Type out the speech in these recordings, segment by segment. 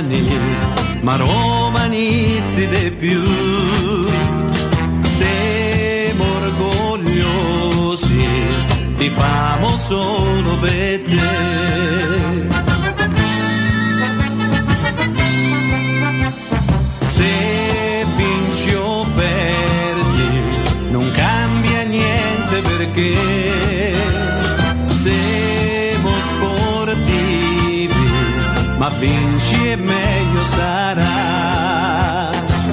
giovani, ma romanisti di più. Siamo orgogliosi, ti famo solo per te. Se vinci o perdi, non cambia niente perché siamo sportivi, ma vinci e meglio sarà.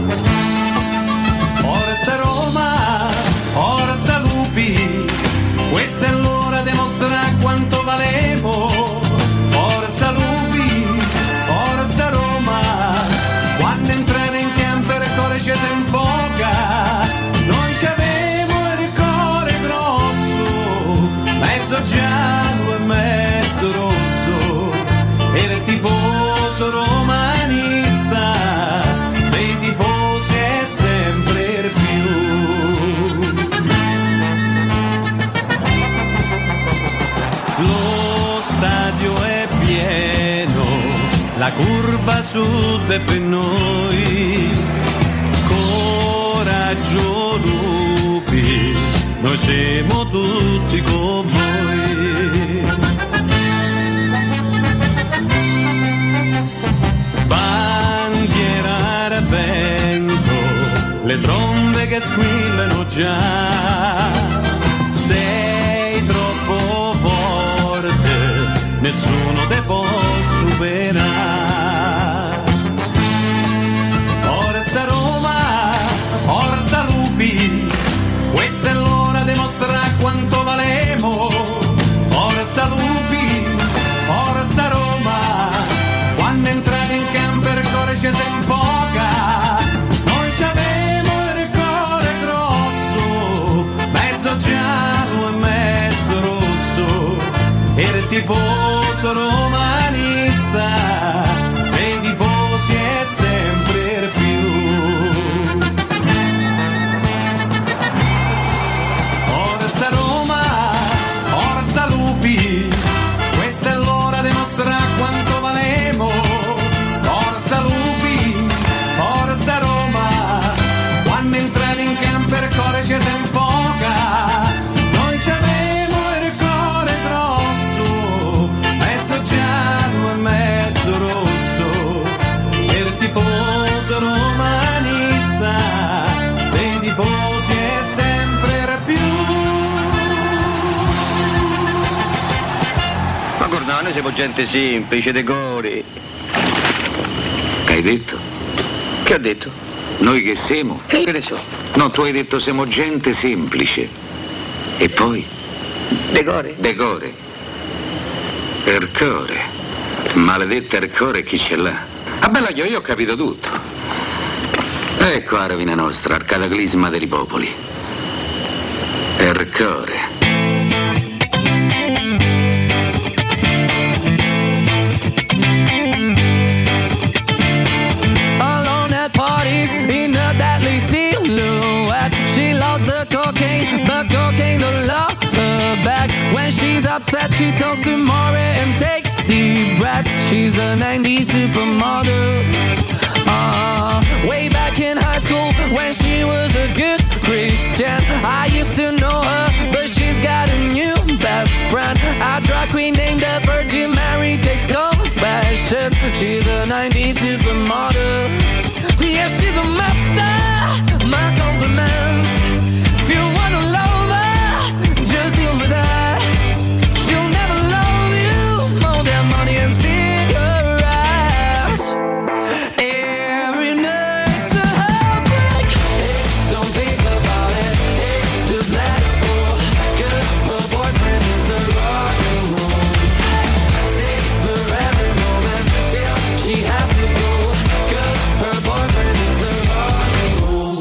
Forza Roma, forza Lupi, questa è l'ora di mostrare quanto valemo. Forza Lupi, forza Roma, quando entrare in campo il cuore ci si infoca. Noi ci avevo il cuore grosso, mezzo giallo e mezzo rosso, e il tifoso romanista dei tifosi è sempre più. Lo stadio è pieno, la curva sud è per noi. Coraggio Lupi, noi siamo tutti con voi. Bandiera al vento, le trombe che squillano già. Sei troppo forte, nessuno te può superare. Forza Roma, forza Lupi, questa è l'ora di mostrare quanto valemo. Forza Lupi, forza Roma, quando entrate in campo il cuore ci si infoca. Noi ci avevo il cuore grosso, mezzo giallo e mezzo rosso, e il tifoso romanista dei tifosi è sempre più. Forza Roma, forza Lupi, questa è l'ora di mostrare quanto valemo. Forza Lupi, forza Roma, quando entrate in campo il cuore ci si infoca. Noi ci avevo il cuore grosso, mezzo giallo e mezzo rosso, e il tifoso romanista dei tifosi è sempre più. Ma guarda, noi siamo gente semplice, decori. Che hai detto? Che ho detto? Noi che siamo? Che ne so? No, tu hai detto siamo gente semplice. E poi? Decore. Decore. Ercore. Maledetta Ercore, chi ce l'ha? Ah bella, io ho capito tutto. Ecco la rovina nostra, al cataclisma dei popoli. Ercore. Parties in a deadly silhouette. She loves the cocaine, but cocaine don't love her back. When she's upset, she talks to Maury and takes deep breaths. She's a 90s supermodel. Way back in high school, when she was a good Christian, I used to know her, but she's got a new best friend. A drag queen named the Virgin Mary takes confessions. She's a 90s supermodel. Yeah, she's a master, my compliments. If you wanna love her, just deal with her. She'll never love you more than money and cigarettes. Every night's a heartbreak. Hey, don't think about it. Hey, just let it go. 'Cause her boyfriend is the rock and roll. Savor every moment till she has to go. 'Cause her boyfriend is the rock and roll.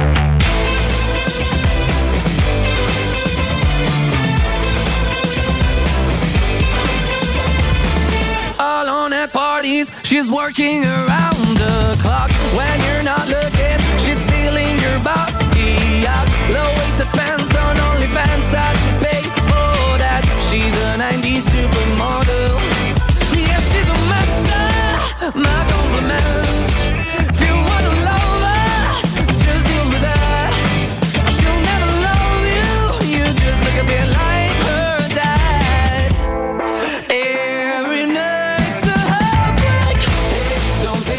Alone at parties, she's working around the clock. When you're not looking, she's stealing your bossy out. Low-waisted pants on OnlyFans, I'd pay for that. She's a 90s supermodel. Yeah, she's a master, my compliment.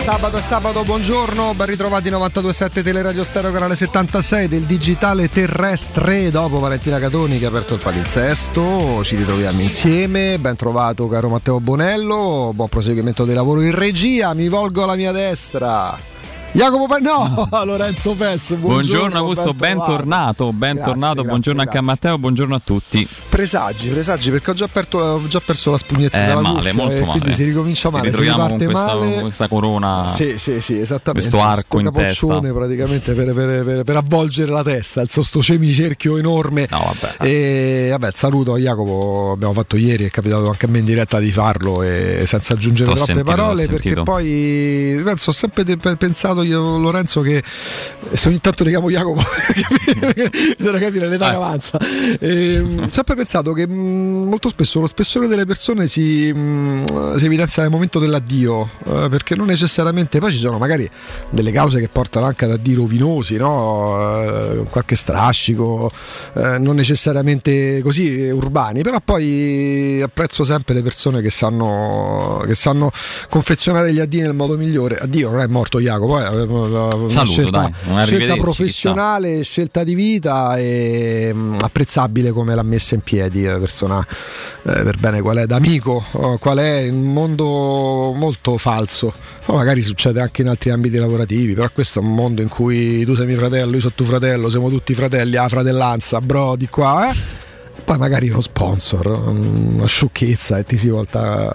Sabato, buongiorno, ben ritrovati 92.7 Teleradio Stereo, canale 76 del digitale terrestre. Dopo Valentina Catoni che ha aperto il palinsesto, ci ritroviamo insieme. Ben trovato caro Matteo Bonello, buon proseguimento del lavoro in regia. Mi volgo alla mia destra Jacopo Lorenzo Pes. Buongiorno Augusto, bentornato, buongiorno anche a Matteo, buongiorno a tutti. Presagi, perché ho già perso la spugnetta dalla male, cuffia, molto male. Quindi si ricomincia male, si riparte male. Questa corona, sì, esattamente. Questo arco in testa, praticamente per avvolgere la testa, il sto semicerchio enorme. No, vabbè. E vabbè, saluto a Jacopo, abbiamo fatto ieri, è capitato anche a me in diretta di farlo e senza aggiungere troppe parole, perché poi ho sempre pensato io, Lorenzo, che se ogni tanto chiamo Jacopo bisogna capire l'età che avanza, sempre pensato che molto spesso lo spessore delle persone si evidenzia nel momento dell'addio, perché non necessariamente poi ci sono magari delle cause che portano anche ad addi rovinosi, no? Qualche strascico, non necessariamente così urbani, però poi apprezzo sempre le persone che sanno confezionare gli addii nel modo migliore. Addio, non è morto Jacopo, una scelta professionale, scelta di vita, e apprezzabile come l'ha messa in piedi, persona per bene qual è, d'amico qual è, in un mondo molto falso. Poi magari succede anche in altri ambiti lavorativi, però questo è un mondo in cui tu sei mio fratello, io sono tuo fratello, siamo tutti fratelli, la fratellanza, bro, di qua, poi magari uno sponsor, una sciocchezza, e ti si volta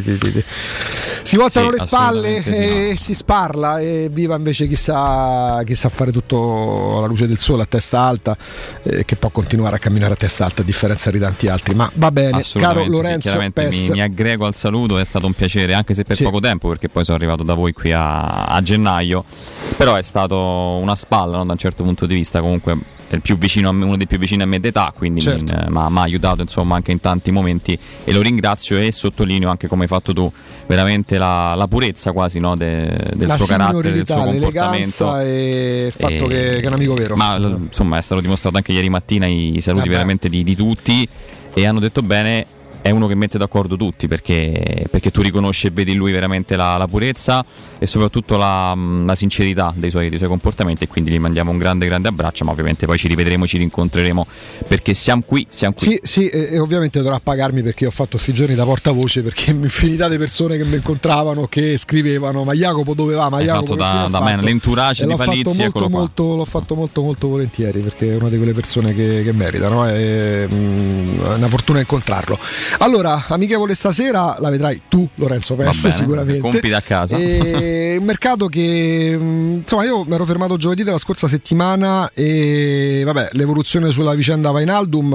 si voltano le spalle e si sparla, e viva invece chi sa fare tutto alla luce del sole, a testa alta, che può continuare a camminare a testa alta a differenza di tanti altri. Ma va bene, caro Lorenzo, chiaramente mi aggrego al saluto, è stato un piacere, anche se per poco tempo, perché poi sono arrivato da voi qui a gennaio, però è stato una spalla, no, da un certo punto di vista. Comunque è il più vicino a me, uno dei più vicini a me d'età, quindi mi ha aiutato, insomma, anche in tanti momenti, e lo ringrazio, e sottolineo anche, come hai fatto tu, veramente la purezza quasi, no, del suo carattere, del suo comportamento, e il fatto che è un amico vero. Ma insomma è stato dimostrato anche ieri mattina, i saluti veramente di tutti, e hanno detto bene. È uno che mette d'accordo tutti, perché tu riconosci e vedi in lui veramente la purezza e soprattutto la sincerità dei suoi comportamenti, e quindi gli mandiamo un grande abbraccio. Ma ovviamente poi ci rivedremo, ci rincontreremo, perché siamo qui. Sì, e ovviamente dovrà pagarmi, perché ho fatto questi giorni da portavoce, perché infinità di persone che mi incontravano, che scrivevano: ma Jacopo dove va? Ma Jacopo da me l'entourage di Palizzi, eccolo qua. L'ho fatto molto volentieri, perché è una di quelle persone che meritano, è una fortuna incontrarlo. Allora, amichevole stasera la vedrai tu, Lorenzo Pes, sicuramente. Compiti a casa. Un mercato che, insomma, io mi ero fermato giovedì della scorsa settimana, e vabbè, l'evoluzione sulla vicenda Wijnaldum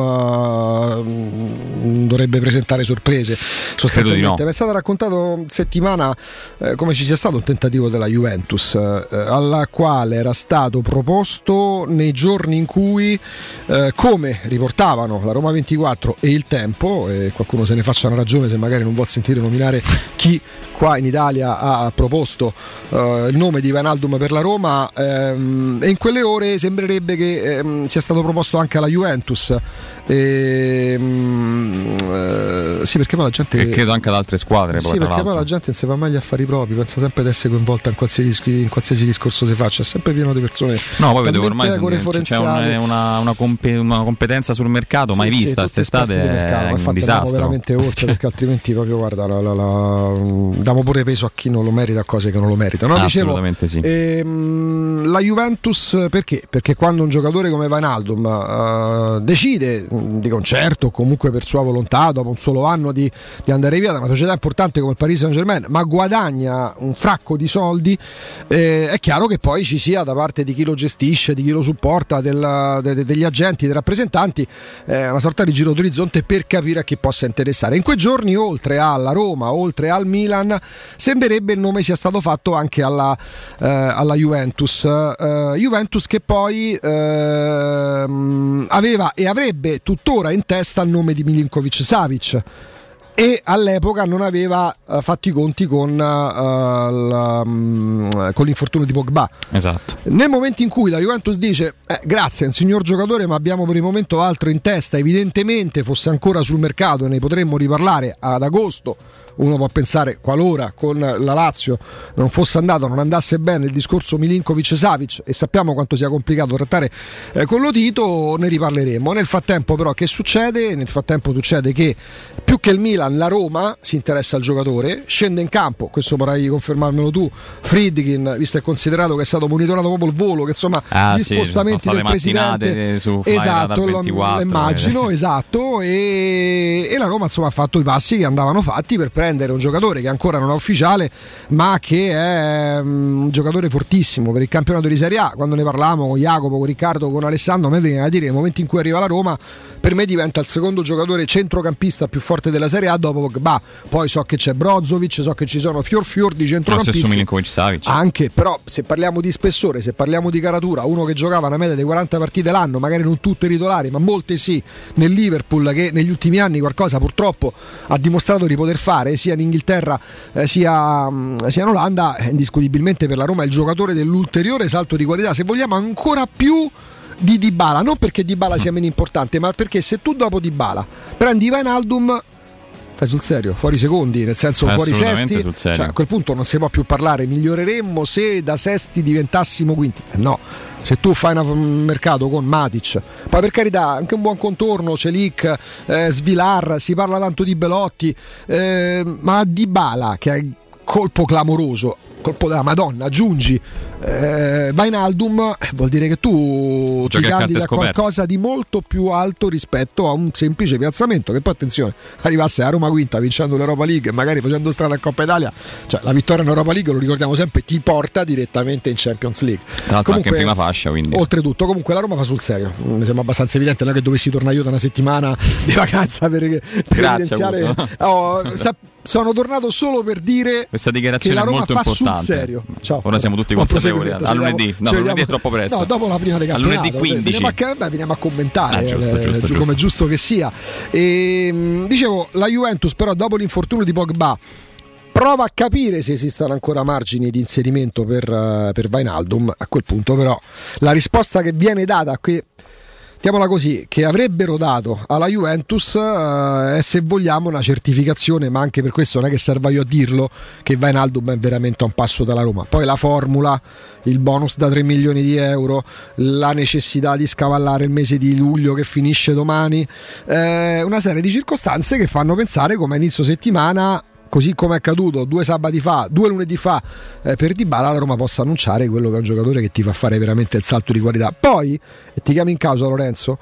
dovrebbe presentare sorprese, sostanzialmente. Mi è stato raccontato settimana come ci sia stato un tentativo della Juventus, alla quale era stato proposto nei giorni in cui, come riportavano la Roma 24 e Il Tempo, qualcuno se ne faccia una ragione se magari non vuol sentire nominare chi qua in Italia ha proposto il nome di Wijnaldum per la Roma, e in quelle ore sembrerebbe che sia stato proposto anche alla Juventus, sì, perché poi la gente, e credo anche ad altre squadre, sì, perché poi la gente non si fa mai gli affari propri, pensa sempre di essere coinvolta in qualsiasi discorso si faccia, è sempre pieno di persone. No, poi vedo ormai c'è una competenza sul mercato mai vista quest'estate, è un disastro veramente oltre, perché altrimenti proprio, guarda, diamo pure peso a chi non lo merita, a cose che non lo meritano, no? Assolutamente dicevo, sì. La Juventus perché quando un giocatore come Wijnaldum decide di concerto, o comunque per sua volontà, dopo un solo anno di andare via da una società importante come il Paris Saint-Germain, ma guadagna un fracco di soldi, è chiaro che poi ci sia da parte di chi lo gestisce, di chi lo supporta, degli agenti, dei rappresentanti, una sorta di giro d'orizzonte per capire a chi possa interessare. In quei giorni, oltre alla Roma, oltre al Milan, sembrerebbe il nome sia stato fatto anche alla Juventus, che poi aveva e avrebbe tuttora in testa il nome di Milinkovic-Savic, e all'epoca non aveva fatto i conti con l'infortunio di Pogba. Esatto. Nel momento in cui la Juventus dice grazie, è un signor giocatore, ma abbiamo per il momento altro in testa, evidentemente fosse ancora sul mercato e ne potremmo riparlare ad agosto uno può pensare, qualora con la Lazio non fosse andato, non andasse bene il discorso Milinkovic-Savic, e sappiamo quanto sia complicato trattare con Lotito, ne riparleremo. Nel frattempo però che succede? Nel frattempo succede che più che il Milan, la Roma si interessa al giocatore, scende in campo, questo vorrai confermarmelo tu, Friedkin, visto e considerato che è stato monitorato proprio il volo, che insomma gli spostamenti del presidente su esatto, lo immagino, esatto, e la Roma insomma ha fatto i passi che andavano fatti per prendere un giocatore che ancora non è ufficiale, ma che è un giocatore fortissimo per il campionato di Serie A. Quando ne parlavamo con Jacopo, con Riccardo, con Alessandro, a me veniva a dire nel momento in cui arriva la Roma, per me diventa il secondo giocatore centrocampista più forte della Serie A dopo Pogba. Poi so che c'è Brozovic, so che ci sono fior di centrocampisti anche, però se parliamo di spessore, se parliamo di caratura, uno che giocava una media di 40 partite l'anno, magari non tutte titolari ma molte sì, nel Liverpool, che negli ultimi anni qualcosa purtroppo ha dimostrato di poter fare sia in Inghilterra sia in Olanda, indiscutibilmente per la Roma è il giocatore dell'ulteriore salto di qualità, se vogliamo ancora più di Dybala, non perché Dybala sia meno importante, ma perché se tu dopo Dybala prendi Wijnaldum, fai sul serio, fuori secondi, nel senso fuori sesti, cioè a quel punto non si può più parlare miglioreremmo se da sesti diventassimo quinti, no. Se tu fai un mercato con Matic, poi per carità anche un buon contorno, Celic, Svilar, si parla tanto di Belotti, ma Dybala che è colpo clamoroso, colpo della Madonna, aggiungi Wijnaldum, vuol dire che tu ti candidi a qualcosa di molto più alto rispetto a un semplice piazzamento, che poi attenzione, arrivasse a Roma quinta vincendo l'Europa League e magari facendo strada a Coppa Italia, cioè la vittoria in Europa League, lo ricordiamo sempre, ti porta direttamente in Champions League, tra l'altro anche in prima fascia, quindi oltretutto comunque la Roma fa sul serio, mi sembra abbastanza evidente, non è che dovessi tornare io da una settimana di vacanza per evidenziare sono tornato solo per dire questa dichiarazione che la Roma molto fa importante. Sul serio. Ciao. Ora siamo tutti consapevoli. A lunedì, lunedì è troppo presto. No, dopo la prima di campionato. A lunedì 15. Veniamo a commentare, giusto. come è giusto che sia. Dicevo, la Juventus però dopo l'infortunio di Pogba prova a capire se esistono ancora margini di inserimento per Wijnaldum. A quel punto però la risposta che viene data qui, mettiamola così, che avrebbero dato alla Juventus è, se vogliamo, una certificazione, ma anche per questo non è che serva io a dirlo, che Wijnaldum è veramente a un passo dalla Roma. Poi la formula, il bonus da 3 milioni di euro, la necessità di scavallare il mese di luglio che finisce domani, una serie di circostanze che fanno pensare come a inizio settimana, così come è accaduto 2 lunedì fa per Dybala, la Roma possa annunciare quello che è un giocatore che ti fa fare veramente il salto di qualità. Poi, e ti chiamo in causa Lorenzo,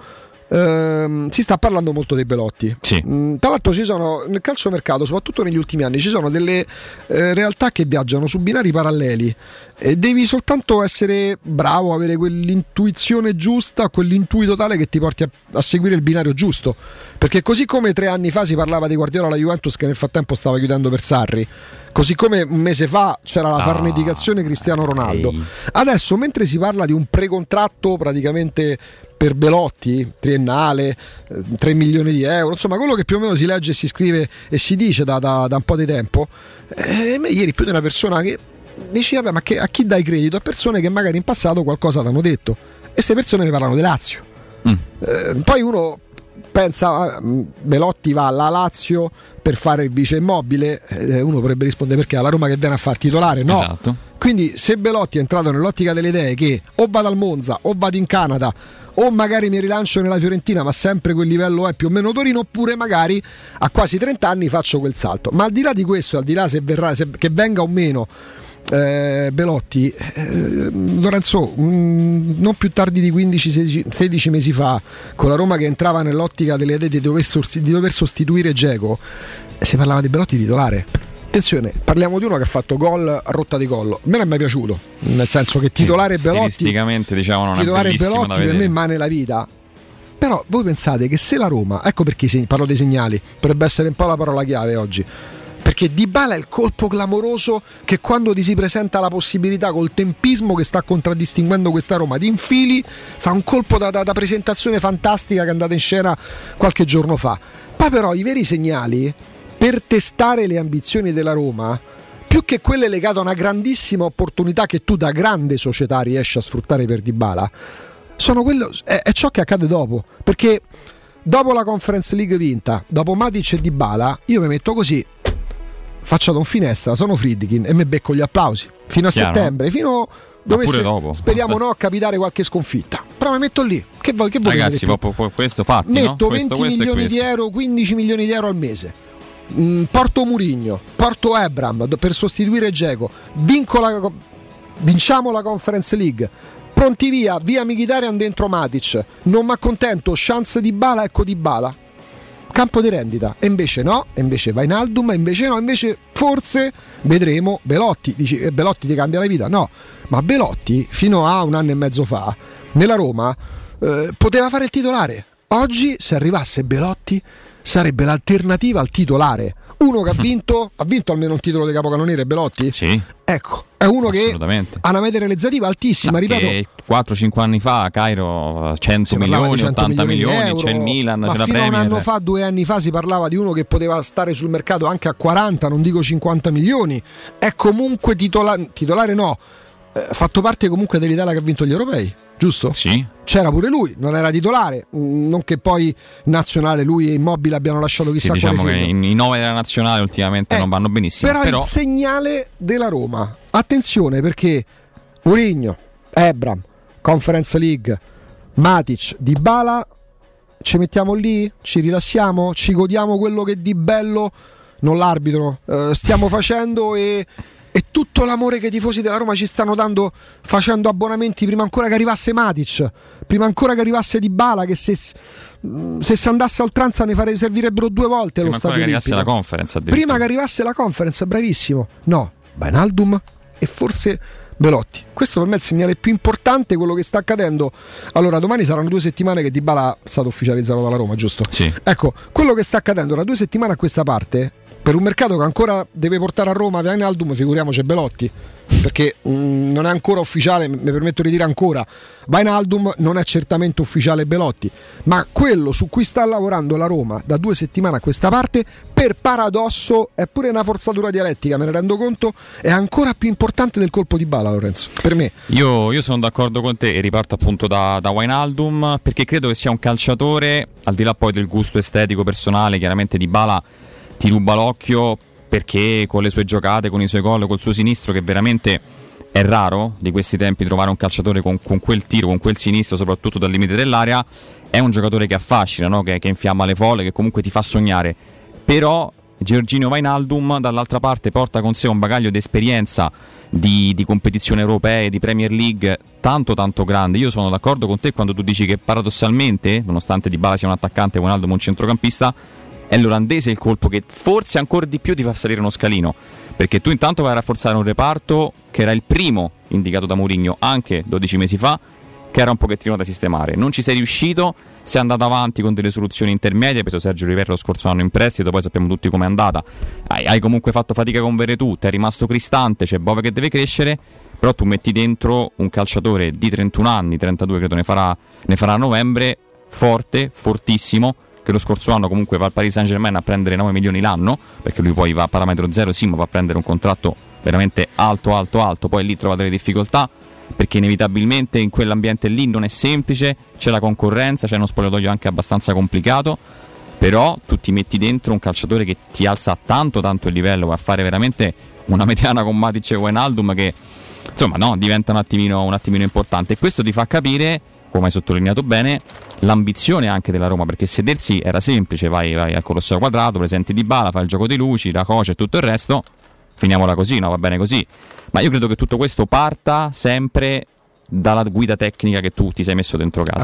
si sta parlando molto dei Belotti, sì. Tra l'altro ci sono nel calciomercato, soprattutto negli ultimi anni, ci sono delle realtà che viaggiano su binari paralleli e devi soltanto essere bravo, avere quell'intuizione giusta, quell'intuito tale che ti porti a seguire il binario giusto, perché così come 3 anni fa si parlava di Guardiola alla Juventus che nel frattempo stava chiudendo per Sarri, così come un mese fa c'era la farneticazione Cristiano Ronaldo, adesso mentre si parla di un precontratto praticamente per Belotti, triennale, 3 milioni di euro, insomma quello che più o meno si legge e si scrive e si dice da un po' di tempo, ieri più di una persona che dici vabbè, ma a chi dai credito? A persone che magari in passato qualcosa ti hanno detto, e queste persone mi parlano di Lazio. Poi uno pensa Belotti va alla Lazio per fare il vice Immobile, uno potrebbe rispondere perché alla Roma che viene a far titolare, no? Esatto. Quindi se Belotti è entrato nell'ottica delle idee che o vado al Monza o vado in Canada o magari mi rilancio nella Fiorentina, ma sempre quel livello è più o meno Torino, oppure magari a quasi 30 anni faccio quel salto. Ma al di là di questo, al di là che venga o meno Belotti, Lorenzo, non più tardi di 15-16 mesi fa, con la Roma che entrava nell'ottica delle idee di dover sostituire Dzeko, si parlava di Belotti titolare. Attenzione, parliamo di uno che ha fatto gol a rotta di collo. A me non è mai piaciuto, nel senso che titolare Belotti, stilisticamente diciamo, non titolare è bellissimo Belotti per me mai nella vita. Però voi pensate che se la Roma, ecco perché parlo dei segnali, potrebbe essere un po' la parola chiave oggi, perché Dybala è il colpo clamoroso che quando ti si presenta la possibilità, col tempismo che sta contraddistinguendo questa Roma, di infili, fa un colpo da presentazione fantastica che è andata in scena qualche giorno fa. Poi però i veri segnali per testare le ambizioni della Roma, più che quelle legate a una grandissima opportunità che tu da grande società riesci a sfruttare per Dybala, sono è ciò che accade dopo, perché dopo la Conference League vinta, dopo Matic e Dybala, io mi metto così, faccia Don Finestra, sono Friedkin e me becco gli applausi fino a settembre, fino dovesse, speriamo no, capitare qualche sconfitta, però mi metto lì, che vuoi ragazzi, questo fatti, metto no? 20 milioni di euro, 15 milioni di euro al mese, porto Mourinho, porto Ebram per sostituire Dzeko, vinciamo la Conference League, pronti via Mkhitaryan dentro Matic, non mi accontento, chance Dybala, ecco Dybala, campo di rendita. E invece no, e invece Wijnaldum, e invece no, invece forse vedremo Belotti. Dici Belotti ti cambia la vita? No, ma Belotti fino a un anno e mezzo fa nella Roma poteva fare il titolare. Oggi se arrivasse Belotti sarebbe l'alternativa al titolare. Uno che ha vinto almeno il titolo di capocannoniere, Belotti? Sì. Ecco, è uno che ha una media realizzativa altissima, ripeto. 4-5 anni fa Cairo 100 milioni, 80 milioni, c'è il Milan, ma c'è la fino Premier. A un anno fa, 2 anni fa si parlava di uno che poteva stare sul mercato anche a 40, non dico 50 milioni. È comunque titolare no, fatto parte comunque dell'Italia che ha vinto gli europei, giusto? Sì. C'era pure lui, non era titolare, non che poi nazionale lui e Immobile abbiano lasciato chissà sì, quale diciamo che i 9 della nazionale ultimamente non vanno benissimo, però il segnale della Roma, attenzione, perché Mourinho, Ebram, Conference League, Matic, Dybala, ci mettiamo lì, ci rilassiamo, ci godiamo quello che di bello, non l'arbitro, stiamo facendo e tutto l'amore che i tifosi della Roma ci stanno dando facendo abbonamenti prima ancora che arrivasse Matic, prima ancora che arrivasse Dybala, che se andasse a oltranza ne servirebbero 2 volte prima lo stadio olimpico. Prima che arrivasse la Conference, prima che arrivasse la Conference, bravissimo. No, Wijnaldum e forse Belotti. Questo per me è il segnale più importante, quello che sta accadendo. Allora, domani saranno 2 settimane che Dybala è stato ufficializzato dalla Roma, giusto? Sì. Ecco, quello che sta accadendo da 2 settimane a questa parte, per un mercato che ancora deve portare a Roma Wijnaldum, figuriamoci Belotti, perché non è ancora ufficiale, mi permetto di dire ancora, Wijnaldum non è certamente ufficiale Belotti, ma quello su cui sta lavorando la Roma da 2 settimane a questa parte, per paradosso, è pure una forzatura dialettica, me ne rendo conto, è ancora più importante del colpo di bala, Lorenzo, per me. Io sono d'accordo con te e riparto appunto da Wijnaldum, perché credo che sia un calciatore, al di là poi del gusto estetico personale, chiaramente Dybala ti ruba l'occhio perché con le sue giocate, con i suoi gol, col suo sinistro, che veramente è raro di questi tempi trovare un calciatore con quel tiro, con quel sinistro, soprattutto dal limite dell'area, è un giocatore che affascina, no? che infiamma le folle, che comunque ti fa sognare. Però Georginio Wijnaldum dall'altra parte porta con sé un bagaglio di esperienza di competizioni europee, di Premier League tanto grande. Io sono d'accordo con te quando tu dici che paradossalmente, nonostante Dybala sia un attaccante e Wijnaldum un centrocampista, è l'olandese il colpo che forse ancora di più ti fa salire uno scalino, perché tu intanto vai a rafforzare un reparto che era il primo indicato da Mourinho anche 12 mesi fa, che era un pochettino da sistemare. Non ci sei riuscito, sei andato avanti con delle soluzioni intermedie, hai preso Sergio Rivera lo scorso anno in prestito, poi sappiamo tutti com'è andata, hai comunque fatto fatica con Veretù, ti è rimasto Cristante, c'è Bove che deve crescere, però tu metti dentro un calciatore di 31 anni, 32 credo ne farà a novembre, forte, fortissimo, che lo scorso anno comunque va al Paris Saint-Germain a prendere 9 milioni l'anno, perché lui poi va a parametro zero, sì, ma va a prendere un contratto veramente alto, poi lì trova delle difficoltà, perché inevitabilmente in quell'ambiente lì non è semplice, c'è la concorrenza, c'è uno spogliatoio anche abbastanza complicato, però tu ti metti dentro un calciatore che ti alza tanto il livello, va a fare veramente una mediana con Matic e Wijnaldum che insomma no, diventa un attimino importante, e questo ti fa capire, come hai sottolineato bene, l'ambizione anche della Roma, perché sedersi era semplice, vai al Colosseo Quadrato, presenti Dybala, fai il gioco di luci, la coach e tutto il resto, finiamola così, no, va bene così. Ma io credo che tutto questo parta sempre dalla guida tecnica che tu ti sei messo dentro casa,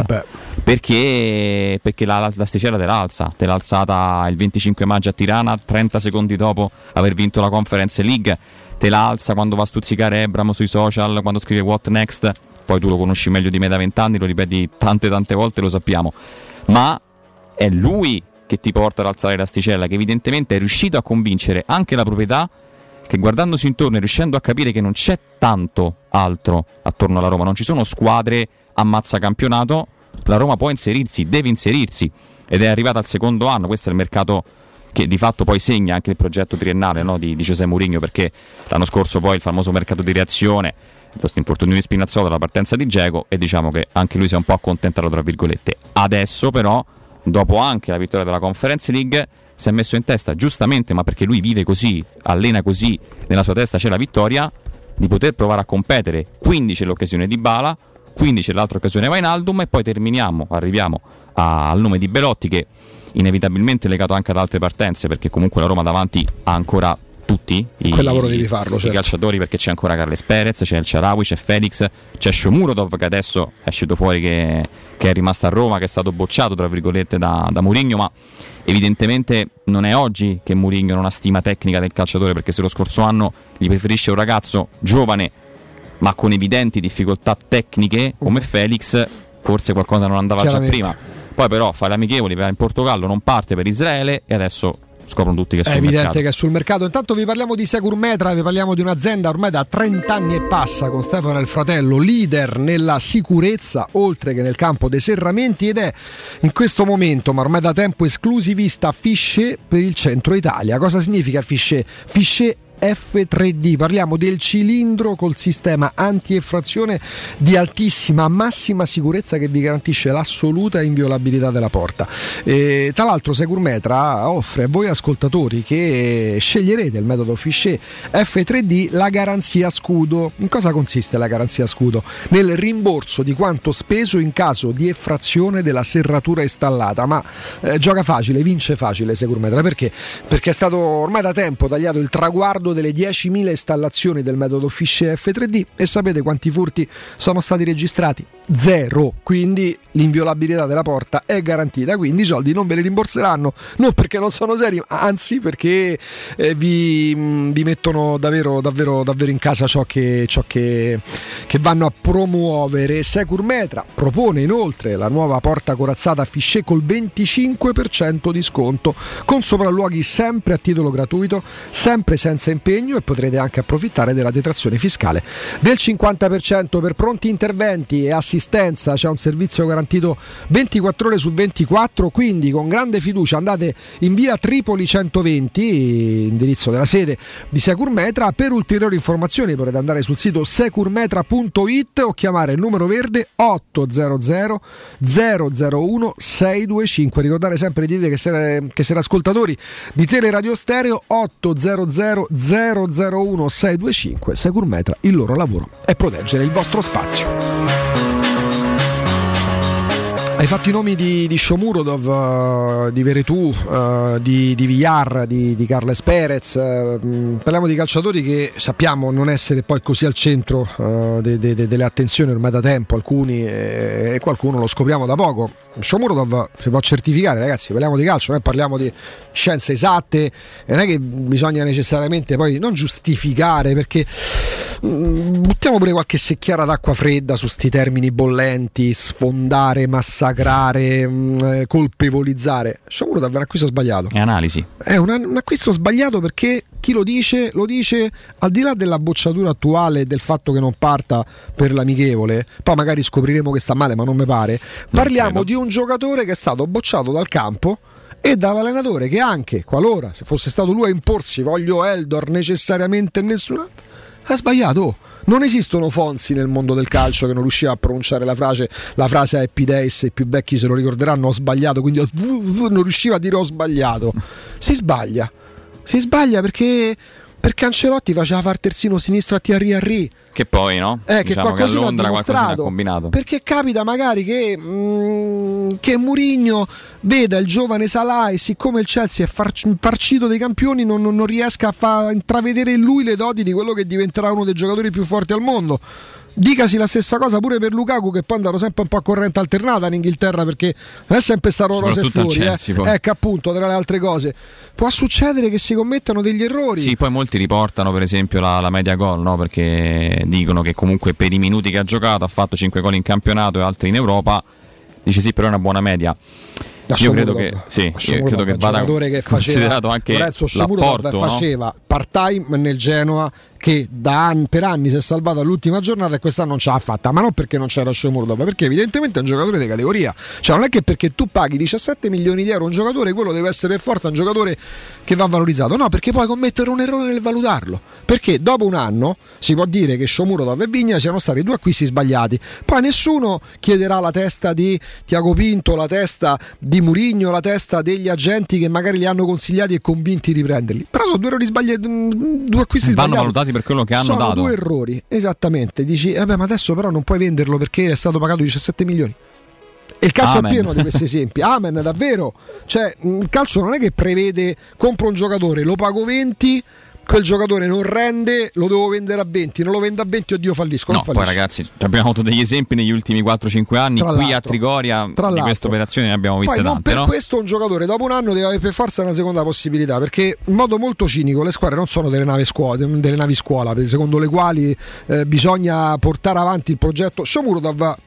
perché l'asticella te l'ha alzata il 25 maggio a Tirana, 30 secondi dopo aver vinto la Conference League, te la alza quando va a stuzzicare Ebram sui social, quando scrive what next. Poi tu lo conosci meglio di me da 20 anni, lo ripeti tante volte, lo sappiamo, ma è lui che ti porta ad alzare l'asticella, che evidentemente è riuscito a convincere anche la proprietà, che guardandosi intorno e riuscendo a capire che non c'è tanto altro attorno alla Roma, non ci sono squadre ammazza campionato, la Roma può inserirsi, deve inserirsi, ed è arrivata al secondo anno. Questo è il mercato che di fatto poi segna anche il progetto triennale, no, di José Mourinho, perché l'anno scorso poi il famoso mercato di reazione, lo infortunio di Spinazzola, la partenza di Dzeko, e diciamo che anche lui si è un po' accontentato tra virgolette. Adesso però, dopo anche la vittoria della Conference League, si è messo in testa, giustamente, ma perché lui vive così, allena così, nella sua testa c'è la vittoria, di poter provare a competere. Quindi c'è l'occasione di Dybala, quindi c'è l'altra occasione Wijnaldum, e poi arriviamo al nome di Belotti, che inevitabilmente è legato anche ad altre partenze, perché comunque la Roma davanti ha ancora tutti quel lavoro devi farlo, i calciatori, perché c'è ancora Carles Perez, c'è El Shaarawy, c'è Felix, c'è Shomurodov, che adesso è uscito fuori che è rimasto a Roma, che è stato bocciato tra virgolette da Mourinho, ma evidentemente non è oggi che Mourinho non ha stima tecnica del calciatore, perché se lo scorso anno gli preferisce un ragazzo giovane ma con evidenti difficoltà tecniche come Felix, forse qualcosa non andava già prima. Poi però fa le amichevoli, va in Portogallo, non parte per Israele e adesso scoprono tutti che è sul mercato. È evidente che è sul mercato. Intanto vi parliamo di Securmetra, vi parliamo di un'azienda ormai da 30 anni e passa, con Stefano e il fratello, leader nella sicurezza oltre che nel campo dei serramenti, ed è in questo momento, ma ormai da tempo, esclusivista Fichet per il centro Italia. Cosa significa Fichet? Fichet F3D, parliamo del cilindro col sistema anti-effrazione di altissima, massima sicurezza che vi garantisce l'assoluta inviolabilità della porta. Tra l'altro Securmetra offre a voi ascoltatori che sceglierete il metodo Fichet F3D la garanzia scudo. In cosa consiste la garanzia scudo? Nel rimborso di quanto speso in caso di effrazione della serratura installata, ma gioca facile, vince facile Securmetra. Perché? Perché è stato ormai da tempo tagliato il traguardo delle 10.000 installazioni del metodo Fichet F3D, e sapete quanti furti sono stati registrati? 0. Quindi l'inviolabilità della porta è garantita, quindi i soldi non ve li rimborseranno, non perché non sono seri, anzi perché vi mettono davvero in casa ciò che vanno a promuovere. Securmetra propone inoltre la nuova porta corazzata Fichet col 25% di sconto, con sopralluoghi sempre a titolo gratuito, sempre senza impegno, e potrete anche approfittare della detrazione fiscale del 50% per pronti interventi e assistenza. C'è un servizio garantito 24 ore su 24, quindi con grande fiducia andate in via Tripoli 120, indirizzo della sede di Securmetra. Per ulteriori informazioni potete andare sul sito securmetra.it o chiamare il numero verde 800 001 625. Ricordate sempre di dire che siete ascoltatori di Teleradio Stereo. 800 001 625. Securmetra, il loro lavoro è proteggere il vostro spazio. Hai fatto i nomi di Shomurodov, di Veretout, di Villar, di Carles Perez. Parliamo di calciatori che sappiamo non essere poi così al centro delle attenzioni ormai da tempo, alcuni, e qualcuno lo scopriamo da poco. Shomurodov si può certificare, ragazzi, parliamo di calcio, noi parliamo di scienze esatte, non è che bisogna necessariamente poi non giustificare, perché buttiamo pure qualche secchiara d'acqua fredda su sti termini bollenti: sfondare, massacrare, colpevolizzare. Shomurodov è un acquisto sbagliato. È analisi. È un acquisto sbagliato, perché chi lo dice al di là della bocciatura attuale e del fatto che non parta per l'amichevole, poi magari scopriremo che sta male, ma non mi pare. Parliamo di un giocatore che è stato bocciato dal campo e dall'allenatore che, anche qualora se fosse stato lui a imporsi, voglio Eldor necessariamente, nessun altro, ha sbagliato. Non esistono Fonzi nel mondo del calcio che non riusciva a pronunciare la frase a Happy Days, i più vecchi se lo ricorderanno, ho sbagliato, quindi non riusciva a dire ho sbagliato. Si sbaglia perché Ancelotti faceva far terzino sinistro a Thierry Henry, che poi no? Che diciamo qualcosa che a Londra qualcosa ha combinato. Perché capita magari che Mourinho veda il giovane Salah e, siccome il Chelsea è farcito dei campioni, non riesca a far intravedere in lui le doti di quello che diventerà uno dei giocatori più forti al mondo. Dicasi la stessa cosa pure per Lukaku, che poi andarono sempre un po' a corrente alternata in Inghilterra, perché non è sempre stato rose e fiori, che appunto, tra le altre cose può succedere che si commettano degli errori. Sì, poi molti riportano per esempio la media gol, no? Perché dicono che comunque per i minuti che ha giocato ha fatto 5 gol in campionato e altri in Europa. Dice sì, però è una buona media. Io credo che vada considerato anche Lorenzo l'apporto, faceva part-time nel Genoa, che per anni si è salvato all'ultima giornata e quest'anno non ce l'ha fatta, ma non perché non c'era Shomurodov, perché evidentemente è un giocatore di categoria. Cioè non è che perché tu paghi 17 milioni di euro un giocatore, quello deve essere forte, un giocatore che va valorizzato. No, perché puoi commettere un errore nel valutarlo, perché dopo un anno si può dire che Shomurodov e Vigna siano stati 2 acquisti sbagliati, poi nessuno chiederà la testa di Tiago Pinto, la testa di di Mourinho, la testa degli agenti che magari li hanno consigliati e convinti di prenderli. Però sono 2 errori sbagliati, 2 acquisti sbagliati. Vanno valutati per quello che hanno sono dato. Sono 2 errori, esattamente. Dici, ma adesso però non puoi venderlo perché è stato pagato 17 milioni. E il calcio è pieno di questi esempi. Amen, davvero. Cioè, il calcio non è che prevede, compro un giocatore, lo pago 20, quel giocatore non rende, lo devo vendere a 20, non lo vendo a 20, oddio fallisco. No, poi ragazzi, abbiamo avuto degli esempi negli ultimi 4-5 anni, qui a Trigoria di queste operazioni ne abbiamo viste tante. Per questo un giocatore dopo un anno deve avere per forza una seconda possibilità, perché in modo molto cinico le squadre non sono delle navi scuola, secondo le quali bisogna portare avanti il progetto. Shomurodov,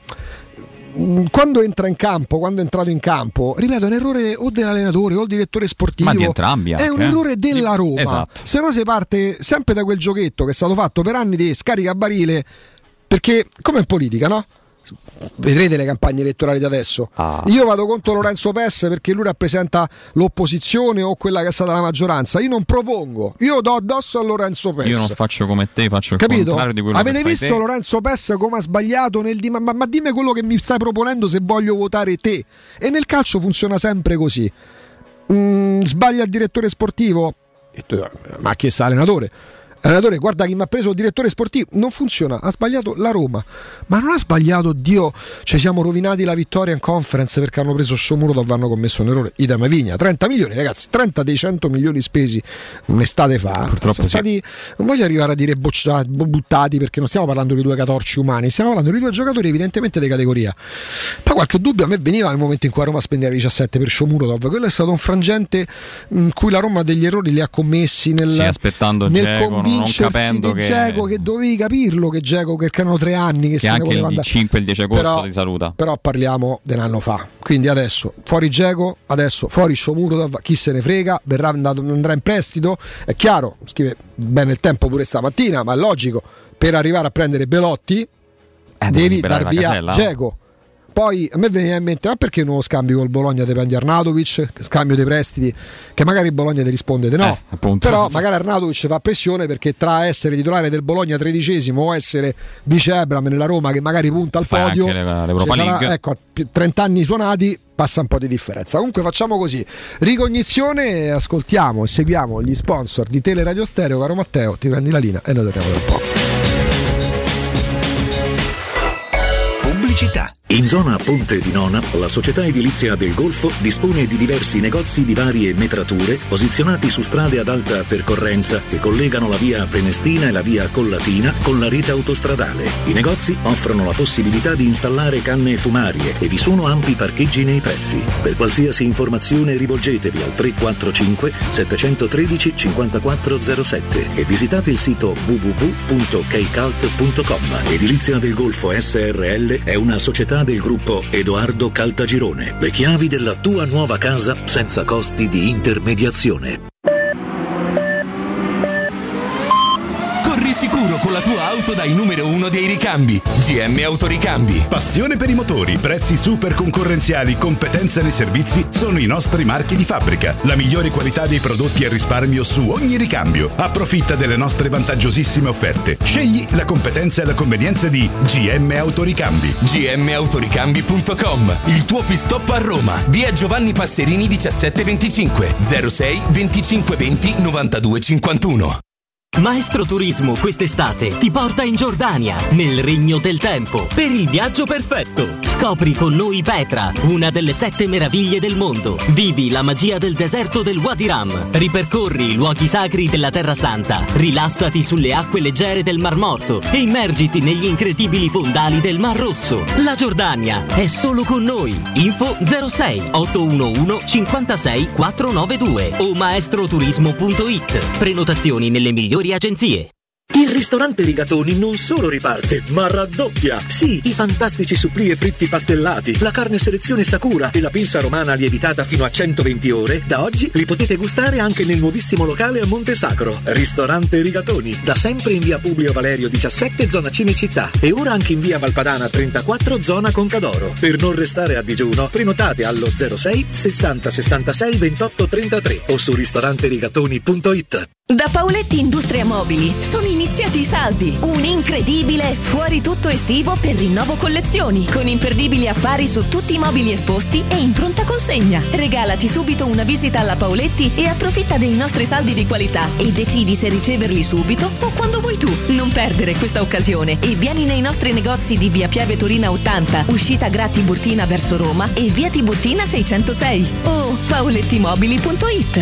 quando entra in campo, quando è entrato in campo, ripeto, è un errore o dell'allenatore o del direttore sportivo, ma di entrambi anche, è un errore della Roma. Esatto. Se no si parte sempre da quel giochetto che è stato fatto per anni di scaricabarile, perché come in politica, no? Vedrete le campagne elettorali di adesso. Io vado contro Lorenzo Pes perché lui rappresenta l'opposizione o quella che è stata la maggioranza. Io non propongo, io do addosso a Lorenzo Pes. Io non faccio come te, faccio il contrario di quello Avete che fai visto te? Lorenzo Pes come ha sbagliato nel ma dimmi quello che mi stai proponendo se voglio votare te. E nel calcio funziona sempre così. Sbaglia il direttore sportivo, ma chi sa allenatore? Allenatore, guarda chi mi ha preso il direttore sportivo, non funziona, ha sbagliato la Roma, ma non ha sbagliato Dio, ci siamo rovinati la vittoria in Conference perché hanno preso Shomurodov, hanno commesso un errore. Idem Vigna, 30 milioni ragazzi, 30 dei 100 milioni spesi un'estate fa, purtroppo sono stati, non voglio arrivare a dire buttati, perché non stiamo parlando di 2 catorci umani, stiamo parlando di 2 giocatori evidentemente di categoria. Poi qualche dubbio a me veniva nel momento in cui la Roma spendeva 17 per Shomurodov, quello è stato un frangente in cui la Roma degli errori li ha commessi aspettando nel non capendo che Dzeko, che dovevi capirlo che Dzeko, che erano 3 anni che se anche ne voleva il 5 e il 10 agosto ti saluta. Però parliamo dell'anno fa, quindi adesso fuori Dzeko, adesso fuori Shomurodov, chi se ne frega, andrà in prestito, è chiaro, scrive bene il Tempo pure stamattina, ma è logico, per arrivare a prendere Belotti devi dar via Dzeko. Poi a me veniva in mente, ma perché nuovo scambio col Bologna te prendi Arnautovic, scambio dei prestiti, che magari Bologna ti risponde no, però magari Arnautovic fa pressione perché tra essere titolare del Bologna 13° o essere vice Ebram nella Roma che magari punta al podio, sarà, ecco, 30 anni suonati, passa un po' di differenza. Comunque facciamo così, ricognizione, ascoltiamo e seguiamo gli sponsor di Teleradio Stereo. Caro Matteo, ti prendi la linea e noi torniamo tra un po'. Pubblicità. In zona Ponte di Nona, la società edilizia del Golfo dispone di diversi negozi di varie metrature posizionati su strade ad alta percorrenza che collegano la via Prenestina e la via Collatina con la rete autostradale. I negozi offrono la possibilità di installare canne fumarie e vi sono ampi parcheggi nei pressi. Per qualsiasi informazione rivolgetevi al 345 713 5407 e visitate il sito www.keicalt.com. Edilizia del Golfo SRL è una società del gruppo Edoardo Caltagirone. Le chiavi della tua nuova casa senza costi di intermediazione. Corri sicuro con la tua auto dai numero 1 dei ricambi. GM Autoricambi. Passione per i motori, prezzi super concorrenziali, competenza nei servizi sono i nostri marchi di fabbrica. La migliore qualità dei prodotti e risparmio su ogni ricambio. Approfitta delle nostre vantaggiosissime offerte. Scegli la competenza e la convenienza di GM Autoricambi. gmautoricambi.com. Il tuo pit-stop a Roma. Via Giovanni Passerini 1725 06 25 20 92 51. Maestro Turismo quest'estate ti porta in Giordania, nel Regno del Tempo, per il viaggio perfetto. Scopri con noi Petra, una delle 7 meraviglie del mondo. Vivi la magia del deserto del Wadi Ram. Ripercorri i luoghi sacri della Terra Santa. Rilassati sulle acque leggere del Mar Morto e immergiti negli incredibili fondali del Mar Rosso. La Giordania è solo con noi. Info 06 811 56 492 o maestroturismo.it. Prenotazioni nelle migliori agenzie. Il ristorante Rigatoni non solo riparte, ma raddoppia! Sì, i fantastici supplì e fritti pastellati, la carne selezione Sakura e la pinza romana lievitata fino a 120 ore, da oggi li potete gustare anche nel nuovissimo locale a Monte Sacro. Ristorante Rigatoni, da sempre in via Publio Valerio 17, zona Cinecittà, e ora anche in via Valpadana 34, zona Concadoro. Per non restare a digiuno, prenotate allo 06 60 66 28 33 o su ristoranterigatoni.it. Da Paoletti Industria Mobili sono iniziati i saldi, un incredibile fuori tutto estivo per rinnovo collezioni, con imperdibili affari su tutti i mobili esposti e in pronta consegna. Regalati subito una visita alla Paoletti e approfitta dei nostri saldi di qualità e decidi se riceverli subito o quando vuoi tu. Non perdere questa occasione e vieni nei nostri negozi di via Pieve Torina 80, uscita Gra Tiburtina verso Roma e via Tiburtina 606 o paolettimobili.it.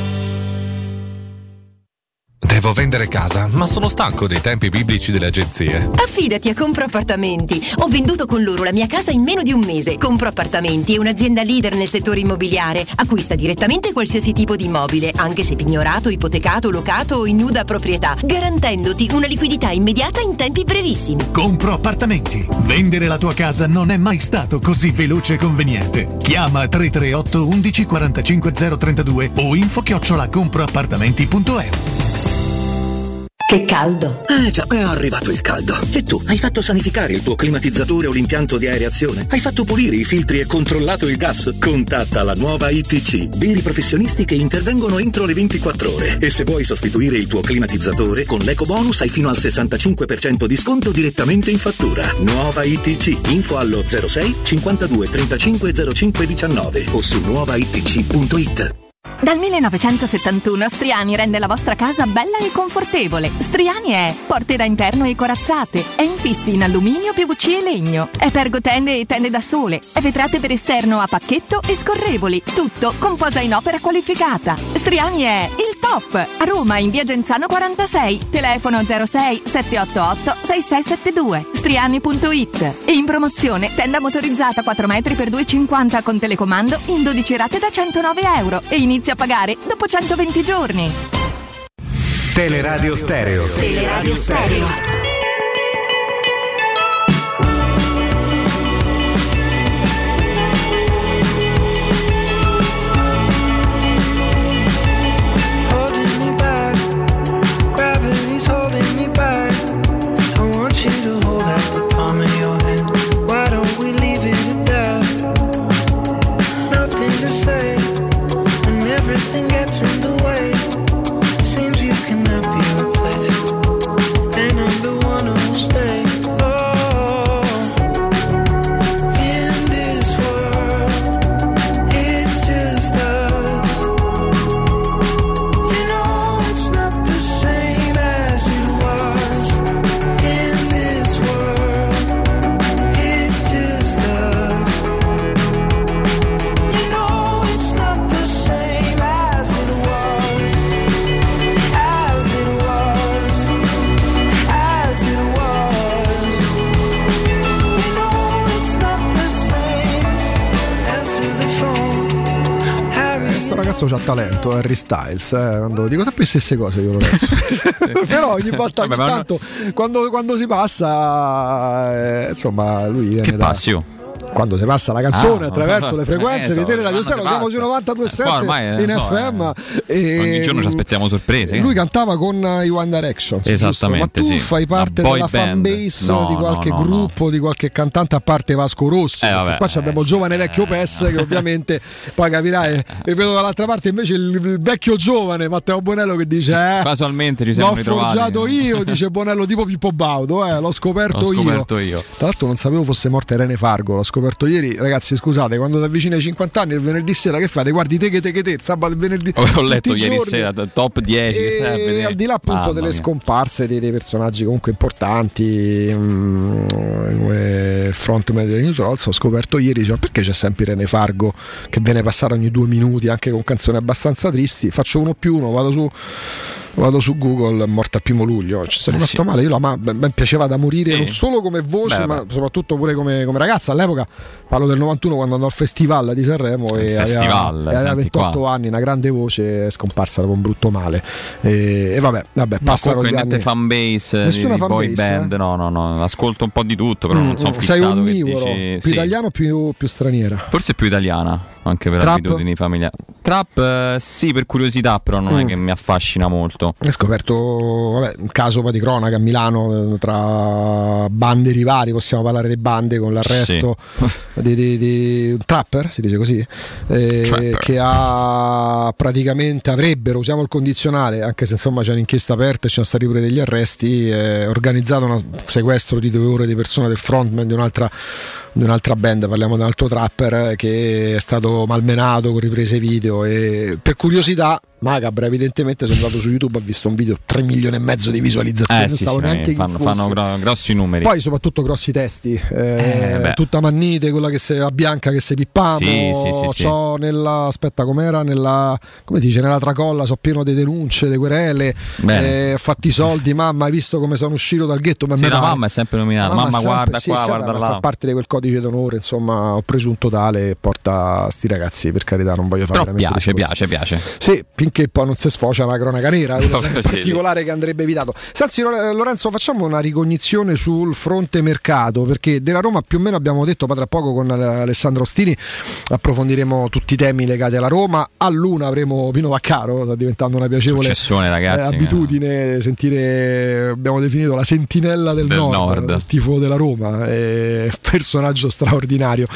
Devo vendere casa, ma sono stanco dei tempi biblici delle agenzie. Affidati a Compro Appartamenti. Ho venduto con loro la mia casa in meno di un mese. Compro Appartamenti è un'azienda leader nel settore immobiliare. Acquista direttamente qualsiasi tipo di immobile, anche se pignorato, ipotecato, locato o in nuda proprietà, garantendoti una liquidità immediata in tempi brevissimi. Compro Appartamenti. Vendere la tua casa non è mai stato così veloce e conveniente. Chiama 338 11 45 032 o info@comproappartamenti.eu. Che caldo! Già, è arrivato il caldo. E tu, hai fatto sanificare il tuo climatizzatore o l'impianto di areazione? Hai fatto pulire i filtri e controllato il gas? Contatta la nuova ITC, veri professionisti che intervengono entro le 24 ore. E se vuoi sostituire il tuo climatizzatore, con l'ecobonus hai fino al 65% di sconto direttamente in fattura. Nuova ITC, info allo 06 52 35 05 19 o su nuovaitc.it. Dal 1971 Striani rende la vostra casa bella e confortevole. Striani è porte da interno e corazzate, è infissi in alluminio, PVC e legno, è pergotende e tende da sole, è vetrate per esterno a pacchetto e scorrevoli, tutto con posa in opera qualificata. Striani è il top! A Roma in via Genzano 46, telefono 06 788 6672, striani.it. E in promozione tenda motorizzata 4 metri per 2,50 con telecomando in 12 rate da €109 e inizia a pagare dopo 120 giorni. Teleradio Stereo. Teleradio Stereo. C'ha talento, Harry Styles, quando dico sempre le stesse cose io Lorenzo. Però ogni volta ogni tanto quando si passa insomma lui viene che passi quando si passa la canzone attraverso le frequenze di Teleradio Stereo, siamo su 92.7 in FM e ogni giorno ci aspettiamo sorprese. Lui cantava con i One Direction, esattamente, ma tu fai parte della fanbase di qualche gruppo, di qualche cantante, a parte Vasco Rossi, qua abbiamo il giovane vecchio PES che ovviamente poi capirai, e vedo dall'altra parte invece il vecchio giovane Matteo Bonello che dice casualmente ci siamo ritrovati, l'ho forgiato io, dice Bonello, tipo Pippo Baudo, l'ho scoperto io. Tra l'altro non sapevo fosse morta Irene Fargo, l'ho scoperto ieri. Ragazzi, scusate, quando ti avvicini ai 50 anni il venerdì sera che fate? Guardi te, il sabato e venerdì. Ho letto ieri sera top 10 e al di là appunto delle scomparse dei personaggi comunque importanti, come il frontman dei New Trolls, ho scoperto ieri, perché c'è sempre Irene Fargo che viene passata ogni 2 minuti anche con canzoni abbastanza tristi. Faccio 1+1, vado su Google, morta il 1 luglio, ci sono rimasto male. Io mi piaceva da morire, non solo come voce, ma soprattutto pure come ragazza. All'epoca, parlo del 91, quando andò al Festival di Sanremo e aveva 28 anni, una grande voce, è scomparsa con brutto male. E vabbè, passano gli anni. Fanbase, nessuna di boy band, no, ascolto un po' di tutto, però non sono fissato. Sei onnivoro, più italiano o più straniera? Forse più italiana, anche per abitudini familiari. Trap sì, per curiosità, però non è che mi affascina molto. Ho scoperto un caso poi di cronaca a Milano tra bande rivali, possiamo parlare di bande, con l'arresto di un trapper, si dice così, che avrebbero, usiamo il condizionale, anche se insomma c'è un'inchiesta aperta e ci sono stati pure degli arresti, organizzato un sequestro di 2 ore di persona del frontman di un'altra band, parliamo di un altro trapper che è stato malmenato con riprese video, e per curiosità macabra evidentemente sono andato su YouTube, ho visto un video 3,5 milioni di visualizzazioni, non stavo neanche fanno grossi numeri, poi soprattutto grossi testi, tutta mannite, quella che se a bianca che se pippamo, so nella, aspetta com'era, nella, come dice, nella tracolla so pieno di denunce, di querele, fatti i soldi, mamma hai visto come sono uscito dal ghetto, la mamma è sempre nominata, mamma guarda qua, guarda là, fa parte di quel codice d'onore, insomma ho preso un totale e porta sti ragazzi, per carità, non voglio fare però piace sì, finché poi non si sfocia una cronaca nera, in particolare che andrebbe evitato. Senti Lorenzo, facciamo una ricognizione sul fronte mercato, perché della Roma più o meno abbiamo detto, poi tra poco con Alessandro Ostini approfondiremo tutti i temi legati alla Roma. All'una avremo Pino Vaccaro, sta diventando una piacevole abitudine sentire, abbiamo definito la sentinella del nord, il tifo della Roma, personaggio straordinario.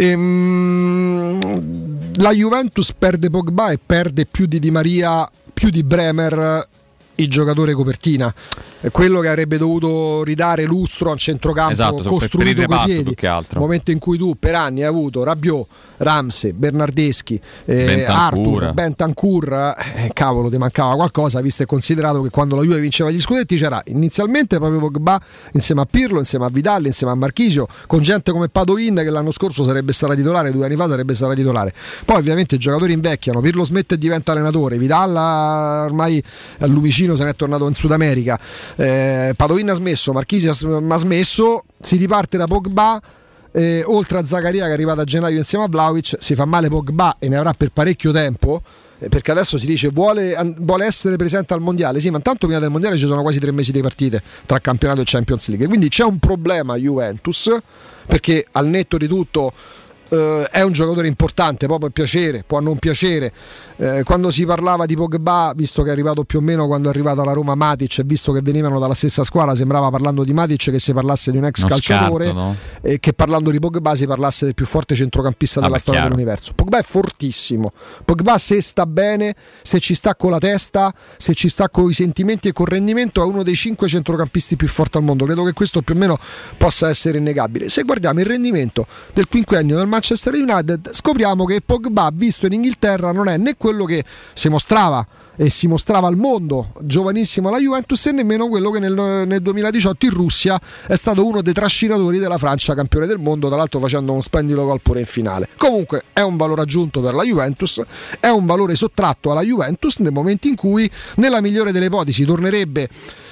La Juventus perde Pogba e perde più di Di Maria, più di Bremer, il giocatore copertina, quello che avrebbe dovuto ridare lustro a un centrocampo costruito coi piedi, momento in cui tu per anni hai avuto Rabiot, Ramsey, Bernardeschi, Arthur, Bentancur, cavolo, ti mancava qualcosa, visto e considerato che quando la Juve vinceva gli scudetti c'era inizialmente proprio Pogba insieme a Pirlo, insieme a Vidal, insieme a Marchisio, con gente come Padoin che l'anno scorso sarebbe stata titolare, 2 anni fa sarebbe stata titolare. Poi ovviamente i giocatori invecchiano, Pirlo smette e diventa allenatore, Vidal ormai al Lumicino se n'è tornato in Sud America, Padoin ha smesso, Marchisio ha smesso, si riparte da Pogba. Oltre a Zaccaria che è arrivato a gennaio insieme a Vlahovic, si fa male Pogba e ne avrà per parecchio tempo, perché adesso si dice vuole essere presente al mondiale, sì, ma intanto prima del mondiale ci sono quasi 3 mesi di partite tra campionato e Champions League, quindi c'è un problema a Juventus, perché al netto di tutto è un giocatore importante, poi può piacere, può non piacere. Quando si parlava di Pogba, visto che è arrivato più o meno quando è arrivato alla Roma Matic, e visto che venivano dalla stessa squadra, sembrava parlando di Matic che si parlasse di un ex calciatore, scarto, no? E che parlando di Pogba si parlasse del più forte centrocampista della storia dell'universo. Pogba è fortissimo, Pogba se sta bene, se ci sta con la testa, se ci sta con i sentimenti e col rendimento, è uno dei 5 centrocampisti più forti al mondo. Credo che questo più o meno possa essere innegabile. Se guardiamo il rendimento del quinquennio del Manchester United, scopriamo che Pogba, visto in Inghilterra, non è né quello che si mostrava al mondo giovanissimo alla Juventus, e nemmeno quello che nel 2018 in Russia è stato uno dei trascinatori della Francia campione del mondo, tra l'altro facendo uno splendido gol pure in finale. Comunque è un valore aggiunto per la Juventus, è un valore sottratto alla Juventus nel momento in cui, nella migliore delle ipotesi, tornerebbe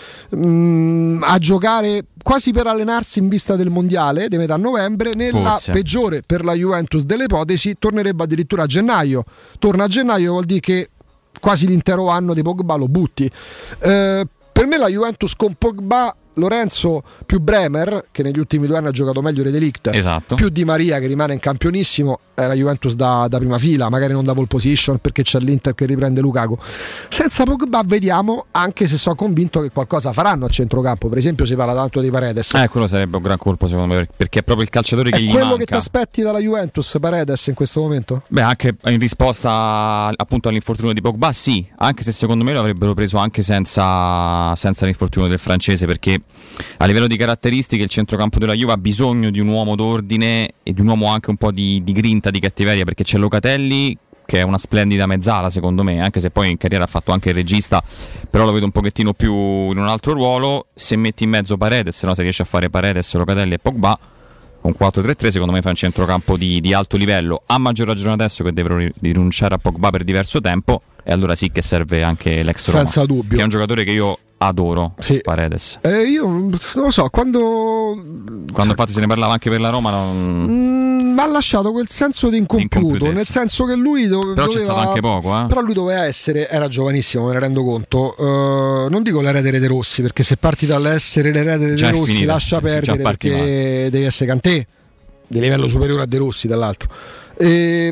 a giocare quasi per allenarsi in vista del mondiale di metà novembre, nella peggiore per la Juventus delle ipotesi tornerebbe addirittura a gennaio. Torna a gennaio vuol dire che quasi l'intero anno di Pogba lo butti. Per me la Juventus con Pogba, Lorenzo, più Bremer, che negli ultimi 2 anni ha giocato meglio di De Ligt, più Di Maria che rimane in campionissimo, è la Juventus da prima fila, magari non da pole position perché c'è l'Inter che riprende Lukaku. Senza Pogba vediamo, anche se sono convinto che qualcosa faranno a centrocampo. Per esempio si parla tanto di Paredes, quello sarebbe un gran colpo secondo me, perché è proprio il calciatore che gli manca. È quello che ti aspetti dalla Juventus, Paredes, in questo momento? Beh, anche in risposta appunto all'infortunio di Pogba, sì, anche se secondo me lo avrebbero preso anche senza l'infortunio del francese, perché a livello di caratteristiche il centrocampo della Juve ha bisogno di un uomo d'ordine e di un uomo anche un po' di grinta, di cattiveria, perché c'è Locatelli che è una splendida mezzala secondo me, anche se poi in carriera ha fatto anche il regista, però lo vedo un pochettino più in un altro ruolo. Se metti in mezzo Paredes, se no si riesce a fare Paredes, Locatelli e Pogba con 4-3-3, secondo me fa un centrocampo di alto livello, a maggior ragione adesso che devono rinunciare a Pogba per diverso tempo, e allora sì che serve anche l'ex Roma, senza dubbio, che è un giocatore che io adoro, Paredes. Io non lo so, quando infatti se ne parlava anche per la Roma ha lasciato quel senso di incompiuto, nel senso che lui però c'è stato anche poco, però lui doveva essere, era giovanissimo, me ne rendo conto, non dico l'erede dei Rossi, perché se parti dall'essere l'erede dei Rossi finita, lascia perdere, perché devi essere Kanté di livello superiore a De Rossi dall'altro,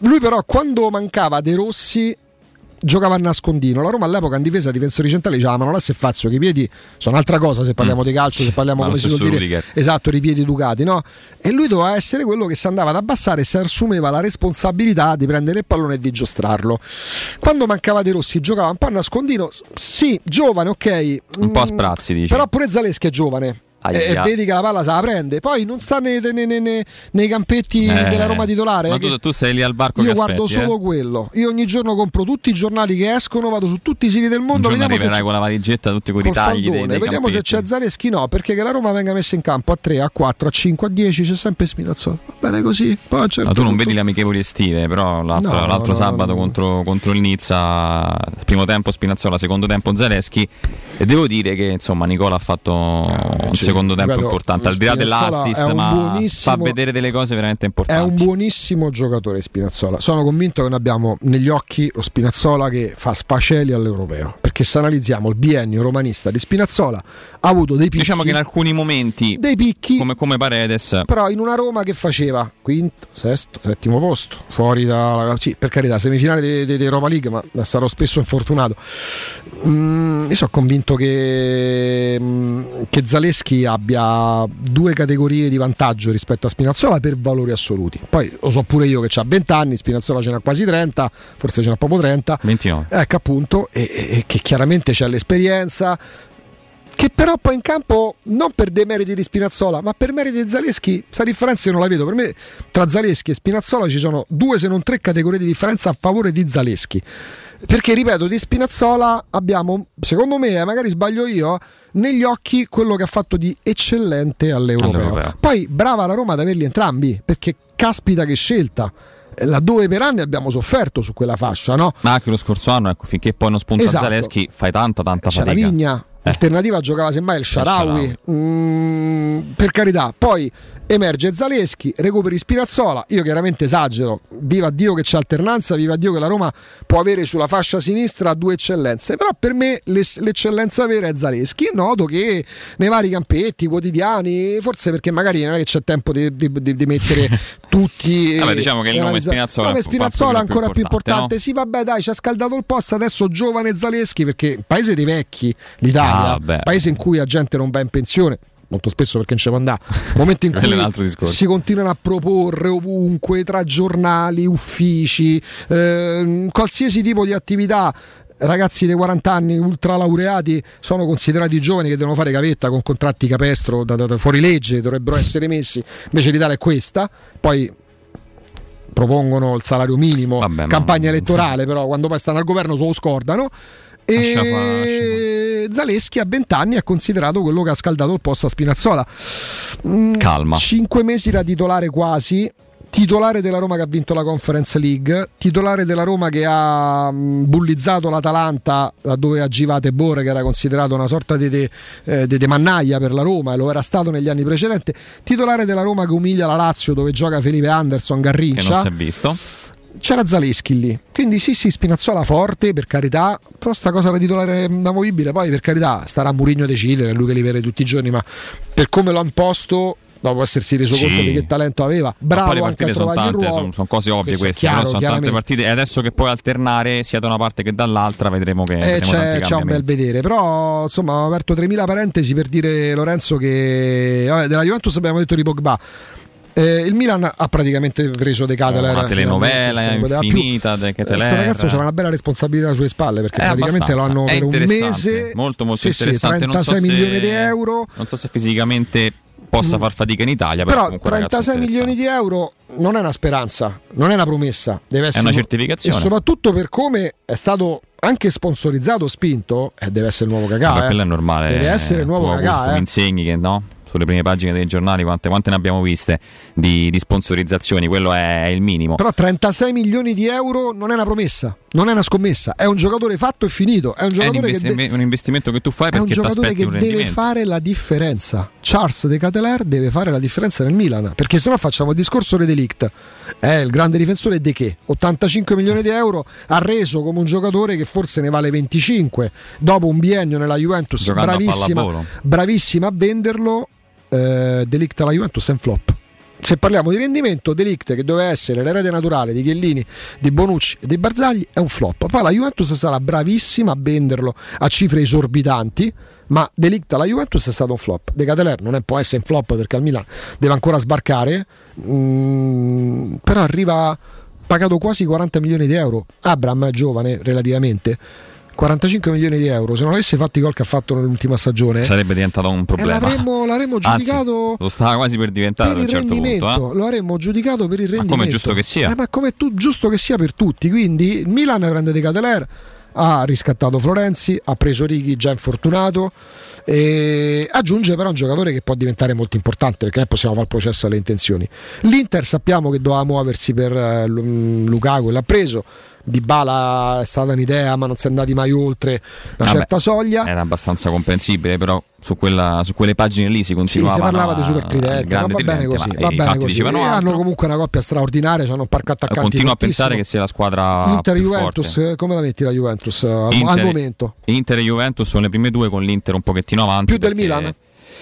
Lui però quando mancava De Rossi giocava a nascondino. La Roma all'epoca in difesa difensori centrali dicevano l'asse e Fazio, che i piedi sono un'altra cosa se parliamo di calcio, se parliamo come si suol dire Rudiger. esatto, i piedi educati, no? E lui doveva essere quello che si andava ad abbassare e si assumeva la responsabilità di prendere il pallone e di giostrarlo. Quando mancava De Rossi giocava un po' a nascondino, sì, giovane, ok, un po' a sprazzi, dici. però pure Zaleschi è giovane. E vedi che la palla se la prende, poi non sta nei campetti della Roma titolare. Ma tu stai lì al varco. Io che guardo aspetti, solo quello. Io ogni giorno compro tutti i giornali che escono, vado su tutti i siti del mondo. Un giorno vediamo arriverai con la valigetta, tutti quei tagli dei vediamo se c'è Zaleschi. No, perché che la Roma venga messa in campo a 3, a 4, a 5, a 10 c'è sempre Spinazzola. Va bene così. Poi ma tu non vedi le amichevoli estive, però l'altro sabato contro il Nizza, primo tempo Spinazzola, secondo tempo Zaleschi, e devo dire che insomma Nicola ha fatto un secondo tempo importante. Al di là dell'assist, ma fa vedere delle cose veramente importanti. È un buonissimo giocatore Spinazzola. Sono convinto che noi abbiamo negli occhi lo Spinazzola che fa sfaceli all'europeo, perché se analizziamo il biennio romanista di Spinazzola ha avuto dei picchi, diciamo che in alcuni momenti dei picchi come Paredes, però in una Roma che faceva quinto, sesto, settimo posto, fuori da sì, per carità, semifinale di Europa League, ma sarò spesso infortunato. Io sono convinto che Zaleschi abbia due categorie di vantaggio rispetto a Spinazzola per valori assoluti. Poi lo so pure io che ha 20 anni, Spinazzola ce n'ha quasi 30, forse ce n'ha proprio 30, 29. Ecco appunto, e che chiaramente c'è l'esperienza, che però poi in campo non per dei meriti di Spinazzola ma per meriti di Zaleschi. Questa differenza io non la vedo. Per me tra Zaleschi e Spinazzola ci sono 2 se non 3 categorie di differenza a favore di Zaleschi, perché ripeto, di Spinazzola abbiamo, secondo me, magari sbaglio io, negli occhi quello che ha fatto di eccellente all'europeo. Poi brava la Roma ad averli entrambi, perché caspita che scelta, laddove per anni abbiamo sofferto su quella fascia, no? Ma anche lo scorso anno, ecco, finché poi non spunta Zaleschi fai tanta fatica. C'era Vigna, alternativa giocava semmai il Shaarawy, per carità. Poi emerge Zaleschi, recuperi Spinazzola. Io chiaramente esagero, viva Dio che c'è alternanza, viva Dio che la Roma può avere sulla fascia sinistra 2 eccellenze, però per me l'eccellenza vera è Zaleschi. Noto che nei vari campetti quotidiani, forse perché magari non è che c'è tempo di mettere tutti. Vabbè, diciamo che il nome Spinazzola è ancora più importante, no? Sì, vabbè, dai, ci ha scaldato il posto adesso giovane Zaleschi, perché paese dei vecchi, l'Italia, paese in cui la gente non va in pensione molto spesso perché non ci può andare, momento in cui si continuano a proporre ovunque, tra giornali, uffici, qualsiasi tipo di attività. Ragazzi dei 40 anni ultralaureati sono considerati giovani che devono fare gavetta con contratti capestro da fuori legge, dovrebbero essere messi. Invece l'Italia è questa. Poi propongono il salario minimo, campagna elettorale, però quando poi stanno al governo se lo scordano. E Zaleschi a 20 anni è considerato quello che ha scaldato il posto a Spinazzola. Calma. 5 mesi da titolare quasi. Titolare della Roma che ha vinto la Conference League, titolare della Roma che ha bullizzato l'Atalanta dove agivate Bore, che era considerato una sorta di mannaia per la Roma e lo era stato negli anni precedenti, titolare della Roma che umilia la Lazio dove gioca Felipe Anderson, Garrincia, che non si è visto. C'era Zaleschi lì, quindi sì, Spinazzola forte, per carità, però sta cosa da titolare inamovibile. Poi per carità starà Mourinho a decidere, è lui che li vede tutti i giorni, ma per come l'ha imposto, dopo essersi reso conto di che talento aveva, bravo anche a trovare il ruolo. Sono cose ovvie queste, chiaro, sono tante partite, e adesso che puoi alternare sia da una parte che dall'altra vedremo che c'è un bel vedere. Però insomma ho aperto 3000 parentesi per dire, Lorenzo, che della Juventus abbiamo detto di Pogba. Il Milan ha praticamente preso De Ketelaere, una telenovela infinita De Ketelaere. Questo ragazzo c'ha una bella responsabilità sulle spalle, perché praticamente lo hanno per un mese, molto interessante, 36 milioni di euro. Non so se fisicamente possa far fatica in Italia, però 36 milioni di euro non è una speranza, non è una promessa, deve essere una certificazione, e soprattutto per come è stato anche sponsorizzato, spinto, deve essere il nuovo Cagà. Quello è normale, deve essere il nuovo Cagà. Mi insegni che no? Sulle prime pagine dei giornali quante ne abbiamo viste di sponsorizzazioni, quello è il minimo. Però 36 milioni di euro non è una promessa, non è una scommessa, è un giocatore fatto e finito, è un giocatore un investimento che tu fai perché ti aspetti un rendimento. Deve fare la differenza. Charles De Ketelaere deve fare la differenza nel Milan, perché sennò facciamo il discorso De Ligt, il grande difensore De che 85 milioni di euro ha reso come un giocatore che forse ne vale 25 dopo un biennio nella Juventus, bravissima a venderlo. De Ligt alla Juventus è un flop. Se parliamo di rendimento, De Ligt, che doveva essere l'erede naturale di Chiellini, di Bonucci e dei Barzagli, è un flop. Poi la Juventus è stata bravissima a venderlo a cifre esorbitanti, ma De Ligt alla Juventus è stato un flop. De Ketelaere non può essere un flop perché al Milan deve ancora sbarcare, però arriva pagato quasi 40 milioni di euro. Abraham è giovane relativamente, 45 milioni di euro, se non avesse fatto i gol che ha fatto nell'ultima stagione sarebbe diventato un problema. L'avremmo giudicato. Anzi, lo stava quasi per diventare a un certo punto. Lo avremmo giudicato per il rendimento. Ma come è giusto che sia. Ma come giusto che sia per tutti. Quindi il Milan prende De Ketelaere, ha riscattato Florenzi, ha preso Righi già infortunato, e aggiunge però un giocatore che può diventare molto importante, perché noi possiamo fare il processo alle intenzioni. L'Inter sappiamo che doveva muoversi per Lukaku e l'ha preso. Dybala è stata un'idea, ma non si è andati mai oltre una certa soglia. Era abbastanza comprensibile, però su quelle pagine lì si continuava. Si parlava di super tridente, ma va bene così. Va bene così. Hanno comunque una coppia straordinaria, hanno un parco attaccanti. Continuo a pensare che sia la squadra Inter-Juventus. Forte. Come la metti la Juventus al momento? Inter e Juventus sono le prime due, con l'Inter un pochettino avanti. Più del Milan?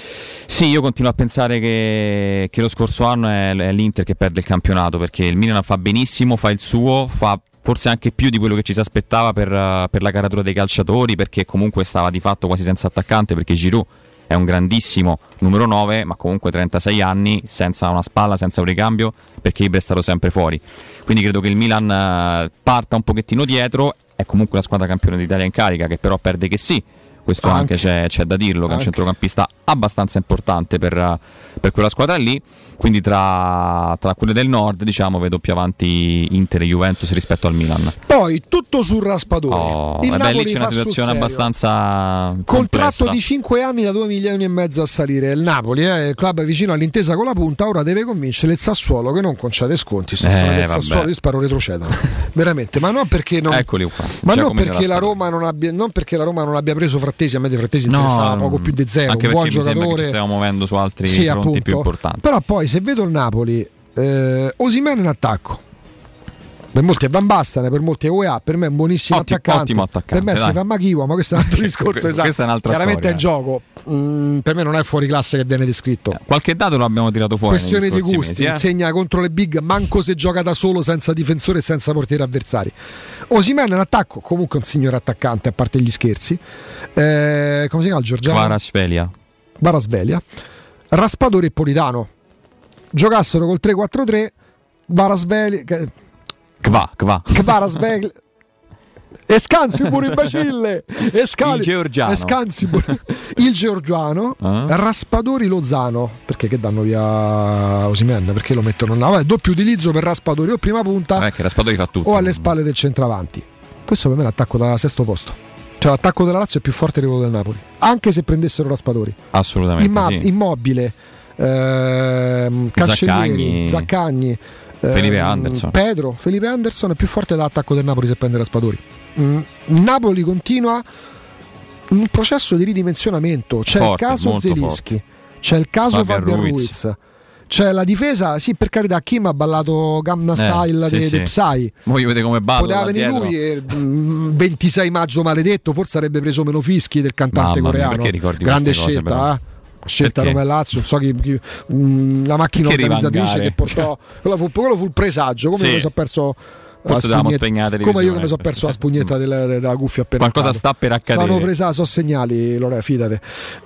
Sì, io continuo a pensare che lo scorso anno è l'Inter che perde il campionato, perché il Milan fa benissimo, fa il suo, fa forse anche più di quello che ci si aspettava per la caratura dei calciatori, perché comunque stava di fatto quasi senza attaccante, perché Giroud è un grandissimo numero 9, ma comunque 36 anni, senza una spalla, senza un ricambio, perché Ibra è stato sempre fuori. Quindi credo che il Milan parta un pochettino dietro, è comunque la squadra campione d'Italia in carica, che però perde che sì. Questo anche c'è da dirlo, che è un centrocampista abbastanza importante per quella squadra lì. Quindi tra quelle del nord, diciamo, vedo più avanti Inter e Juventus rispetto al Milan. Poi tutto sul Raspadori. Il Napoli lì c'è una situazione abbastanza contratto complessa. di 5 anni da 2 milioni e mezzo a salire. Il Napoli, il club è vicino all'intesa con la punta, ora deve convincere il Sassuolo, che non concede sconti. Il Sassuolo, io spero retrocedano veramente, ma non perché non, eccoli qua. Ma non perché la Roma non abbia preso Frattesi. A me di Frattesi interessava poco più di zero, anche un buon perché giocatore. Mi sembra che ci stiamo muovendo su altri fronti appunto, più importanti. Però poi se vedo il Napoli, Osimhen in attacco, per molti è Van Basten, per molti è UEA, per me è un buonissimo attaccante. Ottimo attaccante, per me si fa Machiwa, ma questo è un altro discorso. Esatto. Questa è un'altra chiaramente storia. È gioco, per me non è fuori classe che viene descritto. Qualche dato lo abbiamo tirato fuori. Questione di gusti, segna contro le big, manco se gioca da solo, senza difensore e senza portieri avversari. Osimhen in attacco, comunque un signore attaccante, a parte gli scherzi. Come si chiama il Giorgiano? Kvaratskhelia. Raspadori e Politano giocassero col 3-4-3. Kvaratskhelia e Scansibur imbecille il Georgiano Raspadori Lozano, perché che danno via Osimhen, perché lo mettono doppio utilizzo per Raspadori o prima punta che Raspadori fa tutto, o alle spalle del centravanti. Questo per me è l'attacco da sesto posto, cioè l'attacco della Lazio è più forte di quello del Napoli, anche se prendessero Raspadori. Assolutamente Immobile, Cancellieri, Zaccagni, Felipe Anderson. Felipe Anderson è più forte dall'attacco del Napoli se prende Raspadori. Napoli continua un processo di ridimensionamento. C'è il caso Zelinski, c'è il caso Fabian Ruiz, c'è la difesa. Sì, per carità, Kim ha ballato Gamma Style de Psy. Voi vedete come balla. Poteva venire lui 26 maggio maledetto, forse avrebbe preso meno fischi del cantante coreano. Grande scelta, scelta Roma e Lazio, non so la macchina organizzatrice che portò quello fu il presagio, come mi sono perso. Forse come io che mi sono perso la spugnetta della cuffia appena qualcosa sta per accadere. Sono segnali, Lore, fidate.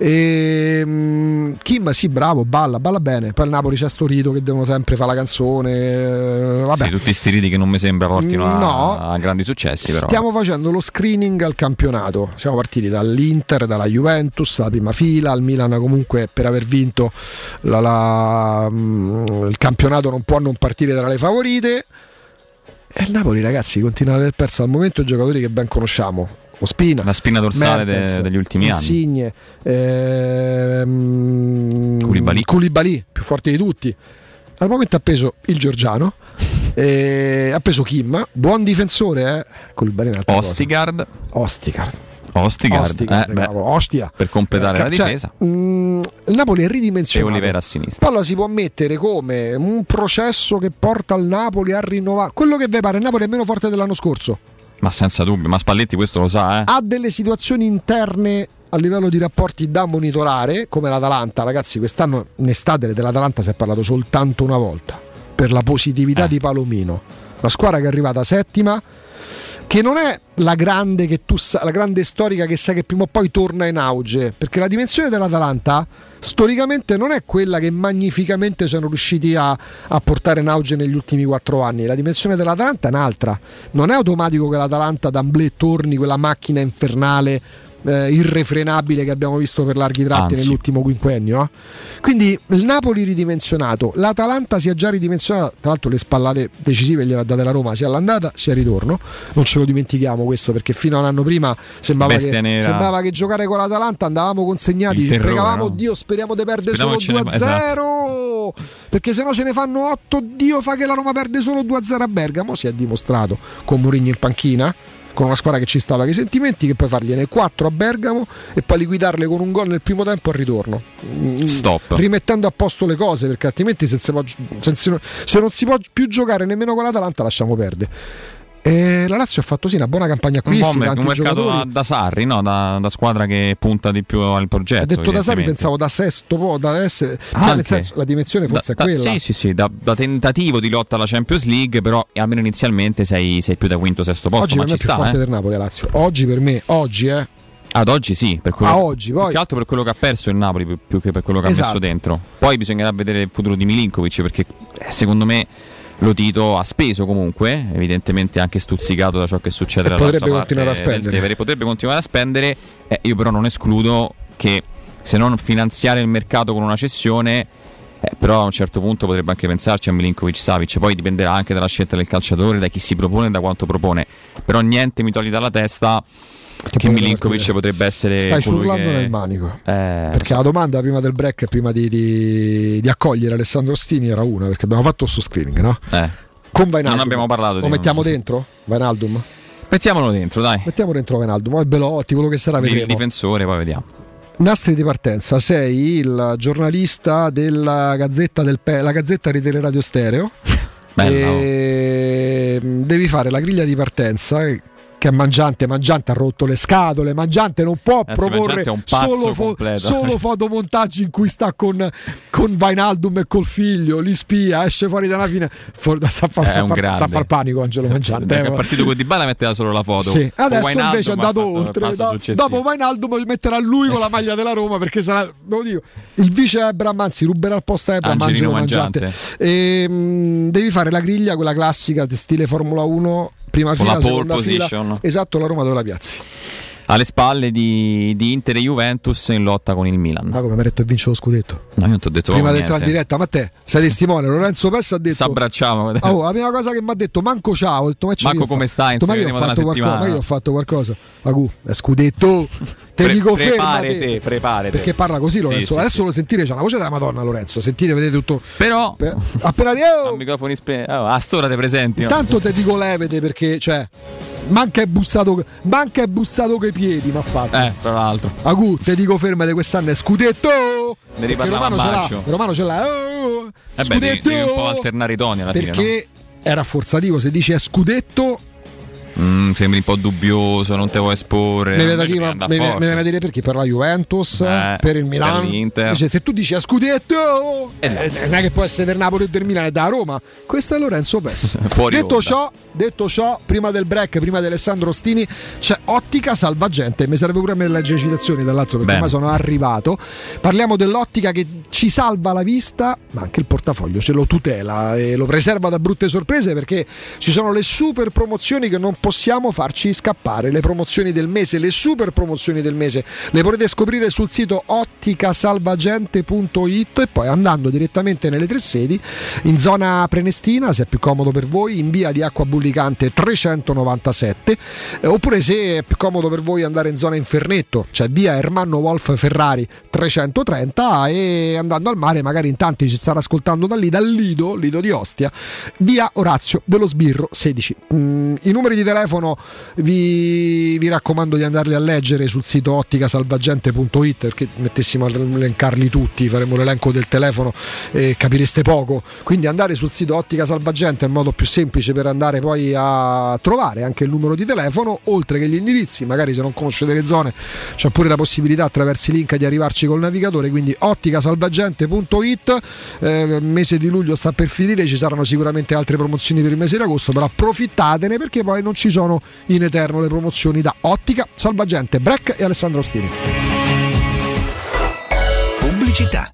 Kim sì, bravo, balla bene. Poi al Napoli c'è sto rito che devono sempre fare la canzone, vabbè. Sì, tutti sti riti che non mi sembra portino a grandi successi, però. Stiamo facendo lo screening al campionato, siamo partiti dall'Inter, dalla Juventus, la prima fila, al Milan comunque per aver vinto il campionato non può non partire tra le favorite. E il Napoli, ragazzi, continua ad aver perso al momento i giocatori che ben conosciamo. Ospina, la spina dorsale degli ultimi anni. Koulibaly, più forte di tutti. Al momento ha preso il Giorgiano, ha preso Kim, buon difensore, Koulibaly Ostia per completare la difesa. Il Napoli è ridimensionato e Olivera a sinistra. Poi la si può mettere come un processo che porta il Napoli a rinnovare quello che vi pare. Il Napoli è meno forte dell'anno scorso, ma senza dubbio, ma Spalletti questo lo sa, ha delle situazioni interne a livello di rapporti da monitorare, come l'Atalanta, ragazzi, quest'anno in estate dell'Atalanta si è parlato soltanto una volta, per la positività di Palomino, la squadra che è arrivata settima, che non è la grande che tu la grande storica che sai che prima o poi torna in auge, perché la dimensione dell'Atalanta storicamente non è quella che magnificamente sono riusciti a portare in auge negli ultimi 4 anni. La dimensione dell'Atalanta è un'altra, non è automatico che l'Atalanta d'amblè torni quella macchina infernale irrefrenabile che abbiamo visto per larghi tratti nell'ultimo quinquennio. Quindi il Napoli ridimensionato, l'Atalanta si è già ridimensionata, tra l'altro le spallate decisive gliel'ha date la Roma sia all'andata sia al ritorno, non ce lo dimentichiamo questo, perché fino a un anno prima sembrava che giocare con l'Atalanta andavamo consegnati, ci pregavamo, no? Dio, speriamo di perdere solo 2-0, esatto. Perché se no ce ne fanno 8, Dio fa che la Roma perde solo 2-0 a Bergamo. Si è dimostrato con Mourinho in panchina, con una squadra che ci stava che i sentimenti, che puoi fargliene 4 a Bergamo e poi liquidarle con un gol nel primo tempo al ritorno. Stop. Rimettendo a posto le cose, perché altrimenti se non si può più giocare nemmeno con l'Atalanta lasciamo perdere. La Lazio ha fatto una buona campagna acquisti, un mercato da Sarri, no? da squadra che punta di più al progetto. Ha detto da Sarri, pensavo da sesto, da essere, nel senso, la dimensione forse è quella. Sì, da tentativo di lotta alla Champions League, però almeno inizialmente sei più da quinto, sesto posto. Oggi ma per me è più forte del Napoli, Lazio. Oggi per me, ad oggi sì, per quello, oggi, poi, più che altro per quello che ha perso il Napoli più che per quello che ha messo dentro. Poi bisognerà vedere il futuro di Milinkovic, perché secondo me lo Tito ha speso comunque, evidentemente anche stuzzicato da ciò che succede dall'altra potrebbe continuare a spendere. Potrebbe continuare a spendere, io però non escludo che, se non finanziare il mercato con una cessione, però a un certo punto potrebbe anche pensarci a Milinkovic-Savic. Poi dipenderà anche dalla scelta del calciatore, da chi si propone e da quanto propone, però niente mi toglie dalla testa che Milinkovic potrebbe essere. Stai ciurlando nel manico, perché la domanda prima del break, prima di accogliere Alessandro Ostini, era una, perché abbiamo fatto questo screening, no? Con Wijnaldum non abbiamo parlato lo mettiamo dentro Wijnaldum? Mettiamolo dentro, dai. Mettiamo dentro Wijnaldum, poi Belotti, quello che sarà, vedremo. Il difensore, poi vediamo. Nastri di partenza, sei il giornalista della Gazzetta la Gazzetta di Teleradio Stereo. E devi fare la griglia di partenza, che Mangiante ha rotto le scatole. Mangiante non può proporre solo fotomontaggi in cui sta con Wijnaldum e col figlio, li spia, esce fuori dalla fine, sta a far panico Angelo Mangiante. È partito con Dybala, metteva solo la foto. Sì. Adesso invece è andato oltre. Dopo Wijnaldum metterà lui con la maglia della Roma, perché sarà, il vice Ebram, anzi ruberà il posto a Ebram, Angelo Mangiante. Devi fare la griglia, quella classica stile Formula 1, prima fila, seconda fila. Esatto, la Roma dove la piazzi? Alle spalle di Inter e Juventus in lotta con il Milan. Ma come mi ha detto e vince lo scudetto? No, io non ti ho detto prima di entrare in diretta, ma te sei testimone. Lorenzo Pessa ha detto: s'abbracciamo. La prima cosa che mi ha detto, manco ciao. Manco come stai? Ma io ho fatto qualcosa. È scudetto. Te dico fermate. Preparate. Perché parla così Lorenzo. Sì, adesso lo sentire, c'è una voce della Madonna Lorenzo. Sentite, vedete tutto. Però appena microfoni a stora te presenti. Tanto te dico levete, perché manca è bussato coi piedi, m'ha fatto. Tra l'altro. Te dico fermate, quest'anno è scudetto. Ne riparliamo a Romano ce l'ha. Scudetto. Devi un po' alternare i toni alla fine, perché è rafforzativo, se dici è scudetto. Sembri un po' dubbio,so non te vuoi esporre. Mi viene a dire perché per la Juventus, per il Milan, per l'Inter. Invece, se tu dici a scudetto, non è che può essere del Napoli o del Milan, è da Roma. Questo è Lorenzo Pes. Detto ciò, prima del break, prima di Alessandro Ostini, c'è Ottica Salvagente. Mi serve pure a me leggere citazioni dall'altro, perché ormai sono arrivato. Parliamo dell'ottica che ci salva la vista, ma anche il portafoglio ce lo tutela e lo preserva da brutte sorprese, perché ci sono le super promozioni che non possiamo farci scappare. Le promozioni del mese, le super promozioni del mese le potete scoprire sul sito otticasalvagente.it e poi andando direttamente nelle 3 sedi, in zona Prenestina se è più comodo per voi, in via di Acqua Bullicante 397, oppure se è più comodo per voi andare in zona Infernetto, cioè via Ermanno Wolf Ferrari 330, e andando al mare, magari in tanti ci stanno ascoltando da lì, dal Lido di Ostia, via Orazio dello Sbirro 16. I numeri di telefono vi raccomando di andarli a leggere sul sito otticasalvagente.it, perché mettessimo a elencarli tutti, faremo l'elenco del telefono e capireste poco. Quindi andare sul sito Ottica Salvagente è il modo più semplice per andare poi a trovare anche il numero di telefono, oltre che gli indirizzi. Magari se non conoscete le zone c'è pure la possibilità attraverso i link di arrivarci col navigatore, quindi otticasalvagente.it. Il mese di luglio sta per finire, ci saranno sicuramente altre promozioni per il mese di agosto, però approfittatene perché poi non ci sono in eterno le promozioni da Ottica Salvagente. Break e Alessandro Ostini. Pubblicità.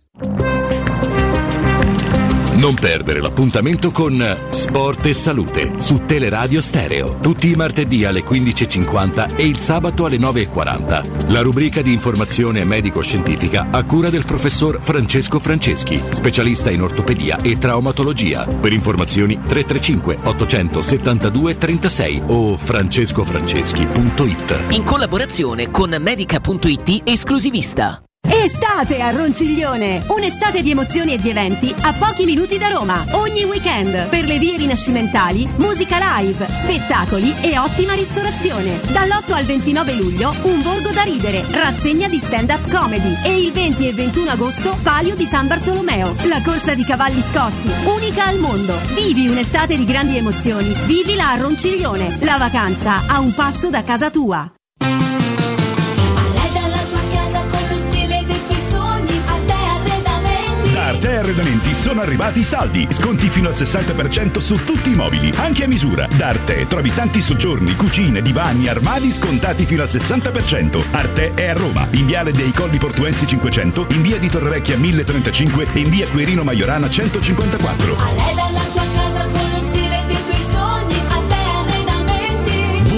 Non perdere l'appuntamento con Sport e Salute su Teleradio Stereo, tutti i martedì alle 15.50 e il sabato alle 9.40. La rubrica di informazione medico-scientifica a cura del professor Francesco Franceschi, specialista in ortopedia e traumatologia. Per informazioni 335 872 36 o francescofranceschi.it. In collaborazione con Medica.it esclusivista. Estate a Ronciglione, un'estate di emozioni e di eventi a pochi minuti da Roma. Ogni weekend per le vie rinascimentali, musica live, spettacoli e ottima ristorazione. Dall'8 al 29 luglio un borgo da ridere, rassegna di stand-up comedy e il 20 e 21 agosto Palio di San Bartolomeo, la corsa di cavalli scossi, unica al mondo. Vivi un'estate di grandi emozioni, vivila a Ronciglione, la vacanza a un passo da casa tua. Arte Arredamenti sono arrivati i saldi, sconti fino al 60% su tutti i mobili, anche a misura. Da Arte trovi tanti soggiorni, cucine, divani, armadi scontati fino al 60%. Arte è a Roma, in viale dei Colli Portuensi 500, in via di Torrevecchia 1035 e in via Quirino Maiorana 154. Arreda la tua casa con lo stile dei tuoi sogni, Arte Arredamenti.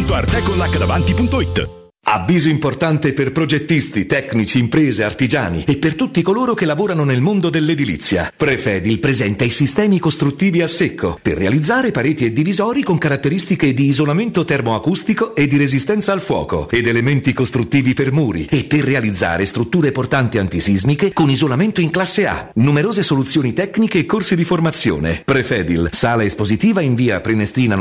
www.arteconlacdavanti.it. Avviso importante per progettisti, tecnici, imprese, artigiani e per tutti coloro che lavorano nel mondo dell'edilizia. Prefedil presenta i sistemi costruttivi a secco per realizzare pareti e divisori con caratteristiche di isolamento termoacustico e di resistenza al fuoco ed elementi costruttivi per muri e per realizzare strutture portanti antisismiche con isolamento in classe A. Numerose soluzioni tecniche e corsi di formazione. Prefedil, sala espositiva in via Prenestina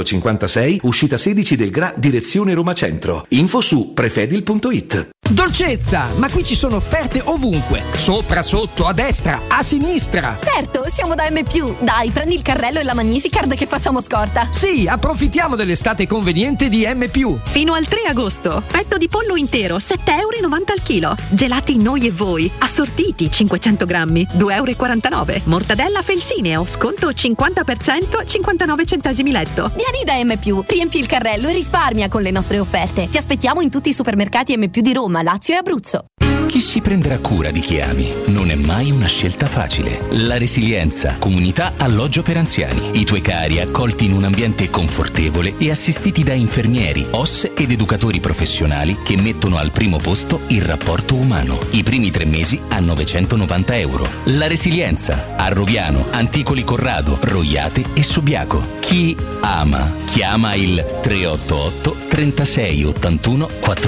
956, uscita 16 del GRA, direzione Roma Centro. Info su prefedil.it. Dolcezza, ma qui ci sono offerte ovunque, sopra, sotto, a destra, a sinistra. Certo, siamo da M+. Dai, prendi il carrello e la Magnificard che facciamo scorta. Sì, approfittiamo dell'estate conveniente di M+. Fino al 3 agosto, petto di pollo intero, 7,90 € al chilo. Gelati Noi e Voi, assortiti 500 grammi, 2,49 €. Mortadella Felsineo, sconto 50%, 59 centesimi letto. Vieni da M+, riempi il carrello e risparmia con le nostre offerte. Ti aspettiamo in tutti i supermercati M+ di Roma, Lazio e Abruzzo. Chi si prenderà cura di chi ami? Non è mai una scelta facile. La Resilienza, comunità alloggio per anziani. I tuoi cari accolti in un ambiente confortevole e assistiti da infermieri, OSS ed educatori professionali che mettono al primo posto il rapporto umano. I primi 3 mesi a 990 €. La Resilienza, a Roviano, Anticoli Corrado, Roiate e Subiaco. Chi ama, chiama il 388 36 81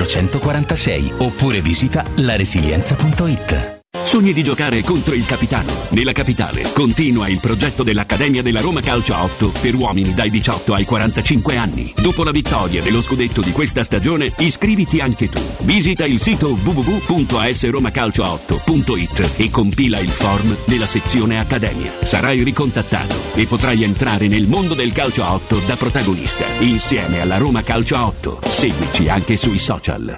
446 oppure visita laresilienza.it. Sogni di giocare contro il capitano? Nella capitale continua il progetto dell'Accademia della Roma Calcio a 8 per uomini dai 18 ai 45 anni. Dopo la vittoria dello scudetto di questa stagione, iscriviti anche tu. Visita il sito www.asromacalcio8.it e compila il form nella sezione Accademia. Sarai ricontattato e potrai entrare nel mondo del calcio a 8 da protagonista, insieme alla Roma Calcio a 8. Seguici anche sui social.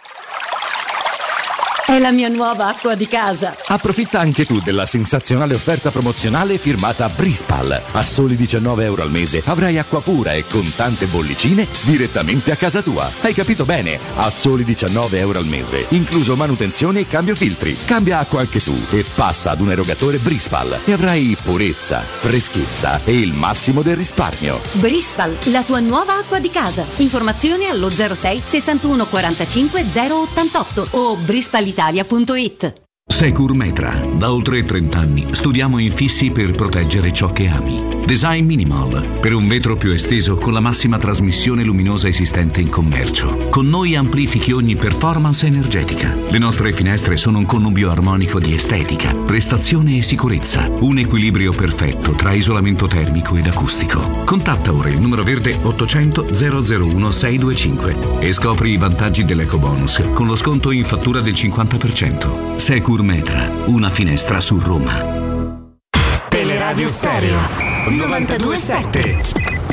È la mia nuova acqua di casa. Approfitta anche tu della sensazionale offerta promozionale firmata Brispal. A soli 19 € al mese avrai acqua pura e con tante bollicine direttamente a casa tua. Hai capito bene? A soli 19 € al mese, incluso manutenzione e cambio filtri. Cambia acqua anche tu e passa ad un erogatore Brispal e avrai purezza, freschezza e il massimo del risparmio. Brispal, la tua nuova acqua di casa. Informazioni allo 06 61 45 088 o brispalitalia.it. Secur Metra. Da oltre 30 anni studiamo infissi per proteggere ciò che ami. Design minimal, per un vetro più esteso con la massima trasmissione luminosa esistente in commercio. Con noi amplifichi ogni performance energetica. Le nostre finestre sono un connubio armonico di estetica, prestazione e sicurezza. Un equilibrio perfetto tra isolamento termico ed acustico. Contatta ora il numero verde 800 001 625 e scopri i vantaggi dell'EcoBonus con lo sconto in fattura del 50%. Secur Metra, una finestra su Roma. Teleradio Stereo 92.7.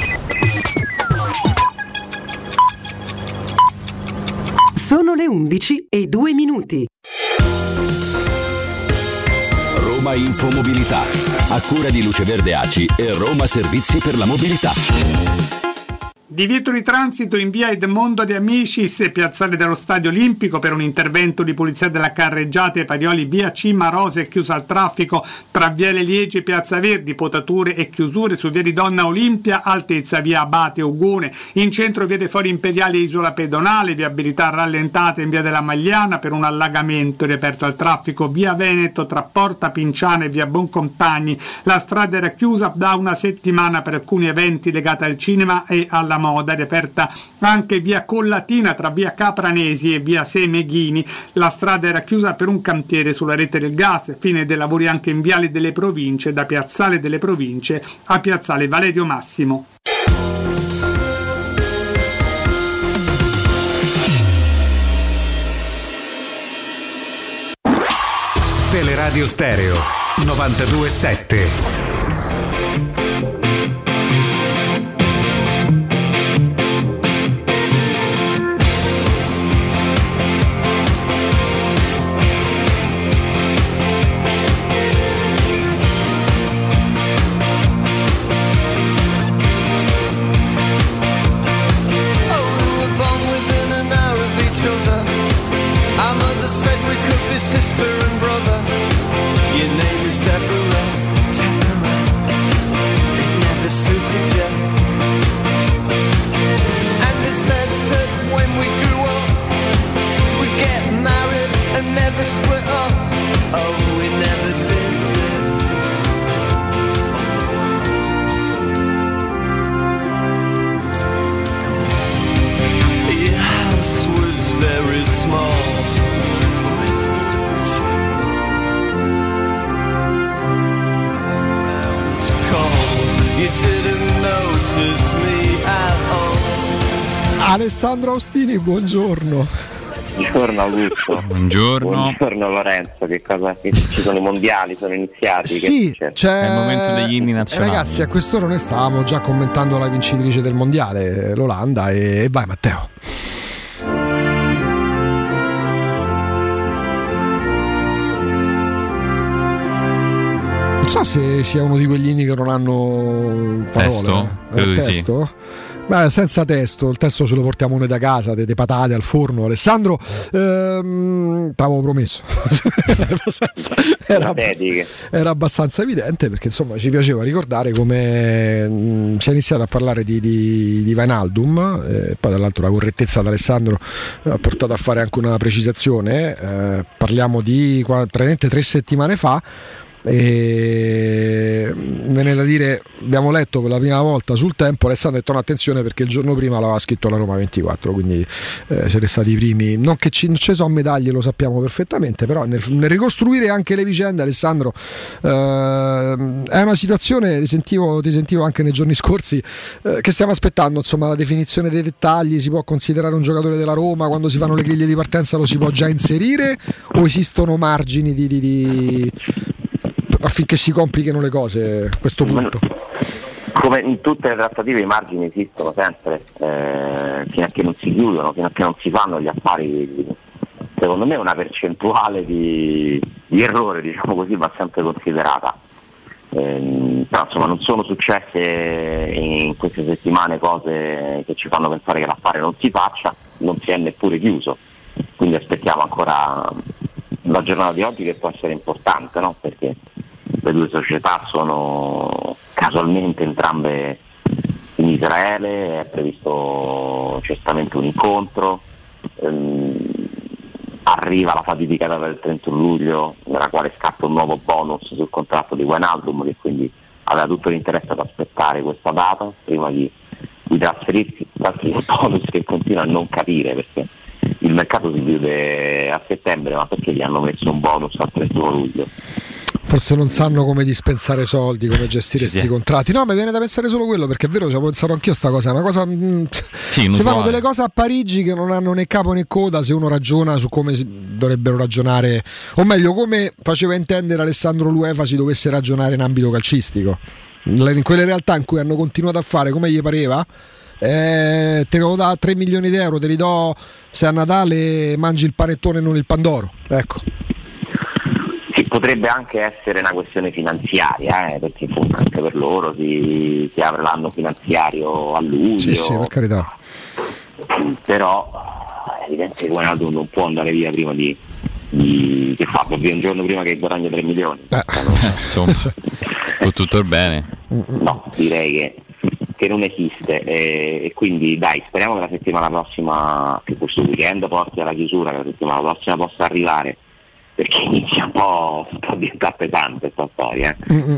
Sono le 11:02. Roma Infomobilità, a cura di Luce Verde ACI e Roma Servizi per la Mobilità. Divieto di transito in via Edmondo De Amicis e piazzale dello Stadio Olimpico per un intervento di polizia della carreggiata e Parioli via Cima Rosa è chiusa al traffico tra viale Liegi e Piazza Verdi, potature e chiusure su via di Donna Olimpia, altezza via Abate Ugone, in centro via dei Fori Imperiali Isola Pedonale, viabilità rallentata in via della Magliana per un allagamento, riaperto al traffico via Veneto tra Porta Pinciana e via Boncompagni, la strada era chiusa da una settimana per alcuni eventi legati al cinema e alla moda, riaperta anche via Collatina tra via Capranesi e via Semeghini, la strada era chiusa per un cantiere sulla rete del gas, fine dei lavori anche in viale delle Province, da piazzale delle Province a piazzale Valerio Massimo. Teleradio Stereo 92.7. Alessandro Austini, buongiorno. Buongiorno Augusto. Buongiorno. Buongiorno Lorenzo, che ci sono i mondiali, sono iniziati. Sì, c'è il momento degli inni nazionali. Ragazzi, a quest'ora noi stavamo già commentando la vincitrice del mondiale, l'Olanda, e vai Matteo. Non so se sia uno di quegli inni che non hanno parole. Testo? Credo di testo? Sì. Beh, senza testo, il testo ce lo portiamo noi da casa, delle patate al forno. Alessandro, t'avevo promesso. era abbastanza evidente, perché insomma ci piaceva ricordare come si è iniziato a parlare di Wijnaldum, poi dall'altro la correttezza di Alessandro ha portato a fare anche una precisazione. Parliamo di praticamente 3 settimane fa. E viene da dire, abbiamo letto per la prima volta sul Tempo, Alessandro ha detto no, attenzione, perché il giorno prima l'aveva scritto la Roma 24, quindi siete stati i primi. Non che non ci sono medaglie, lo sappiamo perfettamente, però nel ricostruire anche le vicende, Alessandro, è una situazione, ti sentivo anche nei giorni scorsi, che stiamo aspettando, insomma, la definizione dei dettagli. Si può considerare un giocatore della Roma quando si fanno le griglie di partenza, lo si può già inserire, o esistono margini affinché si complichino le cose a questo punto? Come in tutte le trattative i margini esistono sempre, fino a che non si chiudono, fino a che non si fanno gli affari. Secondo me una percentuale di errore, diciamo così, va sempre considerata. Però insomma non sono successe in queste settimane cose che ci fanno pensare che l'affare non si faccia, non si è neppure chiuso, quindi aspettiamo ancora la giornata di oggi, che può essere importante, no? Perché le due società sono casualmente entrambe in Israele, è previsto certamente un incontro, a arriva la fatidica data del 31 luglio nella quale scappa un nuovo bonus sul contratto di Wijnaldum, che quindi aveva tutto l'interesse ad aspettare questa data prima di trasferirsi, un bonus che continua a non capire, perché il mercato si chiude a settembre, ma perché gli hanno messo un bonus al 31 luglio? Forse non sanno come dispensare soldi, come gestire questi contratti. No, mi viene da pensare solo quello, perché è vero, ci ho pensato anch'io a sta cosa. È una cosa. Si fanno delle cose a Parigi che non hanno né capo né coda se uno ragiona su come dovrebbero ragionare, o meglio, come faceva intendere Alessandro Luefa si dovesse ragionare in ambito calcistico. In quelle realtà in cui hanno continuato a fare come gli pareva. Te lo da 3 milioni di euro, te li do se a Natale mangi il panettone e non il pandoro. Ecco. Sì, potrebbe anche essere una questione finanziaria, perché in fondo anche per loro si apre l'anno finanziario a luglio. Sì, per carità. Però è evidente che Wijnaldum non può andare via prima di che fa, via un giorno prima che guadagni 3 milioni. Insomma, tutto bene. No, direi che non esiste, e quindi dai, speriamo che la settimana prossima, che questo weekend porti alla chiusura, che la settimana prossima possa arrivare, perché inizia un po' a diventare pesante questa storia.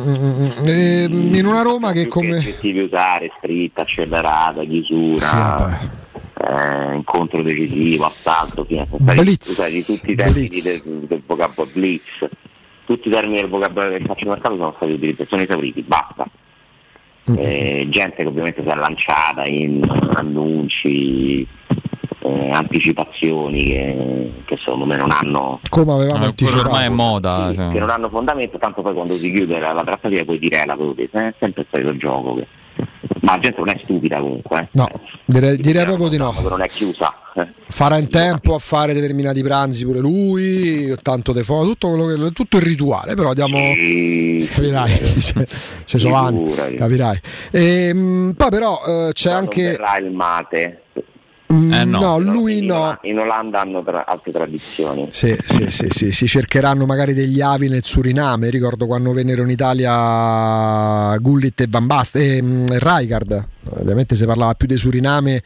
In una Roma che come oggettivi usare, scritta, accelerata, chiusura, incontro decisivo, assalto, blitz, di tutti i termini del vocabolario, blitz, tutti i termini del vocabolario del calcio mercato sono stati utilizzati, sono esauriti, basta. Gente che ovviamente si è lanciata in annunci, anticipazioni che secondo me non hanno, come avevamo anticipato, ormai è moda, che non hanno fondamento, tanto poi quando si chiude la trattativa puoi dire la è sempre il solito gioco ma la gente non è stupida comunque. No, direi proprio di no. Non è chiusa. Farà in tempo a fare determinati pranzi pure lui, tanto tutto il rituale, però diamo capirai, ci sono anni, capirai. Poi però c'è anche non verrà il mate. No, lui no. In Olanda hanno altre tradizioni. Sì, si cercheranno magari degli avi nel Suriname. Ricordo quando vennero in Italia Gullit e Van Basten e Rijkaard. Ovviamente si parlava più di Suriname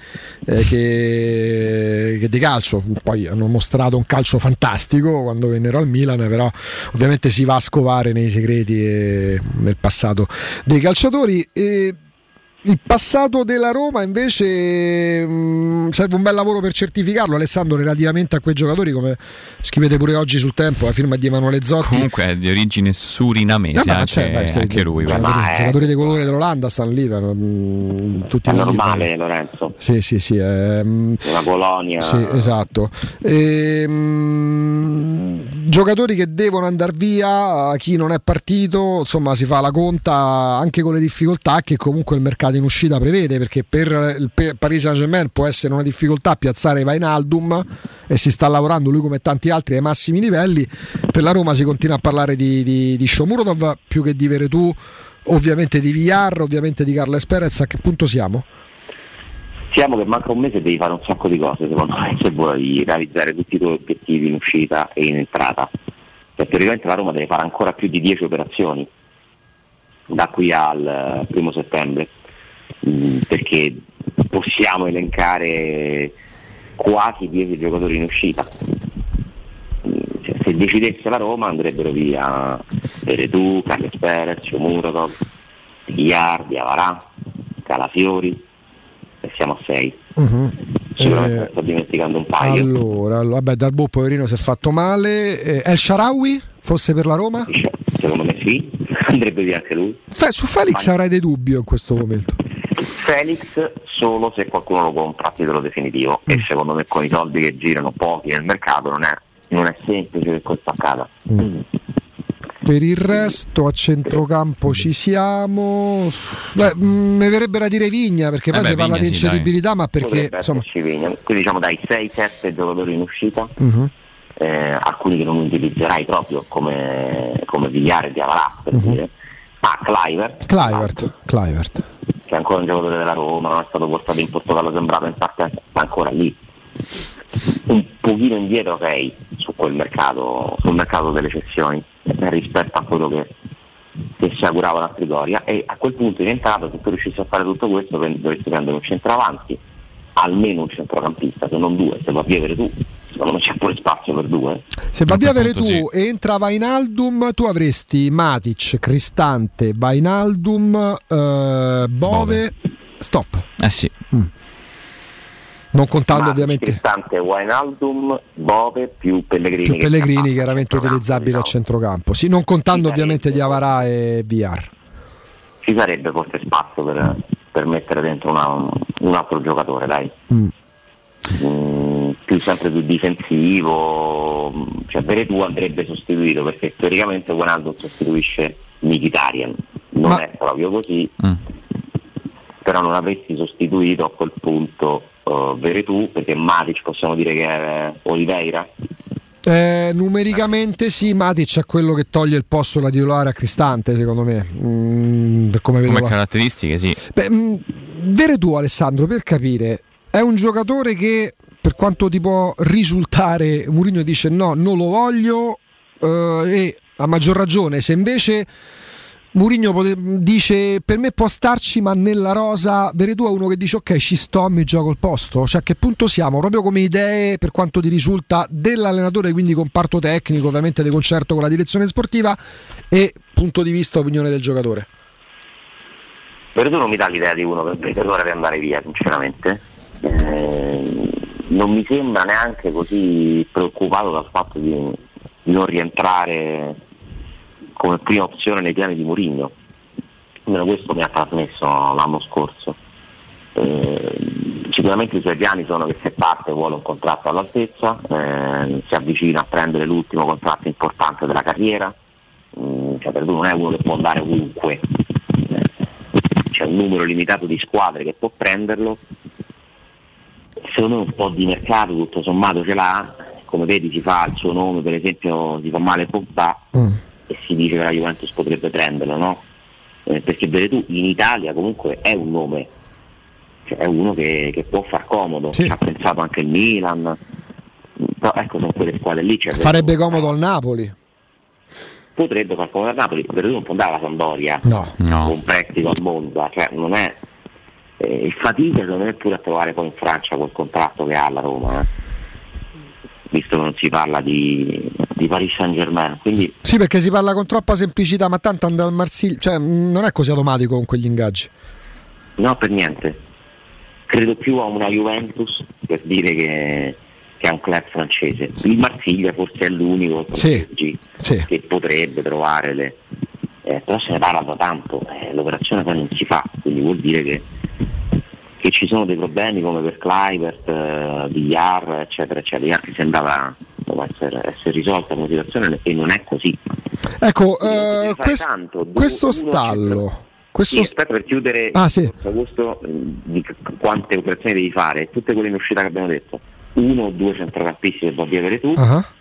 che di calcio. Poi hanno mostrato un calcio fantastico quando vennero al Milan, però ovviamente si va a scovare nei segreti nel passato dei calciatori. Il passato della Roma invece serve un bel lavoro per certificarlo, Alessandro, relativamente a quei giocatori, come scrivete pure oggi sul Tempo, la firma di Emanuele Zotti. Comunque è di origine surinamese, anche lui. Giocatori di colore dell'Olanda stanno lì, tutti è normale, Lorenzo. Sì. Una Polonia. Sì, esatto. Giocatori che devono andare via, chi non è partito, insomma si fa la conta anche con le difficoltà che comunque il mercato in uscita prevede, perché per il Paris Saint-Germain può essere una difficoltà piazzare Wijnaldum e si sta lavorando lui come tanti altri ai massimi livelli. Per la Roma si continua a parlare di Shomurodov più che di Veretù, ovviamente di Villar, ovviamente di Carles Perez. A che punto siamo? Siamo che manca un mese e devi fare un sacco di cose secondo me se vuoi realizzare tutti i tuoi obiettivi in uscita e in entrata, cioè teoricamente la Roma deve fare ancora più di 10 operazioni da qui al 1 settembre, perché possiamo elencare quasi 10 giocatori in uscita. Se decidesse la Roma andrebbero via Veretù, Carles Perez, Shomurodov, Villar, Diawara, Calafiori, e siamo a 6. Sicuramente sto dimenticando un paio. Allora, vabbè, Darboe poverino si è fatto male. El Shaarawy fosse per la Roma? Secondo me sì, andrebbe via anche lui. Su Felix avrai dei dubbi in questo momento. Felix solo se qualcuno lo compra a titolo definitivo, e secondo me con i soldi che girano pochi nel mercato non è semplice che questo accada. Per il resto a centrocampo ci siamo. Mi verrebbe da dire Vigna, perché poi si parla di incedibilità, ma perché insomma Vigna. Quindi diciamo dai 6-7 giocatori in uscita, alcuni che non utilizzerai proprio come Villar e Diawara, per dire. Kluivert che è ancora un giocatore della Roma, non è stato portato in Portogallo, sembrava in partenza, ma ancora lì, un pochino indietro su quel mercato, sul mercato delle cessioni rispetto a quello che si augurava la Trigoria, e a quel punto in entrata, se tu riuscissi a fare tutto questo dovresti prendere un centravanti, almeno un centrocampista, se non due, se va a vivere tu secondo me c'è pure spazio per due. Se va via Veretù e entra Wijnaldum, tu avresti Matic, Cristante, Wijnaldum, Bove, stop. Sì. Matic, Non contando ovviamente Cristante, Wijnaldum, Bove più Pellegrini. Chiaramente utilizzabile a centrocampo. Sì, non contando ovviamente Diawara e Villar. Ci sarebbe forse spazio per mettere dentro un altro giocatore, dai. Sempre più difensivo, cioè Veretù andrebbe sostituito, perché teoricamente Wijnaldum sostituisce Mkhitaryan, non è proprio così, però non avresti sostituito a quel punto Veretù, perché Matic possiamo dire che è Oliveira? Numericamente sì, Matic è quello che toglie il posto da titolare a Cristante, secondo me, per come vedo caratteristiche, sì. Veretù, Alessandro, per capire, è un giocatore che, per quanto ti può risultare, Mourinho dice no, non lo voglio, e a maggior ragione se invece Mourinho dice per me può starci ma nella rosa, Veretù è uno che dice ok, ci sto, mi gioco il posto. Cioè, a che punto siamo proprio come idee, per quanto ti risulta, dell'allenatore, quindi comparto tecnico, ovviamente di concerto con la direzione sportiva, e punto di vista, opinione del giocatore? Veretù non mi dà l'idea di uno che vede l'ora di andare via, sinceramente. Non mi sembra neanche così preoccupato dal fatto di non rientrare come prima opzione nei piani di Mourinho. Almeno questo mi ha trasmesso l'anno scorso. Sicuramente i suoi piani sono che se parte vuole un contratto all'altezza, si avvicina a prendere l'ultimo contratto importante della carriera, cioè per lui non è uno che può andare ovunque, c'è un numero limitato di squadre che può prenderlo. Secondo me un po' di mercato tutto sommato ce l'ha, come vedi si fa il suo nome, per esempio si fa male Pogba e si dice che la Juventus potrebbe prenderlo, no? Perché Veretù in Italia comunque è un nome, cioè è uno che può far comodo, ci ha pensato anche il Milan, però ecco, sono quelle squadre lì. Farebbe comodo al Napoli. Potrebbe far comodo al Napoli, Veretù non può andare alla Sampdoria con un prestito al Monza, cioè non è. Il fatica non è pure a trovare poi in Francia quel contratto che ha alla Roma, visto che non si parla di Paris Saint-Germain, quindi sì, perché si parla con troppa semplicità, ma tanto andare al Marsiglia, cioè non è così automatico con quegli ingaggi. No, per niente. Credo più a una Juventus per dire che è un club francese. Il Marsiglia forse è l'unico che potrebbe trovare però se ne parla da tanto, l'operazione poi non si fa, quindi vuol dire che ci sono dei problemi come per Kluivert, Villar, eccetera eccetera. Villar che sembrava essere risolta la situazione e non è così. Ecco, questo stallo. Aspetta per chiudere agosto, di quante operazioni devi fare, tutte quelle in uscita che abbiamo detto, 1 o 2 centrocampisti che va via Veretù,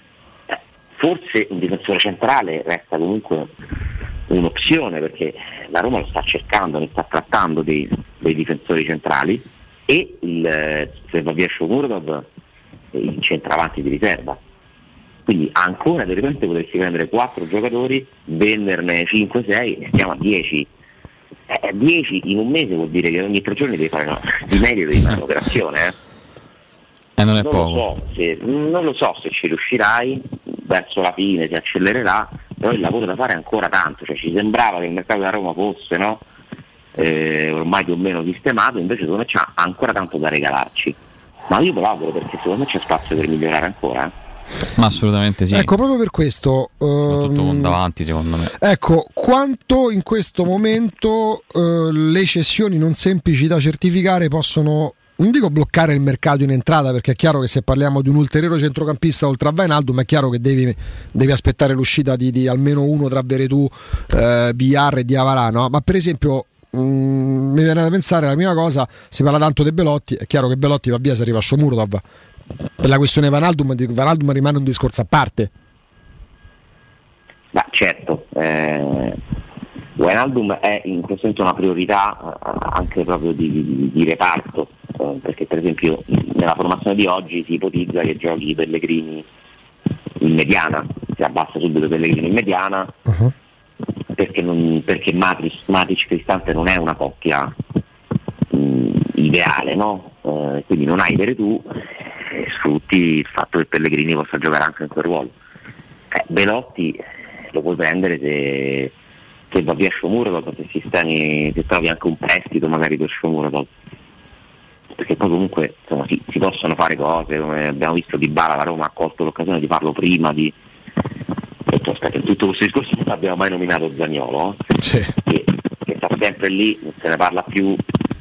forse un difensore centrale resta comunque un'opzione, perché la Roma lo sta cercando, ne sta trattando dei difensori centrali, e se va via Shomurodov, il centravanti di riserva, quindi ancora di repente potresti prendere 4 giocatori, venderne 5-6 e stiamo a 10. 10 in un mese vuol dire che ogni 3 giorni devi fare di meglio, devi fare un'operazione, non è poco. Non lo so se ci riuscirai, verso la fine si accelererà, però il lavoro da fare è ancora tanto, cioè ci sembrava che il mercato della Roma fosse ormai più o meno sistemato, invece secondo me c'ha ancora tanto da regalarci, ma io me lo auguro, perché secondo me c'è spazio per migliorare ancora. Ma assolutamente sì. Ecco, proprio per questo soprattutto con davanti, secondo me. Ecco, quanto in questo momento le cessioni non semplici da certificare possono, non dico bloccare il mercato in entrata, perché è chiaro che se parliamo di un ulteriore centrocampista oltre a Wijnaldum è chiaro che devi aspettare l'uscita di almeno uno tra Veretù, Villar e Diawara, no? Ma per esempio mi viene da pensare, la prima cosa, si parla tanto di Belotti, è chiaro che Belotti va via se arriva a Shomurodov. Per la questione Wijnaldum rimane un discorso a parte. Ma certo, Wijnaldum è in questo senso una priorità anche proprio di reparto, perché per esempio nella formazione di oggi si ipotizza che giochi Pellegrini in mediana, si abbassa subito Pellegrini in mediana, perché Matic Cristante non è una coppia ideale, no? Quindi non hai Veretù, sfrutti il fatto che Pellegrini possa giocare anche in quel ruolo. Belotti lo puoi prendere se va via Shomurodov, se trovi anche un prestito magari per Shomurodov, perché poi comunque insomma, si possono fare cose, come abbiamo visto Dybala, la Roma ha colto l'occasione di farlo prima di aspetta, in tutto questo discorso non abbiamo mai nominato Zaniolo, che sta sempre lì, non se ne parla più,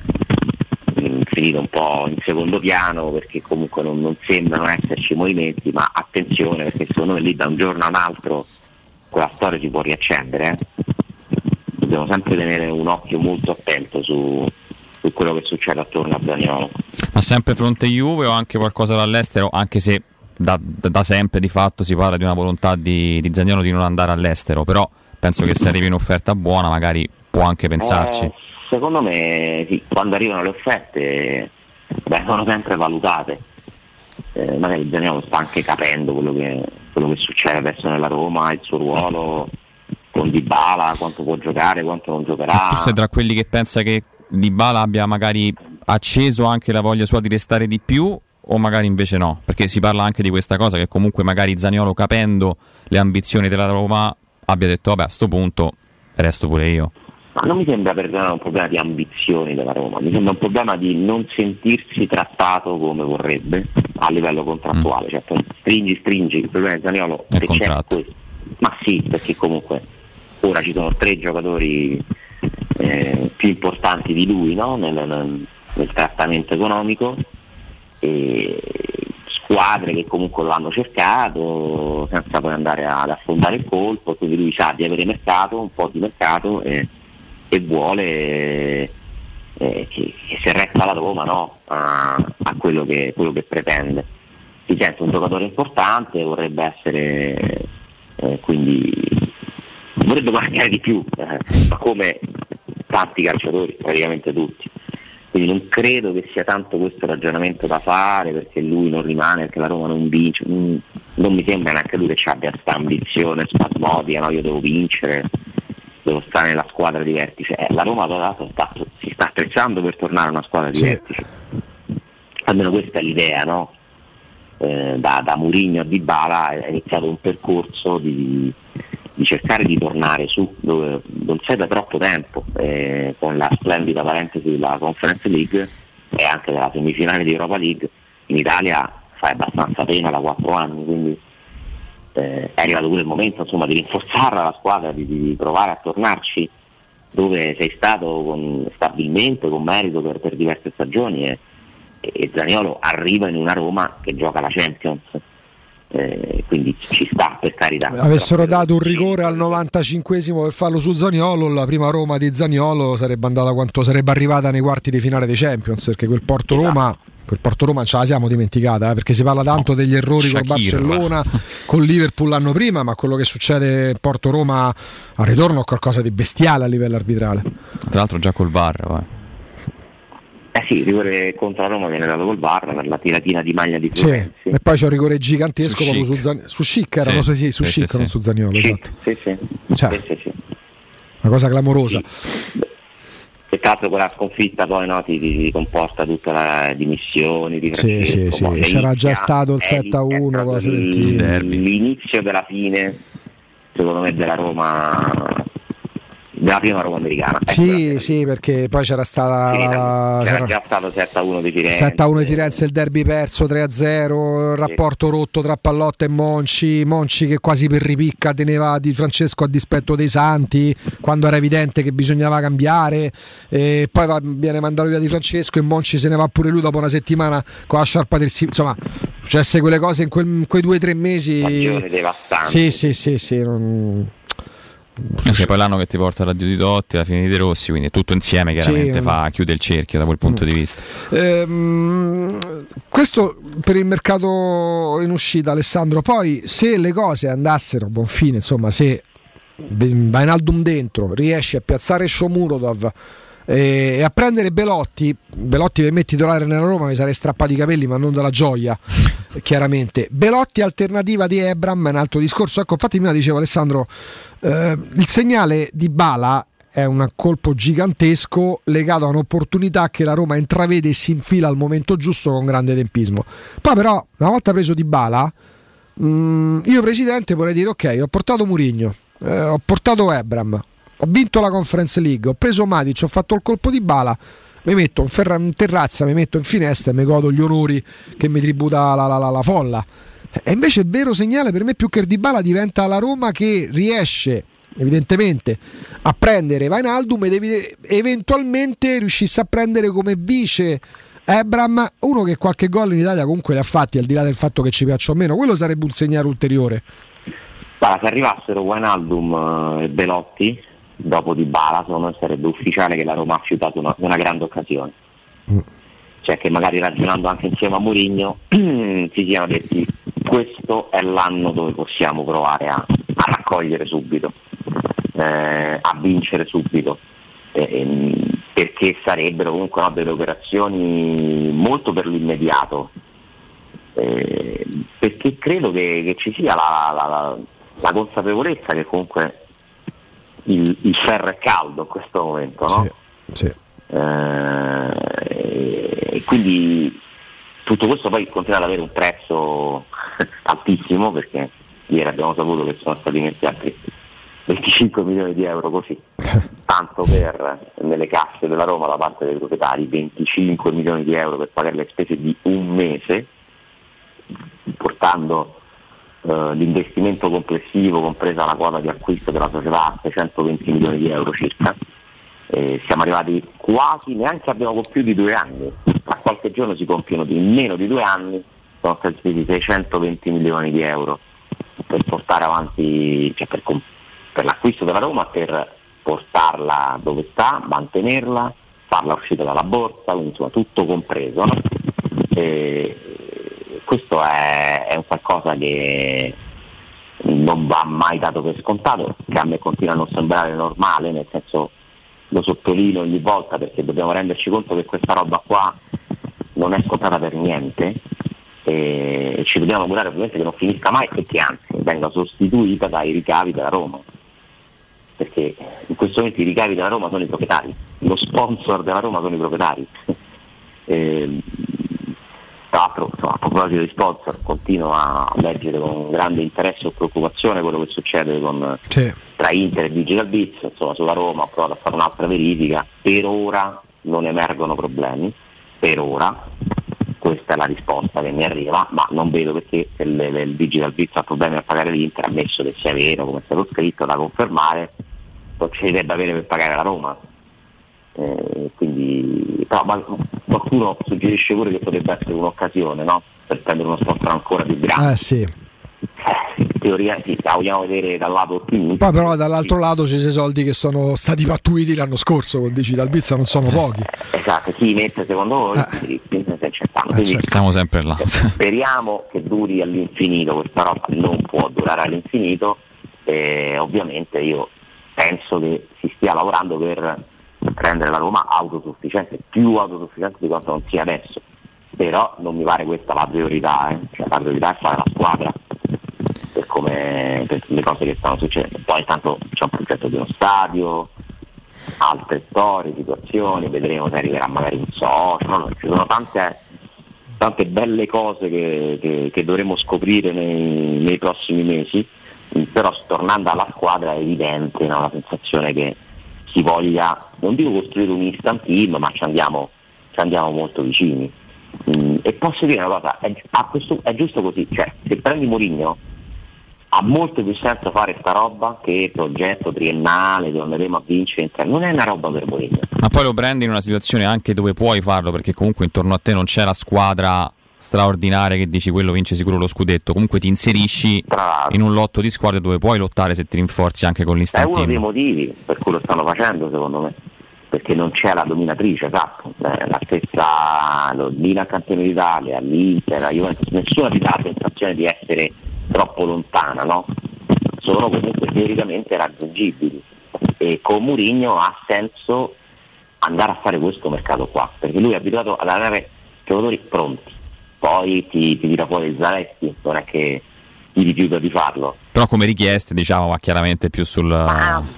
finito un po' in secondo piano perché comunque non sembrano esserci movimenti, ma attenzione perché secondo me lì da un giorno a un altro quella storia si può riaccendere. Dobbiamo sempre tenere un occhio molto attento su quello che succede attorno a Zaniolo. Ma sempre fronte Juve o anche qualcosa dall'estero, anche se da sempre di fatto si parla di una volontà di Zaniolo di non andare all'estero, però penso che se arrivi un'offerta buona magari può anche pensarci. Secondo me sì, quando arrivano le offerte sono sempre valutate, magari Zaniolo sta anche capendo quello che succede adesso nella Roma, il suo ruolo con Dybala, quanto può giocare, quanto non giocherà. Tu sei tra quelli che pensa che Dybala abbia magari acceso anche la voglia sua di restare di più, o magari invece no? Perché si parla anche di questa cosa, che comunque magari Zaniolo, capendo le ambizioni della Roma, abbia detto vabbè, a sto punto resto pure io. Ma non mi sembra per un problema di ambizioni della Roma, mi sembra un problema di non sentirsi trattato come vorrebbe a livello contrattuale. Cioè, stringi, il problema di Zaniolo è questo. Ma sì, perché comunque ora ci sono 3 giocatori più importanti di lui, no? nel trattamento economico, e squadre che comunque lo hanno cercato senza poi andare ad affondare il colpo, quindi lui sa di avere mercato, un po' di mercato, e vuole che si resta la Roma, no? a quello che pretende. Si sente un giocatore importante, vorrebbe essere quindi vorrebbe guadagnare di più, ma come tanti calciatori, praticamente tutti. Quindi non credo che sia tanto questo ragionamento da fare, perché lui non rimane, perché la Roma non vince. Non mi sembra neanche lui che abbia questa ambizione spasmodica, no? Io devo vincere, devo stare nella squadra di vertice. La Roma si sta attrezzando per tornare a una squadra di vertice. Almeno questa è l'idea, no? Da Mourinho a Dybala è iniziato un percorso di cercare di tornare su dove non c'è da troppo tempo, con la splendida parentesi della Conference League e anche della semifinale di Europa League in Italia fai abbastanza pena da 4 anni, quindi è arrivato pure il momento, insomma, di rinforzare la squadra, di provare a tornarci dove sei stato stabilmente, con merito per diverse stagioni, e Zaniolo arriva in una Roma che gioca la Champions. Quindi ci sta, per carità. Avessero dato un rigore al 95esimo per farlo su Zaniolo, la prima Roma di Zaniolo sarebbe andata quanto sarebbe arrivata nei quarti di finale dei Champions, perché quel Porto Roma ce la siamo dimenticata, perché si parla tanto degli errori con Barcellona, con Liverpool l'anno prima, ma quello che succede in Porto Roma al ritorno è qualcosa di bestiale a livello arbitrale. Tra l'altro già col VAR. Sì, il rigore contro la Roma viene dato col VAR per la tiratina di maglia di Florenzi. Sì. E poi c'è un rigore gigantesco proprio su Schick, era su Schick, non su Zaniolo, esatto. Sì. Una cosa clamorosa. Peccato quella sconfitta poi, no, ti comporta tutta la dimissioni di Francesco. Sì. C'era già stato il 7-1 con la Fiorentina. L'inizio della fine, secondo me, della Roma, della prima Roma americana. Sì, perché poi c'era stata c'era già stato 7-1 di Firenze. 7-1 di Firenze, il derby perso 3-0, il rapporto rotto tra Pallotta e Monci che quasi per ripicca teneva Di Francesco a dispetto dei Santi, quando era evidente che bisognava cambiare, e poi viene mandato via Di Francesco e Monci se ne va pure lui dopo una settimana con la sciarpa del insomma, successe quelle cose in quei 2-3 mesi. Stagione devastante. Sì. C'è poi l'anno che ti porta all'addio di Totti, alla fine di De Rossi, quindi tutto insieme chiaramente chiude il cerchio da quel punto di vista. Questo per il mercato in uscita, Alessandro. Poi se le cose andassero a buon fine, insomma, se Wijnaldum dentro riesce a piazzare Shomurodov e a prendere Belotti per me titolare nella Roma mi sarei strappato i capelli, ma non dalla gioia, chiaramente. Belotti alternativa di Ebram è un altro discorso. Ecco, infatti prima dicevo, Alessandro, il segnale di Dybala è un colpo gigantesco legato a un'opportunità che la Roma intravede e si infila al momento giusto con grande tempismo. Poi però, una volta preso Dybala, io presidente vorrei dire ok, ho portato Mourinho, ho portato Ebram, ho vinto la Conference League, ho preso Matic, ho fatto il colpo di Dybala, mi metto in terrazza, mi metto in finestra e mi godo gli onori che mi tributa la folla. E invece il vero segnale per me, più che Dybala, diventa la Roma che riesce evidentemente a prendere Wijnaldum ed eventualmente riuscisse a prendere come vice Ebram, uno che qualche gol in Italia comunque li ha fatti, al di là del fatto che ci piaccia o meno. Quello sarebbe un segnale ulteriore. Se arrivassero Wijnaldum e Belotti dopo Dybala, secondo me sarebbe ufficiale che la Roma ha fiutato una grande occasione. Cioè che magari ragionando anche insieme a Mourinho si siano detti: questo è l'anno dove possiamo provare a raccogliere subito, a vincere subito, perché sarebbero comunque delle operazioni molto per l'immediato, perché credo che ci sia la consapevolezza che comunque il ferro è caldo in questo momento, no? Sì. E quindi tutto questo poi continua ad avere un prezzo altissimo, perché ieri abbiamo saputo che sono stati messi altri 25 milioni di euro così, tanto per nelle casse della Roma da parte dei proprietari, 25 milioni di euro per pagare le spese di un mese, portando l'investimento complessivo, compresa la quota di acquisto della società, a 620 milioni di euro circa. Siamo arrivati quasi, neanche abbiamo con più di 2 anni, tra qualche giorno si compiono in meno di 2 anni, sono stati spesi 620 milioni di euro per portare avanti, cioè per l'acquisto della Roma, per portarla dove sta, mantenerla, farla uscire dalla borsa, quindi insomma tutto compreso, no? Questo è un qualcosa che non va mai dato per scontato, che a me continua a non sembrare normale, nel senso, lo sottolineo ogni volta perché dobbiamo renderci conto che questa roba qua non è scontata per niente, e ci dobbiamo augurare ovviamente che non finisca mai e che anzi venga sostituita dai ricavi della Roma, perché in questo momento i ricavi della Roma sono i proprietari, lo sponsor della Roma sono i proprietari. Tra l'altro, a proposito di sponsor, continuo a leggere con grande interesse e preoccupazione quello che succede tra Inter e Digital Bits. Insomma, sulla Roma ho provato a fare un'altra verifica, per ora non emergono problemi, per ora questa è la risposta che mi arriva, ma non vedo perché il Digital Bits ha problemi a pagare l'Inter, ammesso che sia vero, come è stato scritto, da confermare, non ci debba avere per pagare la Roma. Quindi qualcuno suggerisce pure che potrebbe essere un'occasione, no? Per prendere uno sponsor ancora più grande. Sì. In teoria sì, la vogliamo vedere dal lato ottimista. Poi però dall'altro lato ci sono i soldi che sono stati pattuiti l'anno scorso con Digital Biz, non sono pochi. Esatto, chi mette secondo voi siamo sempre là. Speriamo che duri all'infinito, questa roba non può durare all'infinito, ovviamente io penso che si stia lavorando per rendere la Roma autosufficiente, più autosufficiente di quanto non sia adesso, però non mi pare questa la priorità, cioè, la priorità è fare la squadra per le cose che stanno succedendo. Poi intanto c'è un progetto di uno stadio, altre storie, situazioni, vedremo se arriverà magari un socio, ci sono tante belle cose che dovremo scoprire nei prossimi mesi, però tornando alla squadra è evidente, no, la sensazione che si voglia, non dico costruire un instant team, ma ci andiamo molto vicini. E posso dire una cosa, è giusto così, cioè se prendi Mourinho ha molto più senso fare sta roba che progetto triennale dove andremo a vincere, non è una roba per Mourinho. Ma poi lo prendi in una situazione anche dove puoi farlo, perché comunque intorno a te non c'è la squadra straordinaria che dici quello vince sicuro lo scudetto, comunque ti inserisci in un lotto di squadre dove puoi lottare se ti rinforzi anche con l'instant team. È uno dei motivi per cui lo stanno facendo, secondo me, perché non c'è la dominatrice, esatto, la stessa Milan campione d'Italia, l'Inter, la Juventus, nessuno ti dà la sensazione di essere troppo lontana, no? Sono comunque teoricamente raggiungibili, e con Mourinho ha senso andare a fare questo mercato qua, perché lui è abituato ad avere giocatori pronti, poi ti tira fuori il Zaleschi, non è che ti rifiuta di farlo. Però come richieste diciamo va chiaramente più sul...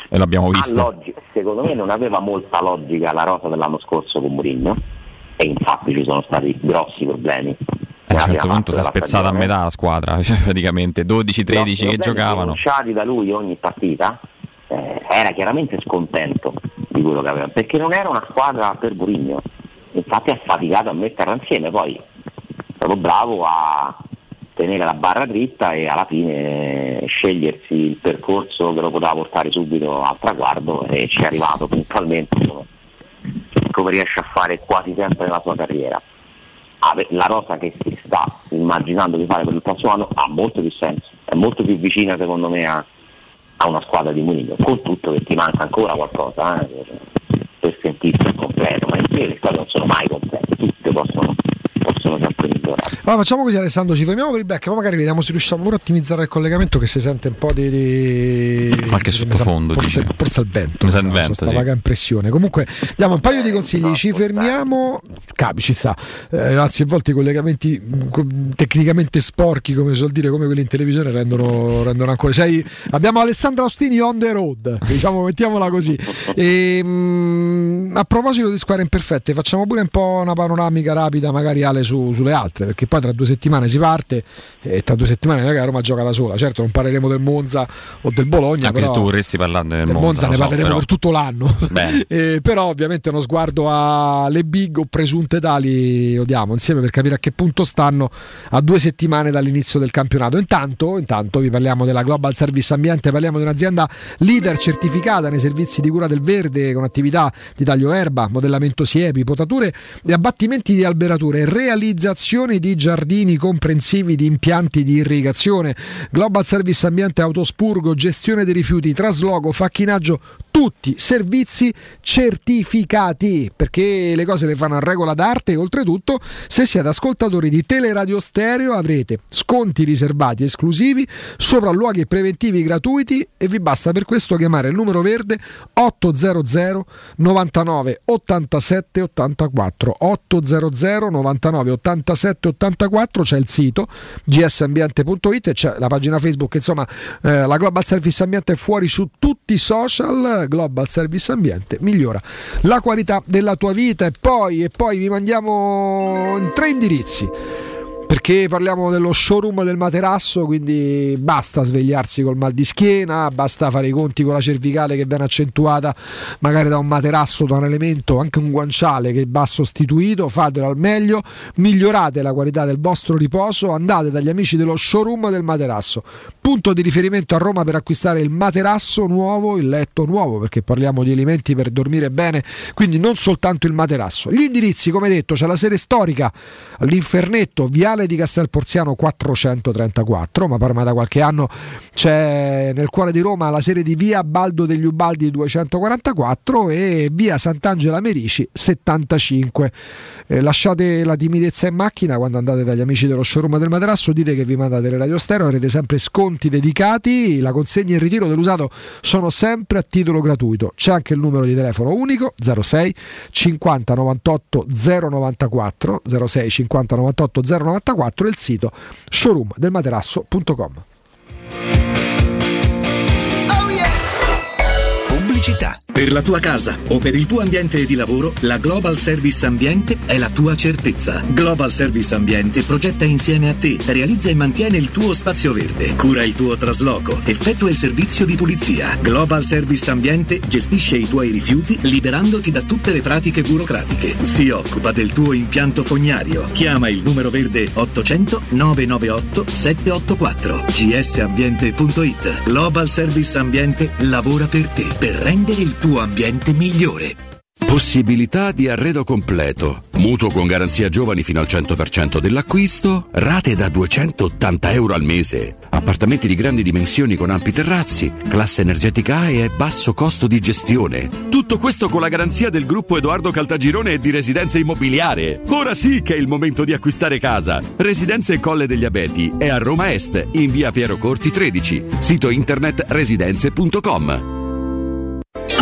E l'abbiamo visto. Secondo me non aveva molta logica la rosa dell'anno scorso con Mourinho, e infatti ci sono stati grossi problemi. A un certo punto si è spezzata a metà la squadra, cioè praticamente 12-13 che giocavano. Conciati da lui ogni partita, era chiaramente scontento di quello che aveva, perché non era una squadra per Mourinho, infatti ha faticato a metterla insieme, poi è stato bravo a tenere la barra dritta e alla fine scegliersi il percorso che lo poteva portare subito al traguardo, e ci è arrivato puntualmente come riesce a fare quasi sempre nella sua carriera. La rosa che si sta immaginando di fare per il prossimo anno ha molto più senso, è molto più vicina secondo me a una squadra di Mourinho, con tutto che ti manca ancora qualcosa per sentirsi completo, ma in sé le squadre non sono mai complete, tutte possono sempre migliorare. Allora facciamo così, Alessandro, ci fermiamo per il break, poi magari vediamo se riusciamo pure a ottimizzare il collegamento, che si sente un po' di qualche sottofondo, forse il vento, questa vaga impressione. Comunque diamo un paio di consigli, ci fermiamo, ci sta, anzi a volte i collegamenti tecnicamente sporchi, come si suol dire, come quelli in televisione, rendono ancora. Abbiamo Alessandro Ostini on the road, diciamo, mettiamola così. A proposito di squadre imperfette, facciamo pure un po' una panoramica rapida, magari Ale, sulle altre, perché poi tra 2 settimane si parte e tra 2 settimane magari Roma gioca da sola. Certo non parleremo del Monza o del Bologna, anche però se tu vorresti parlare del Monza ne parleremo per tutto l'anno. Però ovviamente uno sguardo alle big o presunte tali odiamo insieme per capire a che punto stanno a 2 settimane dall'inizio del campionato. Intanto vi parliamo della Global Service Ambiente, parliamo di un'azienda leader certificata nei servizi di cura del verde, con attività di taglio erba, modellamento siepi, potature e abbattimenti di alberature, realizzazione di giardini comprensivi di impianti di irrigazione. Global Service Ambiente, autospurgo, gestione dei rifiuti, trasloco, facchinaggio, tutti servizi certificati, perché le cose le fanno a regola d'arte. E oltretutto, se siete ascoltatori di Teleradio Stereo, avrete sconti riservati esclusivi, sopralluoghi preventivi gratuiti, e vi basta per questo chiamare il numero verde 800 99 87 84 800 99 87 84. C'è il sito gsambiente.it e c'è la pagina Facebook, insomma la Global Service Ambiente è fuori su tutti i social. Global Service Ambiente migliora la qualità della tua vita. E poi vi mandiamo in 3 indirizzi, perché parliamo dello showroom del materasso, quindi basta svegliarsi col mal di schiena, basta fare i conti con la cervicale che viene accentuata magari da un materasso, da un elemento, anche un guanciale che va sostituito. Fatelo al meglio, migliorate la qualità del vostro riposo, andate dagli amici dello showroom del materasso, punto di riferimento a Roma per acquistare il materasso nuovo, il letto nuovo, perché parliamo di elementi per dormire bene, quindi non soltanto il materasso. Gli indirizzi, come detto, c'è la sede storica all'Infernetto, Viale di Castel Porziano 434, ma da qualche anno c'è nel cuore di Roma la sede di via Baldo degli Ubaldi 244 e via Sant'Angela Merici 75. Lasciate la timidezza in macchina quando andate dagli amici dello showroom del materasso, dite che vi mandate le Radio Stereo, avrete sempre sconti dedicati, la consegna e il ritiro dell'usato sono sempre a titolo gratuito. C'è anche il numero di telefono unico 06 50 98 094 06 50 98 094 e il sito showroomdelmaterasso.com. Pubblicità. Per la tua casa o per il tuo ambiente di lavoro, la Global Service Ambiente è la tua certezza. Global Service Ambiente progetta insieme a te, realizza e mantiene il tuo spazio verde, cura il tuo trasloco, effettua il servizio di pulizia. Global Service Ambiente gestisce i tuoi rifiuti liberandoti da tutte le pratiche burocratiche. Si occupa del tuo impianto fognario. Chiama il numero verde 800 998 784. gsambiente.it. Global Service Ambiente lavora per te, per rendere il tuo ambiente migliore. Possibilità di arredo completo, mutuo con garanzia giovani fino al 100% dell'acquisto, rate da €280 al mese, appartamenti di grandi dimensioni con ampi terrazzi, classe energetica A e basso costo di gestione. Tutto questo con la garanzia del gruppo Edoardo Caltagirone e di Residenze Immobiliare. Ora sì che è il momento di acquistare casa. Residenze Colle degli Abeti è a Roma Est, in via Piero Corti 13, sito internet residenze.com.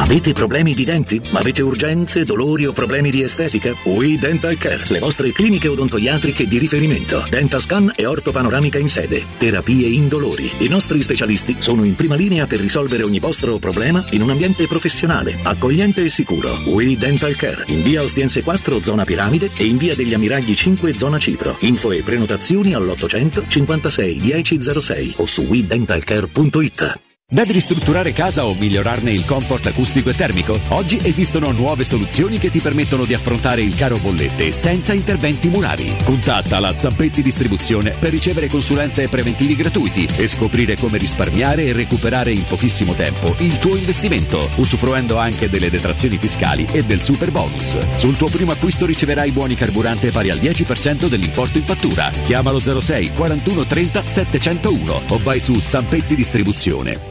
Avete problemi di denti? Avete urgenze, dolori o problemi di estetica? We Dental Care, le vostre cliniche odontoiatriche di riferimento. Dentascan e ortopanoramica in sede. Terapie indolori. I nostri specialisti sono in prima linea per risolvere ogni vostro problema in un ambiente professionale, accogliente e sicuro. We Dental Care, in via Ostiense 4, zona Piramide, e in via degli Ammiragli 5, zona Cipro. Info e prenotazioni all'800 56 1006 o su wedentalcare.it. Devi ristrutturare casa o migliorarne il comfort acustico e termico? Oggi esistono nuove soluzioni che ti permettono di affrontare il caro bollette senza interventi murari. Contatta la Zampetti Distribuzione per ricevere consulenze e preventivi gratuiti e scoprire come risparmiare e recuperare in pochissimo tempo il tuo investimento, usufruendo anche delle detrazioni fiscali e del super bonus. Sul tuo primo acquisto riceverai buoni carburante pari al 10% dell'importo in fattura. Chiamalo 06 41 30 701 o vai su zampettidistribuzione.it.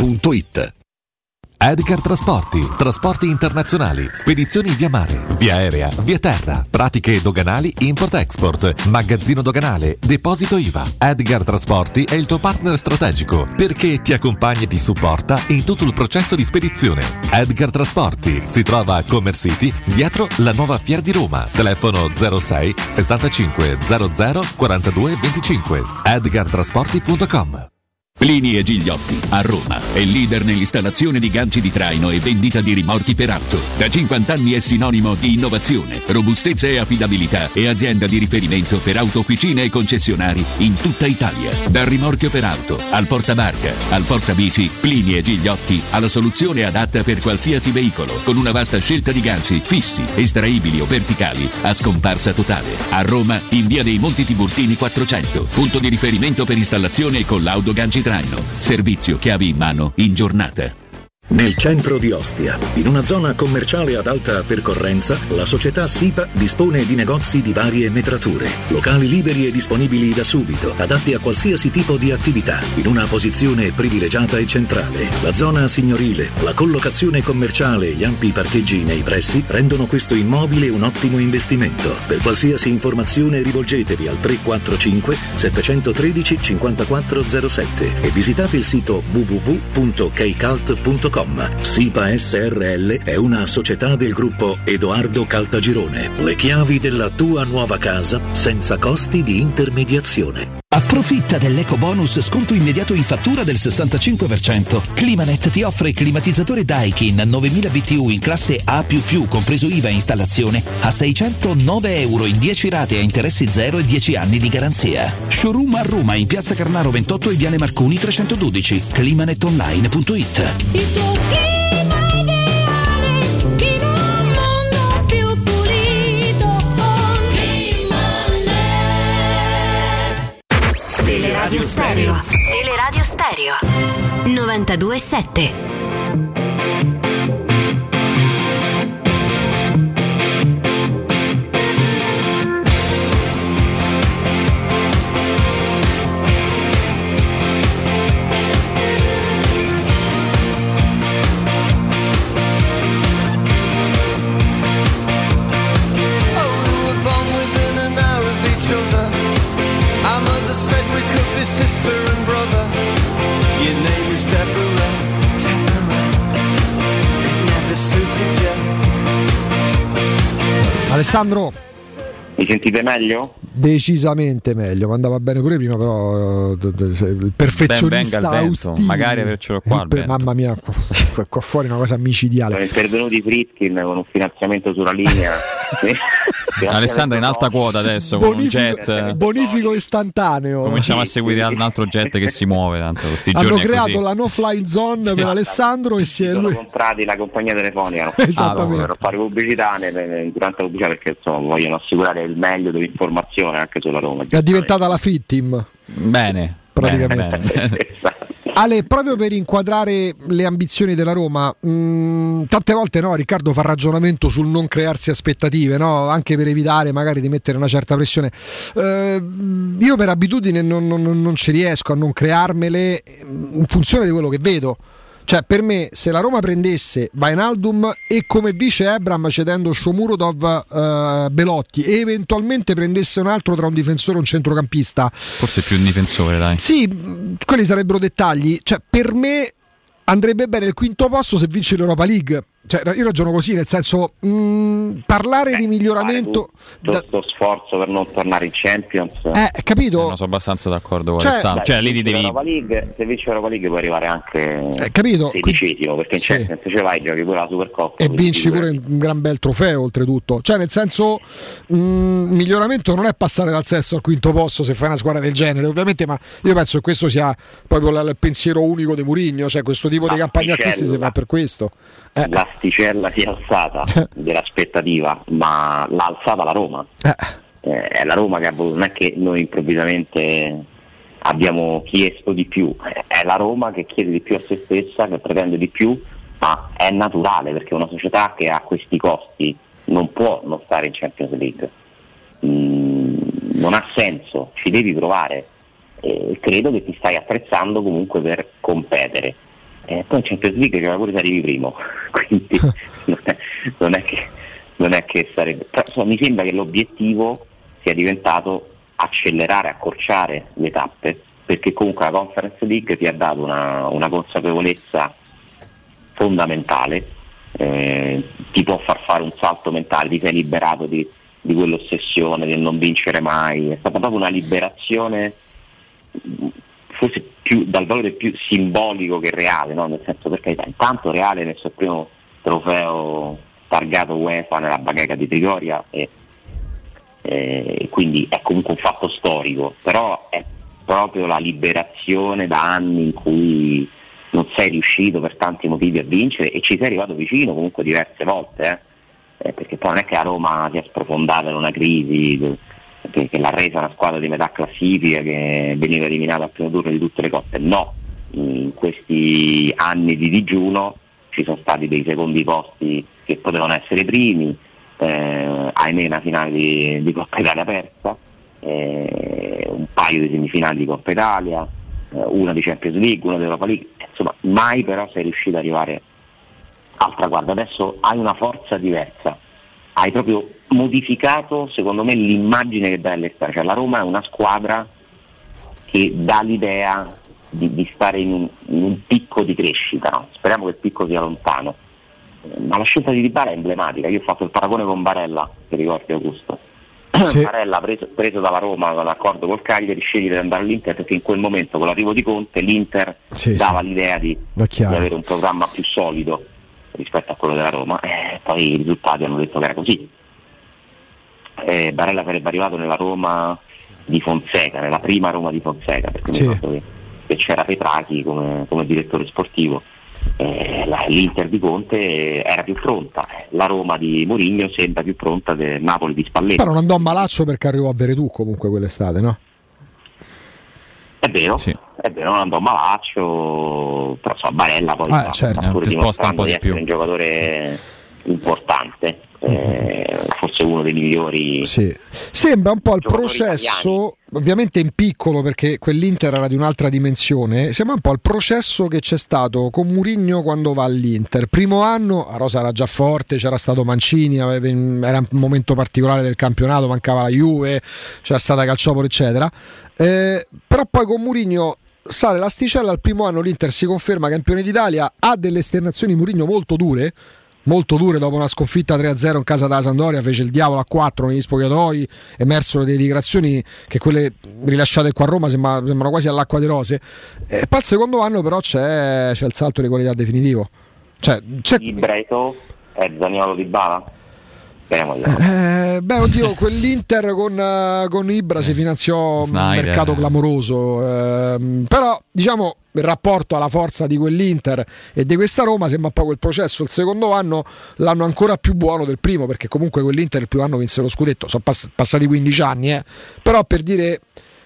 Edgar trasporti internazionali, spedizioni via mare, via aerea, via terra, pratiche doganali, import-export, magazzino doganale, deposito IVA. Edgar Trasporti è il tuo partner strategico perché ti accompagna e ti supporta in tutto il processo di spedizione. Edgar Trasporti si trova a Commerce City, dietro la nuova Fiera di Roma. Telefono 06 65 00 42 25. edgartrasporti.com. Plini e Gigliotti, a Roma, è leader nell'installazione di ganci di traino e vendita di rimorchi per auto. Da 50 anni è sinonimo di innovazione, robustezza e affidabilità e azienda di riferimento per autofficine e concessionari in tutta Italia. Dal rimorchio per auto, al portabarca, al portabici, Plini e Gigliotti ha la soluzione adatta per qualsiasi veicolo, con una vasta scelta di ganci fissi, estraibili o verticali, a scomparsa totale. A Roma, in via dei Monti Tiburtini 400, punto di riferimento per installazione e collaudo ganci traino. Servizio chiavi in mano in giornata. Nel centro di Ostia, in una zona commerciale ad alta percorrenza, la società SIPA dispone di negozi di varie metrature, locali liberi e disponibili da subito, adatti a qualsiasi tipo di attività, in una posizione privilegiata e centrale. La zona signorile, la collocazione commerciale e gli ampi parcheggi nei pressi rendono questo immobile un ottimo investimento. Per qualsiasi informazione rivolgetevi al 345 713 5407 e visitate il sito www.keicalt.com. SIPA SRL è una società del gruppo Edoardo Caltagirone. Le chiavi della tua nuova casa senza costi di intermediazione. Approfitta dell'eco bonus sconto immediato in fattura del 65%. Climanet ti offre climatizzatore Daikin 9000 BTU in classe A++, compreso IVA e installazione, a €609 in 10 rate a interessi zero e 10 anni di garanzia. Showroom a Roma in Piazza Carnaro 28 e Viale Marconi 312. climanetonline.it. Il tuo clima ideale in un mondo più pulito con Climanet. Teleradio Stereo. Teleradio Stereo 92.7. Sister and brother, your name is Deborah. It never suited you. Alessandro, mi sentite meglio? Decisamente meglio, ma andava bene pure prima, però il perfezionista Austini, magari avercelo qua. Mamma mia, qua fuori una cosa micidiale. Sono intervenuti Fritkin con un finanziamento sulla linea. Alessandro in alta quota adesso con un jet bonifico istantaneo. Cominciamo a seguire un altro jet che si muove tanto questi hanno giorni creato la no fly zone per Alessandro e si è lui comprati la compagnia telefonica esattamente per fare pubblicità durante la pubblicità, perché insomma vogliono assicurare il meglio dell'informazione anche sulla Roma. È diventata la Fit Team. Bene, praticamente. Bene. Ale, proprio per inquadrare le ambizioni della Roma, tante volte Riccardo fa ragionamento sul non crearsi aspettative, anche per evitare magari di mettere una certa pressione. Io per abitudine non ci riesco a non crearmele in funzione di quello che vedo. Cioè, per me, se la Roma prendesse Wijnaldum e come vice Ebram cedendo Shomurodov, Belotti, e eventualmente prendesse un altro tra un difensore e un centrocampista, forse più un difensore, dai. Sì, quelli sarebbero dettagli. Cioè, per me andrebbe bene il quinto posto se vince l'Europa League. cioè, io ragiono così, nel senso parlare di miglioramento tutto sforzo per non tornare in Champions, capito? Non sono abbastanza d'accordo con Alessandro, cioè lì devi se vinci Europa League puoi arrivare anche capito? 16esimo, perché in Champions se vai giochi pure la Supercoppa e vinci pure un gran bel trofeo oltretutto, cioè nel senso miglioramento non è passare dal sesto al quinto posto se fai una squadra del genere, ovviamente, ma io penso che questo sia proprio il pensiero unico di Mourinho, cioè questo tipo di campagna acquisti si fa per questo. L'asticella si è alzata dell'aspettativa, ma l'ha alzata la Roma. È la Roma che non è che noi improvvisamente abbiamo chiesto di più, è la Roma che chiede di più a se stessa, che pretende di più, ma è naturale perché una società che ha questi costi non può non stare in Champions League, non ha senso, ci devi provare, credo che ti stai attrezzando comunque per competere. Poi in Champions League gioca pure se arrivi primo, quindi non è che sarebbe, però, mi sembra che l'obiettivo sia diventato accelerare, accorciare le tappe, perché comunque la Conference League ti ha dato una consapevolezza fondamentale, ti può far fare un salto mentale, ti sei liberato di quell'ossessione del non vincere mai, è stata proprio una liberazione forse più dal valore più simbolico che reale, no? Nel senso, perché intanto Reale nel suo primo trofeo targato UEFA nella bacheca di Trigoria e quindi è comunque un fatto storico, però è proprio la liberazione da anni in cui non sei riuscito per tanti motivi a vincere e ci sei arrivato vicino comunque diverse volte, perché poi non è che a Roma si è sprofondata in una crisi che l'ha resa una squadra di metà classifica che veniva eliminata al primo turno di tutte le coppe, no, in questi anni di digiuno ci sono stati dei secondi posti che potevano essere primi, ahimè una finale di Coppa Italia persa, un paio di semifinali di Coppa Italia, una di Champions League, una di Europa League, insomma mai però sei riuscito ad arrivare al traguardo. Adesso hai una forza diversa, hai proprio modificato secondo me l'immagine che dà all'esterno, cioè la Roma è una squadra che dà l'idea di stare in un picco di crescita, no? Speriamo che il picco sia lontano, ma la scelta di Dybala è emblematica. Io ho fatto il paragone con Barella, ti ricordi Augusto? Sì. Barella preso dalla Roma con l'accordo col Cagliari, sceglie di andare all'Inter perché in quel momento con l'arrivo di Conte l'Inter dava l'idea di avere un programma più solido rispetto a quello della Roma, poi i risultati hanno detto che era così. Barella sarebbe arrivato nella Roma di Fonseca, nella prima Roma di Fonseca, perché mi ricordo che c'era Petrachi come direttore sportivo, l'Inter di Conte era più pronta, la Roma di Mourinho sembra più pronta del Napoli di Spalletti. Però non andò a malaccio perché arrivò a Veretù comunque quell'estate, no? È vero, non andò a malaccio, però so, Barella poi sta pure dimostrando di essere un giocatore importante, forse uno dei migliori. Sì. Sembra un po' il processo italiani. Ovviamente in piccolo perché quell'Inter era di un'altra dimensione, sembra un po' il processo che c'è stato con Mourinho quando va all'Inter. Primo anno la rosa era già forte, c'era stato Mancini, era un momento particolare del campionato, mancava la Juve, c'era stata Calciopoli eccetera, però poi con Mourinho sale l'asticella. Al primo anno l'Inter si conferma campione d'Italia, ha delle esternazioni Mourinho molto dure dopo una sconfitta 3-0 in casa da Sampdoria, fece il diavolo a 4 negli spogliatoi, emersero delle dichiarazioni che quelle rilasciate qua a Roma sembrano quasi all'acqua di rose, e poi al secondo anno però c'è il salto di qualità definitivo, c'è Ibreto e Zaniolo Dybala. Beh oddio, quell'Inter con Ibra si finanziò un mercato clamoroso, però diciamo il rapporto alla forza di quell'Inter e di questa Roma sembra un po' quel processo. Il secondo anno l'hanno ancora più buono del primo, perché comunque quell'Inter il primo anno vinse lo scudetto, sono passati 15 anni, però per dire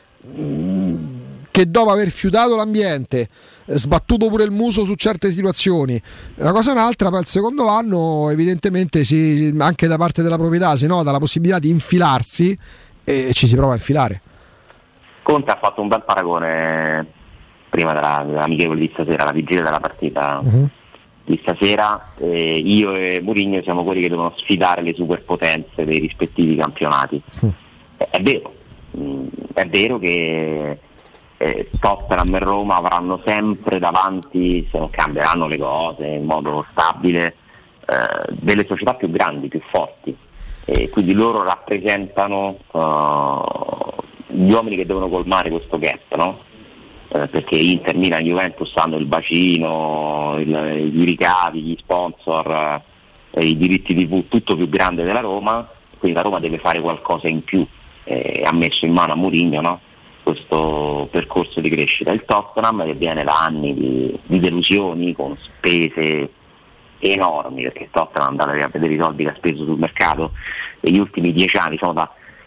che dopo aver fiutato l'ambiente, sbattuto pure il muso su certe situazioni, una cosa è un'altra. Poi il secondo anno evidentemente anche da parte della proprietà si nota la possibilità di infilarsi e ci si prova a infilare. Conte ha fatto un bel paragone prima dell'amichevole di stasera, la vigilia della partita di stasera, io e Mourinho siamo quelli che devono sfidare le superpotenze dei rispettivi campionati. È vero che Tottenham e Roma avranno sempre davanti, se non cambieranno le cose in modo stabile, delle società più grandi, più forti, e quindi loro rappresentano gli uomini che devono colmare questo gap, no? Perché Inter, Milan, Juventus hanno il bacino, i ricavi, gli sponsor, i diritti TV, tutto più grande della Roma, quindi la Roma deve fare qualcosa in più, ha messo in mano a Mourinho, no? Questo percorso di crescita. Il Tottenham, che viene da anni di delusioni, con spese enormi, perché il Tottenham, andate a vedere i soldi che ha speso sul mercato negli ultimi 10 anni, sono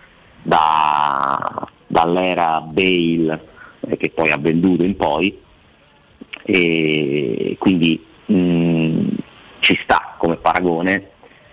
dall'era Bale, che poi ha venduto in poi, e quindi ci sta come paragone.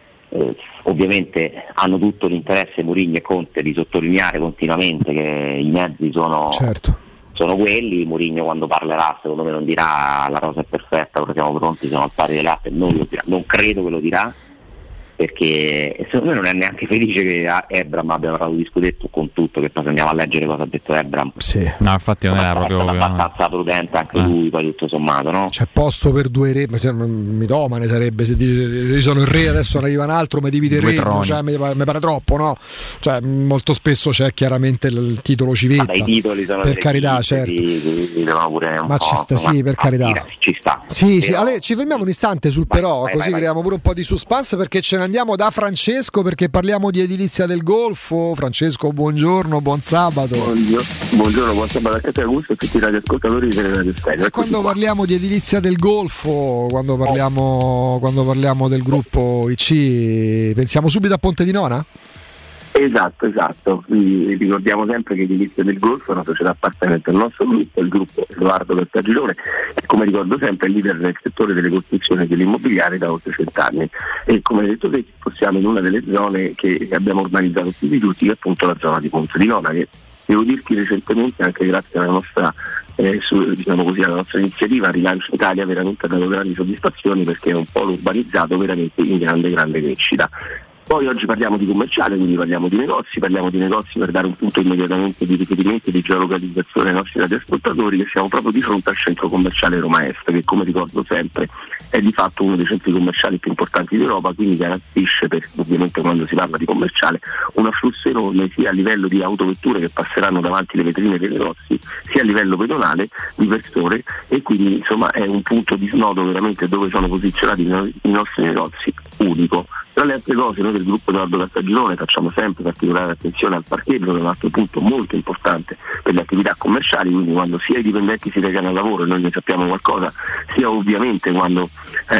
Ovviamente hanno tutto l'interesse Mourinho e Conte di sottolineare continuamente che i mezzi sono quelli. Mourinho, quando parlerà, secondo me non dirà la rosa è perfetta, ora siamo pronti, siamo al pari delle altre, non credo che lo dirà, perché secondo me non è neanche felice che Ebram abbia parlato di scudetto, con tutto che poi se andiamo a leggere cosa ha detto Ebram. Sì. No, infatti non era proprio abbastanza prudente anche lui, poi tutto sommato, no? C'è posto per 2 re, mitomane sarebbe se io sono il re, adesso arriva un altro, mi divide il regno, cioè, mi pare troppo, no? Cioè, molto spesso c'è chiaramente il titolo civetta. I titoli sono per carità, certo. Pure ma ci sta, sì, per carità. Ci sta. Sì, sì. Ale, ci fermiamo un istante sul così creiamo pure un po' di suspense, perché ce ne andiamo da Francesco, perché parliamo di edilizia del Golfo. Francesco, buongiorno, buon sabato. Buongiorno, buon sabato anche a te, Augusto, e tutti i radioascoltatori di Radio Stereo. E quando parliamo di edilizia del Golfo, quando parliamo del gruppo IC, pensiamo subito a Ponte di Nona? Esatto. Vi ricordiamo sempre che l'Edilizia del Golfo è una società appartenente al nostro gruppo, il gruppo Edoardo Caltagirone, e come ricordo sempre è leader nel settore delle costruzioni e dell'immobiliare da oltre 100 anni. E come hai detto te, siamo in una delle zone che abbiamo urbanizzato più di tutti, che è appunto la zona di Ponte di Nona, che devo dirti recentemente, anche grazie alla nostra alla nostra iniziativa Rilancio Italia, veramente ha dato grandi soddisfazioni, perché è un polo urbanizzato veramente in grande crescita. Poi oggi parliamo di commerciale, quindi parliamo di negozi per dare un punto immediatamente di riferimento e di geolocalizzazione ai nostri radioascoltatori, che siamo proprio di fronte al centro commerciale Roma Est, che come ricordo sempre è di fatto uno dei centri commerciali più importanti d'Europa, quindi garantisce, ovviamente quando si parla di commerciale, un afflusso enorme sia a livello di autovetture che passeranno davanti le vetrine dei negozi, sia a livello pedonale di persone, e quindi insomma è un punto di snodo veramente dove sono posizionati i nostri negozi unico. Tra le altre cose, noi del gruppo Edoardo Caltagirone facciamo sempre particolare attenzione al parcheggio, che è un altro punto molto importante per le attività commerciali, quindi quando sia i dipendenti si recano al lavoro e noi ne sappiamo qualcosa, sia ovviamente quando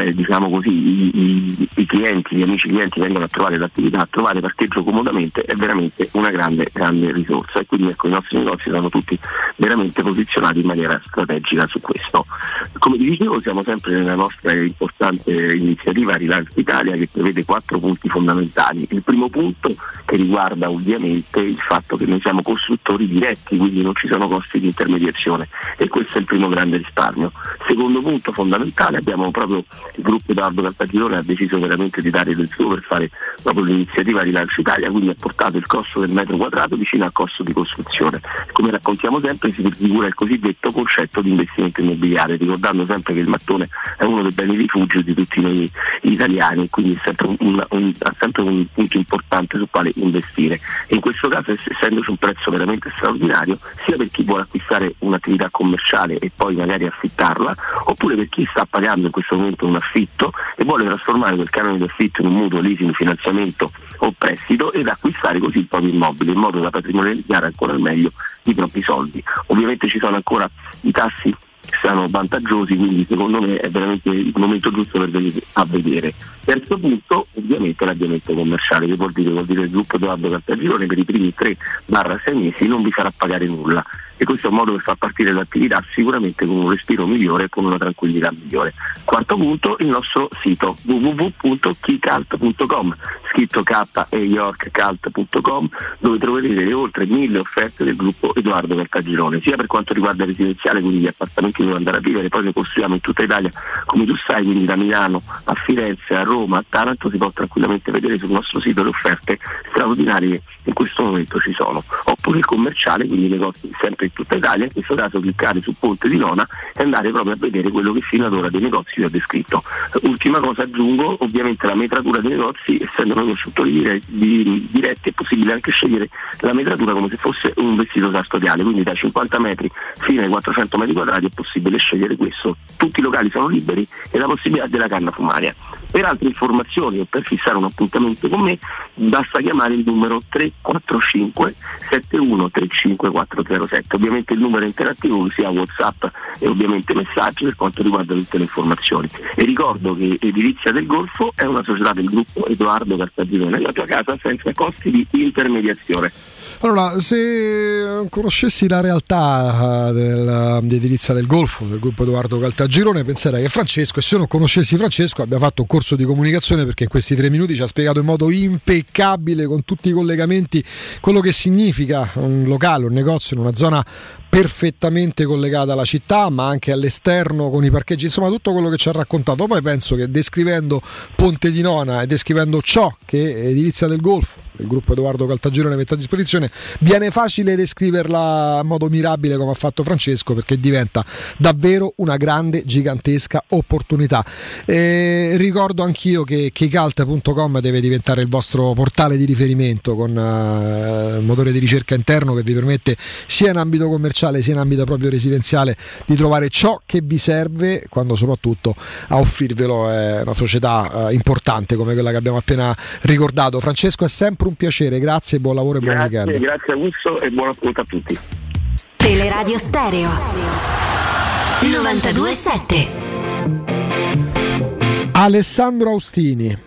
i clienti, gli amici clienti vengono a trovare l'attività, a trovare parcheggio comodamente è veramente una grande risorsa, e quindi ecco, i nostri negozi sono tutti veramente posizionati in maniera strategica su questo. Come vi dicevo, siamo sempre nella nostra importante iniziativa Rilancio Italia, che prevede 4 punti fondamentali. Il primo punto, che riguarda ovviamente il fatto che noi siamo costruttori diretti, quindi non ci sono costi di intermediazione, e questo è il primo grande risparmio. Secondo punto fondamentale, abbiamo proprio il gruppo Edoardo Caltagirone ha deciso veramente di dare del suo per fare proprio l'iniziativa Rilancio Italia, quindi ha portato il costo del metro quadrato vicino al costo di costruzione. Come raccontiamo sempre, si prefigura il cosiddetto concetto di investimento immobiliare, ricordando sempre che il mattone è uno dei beni rifugio di tutti noi italiani, quindi è sempre ha sempre un punto importante sul quale investire, e in questo caso, essendoci un prezzo veramente straordinario, sia per chi vuole acquistare un'attività commerciale e poi magari affittarla, oppure per chi sta pagando in questo momento un affitto e vuole trasformare quel canone di affitto in un mutuo, leasing, finanziamento o prestito, ed acquistare così il proprio immobile in modo da patrimonializzare ancora al meglio i propri soldi. Ovviamente ci sono ancora i tassi che sono vantaggiosi, quindi secondo me è veramente il momento giusto per venire a vedere. Terzo punto, ovviamente l'avviamento commerciale, che vuol dire il gruppo Edoardo Caltagirone per i primi 3-6 mesi non vi farà pagare nulla, e questo è un modo per far partire l'attività sicuramente con un respiro migliore e con una tranquillità migliore. Quarto punto, il nostro sito www.keycult.com, scritto KEYorkCult.com, dove troverete le oltre 1000 offerte del gruppo Edoardo Caltagirone, sia per quanto riguarda il residenziale, quindi gli appartamenti dove andare a vivere, poi ne costruiamo in tutta Italia come tu sai, quindi da Milano a Firenze, a Roma, a Taranto, si può tranquillamente vedere sul nostro sito le offerte straordinarie che in questo momento ci sono. Oppure il commerciale, quindi i negozi sempre in tutta Italia, in questo caso cliccare su Ponte di Nona e andare proprio a vedere quello che fino ad ora dei negozi vi ho descritto. Ultima cosa aggiungo, ovviamente la metratura dei negozi, essendo noi costruttori diretti è possibile anche scegliere la metratura come se fosse un vestito sartoriale, quindi da 50 metri fino ai 400 metri quadrati è possibile scegliere questo. Tutti i locali sono liberi e la possibilità della canna fumaria. Per altre informazioni o per fissare un appuntamento con me basta chiamare il numero 345 7135 407, ovviamente il numero interattivo sia WhatsApp e ovviamente messaggi per quanto riguarda tutte le informazioni. E ricordo che Edilizia del Golfo è una società del gruppo Edoardo Cartagirone, la tua casa senza costi di intermediazione. Allora, se conoscessi la realtà di Edilizia del Golfo, del gruppo Edoardo Caltagirone, penserei che Francesco, e se non conoscessi Francesco abbia fatto un corso di comunicazione, perché in questi 3 minuti ci ha spiegato in modo impeccabile, con tutti i collegamenti, quello che significa un locale, un negozio in una zona perfettamente collegata alla città, ma anche all'esterno con i parcheggi, insomma tutto quello che ci ha raccontato. Poi penso che descrivendo Ponte di Nona e descrivendo ciò che Edilizia del Golfo, il gruppo Edoardo Caltagirone, mette a disposizione, viene facile descriverla in modo mirabile come ha fatto Francesco, perché diventa davvero una grande, gigantesca opportunità. Ricordo anch'io che keycult.com deve diventare il vostro portale di riferimento, con un motore di ricerca interno che vi permette sia in ambito commerciale sia in ambito proprio residenziale di trovare ciò che vi serve, quando soprattutto a offrirvelo è una società importante come quella che abbiamo appena ricordato. Francesco, è sempre un piacere, grazie, buon lavoro e buon weekend. Grazie Augusto e buon ascolto a tutti. Teleradio Stereo 92.7. Alessandro Austini,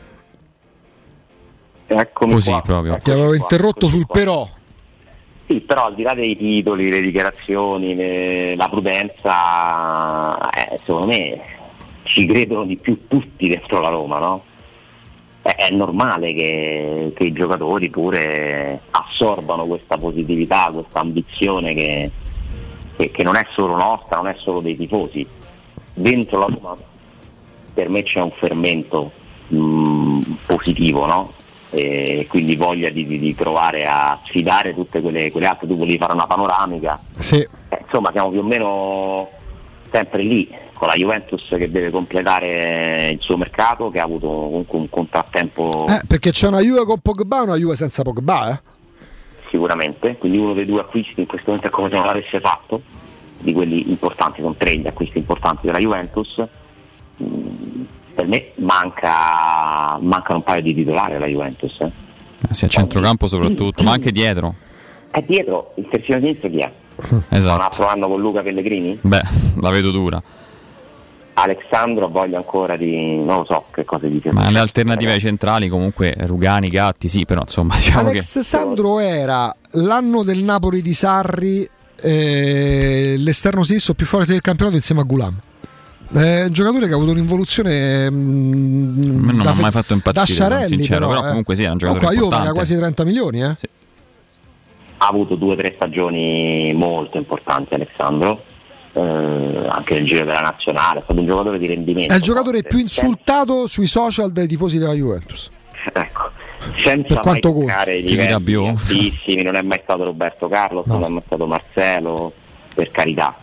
eccomi così qua. proprio. Ti avevo interrotto sul però. Sì, però al di là dei titoli, le dichiarazioni, la prudenza, secondo me ci credono di più tutti dentro la Roma, no? È normale che i giocatori pure assorbano questa positività, questa ambizione che non è solo nostra, non è solo dei tifosi. Dentro la Roma per me c'è un fermento positivo, no? E quindi voglia di provare a sfidare tutte quelle altre. Tu volevi fare una panoramica, sì. Insomma siamo più o meno sempre lì, con la Juventus che deve completare il suo mercato, che ha avuto comunque un contrattempo, perché c'è una Juve con Pogba e una Juve senza Pogba, sicuramente, quindi uno dei 2 acquisti in questo momento è come se non l'avesse fatto, di quelli importanti, sono 3 gli acquisti importanti della Juventus. Per me mancano un paio di titolari alla Juventus. Sì, a centrocampo soprattutto, ma anche dietro. Dietro il terzino sinistro chi è? Esatto. Un altro anno con Luca Pellegrini? Beh, la vedo dura. Alexandro voglio ancora non lo so che cosa dice. Ma le alternative ai centrali comunque Rugani, Gatti, sì, però insomma diciamo Alessandro era l'anno del Napoli di Sarri, l'esterno sinistro più forte del campionato insieme a Gulam. È un giocatore che ha avuto un'involuzione non ha mai fatto impazzire, da Sciarelli, sincero, però comunque sì, è un giocatore importante. Paga quasi 30 milioni sì. Ha avuto 2 o 3 stagioni molto importanti Alessandro, anche nel giro della nazionale, è stato un giocatore di rendimento. È il giocatore più insultato sui social dai tifosi della Juventus. Ecco, senza per quanto mai toccare i livelli altissimi, non è mai stato Roberto Carlos, non è mai stato Marcelo, per carità.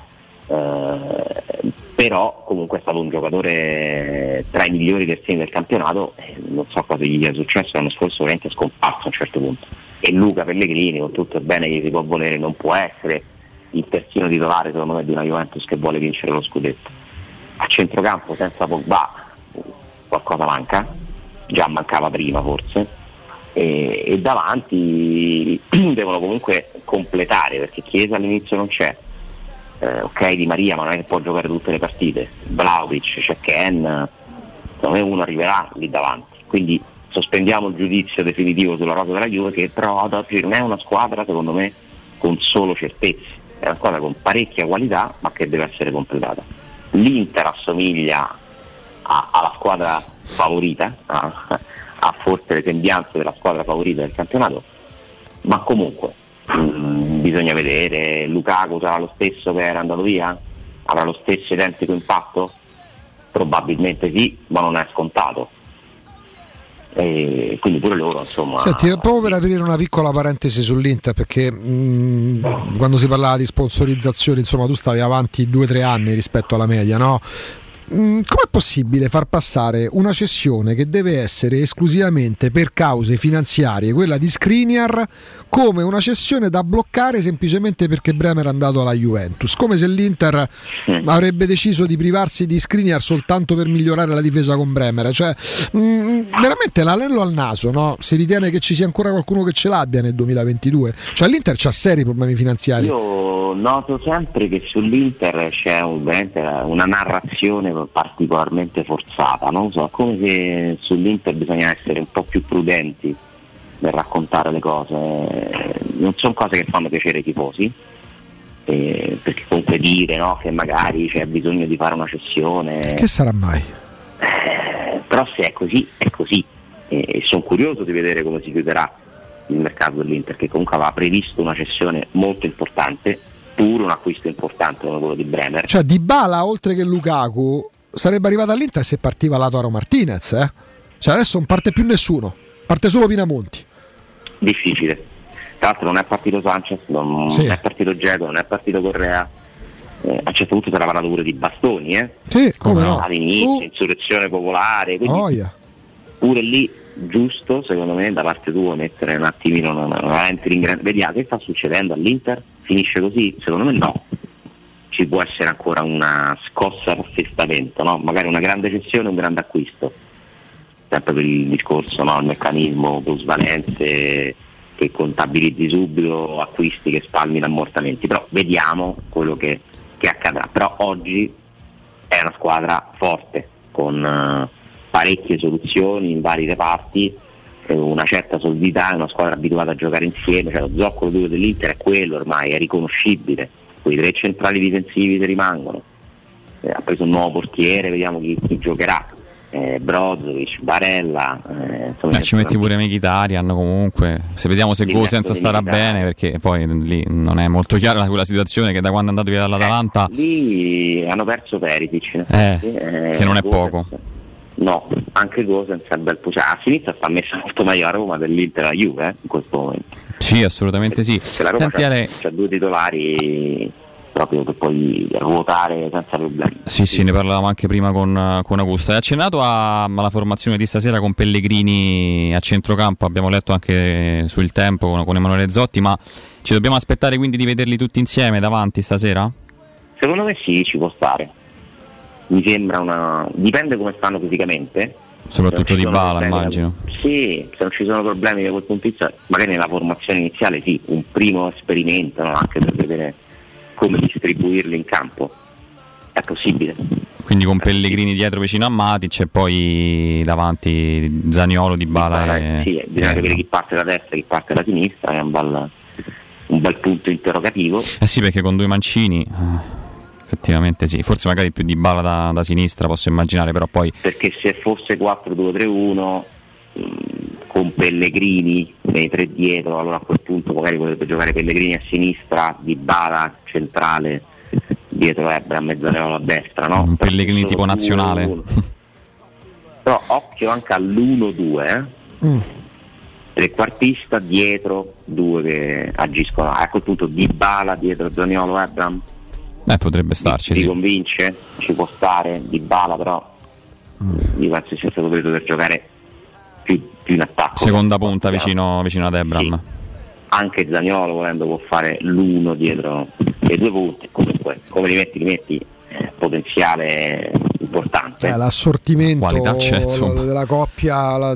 Però comunque è stato un giocatore tra i migliori terzini del campionato, non so cosa gli è successo, l'anno scorso veramente è scomparso a un certo punto. E Luca Pellegrini, con tutto il bene che si può volere, non può essere il terzino titolare secondo me di una Juventus che vuole vincere lo scudetto. A centrocampo senza Pogba qualcosa manca, già mancava prima forse, e davanti devono comunque completare, perché Chiesa all'inizio non c'è. Ok, Di Maria, ma non è che può giocare tutte le partite. Vlahovic, c'è Ken, secondo me uno arriverà lì davanti. Quindi sospendiamo il giudizio definitivo sulla rosa della Juve, che però ad oggi non è una squadra secondo me con solo certezze, è una squadra con parecchia qualità ma che deve essere completata. L'Inter assomiglia alla squadra favorita, ha forse le sembianze della squadra favorita del campionato, ma comunque bisogna vedere. Lukaku sarà lo stesso che era andato via? Avrà lo stesso identico impatto? Probabilmente sì, ma non è scontato. e quindi pure loro, insomma. Senti, proprio per aprire una piccola parentesi sull'Inter, perché quando si parlava di sponsorizzazione, insomma, tu stavi avanti 2-3 anni rispetto alla media, no? Com'è possibile far passare una cessione che deve essere esclusivamente per cause finanziarie, quella di Skriniar, come una cessione da bloccare semplicemente perché Bremer è andato alla Juventus, come se l'Inter avrebbe deciso di privarsi di Skriniar soltanto per migliorare la difesa con Bremer? Cioè, veramente l'anello al naso, no? Si ritiene che ci sia ancora qualcuno che ce l'abbia nel 2022? Cioè l'Inter c'ha seri problemi finanziari. Io noto sempre che sull'Inter c'è veramente una narrazione particolarmente forzata, non so, come se sull'Inter bisogna essere un po' più prudenti nel raccontare le cose. Non sono cose che fanno piacere ai tifosi, perché comunque dire, no, che magari c'è bisogno di fare una cessione, che sarà mai? Però se è così è così, e sono curioso di vedere come si chiuderà il mercato dell'Inter, che comunque aveva previsto una cessione molto importante, pure un acquisto importante come quello di Bremer. Cioè Dybala oltre che Lukaku sarebbe arrivato all'Inter se partiva Lautaro Martinez, Cioè adesso non parte più nessuno, parte solo Pinamonti. Difficile. Tra l'altro non è partito Sanchez, non è partito Dzeko, non è partito Correa. A un certo punto si era parlato pure di Bastoni, Sì, come no? All'inizio, insurrezione popolare, quindi pure lì giusto, secondo me, da parte tua mettere un attimino una lente in grande. Vediamo che sta succedendo all'Inter, finisce così? Secondo me no. Ci può essere ancora una scossa d'assestamento, no? Magari una grande cessione, un grande acquisto, sempre per il discorso, no? Il meccanismo plusvalenze che contabilizzi subito, acquisti che spalmino ammortamenti, però vediamo quello che accadrà. Però oggi è una squadra forte con parecchie soluzioni in vari reparti, una certa solidità, è una squadra abituata a giocare insieme, cioè lo zoccolo duro dell'Inter è quello ormai, è riconoscibile. Quei 3 centrali difensivi che rimangono, ha preso un nuovo portiere, vediamo chi giocherà, Brozovic, Barella, insomma, ci metti pure Mkhitaryan comunque, se vediamo se Gosens starà bene, perché poi lì non è molto chiara quella situazione, che da quando è andato via dall'Atalanta lì hanno perso Perisic, che non è Gosens, poco. No, anche Gosens è bel a sinistra sta messa molto meglio a Roma dell'Inter a Juve in questo momento. Sì, assolutamente sì. La Roma c'ha 2 titolari proprio per poi ruotare senza problemi. Sì, ne parlavamo anche prima con Augusto. Hai accennato alla formazione di stasera con Pellegrini a centrocampo, abbiamo letto anche sul Tempo con Emanuele Zotti, ma ci dobbiamo aspettare quindi di vederli tutti insieme davanti stasera? Secondo me sì, ci può stare. Mi sembra dipende come stanno fisicamente. Soprattutto Dybala, immagino. Sì, se non ci sono problemi da quel punto di vista, magari nella formazione iniziale sì, un primo esperimento, no? Anche per vedere come distribuirli in campo. È possibile. Quindi con Pellegrini dietro vicino a Matic e poi davanti Zaniolo, Dybala sì, bisogna capire chi parte da destra e chi parte da sinistra, è un bel punto interrogativo. Sì, perché con 2 mancini effettivamente sì, forse magari più Dybala da sinistra posso immaginare, però poi perché se fosse 4-2-3-1 con Pellegrini nei 3 dietro, allora a quel punto magari potrebbe giocare Pellegrini a sinistra, Dybala centrale, dietro Ebram e Zaniolo a destra, no? Un Pellegrini tipo nazionale. Però occhio anche all'1-2, trequartista dietro 2 che agiscono, a quel punto Dybala dietro Zaniolo, Ebram. Potrebbe starci. Ti convince? Ci può stare Dybala, però io penso sia stato preso per giocare più in attacco. Seconda punta vicino ad Ebram. Sì. Anche Zaniolo volendo può fare l'1 dietro le 2 punte. Comunque come li metti potenziale importante. L'assortimento della coppia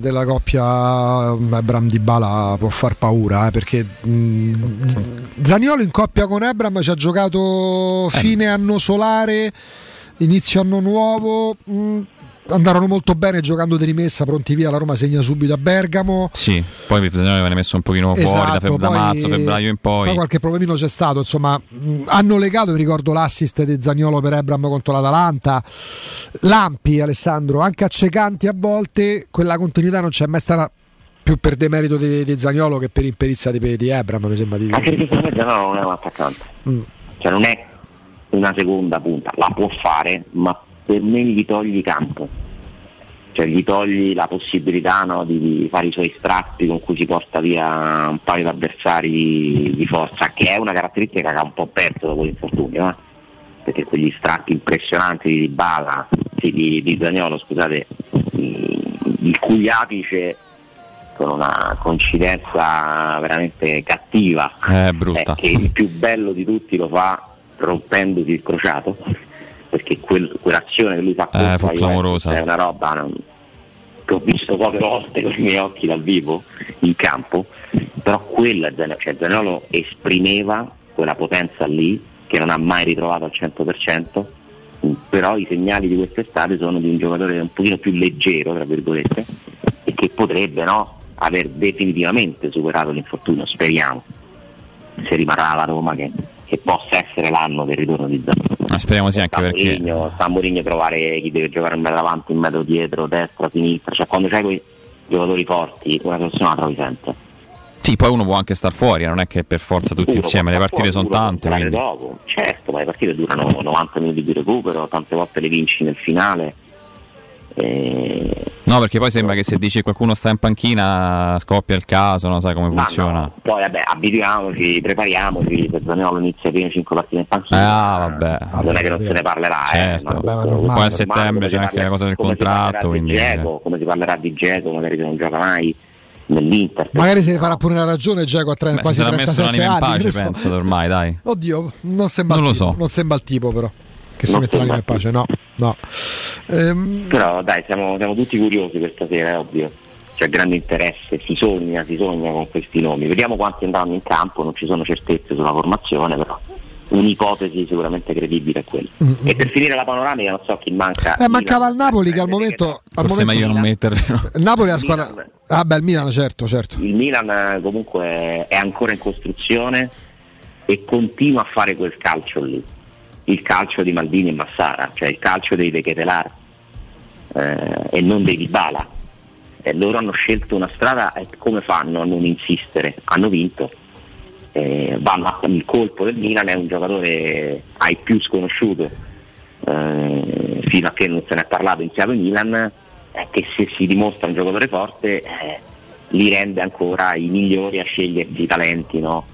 Ebram Dybala può far paura, perché Zaniolo in coppia con Ebram ci ha giocato fine anno solare, inizio anno nuovo, andarono molto bene giocando di rimessa, pronti via, la Roma segna subito a Bergamo. Sì, poi avevano messo un pochino fuori da marzo, febbraio in poi qualche problemino c'è stato, insomma hanno legato, mi ricordo l'assist di Zaniolo per Ebram contro l'Atalanta, lampi Alessandro, anche accecanti a volte, quella continuità non c'è mai stata, più per demerito di Zaniolo che per imperizia di Ebram, mi sembra di dire. Anche perché secondo me Zaniolo non è un attaccante, cioè non è una seconda punta, la può fare, ma per me gli togli campo, cioè gli togli la possibilità, no, di fare i suoi strappi con cui si porta via un paio di avversari di forza, che è una caratteristica che ha un po' perso dopo l'infortunio, perché quegli strappi impressionanti di Dybala, di Zaniolo, scusate, il cui apice con una coincidenza veramente cattiva, brutta, che il più bello di tutti lo fa rompendosi il crociato, perché quell'azione che lui fa fu clamorosa, è una roba che ho visto poche volte con i miei occhi dal vivo in campo, però Zaniolo esprimeva quella potenza lì che non ha mai ritrovato al 100%, però i segnali di quest'estate sono di un giocatore un pochino più leggero, tra virgolette, e che potrebbe, no, aver definitivamente superato l'infortunio, speriamo, se rimarrà la Roma, che possa essere l'anno del ritorno di Zaniolo. Speriamo sì, anche perché sta a Mourinho trovare chi deve giocare un metro avanti, un metro dietro, destra, sinistra, cioè quando c'hai quei giocatori forti una persona la trovi sempre. Sì, poi uno può anche star fuori, non è che per forza tutti insieme, le partite sono tante. Dopo. Certo, ma le partite durano 90 minuti di recupero, tante volte le vinci nel finale. No, perché poi sembra che se dice qualcuno sta in panchina scoppia il caso, non sai come funziona. No. Poi vabbè, abituiamoci, prepariamoci, per Zaniolo inizia le prime 5 partite in panchina. Non è che non se ne parlerà, certo. Poi a settembre c'è anche la cosa del contratto, quindi come si parlerà di Dzeko, magari se non gioca mai nell'Inter. Magari se ne farà pure una ragione Dzeko a quasi 37 anni, pace, penso ormai, dai. Oddio, non sembra il tipo però che si mette l'anima in pace, no. Però dai, siamo tutti curiosi per stasera, è ovvio, c'è grande interesse, si sogna con questi nomi, vediamo quanti andranno in campo, non ci sono certezze sulla formazione, però un'ipotesi sicuramente credibile è quella. E per finire la panoramica, non so chi manca. Mancava il Napoli, che al momento forse è meglio non metterlo. Napoli è la squadra. Il Milan, certo. Il Milan comunque è ancora in costruzione e continua a fare quel calcio lì, il calcio di Maldini e Massara, cioè il calcio dei De Ketelar e non dei Dybala. Loro hanno scelto una strada, come fanno a non insistere? Hanno vinto. Il colpo del Milan è un giocatore ai più sconosciuto, fino a che non se ne è parlato in chiave Milan, che se si dimostra un giocatore forte li rende ancora i migliori a scegliersi i talenti, no?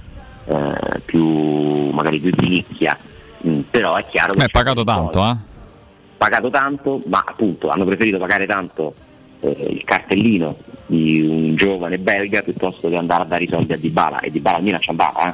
Magari più di nicchia, però è chiaro che pagato tanto, ma appunto hanno preferito pagare tanto il cartellino di un giovane belga piuttosto che andare a dare i soldi a Dybala, e Dybala al Milan ci andava,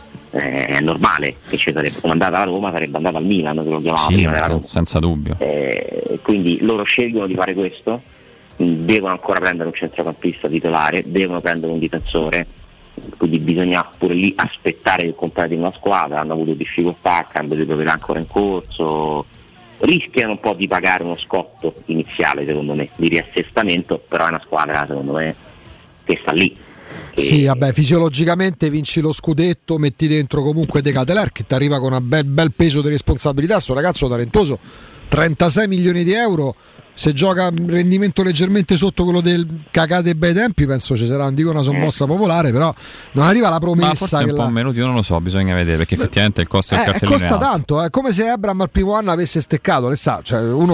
è normale che ci sarebbe, come andata alla Roma sarebbe andata al Milan, se lo chiamavamo prima della Roma, senza dubbio. Quindi loro scelgono di fare questo, devono ancora prendere un centrocampista titolare, devono prendere un difensore, quindi bisogna pure lì aspettare che completino una squadra, hanno avuto difficoltà, cambio di proprietà ancora in corso, rischiano un po' di pagare uno scotto iniziale, secondo me, di riassestamento, però è una squadra, secondo me, che sta lì. Sì, vabbè, fisiologicamente vinci lo scudetto, metti dentro comunque De Ketelar che ti arriva con un bel peso di responsabilità, sto ragazzo talentuoso, 36 milioni di euro, se gioca un rendimento leggermente sotto quello del cagate bei tempi, penso ci sarà, non dico una sommossa popolare, però non arriva la promessa. Ma forse è un po' meno, io non lo so, bisogna vedere, perché effettivamente il costo del cartellino costa tanto, è come se Abraham al primo anno avesse steccato, cioè uno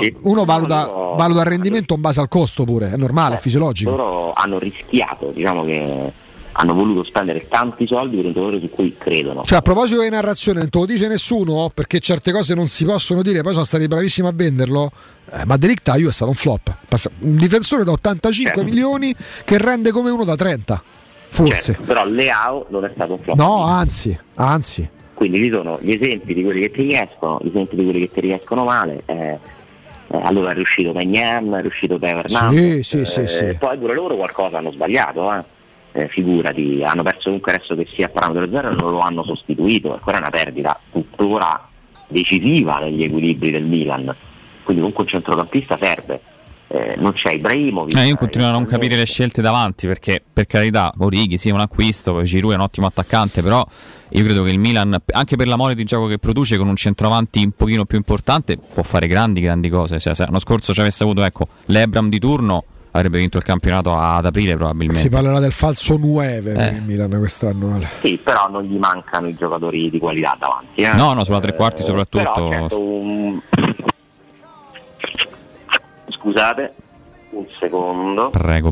valuta il rendimento in base al costo pure, è normale, è fisiologico. Loro hanno rischiato, diciamo che hanno voluto spendere tanti soldi per un giocatore su cui credono. Cioè, a proposito di narrazione, non te lo dice nessuno, perché certe cose non si possono dire, poi sono stati bravissimi a venderlo, ma De Ligt a Juve è stato un flop, un difensore da 85 milioni che rende come uno da 30 forse, certo, però Leao non è stato un flop, no, anzi. Quindi ci sono gli esempi di quelli che ti riescono, gli esempi di quelli che ti riescono male. Allora è riuscito Maignan, è riuscito Teo Hernandez, sì. Poi pure loro qualcosa hanno sbagliato, figurati, hanno perso comunque, adesso che sia a parametro zero non lo hanno sostituito, e quella è una perdita tuttora decisiva negli equilibri del Milan, quindi comunque un centrocampista serve. Non c'è Ibrahimovic. Io continuo a non capire le scelte davanti, perché per carità Origi sì è un acquisto, Giroud è un ottimo attaccante, però io credo che il Milan, anche per la mole di gioco che produce, con un centravanti un pochino più importante può fare grandi cose. Se l'anno scorso ci avesse avuto l'Ebram di turno, avrebbe vinto il campionato ad aprile probabilmente. Si parlerà del falso 9 per il Milan quest'anno. Sì, però non gli mancano i giocatori di qualità davanti. No, sulla tre quarti soprattutto. Però, certo, scusate, un secondo. Prego.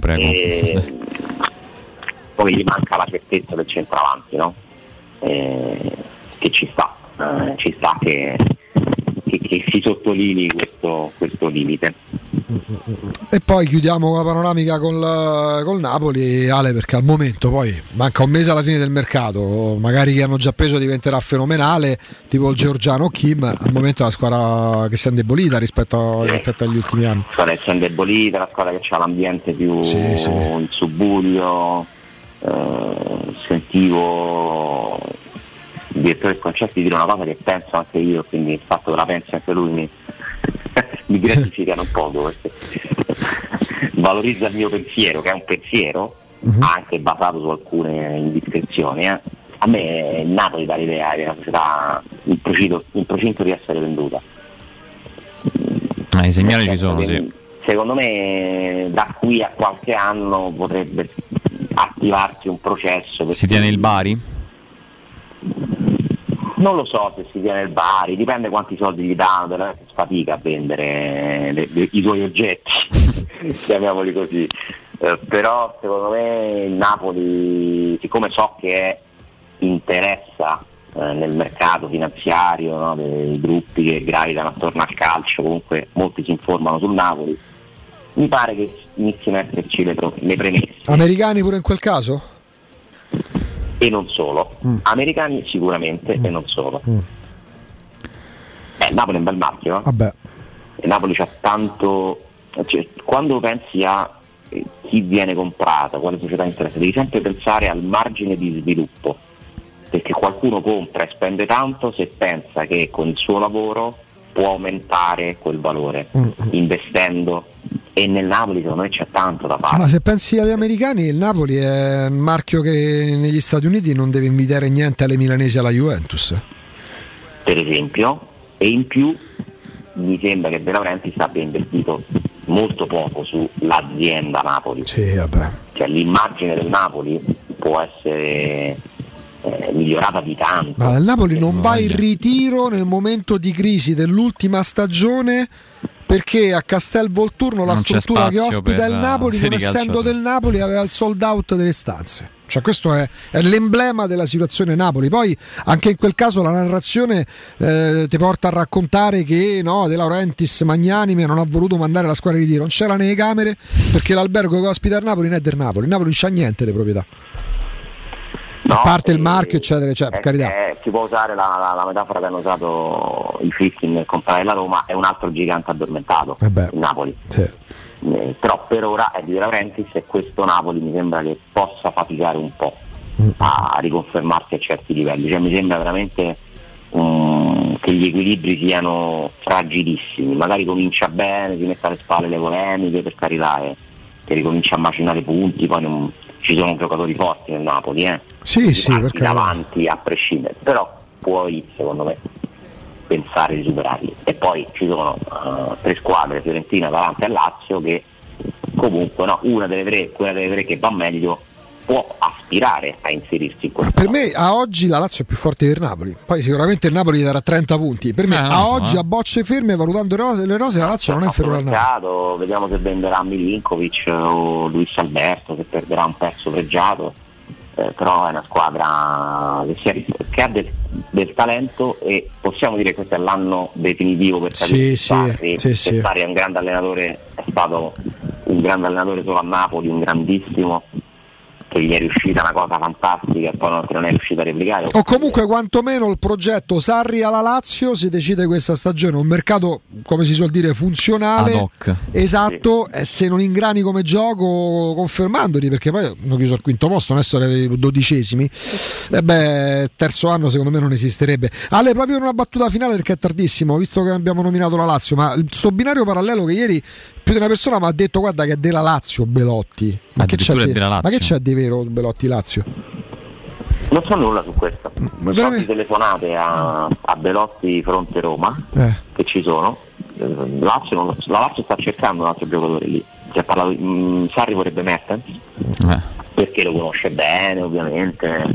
Poi gli manca la certezza del centravanti, no? Che ci sta che si sottolinei questo limite. E poi chiudiamo la panoramica col Napoli, Ale, perché al momento poi manca un mese alla fine del mercato, magari chi hanno già preso diventerà fenomenale, tipo il georgiano Kim. Al momento è la squadra che si è indebolita rispetto agli ultimi anni. La squadra che si è indebolita, la squadra che ha l'ambiente più in subbuglio. Sentivo il direttore Sconcerti dire una cosa che penso anche io, quindi il fatto che la pensi anche lui mi gratifica un po', perché valorizza il mio pensiero, che è un pensiero anche basato su alcune indiscrezioni. A me il Napoli dà l'idea di una società in procinto di essere venduta. I segnali ci sono, sì. Secondo me da qui a qualche anno potrebbe attivarsi un processo. Si tiene il Bari? Non lo so se si tiene il Bari, dipende quanti soldi gli danno, fatica a vendere i suoi oggetti, chiamiamoli così. Però secondo me il Napoli, siccome so che interessa nel mercato finanziario, no, dei gruppi che gravitano attorno al calcio, comunque molti si informano sul Napoli, mi pare che inizino a esserci le premesse. Americani pure in quel caso? E non solo, americani sicuramente e non solo. Napoli è un bel marchio, no? Vabbè. E Napoli c'ha tanto, cioè, quando pensi a chi viene comprato, quale società interessa, devi sempre pensare al margine di sviluppo, perché qualcuno compra e spende tanto se pensa che con il suo lavoro può aumentare quel valore investendo. E nel Napoli secondo me c'è tanto da fare. Ma se pensi agli americani, il Napoli è un marchio che negli Stati Uniti non deve invidiare niente alle milanesi e alla Juventus, per esempio. E in più mi sembra che De Laurentiis abbia investito molto poco sull'azienda Napoli. Sì, vabbè. Cioè l'immagine del Napoli può essere migliorata di tanto. Ma il Napoli non va in ritiro nel momento di crisi dell'ultima stagione, perché a Castel Volturno la struttura che ospita il Napoli, non essendo del Napoli, aveva il sold out delle stanze. Cioè questo è l'emblema della situazione Napoli. Poi anche in quel caso la narrazione ti porta a raccontare che no, De Laurentiis magnanime non ha voluto mandare la squadra in ritiro, non c'era nelle camere perché l'albergo che ospita il Napoli non è del Napoli. Il Napoli non c'ha niente di proprietà, a parte il marchio eccetera, cioè, per carità. Si può usare la metafora che hanno usato i Fritti nel comprare la Roma, è un altro gigante addormentato, il Napoli. Sì. Però per ora è di De Laurentiis e questo Napoli mi sembra che possa faticare un po' a riconfermarsi a certi livelli. Cioè mi sembra veramente che gli equilibri siano fragilissimi. Magari comincia bene, si mette alle spalle le polemiche, per carità, che ricomincia a macinare punti, poi non ci sono giocatori forti nel Napoli, sì, perché davanti a prescindere, però puoi secondo me pensare di superarli. E poi ci sono 3 squadre, Fiorentina, Atalanta e Lazio, che comunque una delle tre, quella delle 3 che va meglio, può aspirare a inserirsi in questo. Per me a oggi la Lazio è più forte del Napoli, poi sicuramente il Napoli darà 30 punti. Per me oggi a bocce ferme, valutando le rose, la Lazio non è inferiore al Napoli. Vediamo se venderà Milinkovic o Luis Alberto, se perderà un pezzo pregiato, però è una squadra che ha del talento, e possiamo dire che questo è l'anno definitivo per Sarri. Sarri è un grande allenatore, è stato un grande allenatore solo a Napoli, un grandissimo, che gli è riuscita una cosa fantastica e poi non è riuscita a replicare. O comunque quantomeno il progetto Sarri alla Lazio si decide questa stagione, un mercato come si suol dire funzionale, ad hoc. Esatto, e se non ingrani come gioco confermandoti, perché poi hanno chiuso al 5° posto, non essere 12esimi, terzo anno secondo me non esisterebbe. Ale, proprio in una battuta finale perché è tardissimo, visto che abbiamo nominato la Lazio, ma sto binario parallelo che ieri più di una persona mi ha detto guarda che è della Lazio Belotti, ma che c'è di vero Belotti Lazio? Non so nulla su questo. Sono telefonate a Belotti fronte Roma, che ci sono. La Lazio sta cercando un altro giocatore lì. Si è parlato, Sarri vorrebbe Mertens, perché lo conosce bene ovviamente,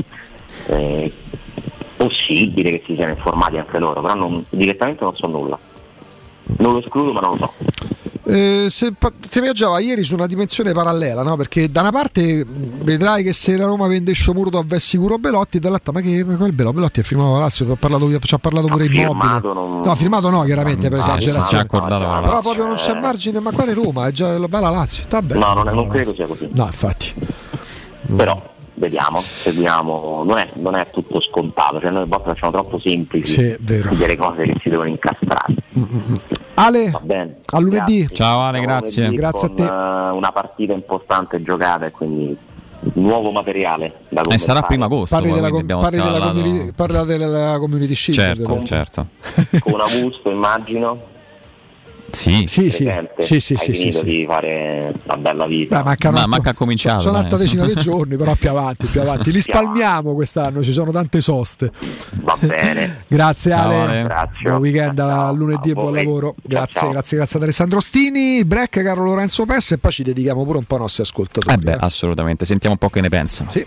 possibile che si siano informati anche loro, però direttamente non so nulla. Non lo escludo, ma non lo so. Se viaggiava ieri su una dimensione parallela, no? Perché da una parte vedrai che se la Roma vende Shomurodov è sicuro Belotti, dall'altra ma quel Belotti è firmato Lazio, ci ha parlato pure Immobile. No, firmato no, chiaramente per esagerazione. Però proprio non c'è margine, ma quale Roma? È già va la Lazio. Vabbè. No, non credo sia così. No, infatti. Però vediamo, seguiamo, non è tutto scontato, cioè noi a volte facciamo troppo semplici delle cose che si devono incastrare. Ale, va bene, a lunedì. Grazie. Ciao Ale, grazie. Grazie a te. Una partita importante giocata e quindi nuovo materiale da e sarà primo agosto. Parli della community shield. Certo. Con Augusto immagino. Sì. Finito di fare una bella vita. Manca ha cominciato. Sono un'altra decina di giorni, però più avanti. Li spalmiamo quest'anno, ci sono tante soste. Va bene. Grazie Ale. Grazie. Buon weekend a lunedì e buon lavoro. Grazie ad Alessandro Stini, Break, caro Lorenzo Pessa, e poi ci dedichiamo pure un po' ai nostri ascoltatori. Assolutamente, sentiamo un po' che ne pensano. Sì.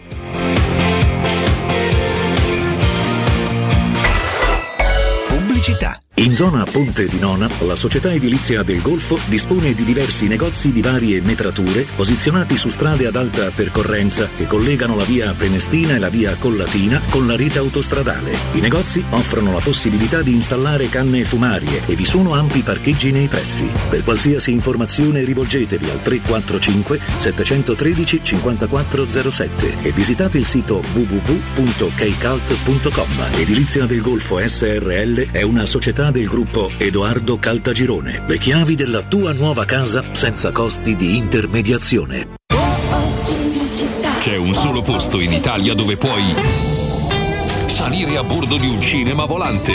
Pubblicità. In zona Ponte di Nona, la società edilizia del Golfo dispone di diversi negozi di varie metrature posizionati su strade ad alta percorrenza che collegano la via Prenestina e la via Collatina con la rete autostradale. I negozi offrono la possibilità di installare canne fumarie e vi sono ampi parcheggi nei pressi. Per qualsiasi informazione rivolgetevi al 345 713 5407 e visitate il sito www.keicalt.com. Edilizia del Golfo SRL è una società del gruppo Edoardo Caltagirone. Le chiavi della tua nuova casa senza costi di intermediazione. C'è un solo posto in Italia dove puoi salire a bordo di un cinema volante,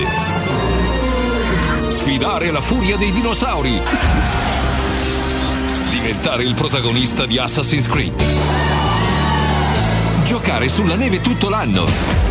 sfidare la furia dei dinosauri, diventare il protagonista di Assassin's Creed, giocare sulla neve tutto l'anno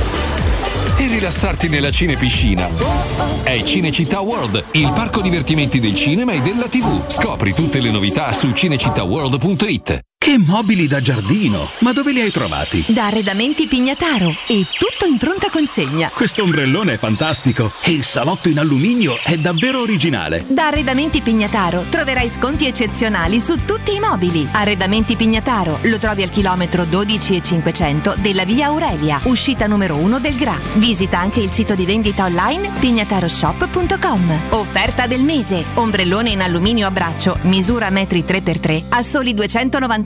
e rilassarti nella cinepiscina. È Cinecittà World, il parco divertimenti del cinema e della TV. Scopri tutte le novità su cinecittàworld.it. Che mobili da giardino! Ma dove li hai trovati? Da Arredamenti Pignataro, e tutto in pronta consegna. Questo ombrellone è fantastico e il salotto in alluminio è davvero originale. Da Arredamenti Pignataro troverai sconti eccezionali su tutti i mobili. Arredamenti Pignataro lo trovi al chilometro 12,500 della via Aurelia, uscita numero 1 del GRA. Visita anche il sito di vendita online pignataroshop.com. Offerta del mese: ombrellone in alluminio a braccio, misura metri 3x3 a soli €299.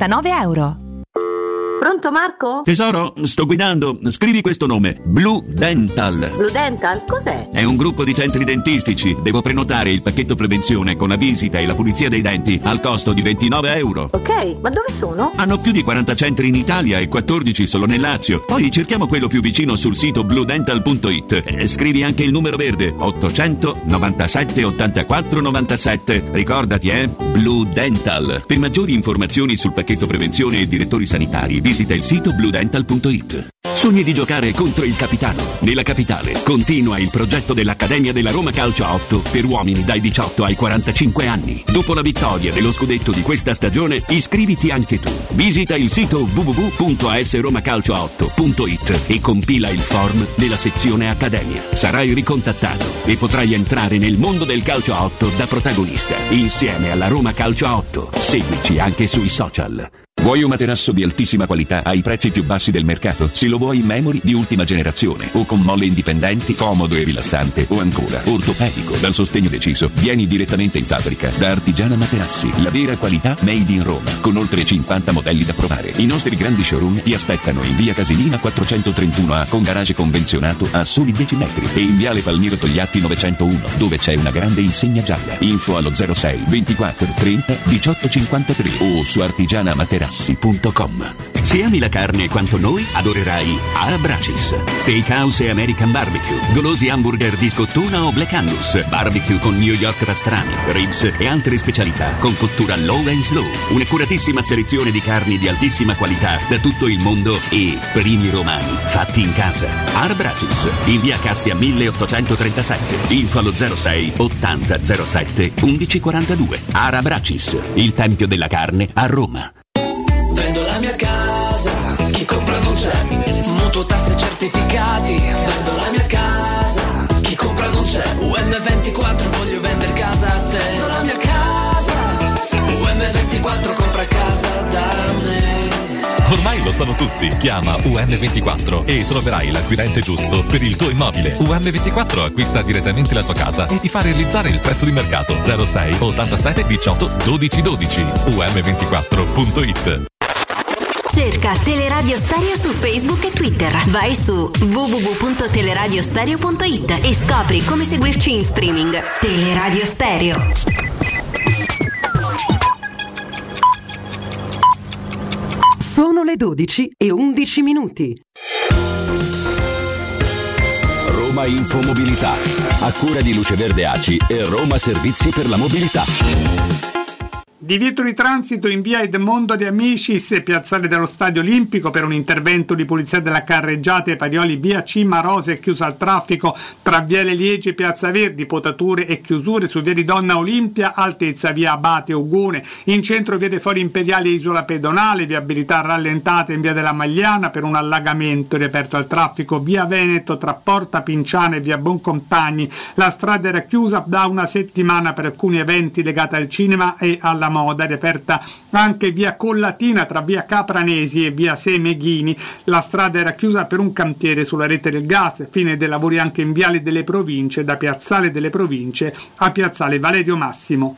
Pronto Marco? Tesoro, sto guidando. Scrivi questo nome: Blue Dental. Blue Dental? Cos'è? È un gruppo di centri dentistici. Devo prenotare il pacchetto prevenzione con la visita e la pulizia dei denti al costo di €29. Ok, ma dove sono? Hanno più di 40 centri in Italia e 14 solo nel Lazio. Poi cerchiamo quello più vicino sul sito bluedental.it. Scrivi anche il numero verde: 800 97 84 97. Ricordati, Blue Dental. Per maggiori informazioni sul pacchetto prevenzione e direttori sanitari, visita il sito bluedental.it. Sogni di giocare contro il capitano? Nella capitale continua il progetto dell'Accademia della Roma Calcio a 8 per uomini dai 18 ai 45 anni. Dopo la vittoria dello scudetto di questa stagione, iscriviti anche tu. Visita il sito www.asromacalcio8.it e compila il form nella sezione Accademia. Sarai ricontattato e potrai entrare nel mondo del calcio a 8 da protagonista, insieme alla Roma Calcio a 8. Seguici anche sui social. Vuoi un materasso di altissima qualità ai prezzi più bassi del mercato? Se lo vuoi in memory di ultima generazione o con molle indipendenti, comodo e rilassante, o ancora ortopedico dal sostegno deciso, vieni direttamente in fabbrica da Artigiana Materassi, la vera qualità made in Roma, con oltre 50 modelli da provare. I nostri grandi showroom ti aspettano in via Casilina 431A con garage convenzionato a soli 10 metri e in viale Palmiro Togliatti 901, dove c'è una grande insegna gialla. Info allo 06 24 30 18 53 o su artigianamaterassi.com. Se ami la carne quanto noi, adorerai Arabracis, Steakhouse e American Barbecue, golosi hamburger di scottuna o Black Angus, barbecue con New York pastrami, ribs e altre specialità con cottura low and slow, un'accuratissima selezione di carni di altissima qualità da tutto il mondo e primi romani fatti in casa. Arabracis, in via Cassia 1837, info allo 06 80 07 1142. Arabracis, il tempio della carne a Roma. Vendo la mia casa, chi compra non c'è, mutuo, tasse, certificati. Vendo la mia casa, chi compra non c'è, UM24, voglio vendere casa a te. Vendo la mia casa, Ormai lo sanno tutti. Chiama UM24 e troverai l'acquirente giusto per il tuo immobile. UM24 acquista direttamente la tua casa e ti fa realizzare il prezzo di mercato. 06 87 18 12 12. UM24.it. Cerca Teleradio Stereo su Facebook e Twitter. Vai su www.teleradiostereo.it e scopri come seguirci in streaming. Teleradio Stereo. Sono le 12:11. Roma Infomobilità, a cura di Luce Verde ACI e Roma Servizi per la Mobilità. Divieto di transito in via Edmondo De Amicis e piazzale dello Stadio Olimpico per un intervento di polizia della Carreggiata Parioli via Cima Rose è chiusa al traffico tra Viale Liegi e Piazza Verdi, potature e chiusure su via di Donna Olimpia, altezza via Abate Ugune, in centro via dei Fori Imperiali e Isola Pedonale, viabilità rallentata in via della Magliana per un allagamento, riaperto al traffico via Veneto tra Porta Pinciana e via Boncompagni. La strada era chiusa da una settimana per alcuni eventi legati al cinema e alla moda, riaperta anche via Collatina tra via Capranesi e via Semeghini. La strada era chiusa per un cantiere sulla rete del gas, fine dei lavori anche in viale delle Province, da piazzale delle Province a piazzale Valerio Massimo.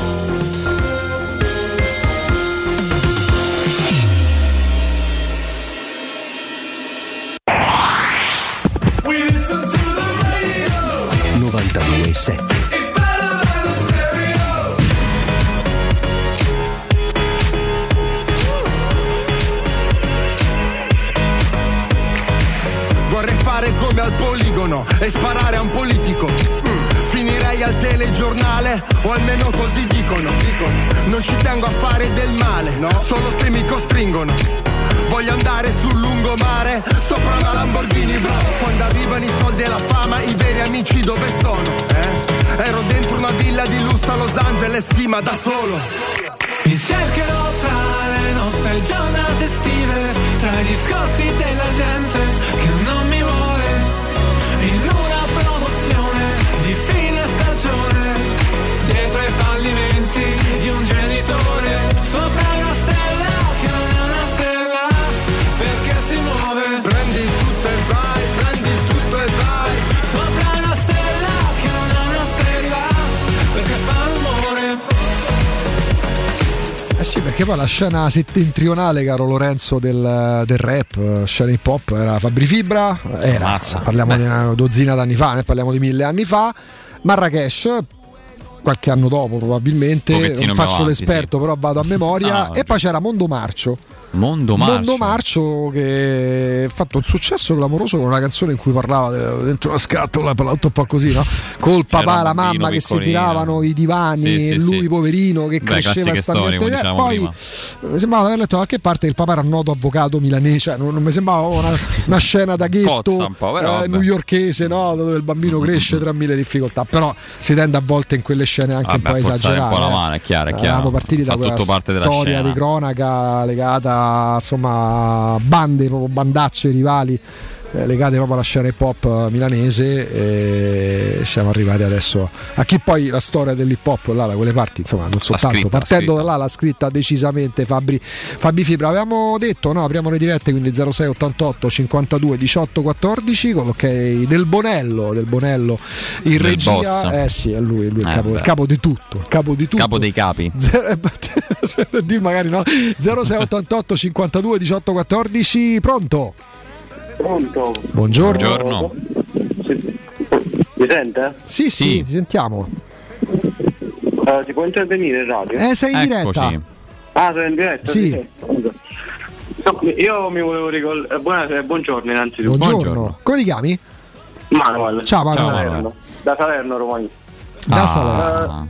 Come al poligono e sparare a un politico. Finirei al telegiornale, o almeno così dicono. Non ci tengo a fare del male, no, solo se mi costringono. Voglio andare sul lungomare, sopra una Lamborghini, bro. Quando arrivano i soldi e la fama, i veri amici dove sono? Ero dentro una villa di lusso a Los Angeles, sì, ma da solo. Mi cercherò tra le nostre giornate estive, tra i discorsi della gente che non mi vuole, in una promozione di fine stagione, dietro ai fallimenti di un genitore, sopra una stella che non è una stella, perché si muove. Prendi tutto e vai, sopra una stella che non è una stella, perché fa rumore. Eh sì, perché poi la scena settentrionale, caro Lorenzo, del rap, scena hip hop, era Fabri Fibra, parliamo di una dozzina d'anni fa, ne parliamo di 1000 anni fa, Marrakesh, qualche anno dopo probabilmente, non faccio l'esperto, sì, però vado a memoria, e poi c'era Mondo Marcio, che ha fatto un successo clamoroso con una canzone in cui parlava dentro una scatola, parlava un po' così, no? Col papà e la mamma che si tiravano i divani, e lui poverino che cresceva storie, poi prima. Mi sembrava di aver letto da qualche parte che il papà era un noto avvocato milanese, cioè non mi sembrava una scena da ghetto newyorkese, no? Dove il bambino cresce tra mille difficoltà, però si tende a volte in quelle scene anche un po' a esagerare, un po' la mano, è chiaro. Eravamo partiti da quella storia di cronaca legata, insomma, bandacce rivali legate proprio alla scena hip hop milanese, e siamo arrivati adesso a chi poi la storia dell'hip hop là da quelle parti, insomma, non soltanto partendo da là l'ha scritta decisamente Fabi Fibra. Avevamo detto, no, apriamo le dirette, quindi 06 88 52 18 14 con l'ok del Bonello in regia, boss. Sì, è lui il capo di tutto, capo dei capi. Di magari no. 06 88 52 18 14. Pronto? Buongiorno. Mi sente? Sì, ti sentiamo. Si può intervenire in radio? Sei in diretta. Sei in diretta? Sì. No, io mi volevo ricordare. Buongiorno innanzitutto. Buongiorno. Come ti chiami? Manuel. Ciao Manuel. Da Salerno, Romagna. Da Salerno.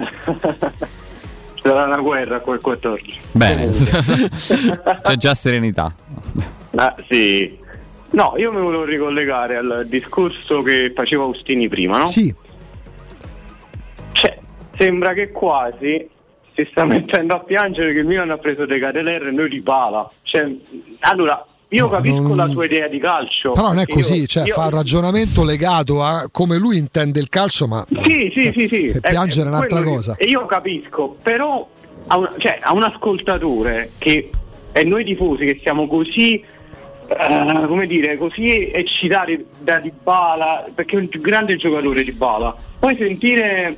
C'era una guerra quel 14. Bene. C'è già serenità. Sì. No, io mi volevo ricollegare al discorso che faceva Austini prima, no? Sì. Cioè, sembra che quasi si sta mettendo a piangere che il Milan ha preso De Keteler e noi di pala. Cioè, allora, io capisco la sua idea di calcio. Però non è così, fa un ragionamento legato a come lui intende il calcio, ma sì. Piangere è un'altra cosa. E io capisco, però a un ascoltatore che e noi tifosi che siamo così come dire, così eccitati da Dybala, perché è un grande giocatore Dybala, poi sentire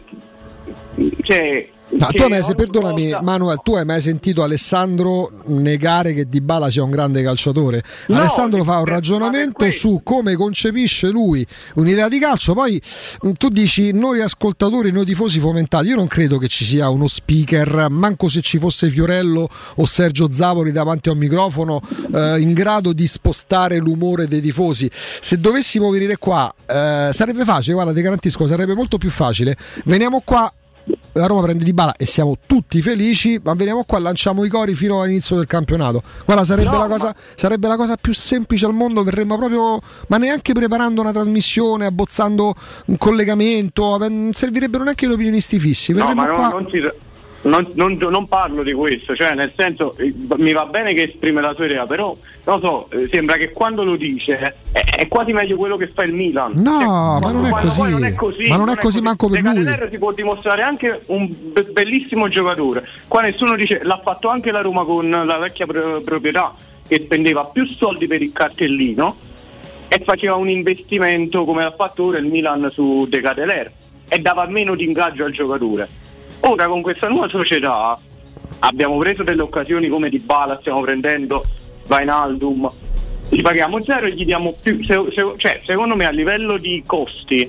no, tu hai mai, perdonami Manuel, tu hai mai sentito Alessandro negare che Dybala sia un grande calciatore? No, Alessandro fa un ragionamento su come concepisce lui un'idea di calcio, poi tu dici noi ascoltatori, noi tifosi fomentati. Io non credo che ci sia uno speaker, manco se ci fosse Fiorello o Sergio Zavoli davanti a un microfono in grado di spostare l'umore dei tifosi. Se dovessimo venire qua sarebbe facile, guarda, ti garantisco, sarebbe molto più facile. Veniamo qua, la Roma prende Dybala e siamo tutti felici, ma veniamo qua, lanciamo i cori fino all'inizio del campionato. Guarda, sarebbe la cosa più semplice al mondo, verremmo proprio, ma neanche preparando una trasmissione, abbozzando un collegamento, non servirebbero neanche gli opinionisti fissi. Verremmo qua. Non parlo di questo, cioè nel senso mi va bene che esprime la sua idea, però non so, sembra che quando lo dice è quasi meglio quello che fa il Milan. No, ma non è così. Non è così. Ma non è così manco per lui. Si può dimostrare anche un bellissimo giocatore. Qua nessuno dice, l'ha fatto anche la Roma con la vecchia proprietà, che spendeva più soldi per il cartellino e faceva un investimento come l'ha fatto ora il Milan su De Ketelaere e dava meno di ingaggio al giocatore. Ora con questa nuova società abbiamo preso delle occasioni come Dybala, stiamo prendendo Wijnaldum, gli paghiamo zero e gli diamo più, cioè secondo me a livello di costi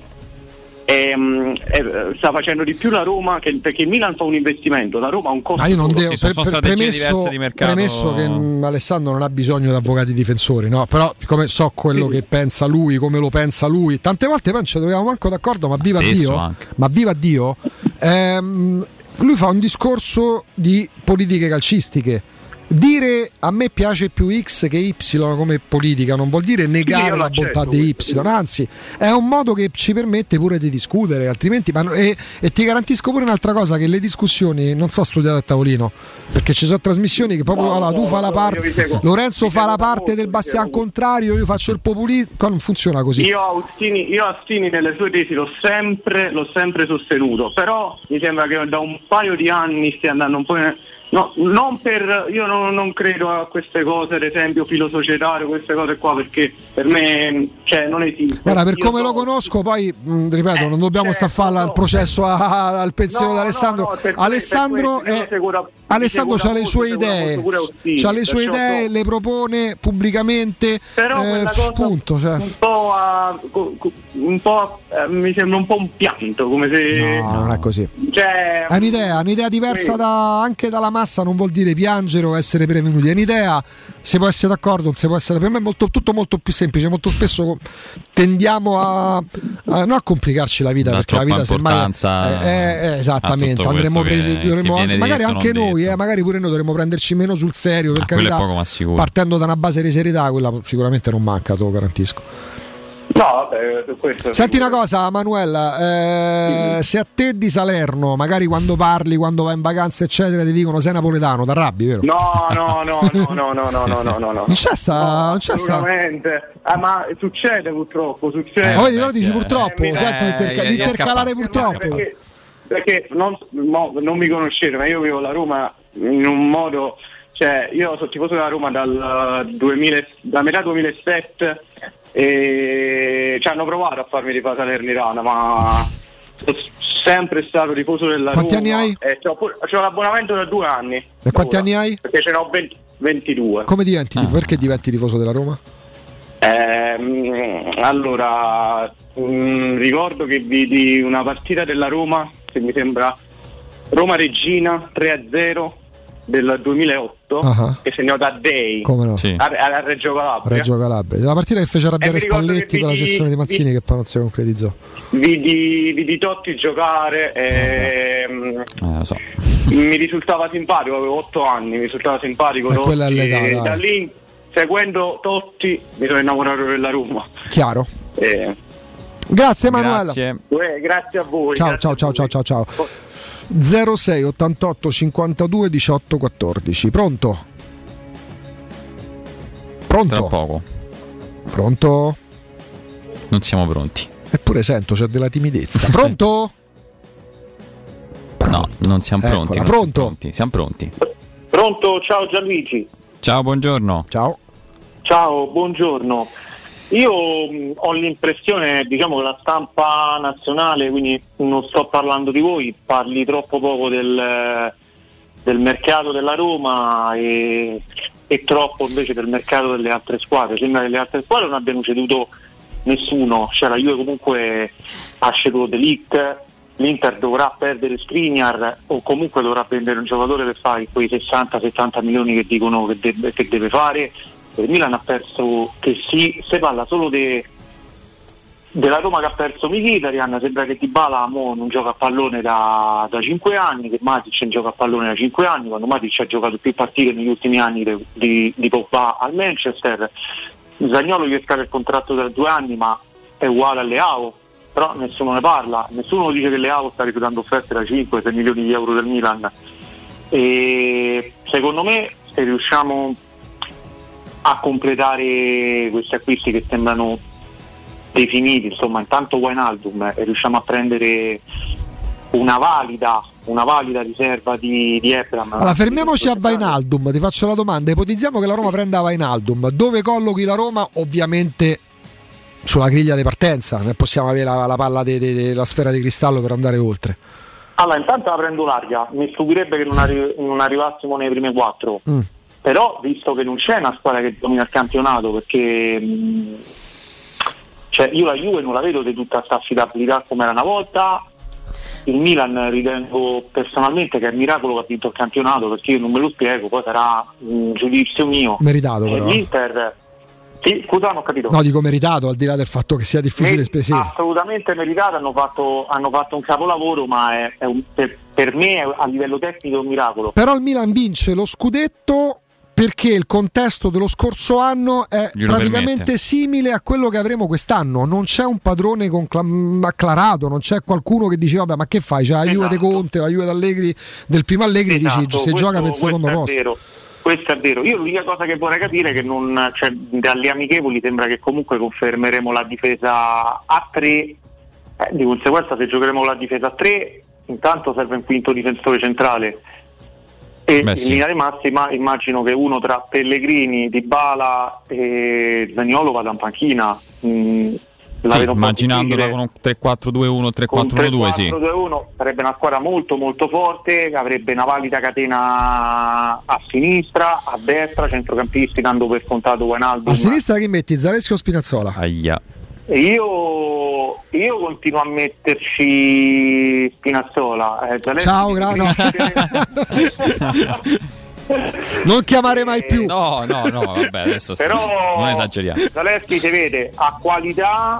sta facendo di più la Roma, perché il Milan fa un investimento, la Roma ha un costo. Io non devo, premesso che Alessandro non ha bisogno di avvocati difensori, no? Però come so quello che pensa lui, come lo pensa lui, tante volte poi non ci troviamo manco d'accordo, ma viva Dio, lui fa un discorso di politiche calcistiche. Dire a me piace più X che Y come politica non vuol dire negare la bontà di Y, anzi è un modo che ci permette pure di discutere, altrimenti e ti garantisco pure un'altra cosa, che le discussioni non so studiate a tavolino, perché ci sono trasmissioni che proprio tu fa la parte, Lorenzo fa la parte del bastian contrario, io faccio il populismo, non funziona così. Io Austini nelle sue tesi l'ho sempre sostenuto, però mi sembra che da un paio di anni stia andando un po'. No, io non credo a queste cose, ad esempio filo societario, queste cose qua, perché per me non esiste. Guarda, per come lo conosco, poi ripeto, non dobbiamo stare a fare il processo al pensiero di Alessandro. Alessandro ha le sue idee, le propone pubblicamente, però punto, cioè. Mi sembra un po' un pianto, come se no, non è così. È un'idea diversa anche dalla massa, non vuol dire piangere o essere prevenuti, è un'idea, si può essere d'accordo, non si può essere, per me è tutto molto più semplice. Molto spesso tendiamo non a complicarci la vita, perché la vita semmai esattamente andremo presi, magari anche noi, magari pure noi dovremmo prenderci meno sul serio, per carità, partendo da una base di serietà, quella sicuramente non manca, te lo garantisco. No, vabbè, questo. Senti una cosa, Manuela, se a te di Salerno, magari quando parli, quando vai in vacanza, eccetera, ti dicono sei napoletano, t'arrabbi, vero? No. Non c'è sta. Assolutamente. Ma succede purtroppo, Però dici purtroppo, senti di intercalare purtroppo. Perché non mi conoscete, ma io vivo la Roma in un modo, cioè io sono tifoso della Roma da metà 2007. E ci hanno provato a farmi rifare Salernitana, ma sono sempre stato tifoso della Roma. Quanti anni hai? C'ho l'abbonamento da 2 anni. E quanti anni hai? Perché ce ne ho 22. Come diventi? Perché diventi tifoso della Roma? Allora, ricordo che vidi una partita della Roma, che mi sembra Roma Regina 3-0 del 2008, che segnò da Dei, come no? Sì. a Reggio Calabria. La partita che fece arrabbiare Spalletti con la cessione di Mazzini, che poi non si concretizzò. Vidi Totti giocare lo so. Mi risultava simpatico, avevo 8 anni, mi risultava simpatico Totti, e da lì, seguendo Totti, mi sono innamorato della Roma. Chiaro. Grazie Emanuela. Grazie a voi. Ciao. 06 88 52 18 14. Pronto? Tra poco. Pronto? Non siamo pronti. Eppure sento c'è della timidezza. Pronto? No, non siamo pronti. Pronto? Siamo pronti. Pronto, ciao Gianluigi. Ciao, buongiorno. Ciao, buongiorno. Io ho l'impressione, diciamo, che la stampa nazionale, quindi non sto parlando di voi, parli troppo poco del mercato della Roma e troppo invece del mercato delle altre squadre. Sembra che le altre squadre non abbiano ceduto nessuno, cioè la Juve comunque ha ceduto De Ligt, l'Inter dovrà perdere Skriniar o comunque dovrà prendere un giocatore per fare quei 60-70 milioni che dicono che deve fare. Il Milan ha perso, che si parla solo della Roma che ha perso Mkhitaryan, sembra che Dybala non gioca a pallone da 5 anni, che Matic non gioca a pallone da 5 anni, quando Matic ha giocato più partite negli ultimi anni di Pogba al Manchester. Zaniolo gli scade il contratto da 2 anni, ma è uguale a Leao, però nessuno ne parla, nessuno dice che Leao sta rifiutando offerte da 5-6 milioni di euro del Milan. E secondo me, se riusciamo a completare questi acquisti che sembrano definiti, insomma, intanto Wijnaldum, e riusciamo a prendere una valida riserva di Abraham. Allora, fermiamoci a Wijnaldum, ti faccio la domanda: ipotizziamo che la Roma prenda Wijnaldum, dove collochi la Roma? Ovviamente sulla griglia di partenza, non possiamo avere la palla della sfera di cristallo per andare oltre. Allora, intanto la prendo larga, mi stupirebbe che non arrivassimo nei primi 4. Però, visto che non c'è una squadra che domina il campionato, perché cioè io la Juve non la vedo di tutta questa affidabilità come era una volta, il Milan ritengo personalmente che è un miracolo che ha vinto il campionato, perché io non me lo spiego, poi sarà un giudizio mio. Meritato però. L'Inter, sì, scusa, non ho capito. No, dico meritato, al di là del fatto che sia difficile assolutamente meritato, hanno fatto un capolavoro, ma per me a livello tecnico è un miracolo. Però il Milan vince lo scudetto perché il contesto dello scorso anno è praticamente simile a quello che avremo quest'anno. Non c'è un padrone acclarato, non c'è qualcuno che dice vabbè, ma che fai? C'è la Juve di Conte, la Juve d'Allegri, del primo Allegri, dici se gioca per il secondo posto. Vero. Questo è vero. Io l'unica cosa che vorrei capire è che dalle amichevoli sembra che comunque confermeremo la difesa a 3, di conseguenza se giocheremo la difesa a 3 intanto serve un quinto difensore centrale. E in linea di massima immagino che uno tra Pellegrini, Dybala e Zaniolo vada in panchina. Immaginandola con un 3-4-2-1, 3-4-1-2, sì. 3-4-2-1 sarebbe una squadra molto molto forte, che avrebbe una valida catena a sinistra, a destra, centrocampisti dando per scontato Wijnaldum. A sinistra chi metti? Zaleschi o Spinazzola? Aia. E io continuo a metterci Spinazzola. Ciao, non chiamare mai più. No, vabbè, adesso però non esageriamo. Zaleschi si vede a qualità,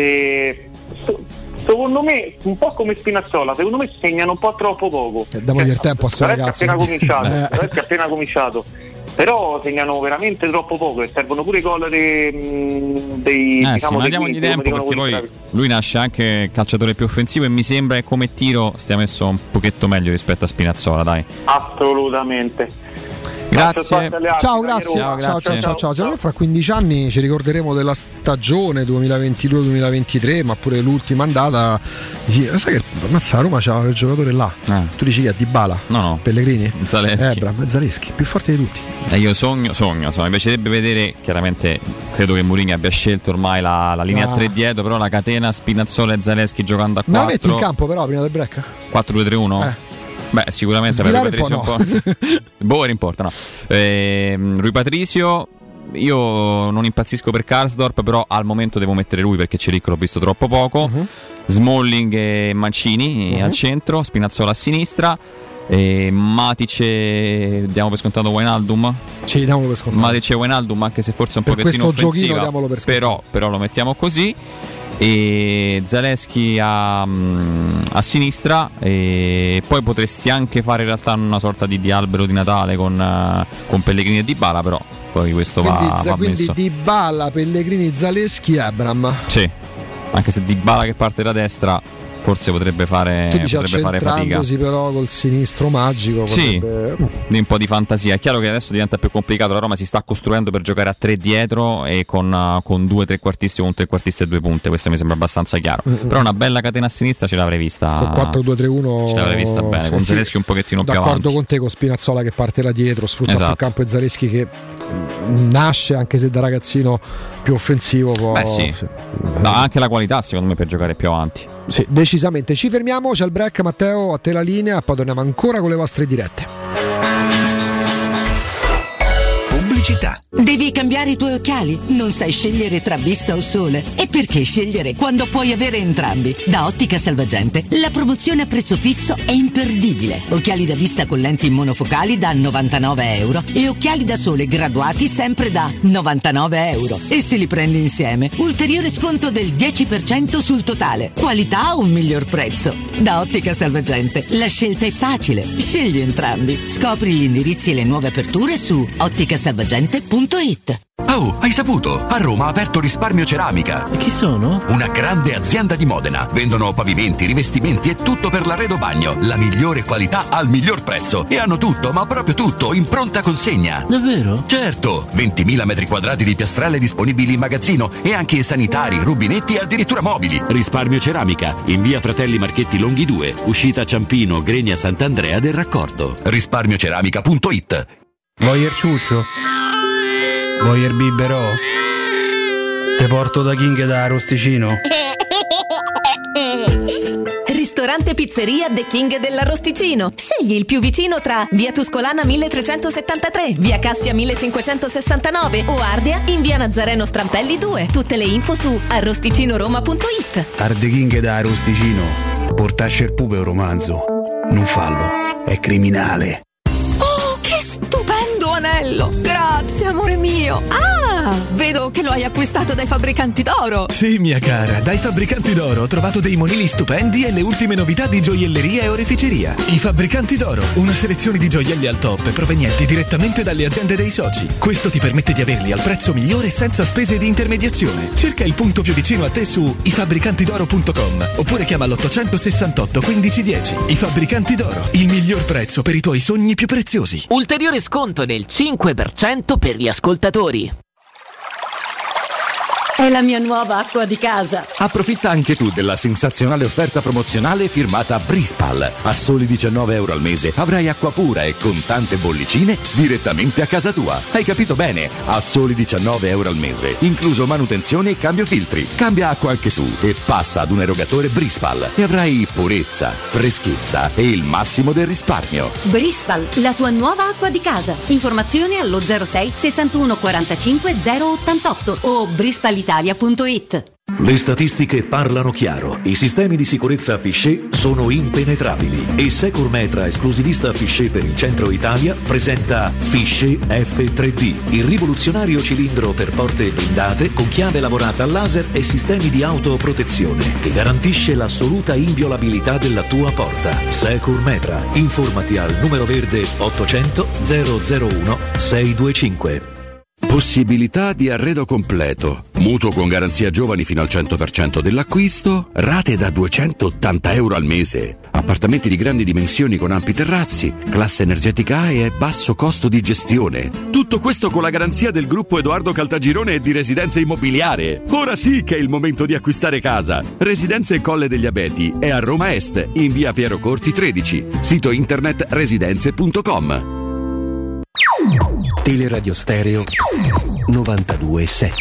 secondo me un po' come Spinazzola, secondo me segnano un po' troppo poco. Damogli il tempo a sto ragazzo. Zaleschi ha appena cominciato. Però segnano veramente troppo poco e servono pure i gol dei diciamo, ma diamogli tempo, perché poi lui nasce anche calciatore più offensivo e mi sembra che come tiro stia messo un pochetto meglio rispetto a Spinazzola, dai. Assolutamente. Grazie. Ciao, grazie. Ciao. Fra 15 anni ci ricorderemo della stagione 2022-2023, ma pure l'ultima andata. Sai che ammazza, la Roma c'aveva il giocatore là. Tu dici chi è? Dybala? No. Pellegrini? Zaleschi. Più forte di tutti. Io sogno. Mi piacerebbe vedere, chiaramente credo che Mourinho abbia scelto ormai la linea 3 dietro, però la catena Spinazzola e Zaleschi giocando a 4. Ma metti in campo però prima del break? 4-2-3-1? Beh, sicuramente per Rui Patrizio un po'. Boer importa, no. Rui Patrizio, io non impazzisco per Karsdorp, però al momento devo mettere lui perché Celic l'ho visto troppo poco. Smalling e Mancini al centro, Spinazzola a sinistra. Matic, diamo per scontato Wijnaldum? Sì, diamolo per scontato. Matic e Wijnaldum, anche se forse un pochettino offensiva, diamolo per scontato. Però lo mettiamo così. E Zaleschi a sinistra, e poi potresti anche fare in realtà una sorta di albero di Natale con Pellegrini e Dybala, però poi questo va messo. Quindi Dybala, Pellegrini, Zaleschi, Abraham. Sì, anche se Dybala che parte da destra forse potrebbe fare fatica. Però col sinistro magico potrebbe... Sì, un po' di fantasia. È chiaro che adesso diventa più complicato, la Roma si sta costruendo per giocare a 3 dietro e con 2 trequartisti o un trequartista e 2 punte, questo mi sembra abbastanza chiaro. Però una bella catena a sinistra ce l'avrei vista con 4-2-3-1, ce l'avrei vista bene, con Zaleschi un pochettino più avanti. D'accordo con te, con Spinazzola che parte là dietro, sfrutta più il campo, e Zaleschi che nasce, anche se da ragazzino, più offensivo. No, anche la qualità secondo me per giocare più avanti. Sì, decisamente. Ci fermiamo, c'è il break, Matteo, a te la linea, poi torniamo ancora con le vostre dirette. Pubblicità. Devi cambiare i tuoi occhiali? Non sai scegliere tra vista o sole? E perché scegliere quando puoi avere entrambi? Da Ottica Salvagente la promozione a prezzo fisso è imperdibile. Occhiali da vista con lenti monofocali da €99 e occhiali da sole graduati sempre da €99. E se li prendi insieme, ulteriore sconto del 10% sul totale. Qualità o un miglior prezzo? Da Ottica Salvagente la scelta è facile. Scegli entrambi. Scopri gli indirizzi e le nuove aperture su otticasalvagente.it. Oh, hai saputo? A Roma ha aperto Risparmio Ceramica. E chi sono? Una grande azienda di Modena. Vendono pavimenti, rivestimenti e tutto per l'arredo bagno. La migliore qualità al miglior prezzo. E hanno tutto, ma proprio tutto, in pronta consegna. Davvero? Certo! 20.000 metri quadrati di piastrelle disponibili in magazzino e anche sanitari, rubinetti e addirittura mobili. Risparmio Ceramica, in via Fratelli Marchetti Longhi 2, uscita Ciampino, Gregna Sant'Andrea del Raccordo. Risparmioceramica.it. Vuoi il ciuscio? Vuoi il biberò? Te porto da King da Arrosticino. Ristorante Pizzeria The King dell'Arrosticino. Scegli il più vicino tra via Tuscolana 1373, via Cassia 1569 o Ardea in via Nazareno Strampelli 2. Tutte le info su arrosticinoroma.it. Arde King da Arrosticino. Portasce il pupe un romanzo. Non fallo, è criminale. Oh, che stupendo anello! Grazie, amore mio! Ah, vedo che lo hai acquistato dai Fabbricanti d'Oro! Sì, mia cara, dai Fabbricanti d'Oro ho trovato dei monili stupendi e le ultime novità di gioielleria e oreficeria. I Fabbricanti d'Oro, una selezione di gioielli al top provenienti direttamente dalle aziende dei soci. Questo ti permette di averli al prezzo migliore senza spese di intermediazione. Cerca il punto più vicino a te su ifabbricantidoro.com oppure chiama l'868 1510. I Fabbricanti d'Oro, il miglior prezzo per i tuoi sogni più preziosi. Ulteriore sconto del 5% per gli ascoltatori. È la mia nuova acqua di casa. Approfitta anche tu della sensazionale offerta promozionale firmata Brispal. A soli €19 al mese avrai acqua pura e con tante bollicine direttamente a casa tua. Hai capito bene? A soli €19 al mese, incluso manutenzione e cambio filtri. Cambia acqua anche tu e passa ad un erogatore Brispal e avrai purezza, freschezza e il massimo del risparmio. Brispal, la tua nuova acqua di casa. Informazioni allo 06 61 45 088 o brispalitalia.it. Le statistiche parlano chiaro. I sistemi di sicurezza Fichet sono impenetrabili e Securmetra, esclusivista Fichet per il centro Italia, presenta Fichet F3D, il rivoluzionario cilindro per porte blindate con chiave lavorata a laser e sistemi di autoprotezione che garantisce l'assoluta inviolabilità della tua porta. Securmetra. Informati al numero verde 800 001 625. Possibilità di arredo completo, mutuo con garanzia giovani fino al 100% dell'acquisto, rate da €280 al mese, appartamenti di grandi dimensioni con ampi terrazzi, classe energetica A e basso costo di gestione. Tutto questo con la garanzia del gruppo Edoardo Caltagirone e di Residenze Immobiliare. Ora sì che è il momento di acquistare casa. Residenze Colle degli Abeti è a Roma Est, in via Piero Corti 13, sito internet residenze.com. Teleradio Stereo 92.7.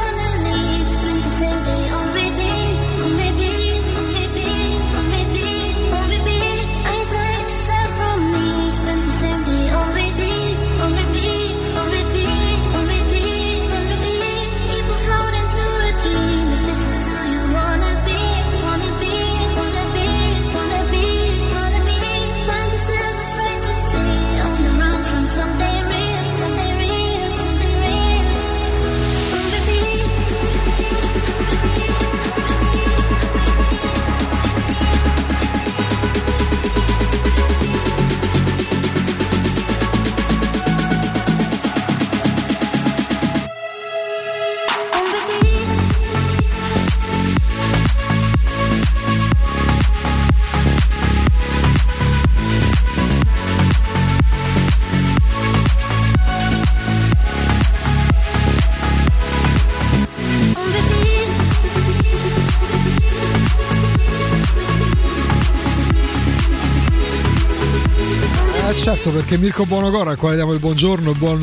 Same day on repeat, on repeat, on repeat, on repeat. Certo, perché Mirko Buonocora, al quale diamo il buongiorno e buon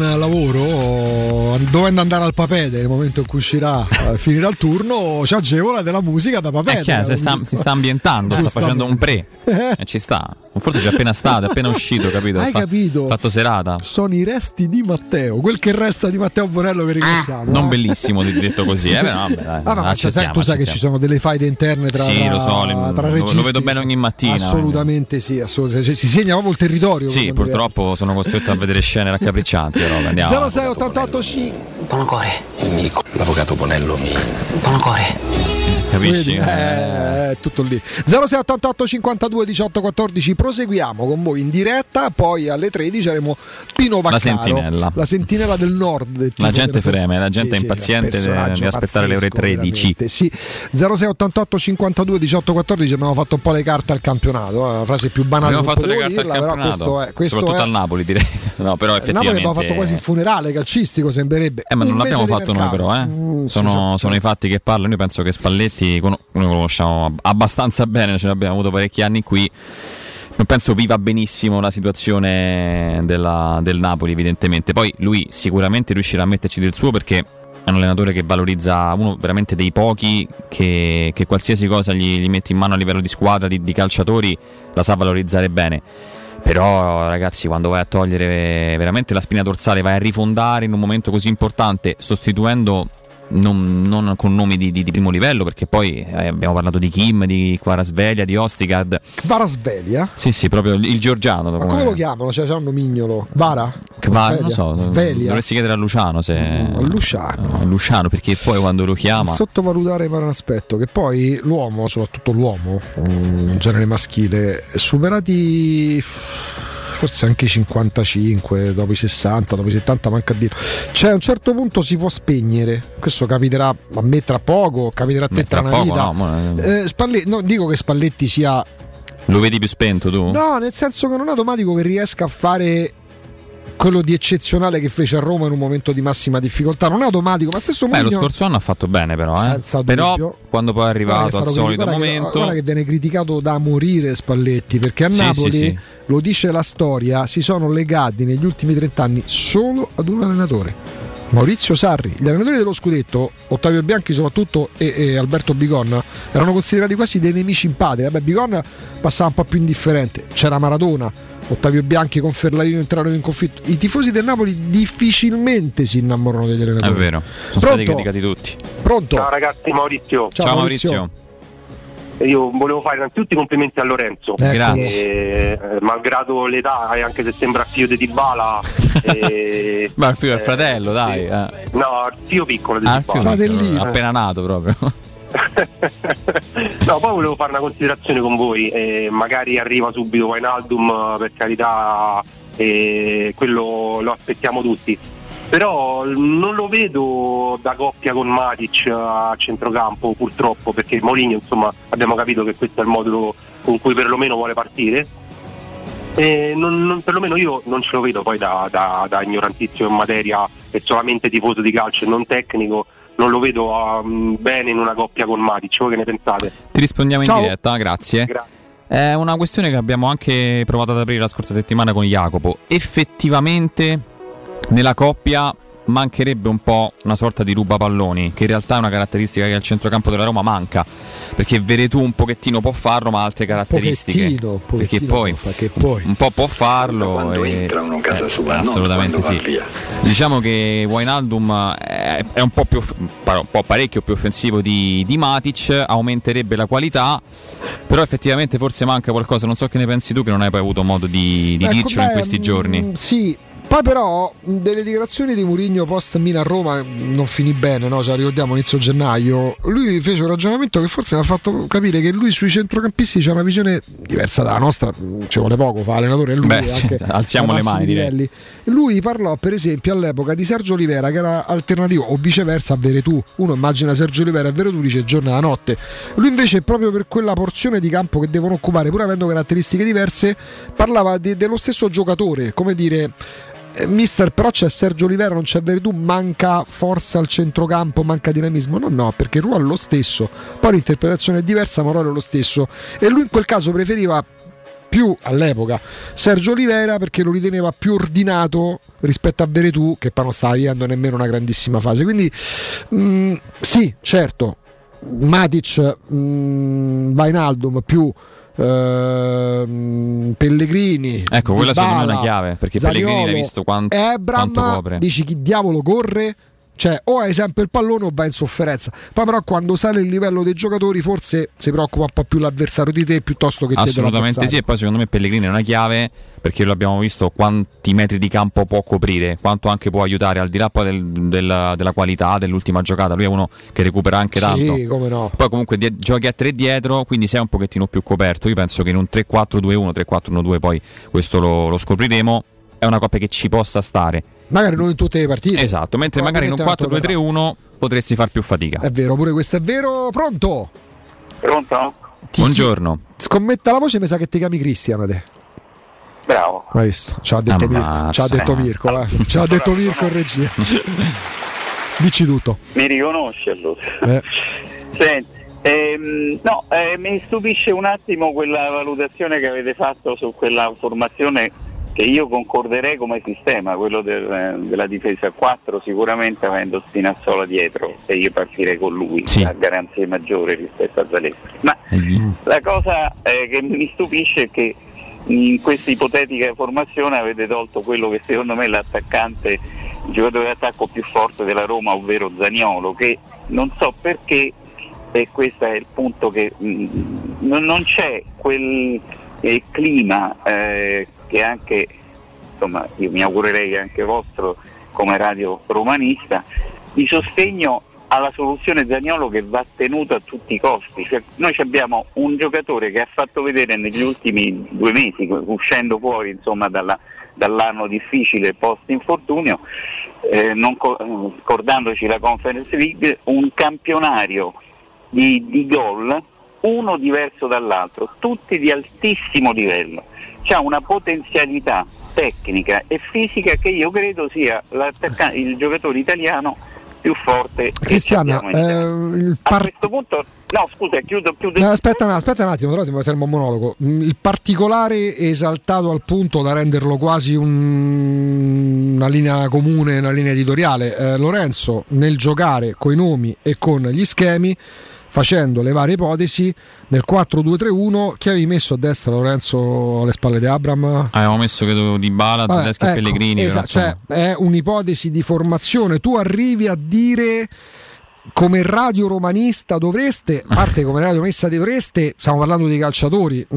lavoro, dovendo andare al Papede nel momento in cui uscirà, finirà il turno, ci agevola della musica da Papede. Si sta ambientando, sta facendo un pre, ci sta. Forse c'è appena stato, è appena uscito, capito? Hai capito? Fatto serata. Sono i resti di Matteo, quel che resta di Matteo Bonello che ringraziamo. Non bellissimo detto così, però vabbè, ma tu sai che ci sono delle faide interne tra lo so, tra registi, lo vedo bene ogni mattina. Assolutamente sì, assolutamente. Si segna proprio il territorio. Sì, purtroppo sono costretto a vedere scene raccapriccianti. 0688 Buonocore, il Mico, l'avvocato Bonello Buonocore. Capisci? Tutto lì. 0688 52 18 14. Proseguiamo con voi in diretta. Poi alle 13 avremo Pino Vaccaro, la sentinella del nord. La gente freme, la gente è impaziente di aspettare le ore 13. Sì. 0688 52 18 14. Abbiamo fatto un po' le carte al campionato. La frase più banale. Abbiamo fatto le carte al campionato. Soprattutto al Napoli, direi. No, però effettivamente. Napoli abbiamo fatto quasi il funerale calcistico, sembrerebbe. Ma non l'abbiamo fatto noi, però. Sono i fatti che parlano. Io penso che Spalletti noi lo conosciamo abbastanza bene, ce l'abbiamo avuto parecchi anni qui. Non penso viva benissimo la situazione del Napoli, evidentemente. Poi lui sicuramente riuscirà a metterci del suo, perché è un allenatore che valorizza, uno veramente dei pochi che qualsiasi cosa gli metti in mano a livello di squadra, di calciatori, la sa valorizzare bene. Però ragazzi, quando vai a togliere veramente la spina dorsale, vai a rifondare in un momento così importante, sostituendo non con nomi di primo livello, perché poi abbiamo parlato di Kim, di Kvaratskhelia, di Ostigard. Kvaratskhelia? Sì, proprio il georgiano. Ma come lo chiamano? Cioè c'è un nomignolo? Vara? Non so, dovresti chiedere a Luciano se a Luciano, perché poi quando lo chiama sottovalutare per un aspetto che poi l'uomo, soprattutto l'uomo, in genere maschile, superati forse anche i 55, dopo i 60, dopo i 70, manca a dirlo. Cioè a un certo punto si può spegnere. Questo capiterà a me tra poco, capiterà a te tra una vita. Non dico che Spalletti sia. Lo vedi più spento tu? No, nel senso che non è automatico che riesca a fare quello di eccezionale che fece a Roma in un momento di massima difficoltà. Non è automatico, ma stesso Lo scorso anno ha fatto bene, però però quando poi è arrivato al solito momento, guarda che viene criticato da morire Spalletti, perché a Napoli, lo dice la storia, si sono legati negli ultimi 30 anni solo ad un allenatore, Maurizio Sarri. Gli allenatori dello scudetto, Ottavio Bianchi soprattutto e Alberto Bigonna, erano considerati quasi dei nemici in patria. Bigonna passava un po' più indifferente, c'era Maradona, Ottavio Bianchi con Ferlarino entrarono in conflitto. I tifosi del Napoli difficilmente si innamorano degli allenatori. È vero, sono stati criticati tutti. Pronto? Ciao ragazzi, Maurizio. Ciao Maurizio. Io volevo fare innanzitutto i complimenti a Lorenzo. Grazie. Malgrado l'età, e anche se sembra figlio di Dybala. Ma il figlio del fratello, dai. No, il figlio piccolo di Dybala. Fratellino. Appena nato proprio. No, poi volevo fare una considerazione con voi. Magari arriva subito Wijnaldum, per carità, quello lo aspettiamo tutti. Però non lo vedo da coppia con Matic a centrocampo, purtroppo, perché Mourinho, insomma, abbiamo capito che questo è il modulo con cui perlomeno vuole partire. Perlomeno io non ce lo vedo poi da ignorantissimo in materia e solamente tifoso di calcio e non tecnico. Non lo vedo bene in una coppia con Matic. Voi che ne pensate? Ti rispondiamo in diretta, grazie. È una questione che abbiamo anche provato ad aprire la scorsa settimana con Jacopo. Effettivamente nella coppia mancherebbe un po' una sorta di rubapalloni, che in realtà è una caratteristica che al centrocampo della Roma manca, perché Veretù un pochettino può farlo, ma ha altre caratteristiche, perché poi un po' può farlo quando entrano a casa sua, assolutamente sì. Diciamo che Wijnaldum è un po' parecchio più offensivo di Matic, aumenterebbe la qualità, però effettivamente forse manca qualcosa. Non so che ne pensi tu, che non hai poi avuto modo di dircelo in questi giorni. Sì. Poi però delle dichiarazioni di Mourinho post Milan-Roma non finì bene, no? Cioè, ricordiamo inizio gennaio, lui fece un ragionamento che forse mi ha fatto capire che lui sui centrocampisti c'ha una visione diversa dalla nostra. Ci vuole poco, fa allenatore e lui anche alziamo le mani, direi. Lui parlò per esempio all'epoca di Sergio Olivera, che era alternativo o viceversa a Veretù. Uno immagina Sergio Olivera e Veretù, dice giorno e notte. Lui invece, proprio per quella porzione di campo che devono occupare, pur avendo caratteristiche diverse, parlava dello stesso giocatore, come dire: mister, però c'è Sergio Olivera, non c'è Veretù, manca forza al centrocampo, manca dinamismo. No, perché il ruolo è lo stesso, poi l'interpretazione è diversa, ma il ruolo è lo stesso. E lui in quel caso preferiva più all'epoca Sergio Oliveira, perché lo riteneva più ordinato rispetto a Veretù, che poi non stava vivendo nemmeno una grandissima fase. Quindi sì, certo, Matic, Wijnaldum più Pellegrini, ecco, quella secondo me è Dybala, una chiave, perché Zaniolo, Pellegrini l'hai visto quanto copre. Dici chi diavolo corre? Cioè, o hai sempre il pallone o vai in sofferenza. Poi però quando sale il livello dei giocatori forse si preoccupa un po' più l'avversario di te piuttosto che te dell'avversario. Assolutamente sì, e poi secondo me Pellegrini è una chiave, perché lo abbiamo visto quanti metri di campo può coprire, quanto anche può aiutare, al di là poi della qualità dell'ultima giocata. Lui è uno che recupera anche tanto. Sì, come no. Poi comunque giochi a 3 dietro, quindi sei un pochettino più coperto. Io penso che in un 3-4-2-1, 3-4-1-2, poi questo lo scopriremo, è una coppia che ci possa stare. Magari non in tutte le partite. Esatto, mentre magari in un 4-2-3-1 potresti far più fatica. È vero, pure questo è vero. Pronto? Pronto? Buongiorno. Scommetta la voce, mi sa che ti chiami Cristian te. Bravo. Hai visto? Ce l'ha detto Mirko. Ce l'ha detto Mirko, Ce l'ha detto Mirko in regia. Dici tutto. Mi riconosci allora? Senti, mi stupisce un attimo quella valutazione che avete fatto su quella formazione, che io concorderei come sistema, quello della difesa a 4, sicuramente avendo Spinazzola dietro, e io partirei con lui, a garanzia maggiore rispetto a Zaleschi. Ma la cosa che mi stupisce è che in questa ipotetica formazione avete tolto quello che secondo me è l'attaccante, il giocatore d'attacco più forte della Roma, ovvero Zaniolo, che non so perché, e questo è il punto, che non c'è quel clima che anche, insomma, io mi augurerei che anche vostro come radio romanista, di sostegno alla soluzione Zaniolo, che va tenuto a tutti i costi. Cioè, noi abbiamo un giocatore che ha fatto vedere negli ultimi 2 mesi, uscendo fuori insomma dall'anno difficile post infortunio, non scordandoci la Conference League, un campionario di gol, uno diverso dall'altro, tutti di altissimo livello. C'ha una potenzialità tecnica e fisica che io credo sia il giocatore italiano più forte. Cristiana, a questo punto, no, scusa, chiudo. No, aspetta un attimo, però ti fermo un monologo. Il particolare esaltato al punto da renderlo quasi una linea comune, una linea editoriale. Lorenzo, nel giocare coi nomi e con gli schemi, facendo le varie ipotesi, nel 4-2-3-1 chi avevi messo a destra, Lorenzo, alle spalle di Abram? Avevamo messo, credo, Dybala, Zaleschi e Pellegrini. Esatto, cioè è un'ipotesi di formazione. Tu arrivi a dire, come radio romanista dovreste, a parte come radio romanista dovreste, stiamo parlando di calciatori,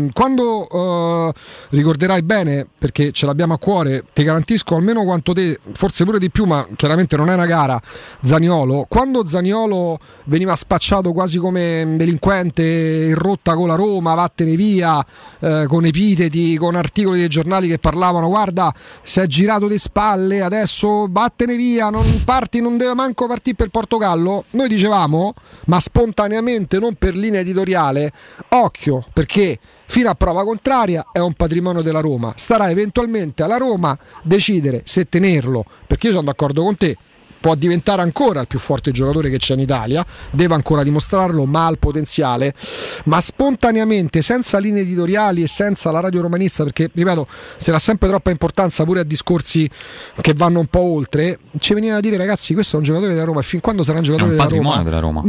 quando ricorderai bene, perché ce l'abbiamo a cuore, ti garantisco almeno quanto te, forse pure di più, ma chiaramente non è una gara, Zaniolo, quando Zaniolo veniva spacciato quasi come un delinquente in rotta con la Roma, vattene via, con epiteti, con articoli dei giornali che parlavano, guarda, si è girato di spalle, adesso vattene via, non parti, non deve manco partire per Portogallo. Noi dicevamo, ma spontaneamente, non per linea editoriale, occhio, perché fino a prova contraria è un patrimonio della Roma, starà eventualmente alla Roma decidere se tenerlo, perché io sono d'accordo con te, può diventare ancora il più forte giocatore che c'è in Italia, deve ancora dimostrarlo, ma ha il potenziale. Ma spontaneamente, senza linee editoriali e senza la radio romanista, perché ripeto, se dà sempre troppa importanza pure a discorsi che vanno un po' oltre, ci veniva a dire, ragazzi, questo è un giocatore della Roma, e fin quando sarà un giocatore della Roma,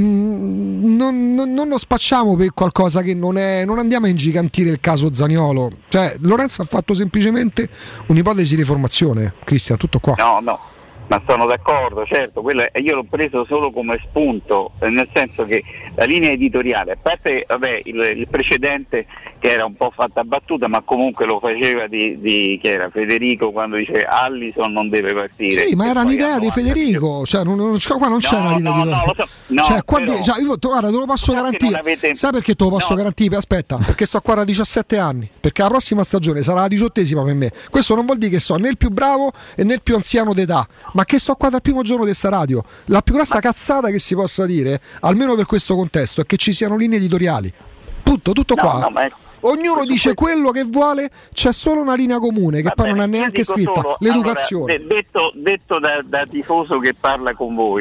non lo spacciamo per qualcosa che non è, non andiamo a ingigantire il caso Zaniolo. Cioè, Lorenzo ha fatto semplicemente un'ipotesi di formazione. Cristian, tutto qua. No, ma sono d'accordo, certo, io l'ho preso solo come spunto, nel senso che la linea editoriale, a parte il precedente che era un po' fatta battuta, ma comunque lo faceva di chi era? Federico, quando dice Allison non deve partire. Sì, ma era un'idea di Federico, cioè qua non c'è una linea editoriale. Guarda, te lo posso garantire. Sai perché te lo posso garantire? Aspetta, perché sto qua da 17 anni, perché la prossima stagione sarà la 18ª per me. Questo non vuol dire che sono né il più bravo e né il più anziano d'età, ma che sto qua dal primo giorno di sta radio. La più grossa cazzata che si possa dire, almeno per questo contesto, è che ci siano linee editoriali. Tutto qua. Ognuno dice quello che vuole, c'è solo una linea comune che poi non è neanche scritta, l'educazione. Allora, detto da tifoso che parla con voi,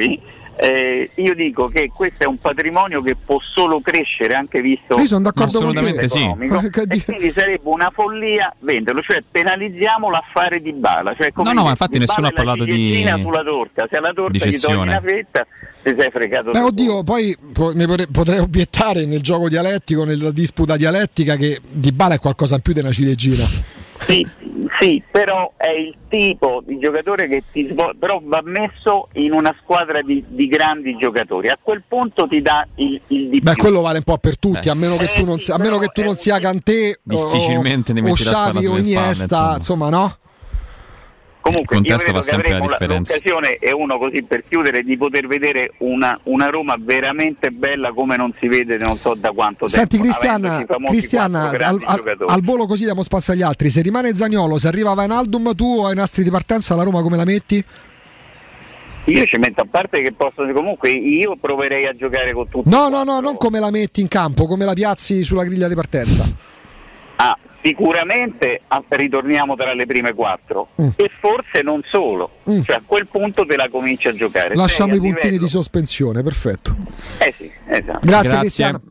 Io dico che questo è un patrimonio che può solo crescere, anche visto io sono d'accordo assolutamente sì. E quindi sarebbe una follia venderlo, cioè penalizziamo l'affare di Dybala, cioè come ma infatti nessuno ha parlato di sulla torta, se alla torta gli togli una fetta ti sei fregato. Oddio, poi potrei obiettare nel gioco dialettico, nella disputa dialettica, che Dybala è qualcosa in più di una ciliegina. Sì, però è il tipo di giocatore che però va messo in una squadra di grandi giocatori. A quel punto ti dà il di più. Quello vale un po' per tutti, a meno che tu non sia Kanté difficilmente o Xavi o Iniesta, insomma, no? Comunque io credo che avremo l'occasione, e uno così per chiudere, di poter vedere una Roma veramente bella come non si vede non so da quanto tempo. Senti Cristiana, al volo così diamo spazio agli altri. Se rimane Zaniolo, se arriva Wijnaldum, tu hai nastri di partenza, la Roma come la metti? Io ci metto, a parte che comunque io proverei a giocare con tutti. No, non come la metti in campo, come la piazzi sulla griglia di partenza. Sicuramente ritorniamo tra le prime 4 e forse non solo, cioè a quel punto te la cominci a giocare. Lasciamo i puntini di sospensione, perfetto. Sì, esatto. Grazie. Cristiano.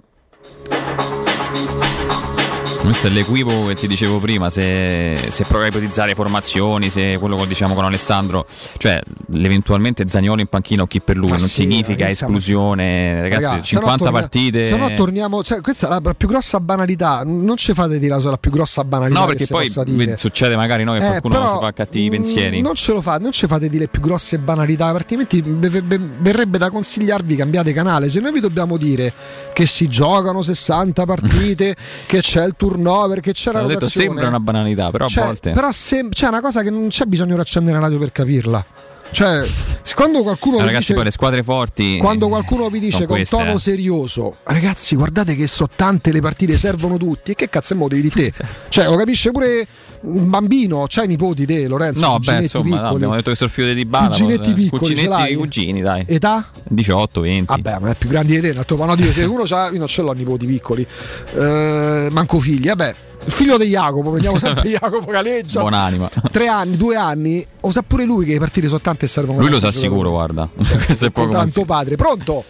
Questo è l'equivoco che ti dicevo prima, se provi a ipotizzare formazioni, se quello che diciamo con Alessandro, cioè eventualmente Zaniolo in panchina o chi per lui, non significa esclusione, ragazzi, 50 partite. Se no torniamo, cioè questa è la più grossa banalità, non ci fate dire la più grossa banalità. No, perché poi succede magari che qualcuno non si fa cattivi pensieri. Non ci fate dire le più grosse banalità, altrimenti verrebbe da consigliarvi cambiate canale. Se noi vi dobbiamo dire che si giocano 60 partite, che c'è il turnover, che c'è la rotazione, sembra una banalità, però a volte c'è una cosa che non c'è bisogno di accendere la radio per capirla. Cioè, quando qualcuno ragazzi dice, poi le squadre forti, quando qualcuno vi dice con tono serioso, ragazzi guardate che so tante le partite, servono tutti, e che cazzo mo devi di te? Cioè lo capisce pure un bambino, c'hai nipoti te, Lorenzo? No, abbiamo detto che sono figlio di Dybala, cuginetti piccoli, cuginetti, cugini, dai. Età? 18, 20. Vabbè, ma è più grandi di te, ma no, se uno io non ce l'ho nipoti piccoli, manco figli, vabbè. Il figlio di Jacopo, prendiamo sempre Jacopo Caleggia, buonanima, 3 anni, 2 anni, lo sa pure lui che le partite sono tante e servono. Lui lo sa sicuro, guarda. Questo è poco tanto padre. Pronto?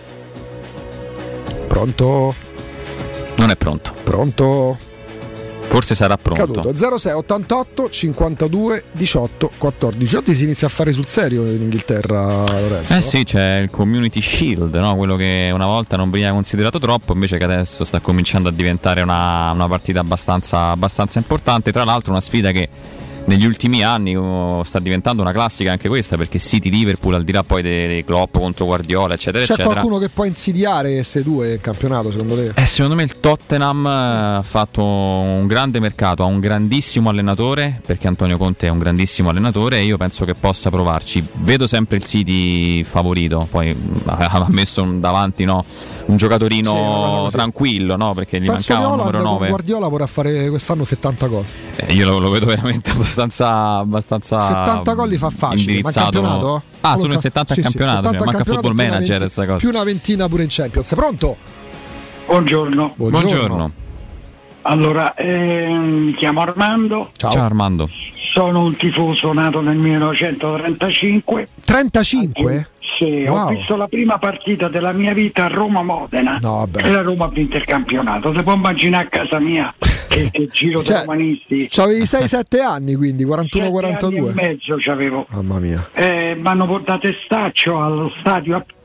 Non è pronto. Forse sarà pronto. Caduto. 06 88 52 18 14. Oggi si inizia a fare sul serio in Inghilterra, Lorenzo. Sì, c'è il Community Shield, no? Quello che una volta non veniva considerato troppo, invece che adesso sta cominciando a diventare una partita abbastanza importante. Tra l'altro una sfida che negli ultimi anni sta diventando una classica anche questa, perché City-Liverpool, al di là poi dei Klopp contro Guardiola eccetera c'è qualcuno che può insidiare queste due in campionato, secondo te? Secondo me il Tottenham ha fatto un grande mercato, ha un grandissimo allenatore, perché Antonio Conte è un grandissimo allenatore, e io penso che possa provarci. Vedo sempre il City favorito, poi ha messo davanti un giocatorino tranquillo, no? Perché gli mancava un numero 9. Guardiola vorrà fare quest'anno 70 gol. Io lo vedo veramente abbastanza 70 gol li fa facile, ma campionato? Sono in 70 campionato, 70 manca Football Manager questa cosa. Più una ventina pure in Champions. Pronto? Buongiorno. Allora, mi chiamo Armando. Ciao Armando. Sono un tifoso nato nel 1935. 35? Sì, wow. Ho visto la prima partita della mia vita a Roma-Modena e la Roma ha vinto il campionato. Si può immaginare a casa mia che giro di romanisti. C'avevi 6-7 anni, quindi 41-42 anni e mezzo c'avevo. Mamma mia. Mi hanno portato Staccio allo stadio a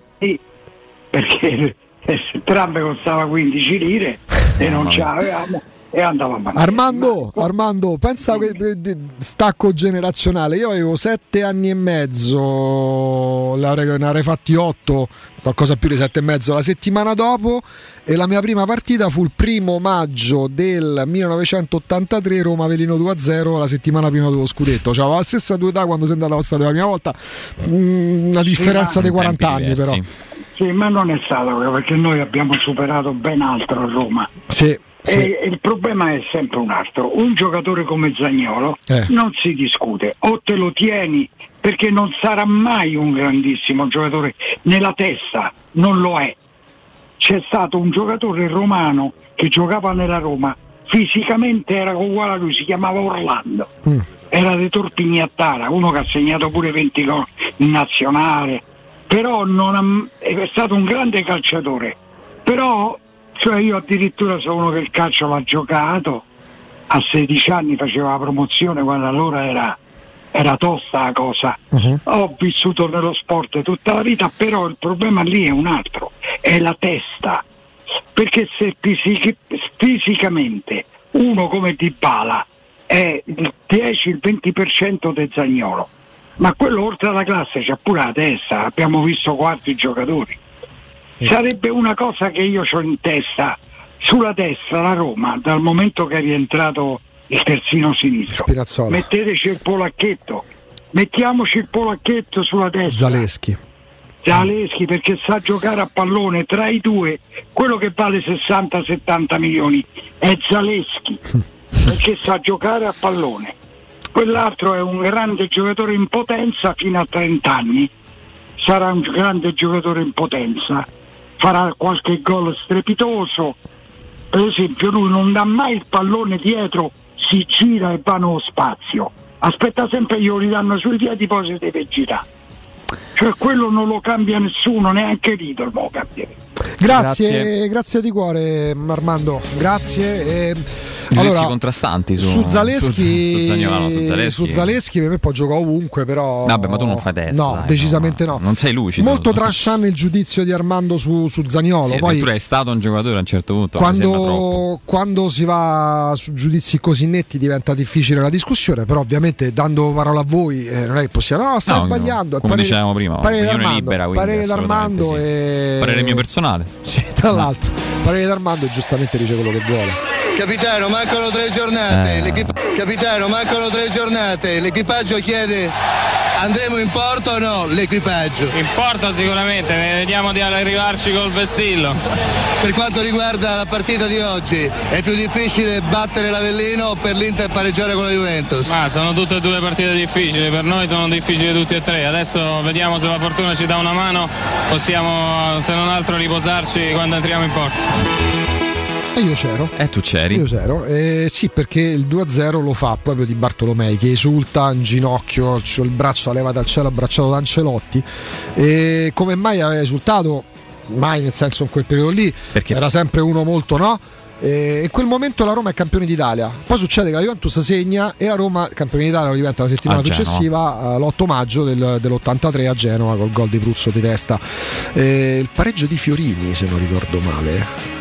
perché entrambe costava 15 lire e non ce l'avevamo. E andavamo Armando, pensa che stacco generazionale. Io avevo 7 anni e mezzo, ne avrei fatti 8, qualcosa più di 7 e mezzo la settimana dopo, e la mia prima partita fu il 1 maggio del 1983, Roma-Avellino 2-0, la settimana prima dello scudetto. C'avevo la stessa tua età quando sei andato allo stadio la prima volta, una differenza di 40 anni però. Sì, ma non è stato perché noi abbiamo superato ben altro a Roma. Sì. E il problema è sempre un altro. Un giocatore come Zaniolo non si discute, o te lo tieni perché non sarà mai un grandissimo giocatore, nella testa non lo è. C'è stato un giocatore romano che giocava nella Roma, fisicamente era uguale a lui, si chiamava Orlando, era di Torpignattara, uno che ha segnato pure 20 gol in nazionale. però è stato un grande calciatore, però cioè io addirittura sono uno che il calcio l'ha giocato, a 16 anni faceva la promozione quando allora era tosta la cosa. Ho vissuto nello sport tutta la vita, però il problema lì è un altro, è la testa, perché se fisicamente uno come Dybala è il 10, il 20% del Zaniolo, ma quello oltre alla classe c'ha pure la testa, abbiamo visto quanti giocatori. Sarebbe una cosa che io ho in testa, sulla destra la Roma, dal momento che è rientrato il terzino sinistro, metteteci il polacchetto, mettiamoci il polacchetto sulla destra, Zaleschi, perché sa giocare a pallone. Tra i due quello che vale 60-70 milioni è Zaleschi, perché sa giocare a pallone. Quell'altro è un grande giocatore in potenza fino a 30 anni, sarà un grande giocatore in potenza, farà qualche gol strepitoso. Per esempio lui non dà mai il pallone dietro, si gira e va nello spazio, aspetta sempre, glielo ridanno sui piedi, poi si deve girare. Cioè quello non lo cambia nessuno, neanche Riedel lo cambierebbe. Grazie di cuore Armando, grazie. Allora, contrastanti su Zaleschi, su Zaleschi per me poi gioca ovunque, però vabbè, ma tu non fai testa, no, decisamente no, non sei lucido, molto trasciano il giudizio di Armando su Zaniolo. Sì, poi tu è stato un giocatore a un certo punto, quando si va su giudizi così netti diventa difficile la discussione, però ovviamente dando parola a voi non è che possiamo sta sbagliando, come dicevamo prima, parere d'Armando e parere mio personale. Sì, tra l'altro parere d'Armando giustamente dice quello che vuole. Capitano, mancano 3 giornate. Capitano, mancano 3 giornate. L'equipaggio chiede: andremo in porto o no? L'equipaggio in porto sicuramente, vediamo di arrivarci col vessillo. Per quanto riguarda la partita di oggi, è più difficile battere l'Avellino o per l'Inter pareggiare con la Juventus? Ma sono tutte e due partite difficili, per noi sono difficili tutte e tre. Adesso vediamo se la fortuna ci dà una mano, possiamo se non altro riposarci quando entriamo in porto. E io c'ero. Tu c'eri? Io c'ero. Sì, perché il 2-0 lo fa proprio Di Bartolomei, che esulta in ginocchio, il braccio levato al cielo, abbracciato da Ancelotti. E come mai aveva esultato? Mai, nel senso, in quel periodo lì, perché era sempre uno molto in quel momento la Roma è campione d'Italia, poi succede che la Juventus segna e la Roma campione d'Italia lo diventa la settimana successiva, l'8 maggio dell'83 a Genova col gol di Pruzzo di testa, il pareggio di Fiorini se non ricordo male.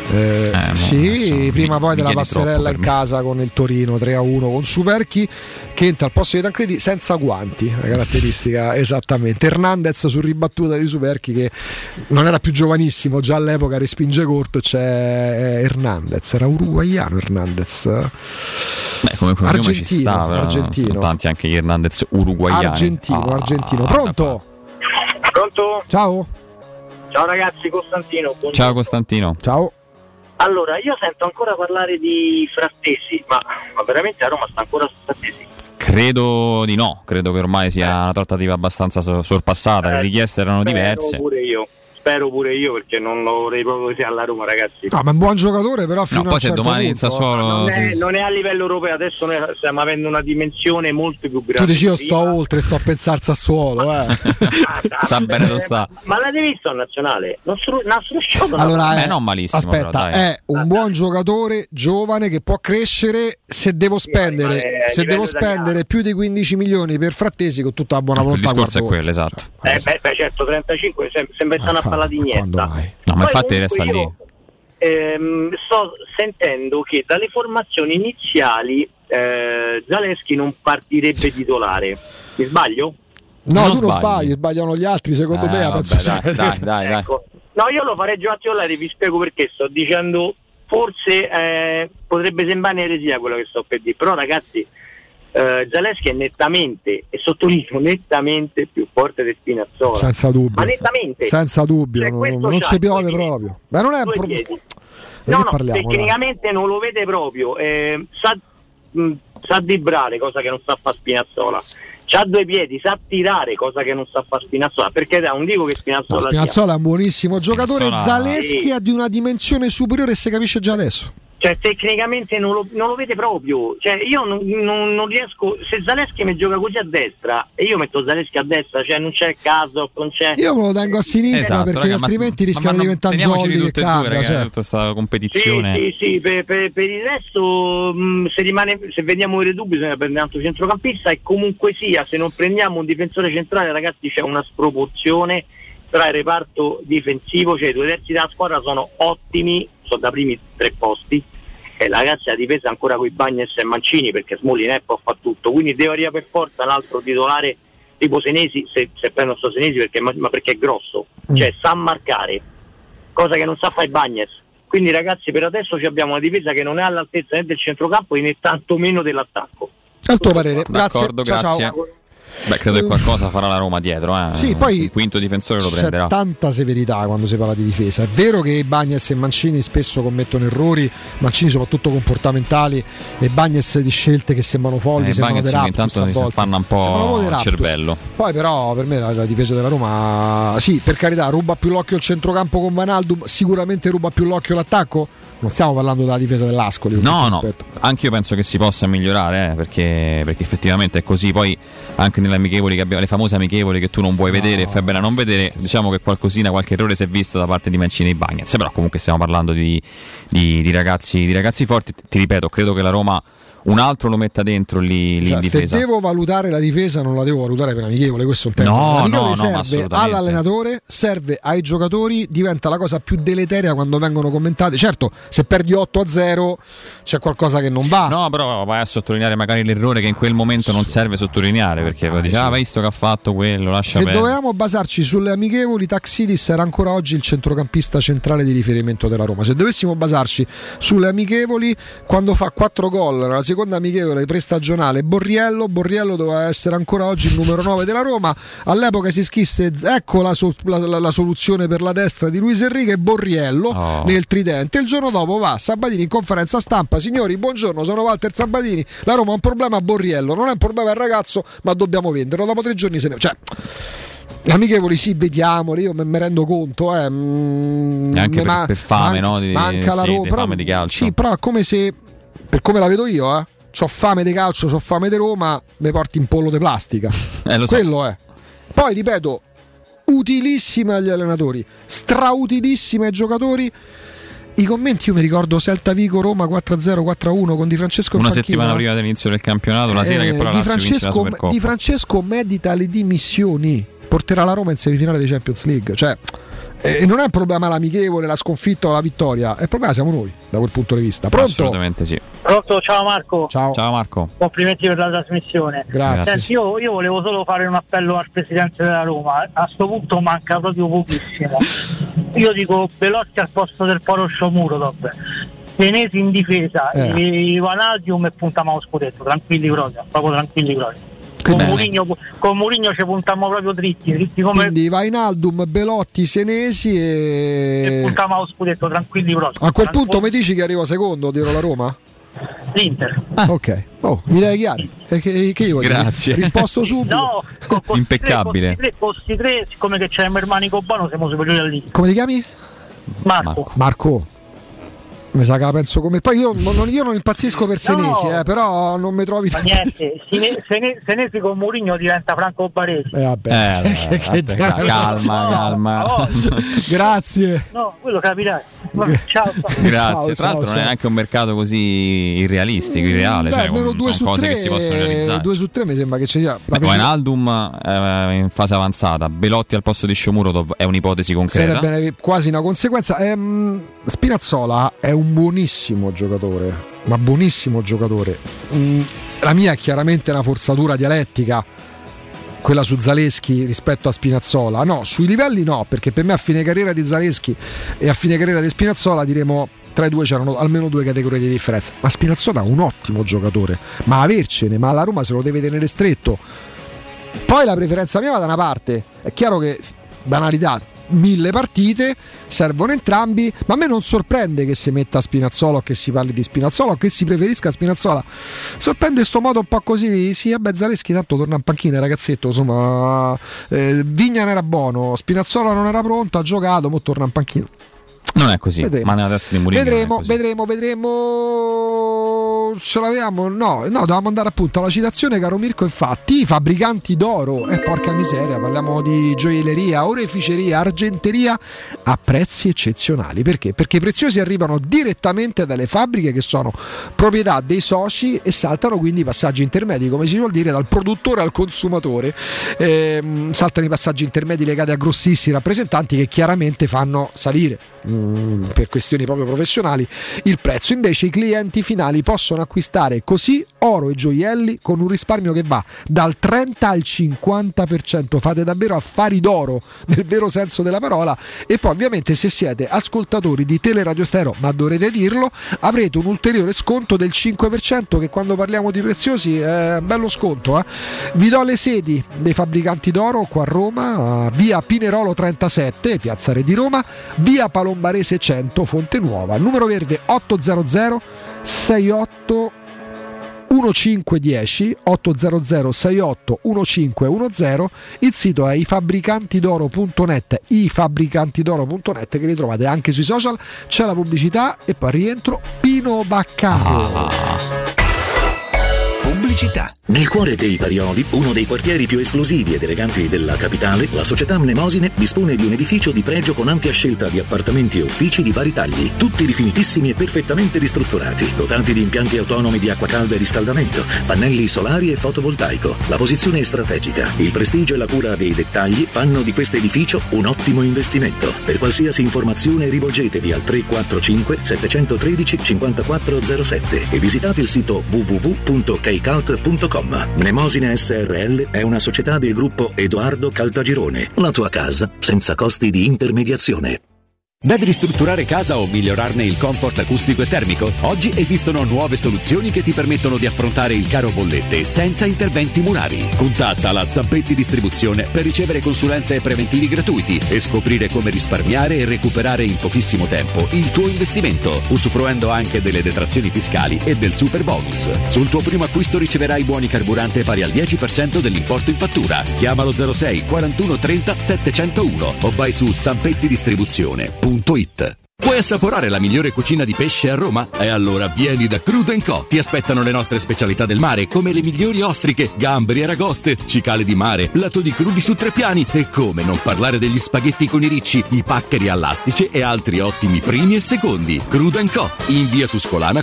Prima poi della passerella in casa con il Torino 3-1 con Superchi che entra al posto di Tancredi senza guanti, una caratteristica esattamente. Hernandez sul ribattuta di Superchi, che non era più giovanissimo, già all'epoca respinge corto, c'è Hernandez, era uruguaiano Hernandez, come argentino, ci sta, argentino. Tanti anche gli Hernandez uruguaiani. Argentino. Pronto? Ciao ragazzi, Costantino. Buongiorno. Ciao Costantino. Ciao. Allora, io sento ancora parlare di Frattesi, ma veramente a Roma sta ancora su Frattesi? Credo di no, credo che ormai sia una trattativa abbastanza sorpassata, le richieste erano diverse. Spero pure io, perché non lo vorrei proprio sia alla Roma, ragazzi. No, ma è un buon giocatore, però fino poi a un se certo domani punto, il Sassuolo non è a livello europeo, adesso noi stiamo avendo una dimensione molto più grande. Tu dici io sto oltre, sto a pensare al Sassuolo, sta bene, lo sta. Ma l'avete visto al nazionale? Allora, non malissimo. Aspetta, però, è un buon giocatore giovane che può crescere. Se devo spendere più di 15 milioni per Frattesi, con tutta la buona volontà, il discorso è quello, esatto. Certo, 35 sembra stare una palla di niente. No, ma infatti resta lì. Sto sentendo che dalle formazioni iniziali Zaleschi non partirebbe titolare. Mi sbaglio? No, tu non sbagli, sbagliano gli altri, secondo me. Dai. Ecco. No, io lo farei già titolare, vi spiego perché. Sto dicendo, forse potrebbe sembrare un'eresia quello che sto per dire, però ragazzi, Zaleschi è nettamente, e sottolineo nettamente, più forte di Spinazzola, senza dubbio, ma nettamente, senza dubbio, cioè, non ci piove proprio, ma non è un problema. Tecnicamente non lo vede proprio, sa driblare, cosa che non sa fare Spinazzola, c'ha 2 piedi, sa tirare, cosa che non sa fare Spinazzola, perché non dico che Spinazzola è un buonissimo giocatore. Zaleschi è di una dimensione superiore, e si capisce già adesso. Cioè tecnicamente non lo vede proprio, cioè io non riesco, se Zaleschi mi gioca così a destra e io metto Zaleschi a destra, cioè non c'è caso, non c'è. Io me lo tengo a sinistra, perché raga, altrimenti rischiamo di diventare jolly di tutte e due, ragazzi, cioè. tutta questa competizione. Sì, per il resto se vediamo i dubbi bisogna prendere un altro centrocampista, e comunque sia, se non prendiamo un difensore centrale, ragazzi, c'è una sproporzione tra il reparto difensivo, cioè i 2/3 della squadra sono ottimi, sono da primi 3 posti, e ragazzi la difesa ancora con i Bagnes e Mancini, perché Smolinec può fare tutto, quindi deve arrivare per forza l'altro titolare tipo Senesi, se prendo sto Senesi perché è grosso, cioè sa marcare, cosa che non sa fare i Bagnes. Quindi ragazzi, per adesso abbiamo una difesa che non è all'altezza né del centrocampo né tantomeno dell'attacco. Al tuo parere, grazie. D'accordo, grazie. Ciao. Beh, credo che qualcosa farà la Roma dietro. Sì, poi il quinto difensore lo prenderà. C'è tanta severità quando si parla di difesa. È vero che Bagnes e Mancini spesso commettono errori, Mancini soprattutto comportamentali, e Bagnes di scelte che sembrano folli, sembrano Bagnes intanto si fanno un po' il cervello. Poi però per me la difesa della Roma, sì, per carità, ruba più l'occhio il centrocampo con Wijnaldum, sicuramente ruba più l'occhio l'attacco. Non stiamo parlando della difesa dell'Ascoli. No, anche io penso che si possa migliorare, perché effettivamente è così. Poi anche nelle amichevoli che abbiamo, le famose amichevoli che tu non vuoi vedere e fai bene a non vedere, diciamo che qualche errore si è visto da parte di Mancini e Bagnez. Però comunque stiamo parlando di ragazzi forti. Ti ripeto, credo che la Roma un altro lo metta dentro lì in difesa. Se devo valutare la difesa, non la devo valutare per amichevole, questo è un tema. No, serve all'allenatore, serve ai giocatori, diventa la cosa più deleteria quando vengono commentate. Certo, se perdi 8-0 c'è qualcosa che non va. No, però vai a sottolineare magari l'errore che in quel momento non serve sottolineare, perché dice vai visto che ha fatto quello, lascia perdere. Se dovevamo basarci sulle amichevoli, Taxidis era ancora oggi il centrocampista centrale di riferimento della Roma. Se dovessimo basarci sulle amichevoli, quando fa 4 gol nella seconda amichevole prestagionale, Borriello doveva essere ancora oggi il numero 9 della Roma. All'epoca si scrisse ecco la soluzione per la destra di Luis Enrique, Borriello nel tridente. Il giorno dopo va Sabatini in conferenza stampa: signori, buongiorno, sono Walter Sabatini, la Roma ha un problema a Borriello, non è un problema il ragazzo, ma dobbiamo venderlo. Dopo 3 giorni se ne... Cioè, amichevoli sì, vediamole, io me rendo conto anche per fame, no? Manca la Roma, fame di calcio. Sì, però è come se, per come la vedo io, c'ho fame di calcio, c'ho fame di Roma, mi porti in pollo di plastica. Lo so. Quello è. Poi ripeto, utilissima agli allenatori, strautilissima ai giocatori. I commenti, io mi ricordo Celta Vigo Roma 4-0, 4-1 con Di Francesco in una panchina. Settimana prima dell'inizio del campionato, la sera che poi la Lazio vince la Supercoppa. Di Francesco medita le dimissioni, porterà la Roma in semifinale dei Champions League, cioè non è un problema l'amichevole, la sconfitta o la vittoria, il problema siamo noi da quel punto di vista. Pronto? Assolutamente sì. Pronto, ciao Marco. Ciao Marco. Complimenti per la trasmissione. Grazie. Senti, io volevo solo fare un appello al presidente della Roma. A sto punto manca proprio pochissimo. Io dico Belotti al posto del Poroscio Murodov, Senesi in difesa e Wijnaldum e puntiamo allo scudetto, tranquilli proprio. Con Mourinho ci puntiamo proprio dritti come... Quindi Wijnaldum, Belotti, Senesi e puntiamo allo scudetto, tranquilli proprio. A quel punto mi dici che arriva secondo dietro la Roma? L'Inter. Ok, mi dai chiari. Che io grazie. Risposto subito. No, impeccabile. Con sti tre, siccome che c'è Mermanico Bano, siamo superiori all'Inter. Come ti chiami? Marco. Mi sa che la penso come. Poi io non impazzisco per Senesi, però non mi trovi tanto. Niente, Senesi con Mourinho diventa Franco Baresi. Calma. Grazie. No, quello capirai. Ciao. Grazie. Tra l'altro non è neanche un mercato così irrealistico, irreale. Almeno 2 su 3 che si possono realizzare. 2 su 3 mi sembra che ci sia. Wijnaldum in fase avanzata, Belotti al posto di Shomurodov è un'ipotesi concreta. Sarebbe quasi una conseguenza. Spinazzola è un buonissimo giocatore, ma buonissimo giocatore. La mia è chiaramente una forzatura dialettica, quella su Zaleschi rispetto a Spinazzola. No, sui livelli no, perché per me a fine carriera di Zaleschi e a fine carriera di Spinazzola diremo tra i due c'erano almeno 2 categorie di differenza. Ma Spinazzola è un ottimo giocatore, ma avercene, ma la Roma se lo deve tenere stretto. Poi la preferenza mia va da una parte, è chiaro che banalità, 1000 partite, servono entrambi, ma a me non sorprende che si metta Spinazzola o che si parli di Spinazzola o che si preferisca Spinazzola. Sorprende sto modo un po' così, sì, vabbè, Zaleschi tanto torna in panchina, ragazzetto, insomma, Vigna non era buono, Spinazzola non era pronto, ha giocato, mo torna in panchina. Non è così, ma nella testa di Mourinho vedremo. Ce l'avevamo? No, dovevamo andare appunto alla citazione, caro Mirko. Infatti, i fabbricanti d'oro, porca miseria, parliamo di gioielleria, oreficeria, argenteria a prezzi eccezionali. Perché? Perché i preziosi arrivano direttamente dalle fabbriche che sono proprietà dei soci e saltano quindi i passaggi intermedi, come si vuol dire, dal produttore al consumatore. Saltano i passaggi intermedi legati a grossissimi rappresentanti che chiaramente fanno salire per questioni proprio professionali il prezzo. Invece i clienti finali possono acquistare così oro e gioielli con un risparmio che va dal 30 al 50%. Fate davvero affari d'oro nel vero senso della parola. E poi ovviamente, se siete ascoltatori di Teleradio Stereo, ma dovrete dirlo, avrete un ulteriore sconto del 5%, che quando parliamo di preziosi è un bello sconto. Vi do le sedi dei fabbricanti d'oro qua a Roma, via Pinerolo 37, Piazza Re di Roma, via Palombarese 100, Fonte Nuova, numero verde 800 68 1510 800 68 1510. Il sito è ifabbricantidoro.net, che li trovate anche sui social. C'è la pubblicità e poi rientro Pino Baccaro. Pubblicità. Nel cuore dei Parioli, uno dei quartieri più esclusivi ed eleganti della capitale, la società Mnemosine dispone di un edificio di pregio con ampia scelta di appartamenti e uffici di vari tagli, tutti rifinitissimi e perfettamente ristrutturati, dotati di impianti autonomi di acqua calda e riscaldamento, pannelli solari e fotovoltaico. La posizione è strategica, il prestigio e la cura dei dettagli fanno di questo edificio un ottimo investimento. Per qualsiasi informazione rivolgetevi al 345 713 5407 e visitate il sito www.keicalt.com. Mnemosine SRL è una società del gruppo Edoardo Caltagirone. La tua casa senza costi di intermediazione. Devi ristrutturare casa o migliorarne il comfort acustico e termico? Oggi esistono nuove soluzioni che ti permettono di affrontare il caro bollette senza interventi murari. Contatta la Zampetti Distribuzione per ricevere consulenze e preventivi gratuiti e scoprire come risparmiare e recuperare in pochissimo tempo il tuo investimento, usufruendo anche delle detrazioni fiscali e del super bonus. Sul tuo primo acquisto riceverai buoni carburante pari al 10% dell'importo in fattura. Chiamalo 06 41 30 701 o vai su zampettidistribuzione.it. Vuoi assaporare la migliore cucina di pesce a Roma? E allora vieni da Crudo & Co. Ti aspettano le nostre specialità del mare, come le migliori ostriche, gamberi, aragoste, cicale di mare, lato di crudi su 3 piani e come non parlare degli spaghetti con i ricci, i paccheri all'astice e altri ottimi primi e secondi. Crudo & Co. in via Tuscolana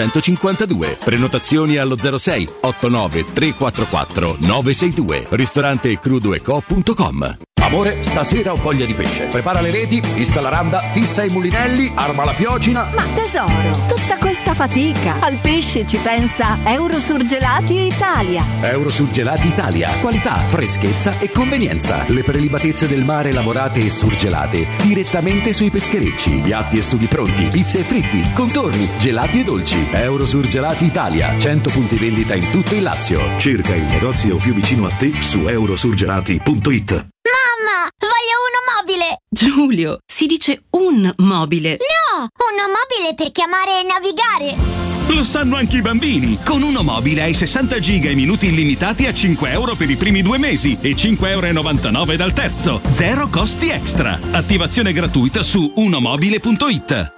452. Prenotazioni allo 06 89 344 962. Ristorante crudoeco.com. Amore, stasera ho voglia di pesce. Prepara le reti, fissa la randa, fissa i mulinelli, arma la fiocina. Ma tesoro, tutta questa fatica. Al pesce ci pensa Eurosurgelati Italia. Eurosurgelati Italia. Qualità, freschezza e convenienza. Le prelibatezze del mare lavorate e surgelate direttamente sui pescherecci. Piatti e sughi pronti, pizze e fritti, contorni, gelati e dolci. Eurosurgelati Italia. 100 punti vendita in tutto il Lazio. Cerca il negozio più vicino a te su eurosurgelati.it. Mamma, voglio uno mobile! Giulio, si dice un mobile. No, uno mobile per chiamare e navigare. Lo sanno anche i bambini. Con Uno Mobile hai 60 giga e minuti illimitati a €5 per i primi 2 mesi e €5,99 dal terzo. Zero costi extra. Attivazione gratuita su unomobile.it.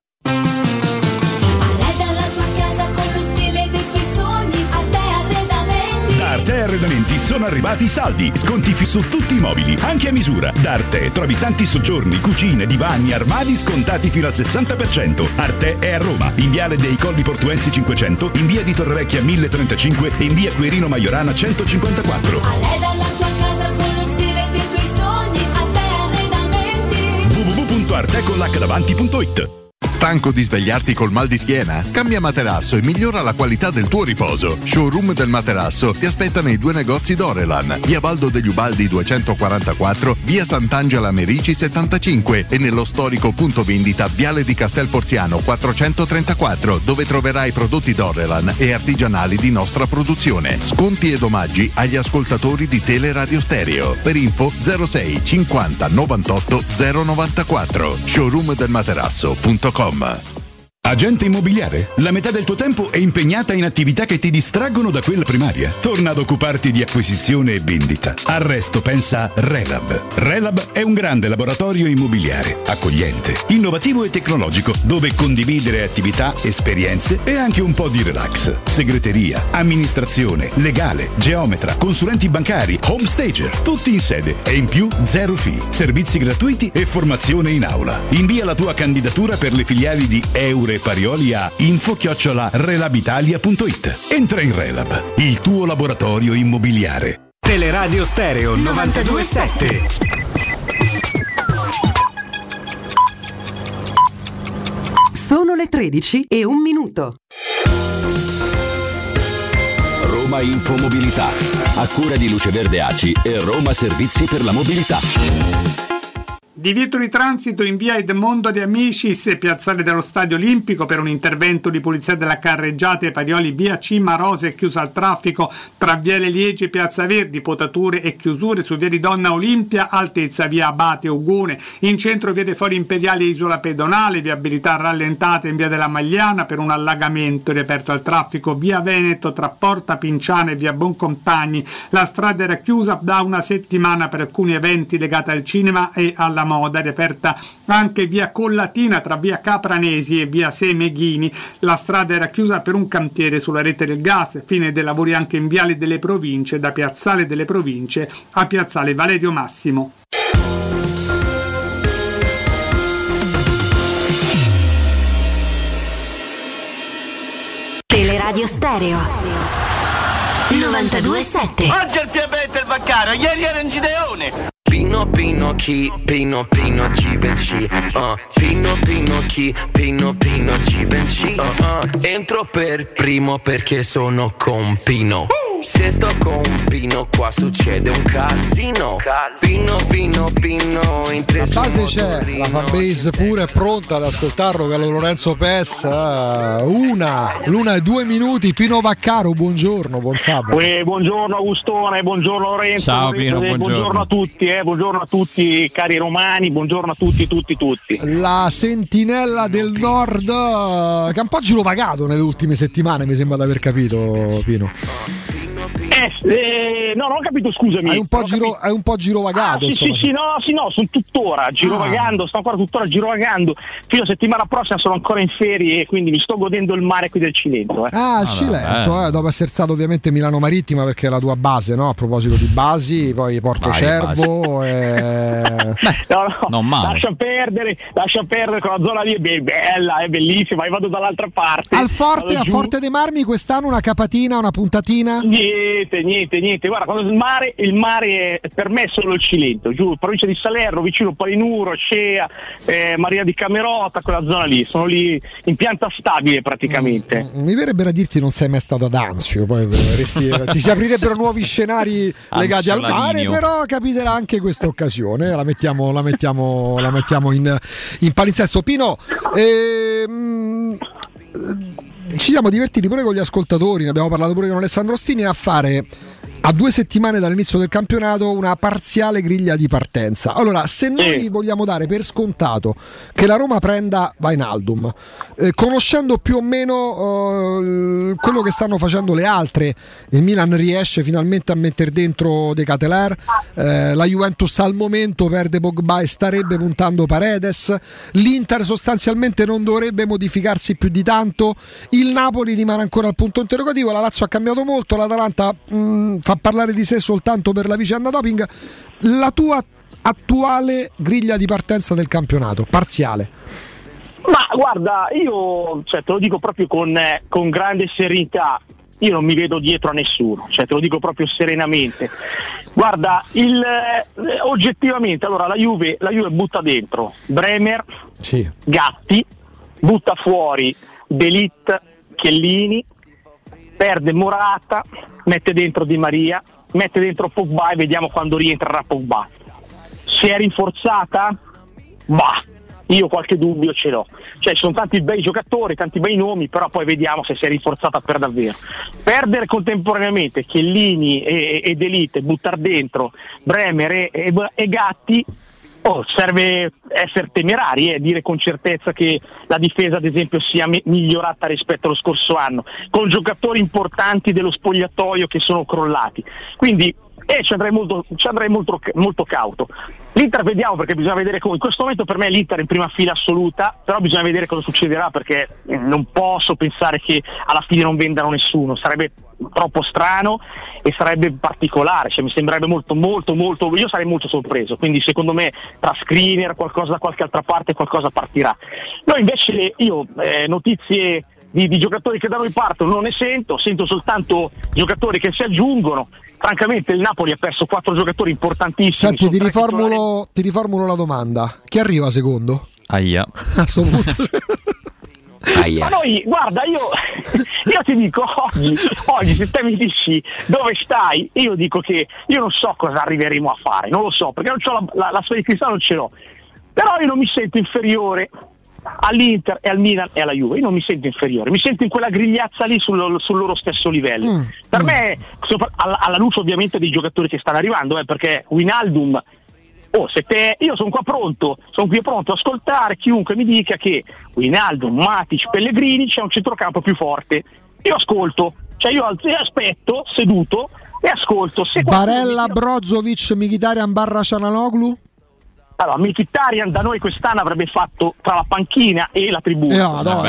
Arte Arredamenti sono arrivati i saldi, sconti su tutti i mobili, anche a misura. Da Arte trovi tanti soggiorni, cucine, divani, armadi scontati fino al 60%. Arte è a Roma, in viale dei Colli Portuensi 500, in via di Torrevecchia 1035 e in via Quirino Maiorana 154. Arreda la tua casa con lo stile dei tuoi sogni. Arte Arredamenti. www.arteconlacdavanti.it. Stanco di svegliarti col mal di schiena? Cambia materasso e migliora la qualità del tuo riposo. Showroom del materasso ti aspetta nei 2 negozi Dorelan, via Baldo degli Ubaldi 244, via Sant'Angela Merici 75 e nello storico punto vendita Viale di Castel Porziano 434, dove troverai prodotti Dorelan e artigianali di nostra produzione. Sconti ed omaggi agli ascoltatori di Teleradio Stereo. Per info 06 50 98 094. Showroomdelmaterasso.com. Agente immobiliare? La metà del tuo tempo è impegnata in attività che ti distraggono da quella primaria. Torna ad occuparti di acquisizione e vendita. Al resto pensa Relab. Relab è un grande laboratorio immobiliare, accogliente, innovativo e tecnologico, dove condividere attività, esperienze e anche un po' di relax. Segreteria, amministrazione, legale, geometra, consulenti bancari, home stager, tutti in sede e in più zero fee, servizi gratuiti e formazione in aula. Invia la tua candidatura per le filiali di Euro e Parioli a info@relabitalia.it. Entra in Relab, il tuo laboratorio immobiliare. Teleradio Stereo 92.7. Sono le 13:01. Roma Infomobilità, a cura di Luce Verde ACI e Roma Servizi per la Mobilità. Divieto di transito in via Edmondo De Amicis e piazzale dello Stadio Olimpico per un intervento di polizia della carreggiata e Parioli via Cima Rosa è chiusa al traffico tra Viale Liegi e Piazza Verdi, potature e chiusure su via di Donna Olimpia, altezza via Abate Ugone, in centro via dei Fori Imperiali e Isola Pedonale, viabilità rallentata in via della Magliana per un allagamento, riaperto al traffico via Veneto tra Porta Pinciana e via Boncompagni. La strada era chiusa da una settimana per alcuni eventi legati al cinema e alla moda, riaperta anche via Collatina tra via Capranesi e via Semeghini. La strada era chiusa per un cantiere sulla rete del gas, fine dei lavori anche in viale delle Province, da Piazzale delle Province a Piazzale Valerio Massimo. Teleradio Stereo 92.7. Oggi è il piabetto il bancario, ieri era in Gideone. Pino Pino chi, Pino Pino Givenchy, Pino Pino chi, Pino Pino Givenchy, entro per primo perché sono con Pino. Se sto con Pino qua succede un casino. Pino Pino Pino in tre. La base c'è, la fanbase pure è pronta ad ascoltarlo. Carlo Lorenzo Pes, l'una e 2 minuti. Pino Vaccaro, buongiorno, buon sabato. Buongiorno Augustone, buongiorno Lorenzo. Ciao Pino, buongiorno a tutti, buongiorno a tutti cari romani, buongiorno a tutti. La sentinella del nord che è un po' girovagato nelle ultime settimane, mi sembra di aver capito, Pino. No, non ho capito, scusami. Hai un po' girovagato. Sì, no, sono tuttora girovagando, sto ancora tuttora girovagando. Fino a settimana prossima sono ancora in ferie e quindi mi sto godendo il mare qui del Cilento. Il Cilento, dopo essere stato ovviamente Milano Marittima perché è la tua base, no? A proposito di basi, poi Porto Cervo. Non male. Lascia perdere quella zona lì, è bella, è bellissima. Io vado dall'altra parte. A Forte dei Marmi quest'anno una capatina, una puntatina? Niente, guarda, quando il mare per me è solo il Cilento, giù, provincia di Salerno, vicino Palinuro, Scea, Maria di Camerota, quella zona lì, sono lì in pianta stabile praticamente. Mi verrebbe da dirti non sei mai stato ad Anzio, poi ti si aprirebbero nuovi scenari legati al mare, però capiterà anche questa occasione, la mettiamo in palinsesto. Pino, ci siamo divertiti pure con gli ascoltatori, ne abbiamo parlato pure con Alessandro Ostini, a fare a 2 settimane dall'inizio del campionato una parziale griglia di partenza. Allora, se noi vogliamo dare per scontato che la Roma prenda Wijnaldum, conoscendo più o meno quello che stanno facendo le altre, il Milan riesce finalmente a mettere dentro De Ketelaere, la Juventus al momento perde Pogba e starebbe puntando Paredes, l'Inter sostanzialmente non dovrebbe modificarsi più di tanto, il Napoli rimane ancora al punto interrogativo, la Lazio ha cambiato molto, l'Atalanta fa parlare di sé soltanto per la vicenda doping. La tua attuale griglia di partenza del campionato, parziale? Ma guarda, io te lo dico proprio con grande serenità, io non mi vedo dietro a nessuno, te lo dico proprio serenamente. Guarda, oggettivamente, allora la Juve butta dentro Bremer, Gatti, butta fuori De Ligt, Chiellini, perde Morata, mette dentro Di Maria, mette dentro Pogba e vediamo quando rientrerà Pogba. Si è rinforzata? Io qualche dubbio ce l'ho. Ci sono tanti bei giocatori, tanti bei nomi, però poi vediamo se si è rinforzata per davvero. Perdere contemporaneamente Chiellini e De Ligt, buttare dentro Bremer e Gatti, serve essere temerari, dire con certezza che la difesa ad esempio sia migliorata rispetto allo scorso anno, con giocatori importanti dello spogliatoio che sono crollati, quindi ci andrei molto cauto. L'Inter vediamo, perché bisogna vedere come, in questo momento per me l'Inter è in prima fila assoluta, però bisogna vedere cosa succederà, perché non posso pensare che alla fine non vendano nessuno, sarebbe troppo strano e sarebbe particolare, cioè mi sembrerebbe molto, io sarei molto sorpreso, quindi secondo me tra Skriniar, qualcosa da qualche altra parte, qualcosa partirà. Noi invece notizie di giocatori che da noi partono non ne sento soltanto giocatori che si aggiungono. Francamente il Napoli ha perso 4 giocatori importantissimi. Senti, ti riformulo la domanda: chi arriva secondo? Aia. A sto punto. Ma noi, guarda, io ti dico oggi se te mi dici dove stai, io dico che io non so cosa arriveremo a fare, non lo so, perché non c'ho la sfera di cristallo, non ce l'ho, però io non mi sento inferiore all'Inter e al Milan e alla Juve, io non mi sento inferiore, mi sento in quella grigliazza lì sul loro stesso livello. Per me, alla luce ovviamente dei giocatori che stanno arrivando, perché Wijnaldum, io sono qui pronto a ascoltare chiunque mi dica che Wijnaldum, Matic, Pellegrini c'è un centrocampo più forte. Io ascolto, io aspetto seduto e ascolto. Se Barella, Brozovic, Mkhitaryan / Çalhanoğlu. Allora, Mkhitaryan da noi quest'anno avrebbe fatto tra la panchina e la tribuna. No,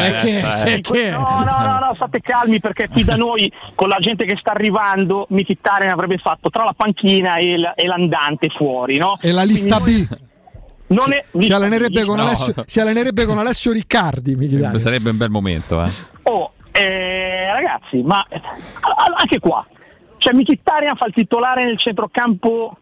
state calmi, perché qui da noi con la gente che sta arrivando Mkhitaryan avrebbe fatto tra la panchina e l'andante fuori, no? E la lista quindi B? Si allenerebbe con Alessio Riccardi, Mkhitaryan. Sarebbe un bel momento, ragazzi, ma anche qua Mkhitaryan fa il titolare nel centrocampo,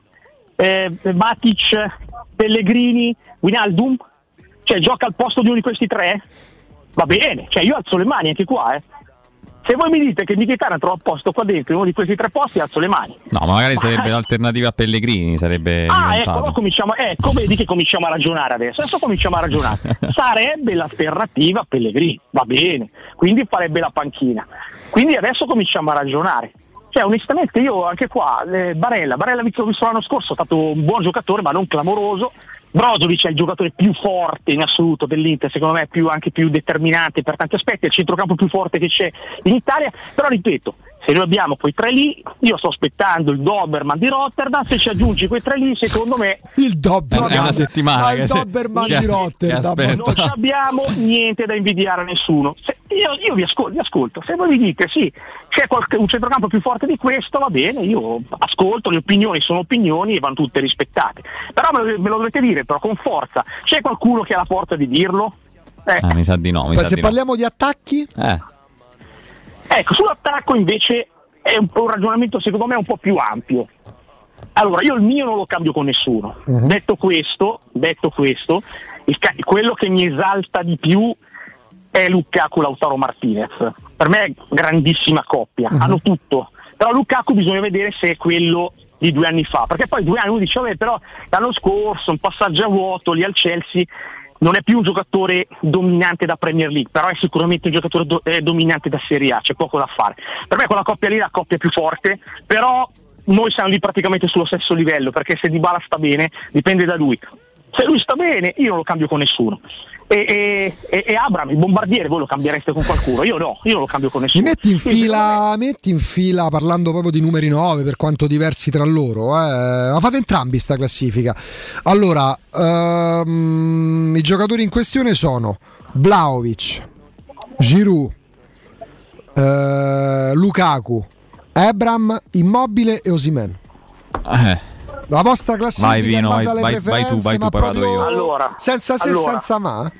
Matic, Pellegrini, Wijnaldum, gioca al posto di uno di questi tre? Va bene, io alzo le mani anche qua, Se voi mi dite che Mkhitaryan trova posto qua dentro in uno di questi 3 posti, alzo le mani. No, magari sarebbe l'alternativa a Pellegrini, sarebbe ecco, vedi che cominciamo a ragionare adesso cominciamo a ragionare. Sarebbe l'alternativa a Pellegrini, va bene, quindi farebbe la panchina, quindi adesso cominciamo a ragionare. Onestamente io anche qua, Barella visto l'anno scorso, è stato un buon giocatore ma non clamoroso. Brozovic è il giocatore più forte in assoluto dell'Inter, secondo me anche più determinante per tanti aspetti, è il centrocampo più forte che c'è in Italia, però ripeto, se noi abbiamo quei 3 lì, io sto aspettando il Doberman di Rotterdam, se ci aggiungi quei 3 lì, secondo me il Doberman è una settimana il Doberman di Rotterdam, non abbiamo niente da invidiare a nessuno. Io vi ascolto, se voi mi dite sì, c'è un centrocampo più forte di questo, va bene, io ascolto, le opinioni sono opinioni e vanno tutte rispettate, però me lo dovete dire però con forza. C'è qualcuno che ha la forza di dirlo? Mi sa di no. Se parliamo di attacchi? Ecco, sull'attacco invece è un ragionamento secondo me un po' più ampio. Allora, io il mio non lo cambio con nessuno. Detto questo, quello che mi esalta di più è Lukaku, Lautaro Martinez. Per me è grandissima coppia, hanno tutto. Però Lukaku bisogna vedere se è quello di 2 anni fa, perché poi 2 anni uno dice però l'anno scorso un passaggio a vuoto lì al Chelsea, non è più un giocatore dominante da Premier League, però è sicuramente un giocatore dominante da Serie A, c'è poco da fare. Per me quella coppia lì è la coppia più forte, però noi siamo lì praticamente sullo stesso livello, perché se Dybala sta bene dipende da lui. Se lui sta bene io non lo cambio con nessuno. E Abraham, il bombardiere, voi lo cambiereste con qualcuno? Io non lo cambio con nessuno. Mi metti in fila parlando proprio di numeri 9, per quanto diversi tra loro, ma fate entrambi sta classifica. Allora, i giocatori in questione sono Vlahovic, Giroud, Lukaku, Abraham, Immobile e Osimhen. La vostra classifica vai, Vino, in base alle preferenze, vai tu, ma proprio io. Allora, senza se, senza ma.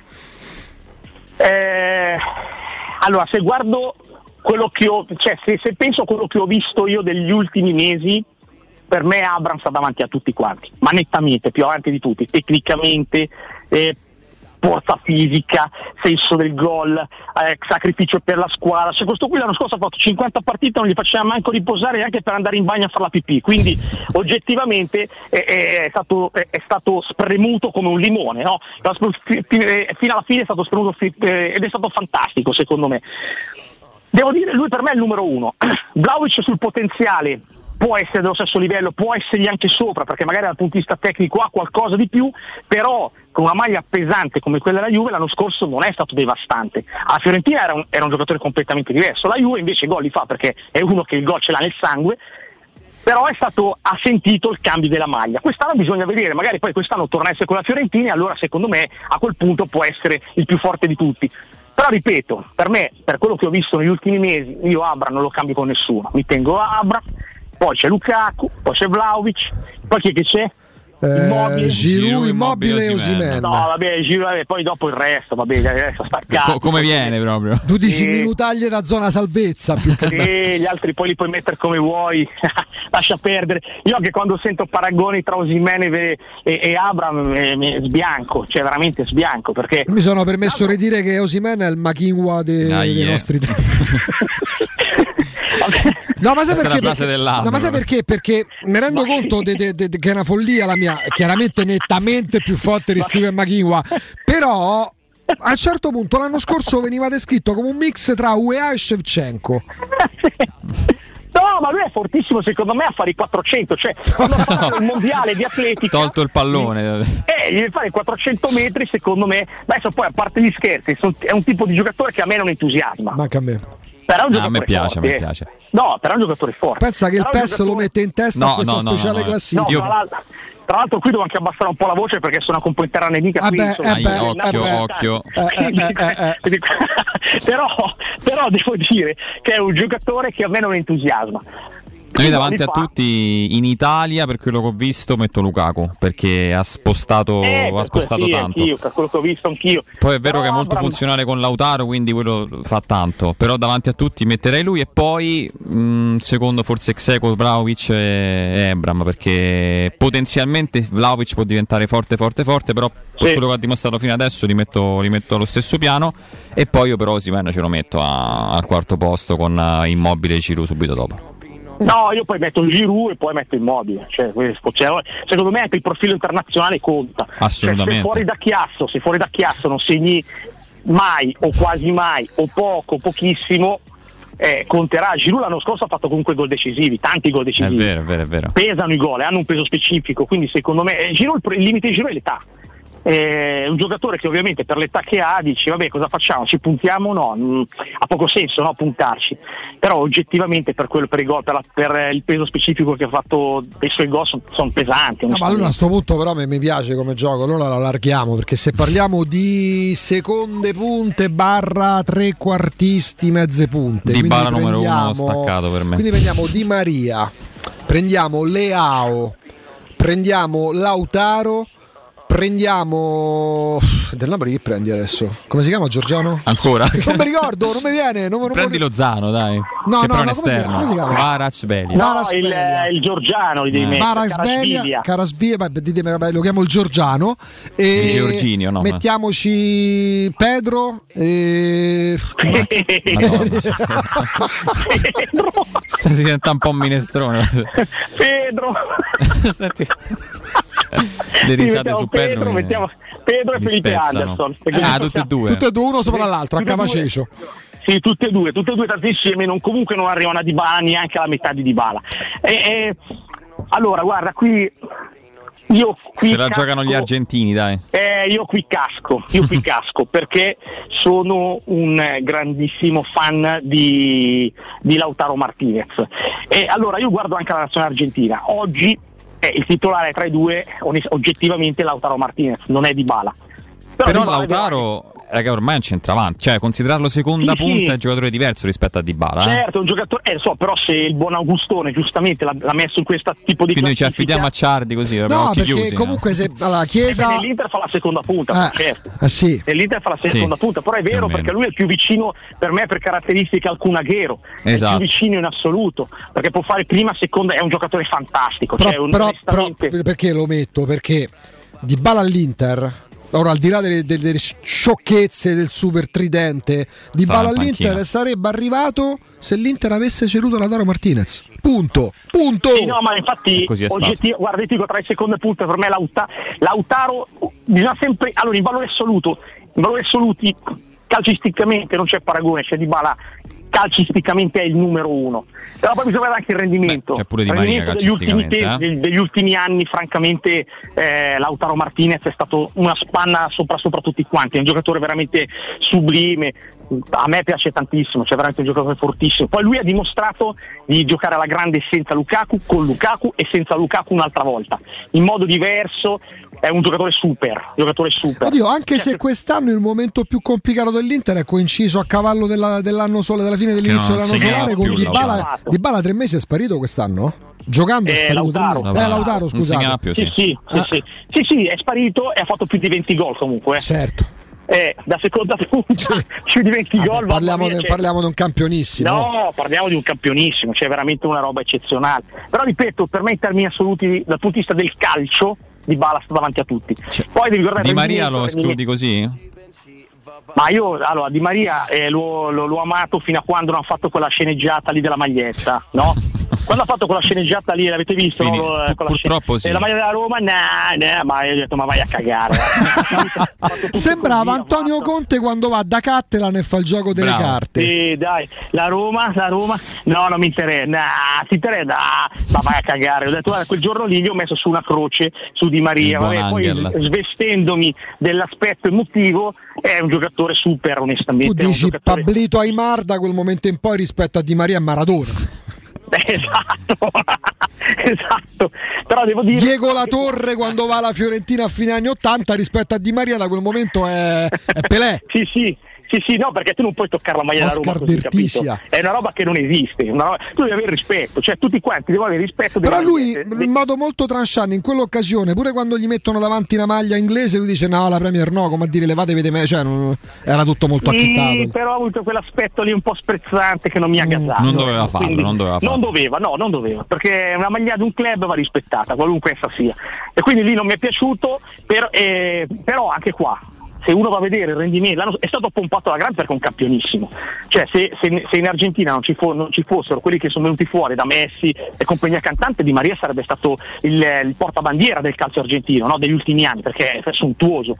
Allora, se guardo quello che se penso a quello che ho visto io degli ultimi mesi, per me Abraham sta davanti a tutti quanti, ma nettamente più avanti di tutti, tecnicamente, forza fisica, senso del gol, sacrificio per la squadra. Questo qui l'anno scorso ha fatto 50 partite, non gli faceva manco riposare neanche per andare in bagno a fare la pipì, quindi oggettivamente è stato spremuto come un limone, no? Fino alla fine è stato spremuto ed è stato fantastico secondo me. Devo dire, lui per me è il numero 1. Vlahovic sul potenziale può essere dello stesso livello, può essergli anche sopra, perché magari dal punto di vista tecnico ha qualcosa di più, però con una maglia pesante come quella della Juve l'anno scorso non è stato devastante. A Fiorentina era un giocatore completamente diverso, la Juve invece i gol li fa perché è uno che il gol ce l'ha nel sangue, però ha sentito il cambio della maglia. Quest'anno bisogna vedere, magari poi quest'anno torna a essere con la Fiorentina e allora secondo me a quel punto può essere il più forte di tutti. Però ripeto, per me, per quello che ho visto negli ultimi mesi, io Abra non lo cambio con nessuno, mi tengo Abra, poi c'è Lukaku, poi c'è Vlahovic, poi chi è che c'è? Giroud, Immobile e Osimhen. No, vabbè, Giroud, poi dopo il resto, vabbè, adesso staccato. Come viene proprio? Tu dici minutaglie da zona salvezza più che gli altri poi li puoi mettere come vuoi. Lascia perdere. Io anche quando sento paragoni tra Osimhen e Abraham sbianco, cioè veramente sbianco, perché mi sono permesso di dire che Osimhen è il Makinwa dei nostri tempi. No, ma sai perché? Perché mi rendo conto che è una follia la mia, chiaramente nettamente più forte di Steven Makinwa, però a un certo punto l'anno scorso veniva descritto come un mix tra UEA e Shevchenko. No, ma lui è fortissimo secondo me a fare i 400, cioè quando ha fatto il mondiale di atletica, tolto il pallone, gli deve fare i 400 metri secondo me. Adesso poi, a parte gli scherzi, è un tipo di giocatore che a me non entusiasma. Manca a me. Però a me piace, forte, a me piace. No, però è un giocatore forte. Pensa che il PES lo mette in testa a questa speciale classifica. No, tra l'altro qui devo anche abbassare un po' la voce perché sono una conterranea nemica. Occhio. Però devo dire che è un giocatore che a me non entusiasma. Noi davanti a tutti in Italia, per quello che ho visto, metto Lukaku perché ha spostato tanto. Anch'io, per quello che ho visto anch'io. Poi è vero che è molto funzionale con Lautaro, quindi quello fa tanto. Però davanti a tutti metterei lui e poi secondo forse Xheko, Vlahovic e Ebram, perché potenzialmente Vlahovic può diventare forte, però per quello che ha dimostrato fino adesso li metto allo stesso piano. E poi io però Osimhen ce lo metto al quarto posto con Immobile e Giroud subito dopo. No, io poi metto il Giroud e poi metto Immobile, secondo me anche il profilo internazionale conta. Assolutamente. Se fuori da chiasso non segni mai o quasi mai o poco, pochissimo, conterà. Giroud l'anno scorso ha fatto comunque gol decisivi, tanti gol decisivi. È vero. Pesano i gol, hanno un peso specifico, quindi secondo me il limite di Giroud è l'età. Un giocatore che ovviamente per l'età che ha dici vabbè, cosa facciamo, ci puntiamo? No, ha poco senso, no, puntarci, però oggettivamente per i gol, per il peso specifico che ha fatto dei suoi gol sono pesanti. No, ma allora a questo punto però mi piace come gioco, allora lo allarghiamo, perché se parliamo di seconde punte / trequartisti, mezze punte, Dybala numero uno staccato per me, quindi prendiamo Di Maria, prendiamo Leao, prendiamo Lautaro, prendiamo del Napoli. Chi prendi adesso? Come si chiama Giorgiano? Ancora? Non mi ricordo, non mi viene. Prendi Lozano, dai. No, però esterno. Come si chiama? Kvaratskhelia. No, il Giorgiano li devi mettere. Kvaratskhelia, ditemi, lo chiamo il Giorgiano. E Giorginio, no? Mettiamoci Pedro e Pedro. Sta diventando un po' minestrone. Pedro. Le risate su Pedro. Mettiamo Pedro e Felipe Anderson. Tutti e due, uno sopra l'altro, a cavacecio. Sì, tutte e due tanto insieme, comunque non arrivano a Dybala neanche alla metà di Dybala. Allora, guarda, qui se la giocano gli argentini, dai. Io qui casco perché sono un grandissimo fan di Lautaro Martinez. E allora io guardo anche la nazionale argentina. Oggi il titolare tra i due oggettivamente Lautaro Martinez, non è Dybala. Però Lautaro ormai è un centravanti, cioè considerarlo seconda punta è un giocatore diverso rispetto a Dybala. Certo, è un giocatore, però se il buon Augustone giustamente l'ha messo in questo tipo di quindi ci affidiamo a Ciardi così, no, perché chiusi, comunque se alla Chiesa l'Inter fa la seconda punta, certo. Sì. L'Inter fa la seconda punta, però è vero perché lui è il più vicino per me per caratteristiche al Cunagüero, è il più vicino in assoluto, perché può fare prima, seconda, è un giocatore fantastico. Però perché lo metto? Perché Dybala all'Inter, ora al di là delle sciocchezze del super tridente, Dybala all'Inter sarebbe arrivato se l'Inter avesse ceduto Lautaro Martinez. Punto. Sì, no, ma infatti guarda, ti dico, tra le seconde punte per me Lautaro bisogna sempre, allora in valori assoluti calcisticamente non c'è paragone, c'è Dybala calcisticamente è il numero uno, però poi bisogna vedere anche il rendimento. C'è pure Di Maria calcisticamente, degli ultimi anni, francamente Lautaro Martinez è stato una spanna sopra tutti quanti, è un giocatore veramente sublime, a me piace tantissimo, c'è veramente un giocatore fortissimo. Poi lui ha dimostrato di giocare alla grande senza Lukaku, con Lukaku e senza Lukaku un'altra volta, in modo diverso. È un giocatore super. Oddio, anche se quest'anno il momento più complicato dell'Inter è coinciso a cavallo dell'anno sole, della fine dell'inizio dell'anno solare, con Dybala. Dybala 3 mesi è sparito quest'anno? Giocando è sparito. Lautaro, scusate. Sì, è sparito e ha fatto più di 20 gol comunque. Certo. Da seconda punta più di 20 gol. Parliamo di un campionissimo. No, parliamo di un campionissimo, c'è veramente una roba eccezionale. Però ripeto, per me in termini assoluti, dal punto di vista del calcio, Dybala sta davanti a tutti. Poi devi guardare Di Maria lo escludi così? Ma io allora Di Maria l'ho amato fino a quando non ha fatto quella sceneggiata lì della maglietta, no? Quando ha fatto quella sceneggiata lì, l'avete visto? Purtroppo sì. La maglia della Roma, ma io ho detto ma vai a cagare. Sembrava Antonio Conte quando va da Cattelan e fa il gioco delle carte. Sì, dai, la Roma, no, non mi interessa, ti interessa, ma vai a cagare. Ho detto guarda, quel giorno lì gli ho messo su una croce su Di Maria, poi svestendomi dell'aspetto emotivo, è un giocatore super, onestamente. Tu dici Pablito Aimar da quel momento in poi rispetto a Di Maria e Maradona. Esatto, però devo dire Diego Latorre quando va alla Fiorentina a fine anni 80 rispetto a Di Maria da quel momento è Pelé. Sì, no, perché tu non puoi toccare la maglia della Roma così, capito? È una roba che non esiste, tu devi avere rispetto, cioè tutti quanti devono avere rispetto. Però lui in modo molto tranchant in quell'occasione, pure quando gli mettono davanti una maglia inglese, lui dice no, la Premier no, come a dire levatevi me, cioè era tutto molto accettato. Però ha avuto quell'aspetto lì un po' sprezzante che non mi ha gasato. Non doveva farlo, non doveva, perché una maglia di un club va rispettata, qualunque essa sia. E quindi lì non mi è piaciuto, però anche qua, se uno va a vedere il rendimento, è stato pompato alla grande perché è un campionissimo. Cioè se in Argentina non ci fossero quelli che sono venuti fuori da Messi e compagnia cantante, Di Maria sarebbe stato il portabandiera del calcio argentino, no? Degli ultimi anni, perché è sontuoso.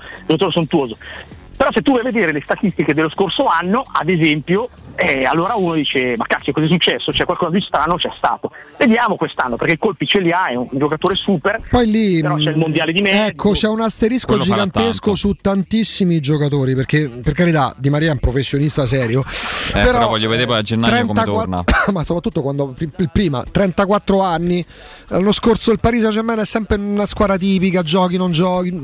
Però se tu vai a vedere le statistiche dello scorso anno, ad esempio, allora uno dice ma cazzo, cosa è successo? C'è qualcosa di strano, c'è stato. Vediamo quest'anno, perché i colpi ce li ha, è un giocatore super. Poi lì però c'è il mondiale di mezzo. Ecco, c'è un asterisco gigantesco su tantissimi giocatori, perché per carità Di Maria è un professionista serio, però voglio vedere poi a gennaio come torna. Ma soprattutto quando prima 34 anni, l'anno scorso il Paris Saint-Germain è sempre una squadra tipica, giochi non giochi.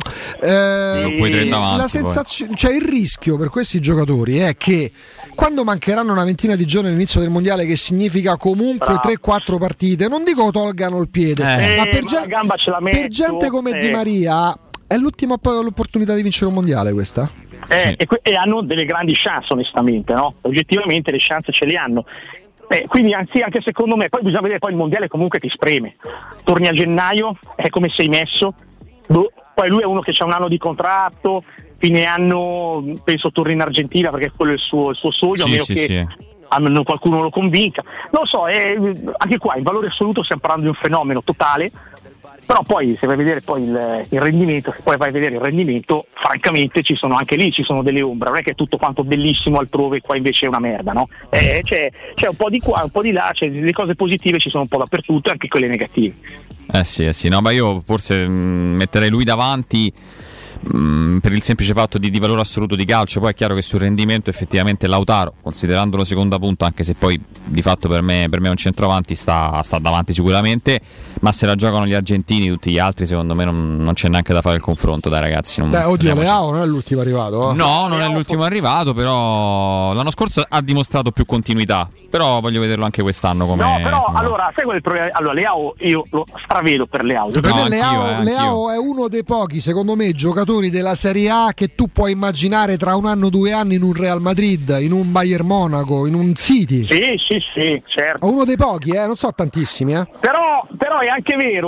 La sensazione, cioè il rischio per questi giocatori è che quando mancheranno una ventina di giorni all'inizio del mondiale, che significa comunque 3-4 partite, non dico tolgano il piede, ma per gente come Di Maria è l'ultima opportunità di vincere un mondiale questa. E hanno delle grandi chance, onestamente, no? Oggettivamente le chance ce le hanno. Quindi anzi, anche secondo me, poi bisogna vedere, poi il mondiale comunque ti spreme. Torni a gennaio, è come sei messo. Poi lui è uno che ha un anno di contratto, fine anno penso torni in Argentina perché quello è il suo sogno, a meno che qualcuno lo convinca. Non so, anche qua in valore assoluto stiamo parlando di un fenomeno totale, però poi se vai a vedere poi il rendimento, francamente ci sono delle ombre, non è che è tutto quanto bellissimo altrove, qua invece è una merda, no? C'è un po' di qua, un po' di là, le cose positive ci sono un po' dappertutto, anche quelle negative. Sì, no, ma io forse metterei lui davanti per il semplice fatto di valore assoluto di calcio. Poi è chiaro che sul rendimento effettivamente Lautaro, considerandolo seconda punta, anche se poi di fatto per me è un centroavanti, sta davanti sicuramente, ma se la giocano gli argentini tutti gli altri secondo me non c'è neanche da fare il confronto, dai ragazzi. Leao non è l'ultimo arrivato. No, non è l'ultimo arrivato, però l'anno scorso ha dimostrato più continuità. Però voglio vederlo anche quest'anno come. No, però allora, sai qual è il problema? Allora, Leao io lo stravedo per Leao. Per me Leao è uno dei pochi, secondo me, giocatori della Serie A che tu puoi immaginare tra un anno, 2 anni in un Real Madrid, in un Bayern Monaco, in un City. Sì, certo. È uno dei pochi, non so tantissimi. Però è anche vero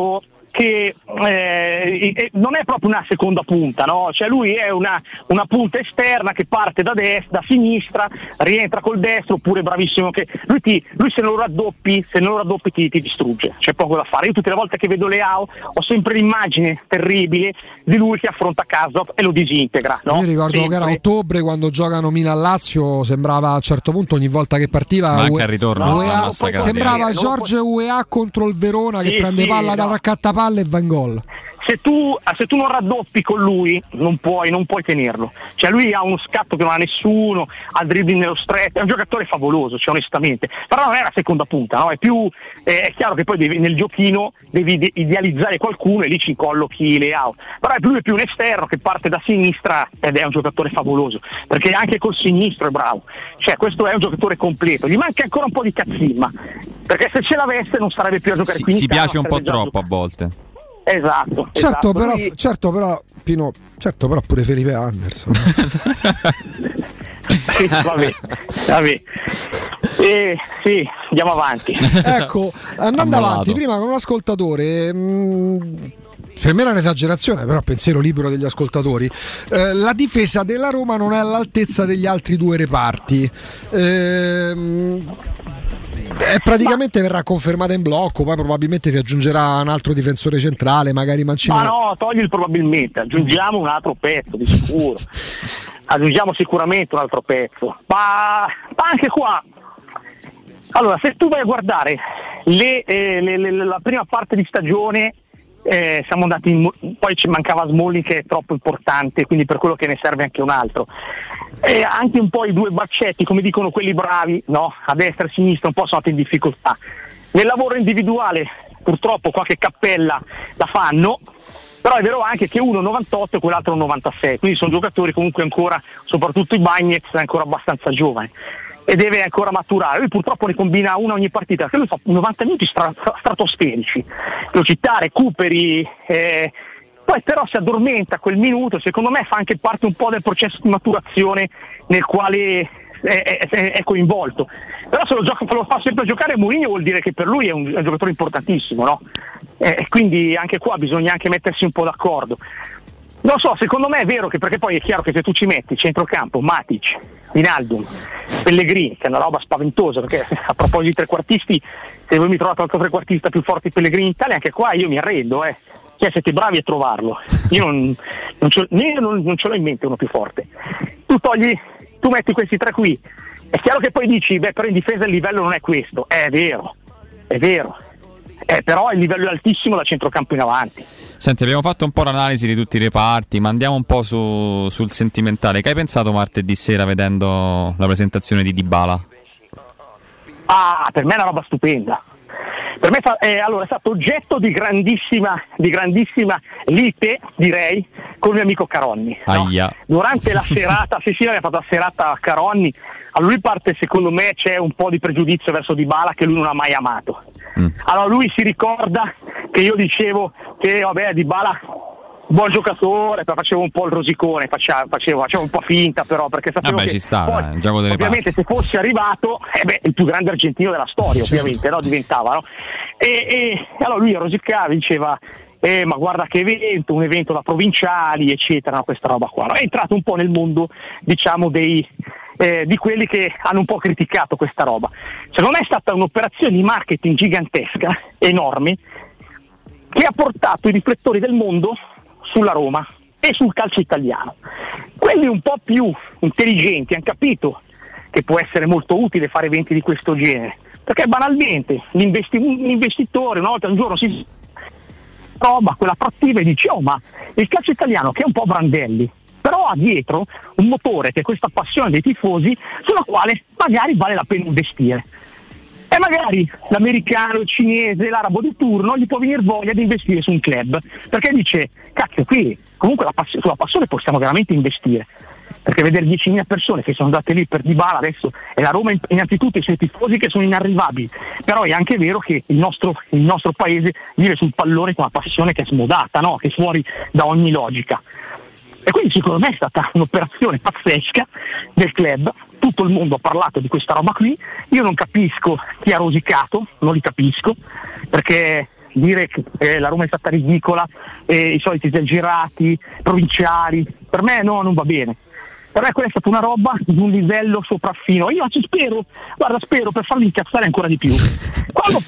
che non è proprio una seconda punta, no? Cioè lui è una punta esterna che parte da destra, da sinistra, rientra col destro, oppure bravissimo che lui se non lo raddoppi ti distrugge, c'è poco da fare. Io tutte le volte che vedo Leao ho sempre l'immagine terribile di lui che affronta Kasov e lo disintegra, no? Io ricordo sempre. Che era ottobre quando giocano Milan-Lazio, sembrava a un certo punto ogni volta che partiva manca il ritorno, sembrava George UEA contro il Verona che prende palla da raccattapalle e va in gol. Se tu non raddoppi con lui non puoi tenerlo, cioè lui ha uno scatto che non ha nessuno, ha dribbling nello stretto, è un giocatore favoloso, cioè onestamente, però non è la seconda punta, no? È chiaro che poi nel giochino devi idealizzare qualcuno e lì ci collochi Leao, però lui è più un esterno che parte da sinistra ed è un giocatore favoloso, perché anche col sinistro è bravo, cioè questo è un giocatore completo, gli manca ancora un po' di cazzimma, perché se ce l'avesse non sarebbe più a giocare qui in si Italia, piace un po' troppo a volte. Esatto. Certo, però Pino, però pure Felipe Anderson. Vabbè. Sì, andiamo avanti. Ecco, andando avanti, prima con un ascoltatore, per me era un'esagerazione, però pensiero libero degli ascoltatori, la difesa della Roma non è all'altezza degli altri due reparti. Praticamente verrà confermata in blocco, poi probabilmente si aggiungerà un altro difensore centrale, magari Mancini. Ma no, togli il probabilmente, aggiungiamo un altro pezzo di sicuro. Aggiungiamo sicuramente un altro pezzo. Ma anche qua, allora, se tu vai a guardare la prima parte di stagione, siamo andati poi ci mancava Smalling che è troppo importante, quindi per quello che ne serve anche un altro, anche un po' i due baccetti, come dicono quelli bravi, no? A destra e a sinistra un po' sono andati in difficoltà nel lavoro individuale, purtroppo qualche cappella la fanno, però è vero anche che uno 98 e quell'altro 96, quindi sono giocatori comunque ancora, soprattutto i Bagnez, ancora abbastanza giovani e deve ancora maturare. Lui purtroppo ne combina una ogni partita, perché lui fa 90 minuti stratosferici, velocità, recuperi, poi però si addormenta quel minuto, secondo me fa anche parte un po' del processo di maturazione nel quale è coinvolto. Però se lo fa sempre giocare Mourinho vuol dire che per lui è un giocatore importantissimo, no? Quindi anche qua bisogna anche mettersi un po' d'accordo. Non so, secondo me è vero che, perché poi è chiaro che se tu ci metti centrocampo, Matic, Wijnaldum, Pellegrini, che è una roba spaventosa, perché a proposito di trequartisti, se voi mi trovate altro trequartista più forte di Pellegrini in Italia, anche qua io mi arrendo, cioè siete bravi a trovarlo, io non ce l'ho in mente uno più forte. Tu metti questi tre qui, è chiaro che poi dici, però in difesa il livello non è questo, è vero, però il livello è altissimo da centrocampo in avanti. Senti, abbiamo fatto un po' l'analisi di tutti i reparti, ma andiamo un po' sul sentimentale. Che hai pensato martedì sera vedendo la presentazione di Dybala? Per me è una roba stupenda. Per me allora, è stato oggetto di grandissima lite, direi, con il mio amico Caronni. No? Durante la serata, sì, abbiamo fatto la serata a Caronni, a lui parte, secondo me, c'è un po' di pregiudizio verso Dybala che lui non ha mai amato. Allora lui si ricorda che io dicevo che Dybala buon giocatore, però facevo un po' il rosicone, facevo un po' finta, però perché sapevo che ci sta, poi, il gioco delle ovviamente parti. Se fossi arrivato il più grande argentino della storia, ovviamente, no? Diventava, no? E allora lui rosicava, diceva ma guarda che evento, un evento da provinciali, eccetera, no? Questa roba qua, no? È entrato un po' nel mondo, diciamo, di quelli che hanno un po' criticato questa roba. Secondo me è stata un'operazione di marketing gigantesca, enorme, che ha portato i riflettori del mondo sulla Roma e sul calcio italiano. Quelli un po' più intelligenti hanno capito che può essere molto utile fare eventi di questo genere, perché banalmente l'investitore una volta un giorno si roba quella attrattiva e dice ma il calcio italiano, che è un po' Brandelli, però ha dietro un motore che è questa passione dei tifosi sulla quale magari vale la pena investire. E magari l'americano, il cinese, l'arabo di turno gli può venire voglia di investire su un club, perché dice, cacchio, qui comunque sulla passione possiamo veramente investire, perché vedere 10.000 persone che sono andate lì per Dybala adesso, e la Roma innanzitutto i suoi tifosi che sono inarrivabili, però è anche vero che il nostro paese vive sul pallone con una passione che è smodata, no? Che è fuori da ogni logica. E quindi secondo me è stata un'operazione pazzesca del club. Tutto il mondo ha parlato di questa roba qui, io non capisco chi ha rosicato, non li capisco, perché dire che la Roma è stata ridicola, i soliti esagerati, provinciali, per me no, non va bene. Per me quella è stata una roba di un livello sopraffino. Io spero per farli incazzare ancora di più. Quando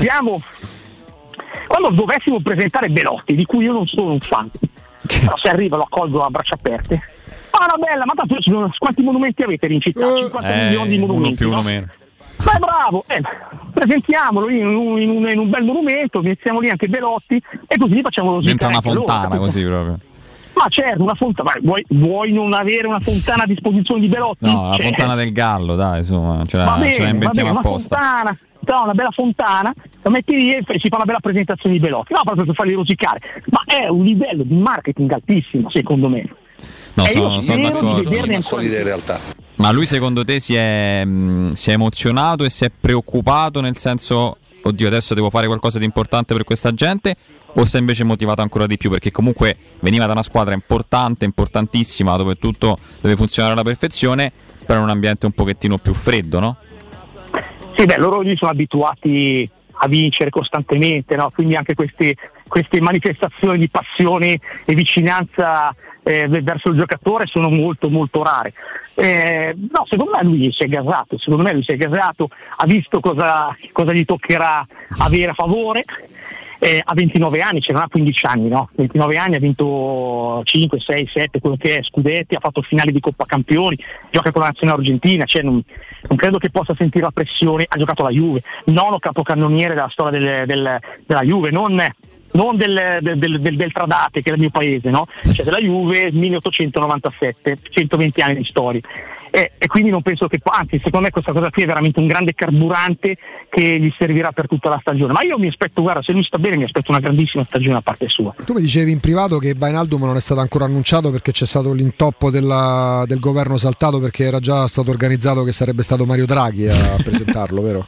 dovessimo presentare Belotti, di cui io non sono un fan, però se arriva lo accolgo a braccia aperte. Ma una bella, ma tanto quanti monumenti avete in città? 50 milioni di monumenti. Uno più, no? uno meno. Ma bravo, presentiamolo in un bel monumento, iniziamo lì anche Belotti e così facciamo lo diventa una fontana così proprio. Ma certo, una fontana, vuoi non avere una fontana a disposizione di Belotti? No, la fontana del Gallo, dai, insomma, ce la inventiamo apposta. Una bella fontana, la metti lì e si fa una bella presentazione di Belotti, no, proprio per farli rosicare, ma è un livello di marketing altissimo, secondo me. No, sono d'accordo. Una solida in realtà. Ma lui secondo te si è emozionato e si è preoccupato, nel senso, oddio, adesso devo fare qualcosa di importante per questa gente, o si è invece motivato ancora di più? Perché comunque veniva da una squadra importante, importantissima, dove tutto deve funzionare alla perfezione, però in un ambiente un pochettino più freddo, no? Sì, loro gli sono abituati a vincere costantemente, no? Quindi anche queste manifestazioni di passione e vicinanza verso il giocatore sono molto molto rare. No, secondo me lui si è gasato, ha visto cosa gli toccherà avere a favore. Ha 29 anni, ce n'ha 15 anni, no? 29 anni, ha vinto 5, 6, 7, quello che è, scudetti, ha fatto finali di Coppa Campioni, gioca con la nazionale argentina, cioè non credo che possa sentire la pressione. Ha giocato alla Juve, nono capocannoniere della storia della Juve, non del Tradate, che è il mio paese, no? Cioè della Juve 1897, 120 anni di storia, e quindi non penso che, anzi secondo me questa cosa qui è veramente un grande carburante che gli servirà per tutta la stagione. Ma io mi aspetto, guarda, se lui sta bene mi aspetto una grandissima stagione da parte sua. Tu mi dicevi in privato che Wijnaldum non è stato ancora annunciato perché c'è stato l'intoppo del governo saltato, perché era già stato organizzato che sarebbe stato Mario Draghi a presentarlo, vero?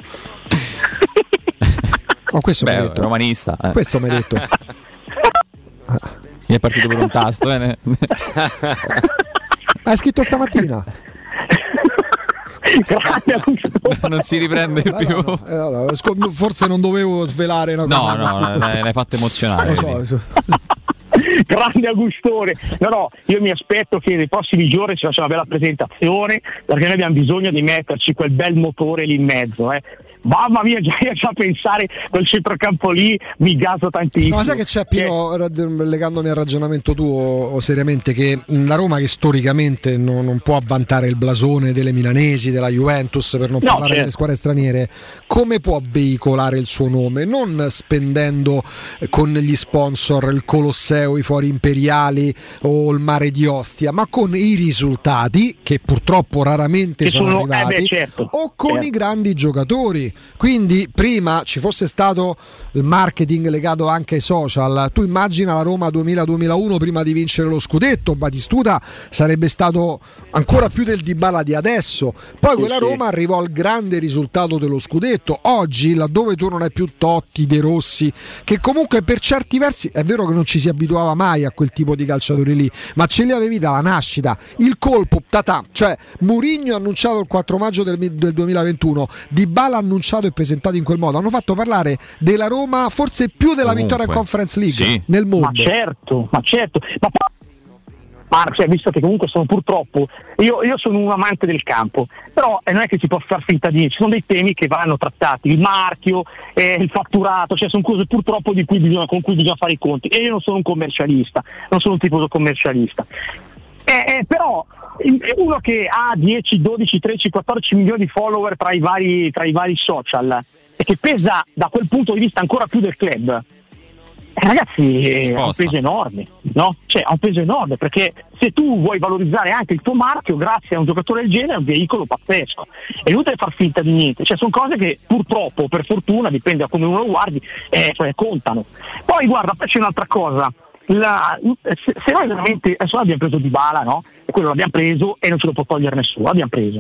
Oh, questo mi hai detto. Romanista. Questo mi hai detto. Mi è partito per un tasto. Hai scritto stamattina. Non si riprende più. No. Forse non dovevo svelare una cosa. No, l'hai fatto emozionare. Lo so. Grande Agustone. No, io mi aspetto che nei prossimi giorni ci faccia una bella presentazione, perché noi abbiamo bisogno di metterci quel bel motore lì in mezzo, Mamma mia, già pensare quel centrocampo lì mi gaso tantissimo. Ma sai che c'è, Pino, legandomi al ragionamento tuo seriamente, che la Roma, che storicamente non può vantare il blasone delle milanesi, della Juventus, per non parlare delle squadre straniere, come può veicolare il suo nome? Non spendendo con gli sponsor il Colosseo, i Fori Imperiali o il Mare di Ostia, ma con i risultati che purtroppo raramente sono arrivati, o con i grandi giocatori. Quindi prima ci fosse stato il marketing legato anche ai social. Tu immagina la Roma 2000-2001 prima di vincere lo scudetto, Batistuta sarebbe stato ancora più del Dybala di adesso. Poi quella Roma arrivò al grande risultato dello scudetto. Oggi, laddove tu non hai più Totti, De Rossi, che comunque per certi versi è vero che non ci si abituava mai a quel tipo di calciatori lì, ma ce li avevi dalla nascita. Il colpo, cioè Mourinho annunciato il 4 maggio del 2021, Dybala annunciato e presentato in quel modo, hanno fatto parlare della Roma forse più della vittoria in Conference League nel mondo. Ma certo, cioè, visto che comunque sono, purtroppo io sono un amante del campo, però non è che si può far finta di, ci sono dei temi che vanno trattati, il marchio, il fatturato, cioè sono cose purtroppo con cui bisogna fare i conti, e io non sono un commercialista, non sono un tifoso commercialista. Però uno che ha 10, 12, 13, 14 milioni di follower tra i vari social e che pesa da quel punto di vista ancora più del club, ragazzi, ha un peso enorme, no? Cioè ha un peso enorme, perché se tu vuoi valorizzare anche il tuo marchio grazie a un giocatore del genere è un veicolo pazzesco, è inutile far finta di niente, cioè sono cose che purtroppo, per fortuna, dipende da come uno lo guardi, contano. Poi guarda, poi c'è un'altra cosa. Se noi veramente adesso abbiamo preso Dybala, no? E quello l'abbiamo preso e non ce lo può togliere nessuno, l'abbiamo preso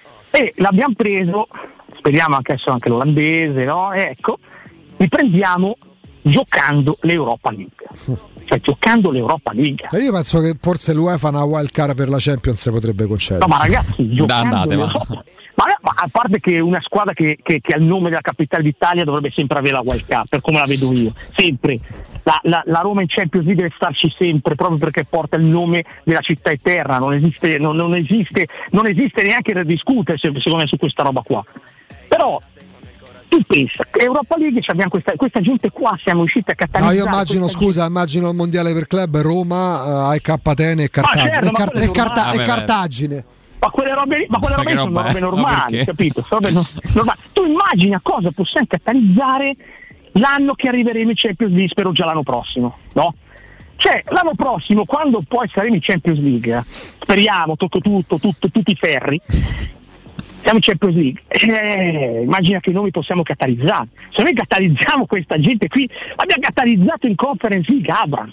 speriamo anche l'olandese, no? Ecco, li prendiamo giocando l'Europa League, cioè giocando l'Europa League. E io penso che forse l'UEFA una wild card per la Champions potrebbe concedere. No, ma ragazzi, giocando l'Europa, ma a parte che una squadra che ha il nome della capitale d'Italia dovrebbe sempre avere la wild card, per come la vedo io, sempre. La Roma in Champions League deve starci sempre, proprio perché porta il nome della città eterna, non esiste neanche da discutere secondo me su questa roba qua. Però tu pensa, Europa League abbiamo questa gente qua, siamo riusciti a catalizzare. No, io immagino il mondiale per club Roma, AEK Atene e Cartagine. Ma quelle robe sono robe normali, capito? Tu immagina cosa possiamo catalizzare l'anno che arriveremo in Champions League, spero già l'anno prossimo, no? Cioè, l'anno prossimo, quando poi saremo in Champions League, speriamo, tutti i ferri, siamo in Champions League, immagina che noi possiamo catalizzare. Se noi catalizziamo questa gente qui, abbiamo catalizzato in Conference League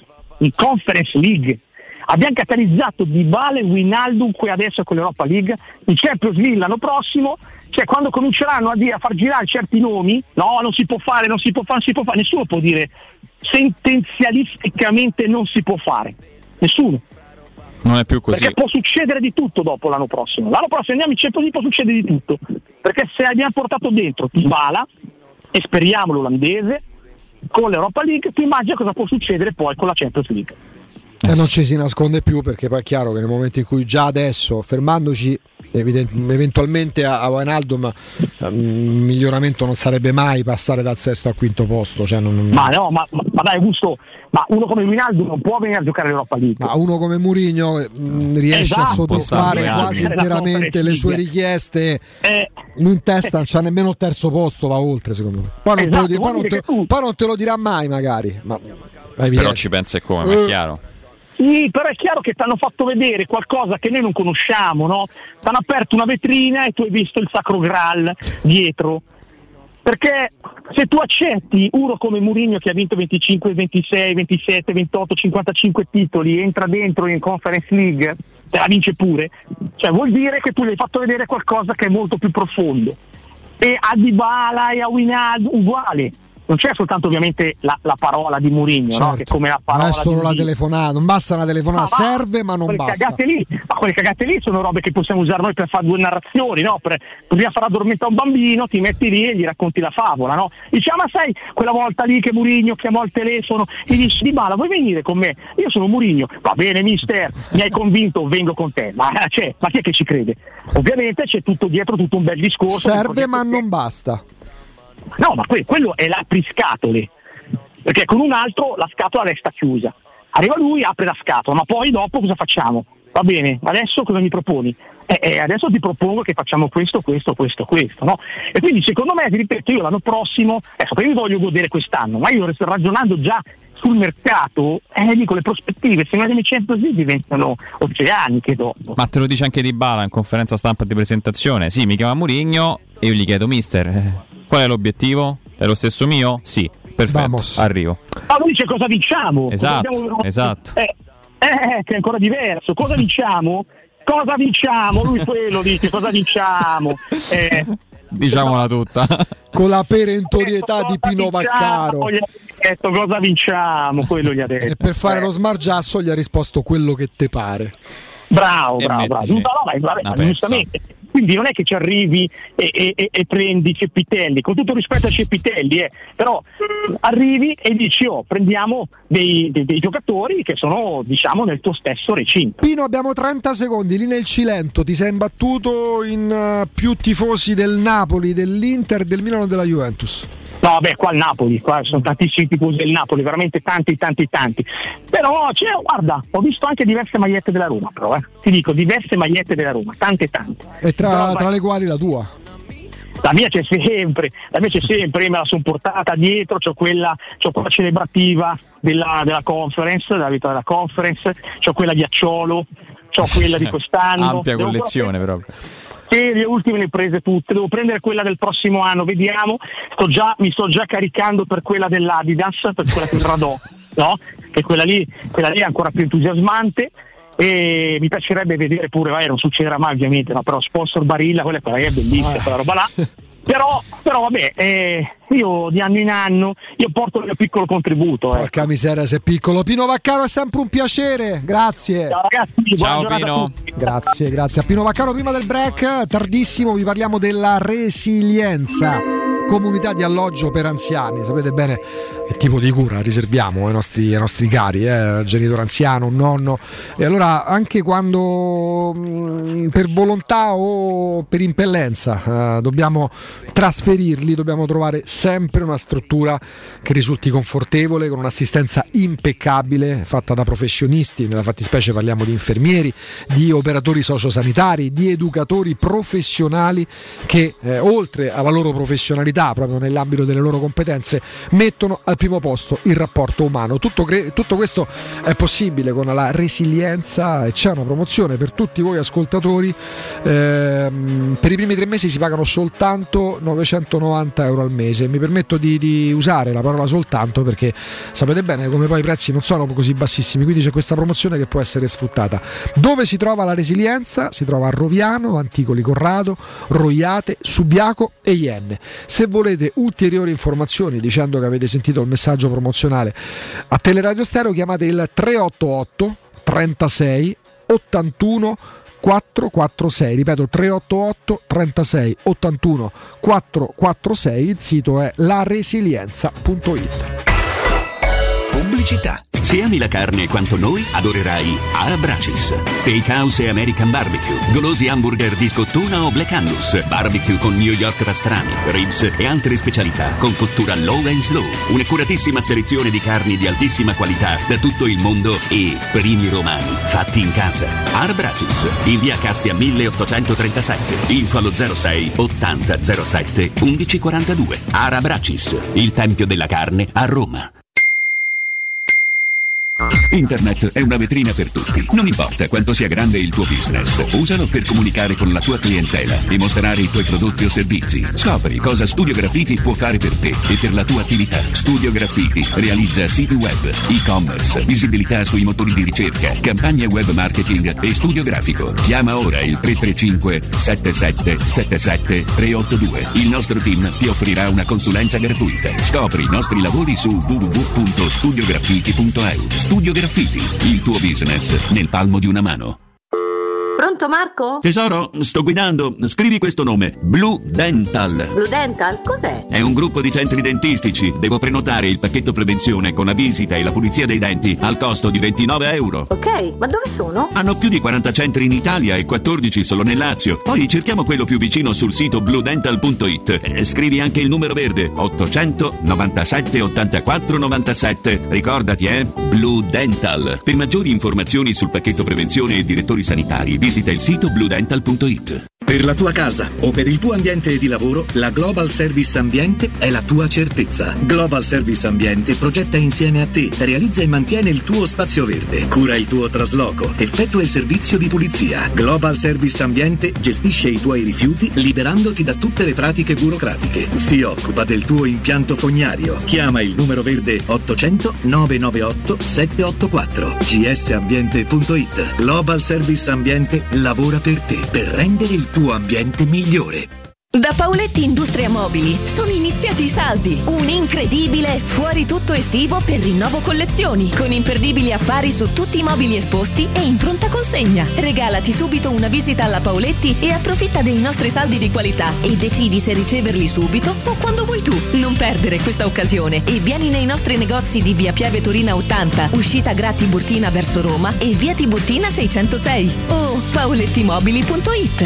abbiamo catalizzato Dybala e Wijnaldum qui adesso con l'Europa League, in Champions League l'anno prossimo, cioè quando cominceranno a far girare certi nomi, no, non si può fare, nessuno può dire sentenzialisticamente non si può fare, nessuno. Non è più così. Perché può succedere di tutto dopo l'anno prossimo andiamo in Champions League, può succedere di tutto, perché se abbiamo portato dentro Dybala e speriamo l'olandese con l'Europa League, tu immagina cosa può succedere poi con la Champions League. E non ci si nasconde più, perché poi è chiaro che nel momento in cui già adesso, fermandoci eventualmente a Wijnaldum, il miglioramento non sarebbe mai passare dal sesto al quinto posto, cioè ma dai Augusto, ma uno come Wijnaldum non può venire a giocare all'Europa League, ma uno come Mourinho riesce a soddisfare quasi interamente le sue richieste. Lui in testa non c'ha nemmeno il terzo posto, va oltre secondo me. Poi non te lo dirà mai magari, ma però ci pensa e come, è chiaro. Sì, però è chiaro che ti hanno fatto vedere qualcosa che noi non conosciamo, no? Ti hanno aperto una vetrina e tu hai visto il Sacro Graal dietro. Perché se tu accetti uno come Mourinho che ha vinto 25, 26, 27, 28, 55 titoli, entra dentro in Conference League, te la vince pure, cioè vuol dire che tu gli hai fatto vedere qualcosa che è molto più profondo. E a Dybala e a Wijnaldum uguale. Non c'è soltanto ovviamente la parola di Mourinho, certo, no? Che come la parola non è solo la telefonata, non basta una telefonata, serve ma non basta. Quelle cagate lì sono robe che possiamo usare noi per fare due narrazioni, no? Bisogna far addormentare un bambino, ti metti lì e gli racconti la favola, no? Dici, ma sai quella volta lì che Mourinho chiamò al telefono e dici, Dybala vuoi venire con me? Io sono Mourinho, va bene mister, mi hai convinto, vengo con te, ma chi è che ci crede? Ovviamente c'è tutto dietro, tutto un bel discorso. Serve ma non basta. No, ma quello è l'apriscatole, perché con un altro la scatola resta chiusa. Arriva lui, apre la scatola, ma poi dopo cosa facciamo? Va bene, adesso cosa mi proponi? Adesso ti propongo che facciamo questo, no? E quindi secondo me, ti ripeto, io l'anno prossimo, io mi voglio godere quest'anno, ma io sto ragionando già sul mercato, dico le prospettive, se noi 100 diventano oceaniche dopo. Ma te lo dice anche Dybala in conferenza stampa di presentazione, sì, mi chiama Mourinho e io gli chiedo, mister, qual è l'obiettivo? È lo stesso mio? Sì, perfetto, Vamos. Arrivo. Ma lui dice cosa diciamo? Esatto. Che è ancora diverso, cosa diciamo? Lui quello dice, cosa diciamo? Diciamola tutta. Con la perentorietà di Pino Vaccaro. Cosa vinciamo? Quello gli ha detto. E per fare lo smargiasso gli ha risposto quello che te pare. Bravo. Giustamente. Quindi non è che ci arrivi e prendi Cepitelli, con tutto rispetto a Cepitelli, però arrivi e dici prendiamo dei giocatori che sono, diciamo, nel tuo stesso recinto. Pino, abbiamo 30 secondi, lì nel Cilento ti sei imbattuto in più tifosi del Napoli, dell'Inter, del Milano e della Juventus. No, qua il Napoli, qua sono tantissimi tifosi del Napoli, veramente tanti. Però, guarda, ho visto anche diverse magliette della Roma, però, ti dico, diverse magliette della Roma, tante. E tra le quali la tua? La mia c'è sempre, me la sono portata dietro, c'ho quella celebrativa della conference, della vittoria della conference, c'ho quella di Acciolo, c'ho quella di quest'anno. Ampia collezione proprio. Le ultime le ho prese tutte, devo prendere quella del prossimo anno, vediamo, mi sto già caricando per quella dell'Adidas, per quella che radò, no? Che quella lì è ancora più entusiasmante e mi piacerebbe vedere pure, non succederà mai ovviamente, no? Però sponsor Barilla, quella è bellissima, quella roba là. Però vabbè, io di anno in anno porto il mio piccolo contributo. Porca miseria, sei piccolo. Pino Vaccaro, è sempre un piacere, grazie. Ciao ragazzi, ciao Pino. Grazie a Pino Vaccaro. Prima del break, tardissimo, vi parliamo della resilienza, comunità di alloggio per anziani. Sapete bene che tipo di cura riserviamo ai nostri cari, genitore anziano, un nonno, e allora anche quando per volontà o per impellenza dobbiamo trasferirli, dobbiamo trovare sempre una struttura che risulti confortevole, con un'assistenza impeccabile fatta da professionisti. Nella fattispecie parliamo di infermieri, di operatori sociosanitari, di educatori professionali che oltre alla loro professionalità, proprio nell'ambito delle loro competenze, mettono al primo posto il rapporto umano. Tutto questo è possibile con la resilienza, e c'è una promozione per tutti voi ascoltatori. Per i primi 3 mesi si pagano soltanto 990 euro al mese. Mi permetto di usare la parola soltanto perché sapete bene come poi i prezzi non sono così bassissimi, quindi c'è questa promozione che può essere sfruttata. Dove si trova la resilienza? Si trova a Roviano, Anticoli Corrado, Roiate, Subiaco e Ienne. Se volete ulteriori informazioni dicendo che avete sentito il messaggio promozionale a Teleradio Stereo, chiamate il 388 36 81 446, ripeto 388 36 81 446, il sito è laresilienza.it. Pubblicità. Se ami la carne quanto noi, adorerai Arabracis. Steakhouse e American Barbecue, golosi hamburger di scottuna o Black Angus, barbecue con New York pastrami, ribs e altre specialità con cottura low and slow. Un'accuratissima selezione di carni di altissima qualità da tutto il mondo e primi romani fatti in casa. Arabracis, in via Cassia 1837, info allo 06 80 07 1142. Arabracis, il tempio della carne a Roma. Internet è una vetrina per tutti. Non importa quanto sia grande il tuo business, usalo per comunicare con la tua clientela e mostrare i tuoi prodotti o servizi. Scopri cosa Studio Graffiti può fare per te e per la tua attività. Studio Graffiti realizza siti web, e-commerce, visibilità sui motori di ricerca, campagne web marketing e studio grafico. Chiama ora il 335 77 77 382. Il nostro team ti offrirà una consulenza gratuita. Scopri i nostri lavori su www.studiograffiti.eu. Studio Graffiti, il tuo business nel palmo di una mano. Pronto Marco? Tesoro, sto guidando. Scrivi questo nome: Blue Dental. Blue Dental? Cos'è? È un gruppo di centri dentistici. Devo prenotare il pacchetto prevenzione con la visita e la pulizia dei denti al costo di 29 euro. Ok, ma dove sono? Hanno più di 40 centri in Italia e 14 solo nel Lazio. Poi cerchiamo quello più vicino sul sito bluedental.it. Scrivi anche il numero verde: 800 97 84 97. Ricordati, Blue Dental. Per maggiori informazioni sul pacchetto prevenzione e direttori sanitari, visita il sito bluedental.it. Per la tua casa o per il tuo ambiente di lavoro, la Global Service Ambiente è la tua certezza. Global Service Ambiente progetta insieme a te, realizza e mantiene il tuo spazio verde, cura il tuo trasloco, effettua il servizio di pulizia. Global Service Ambiente gestisce i tuoi rifiuti liberandoti da tutte le pratiche burocratiche. Si occupa del tuo impianto fognario. Chiama il numero verde 800 998 784. gsambiente.it. Global Service Ambiente lavora per te, per rendere il tuo ambiente migliore. Da Paoletti Industria Mobili sono iniziati i saldi, un incredibile fuori tutto estivo per rinnovo collezioni, con imperdibili affari su tutti i mobili esposti e in pronta consegna. Regalati subito una visita alla Paoletti e approfitta dei nostri saldi di qualità e decidi se riceverli subito o quando vuoi tu. Non perdere questa occasione e vieni nei nostri negozi di via Pieve Torina 80, uscita Gra Tiburtina verso Roma e via Tiburtina 606 o paolettimobili.it.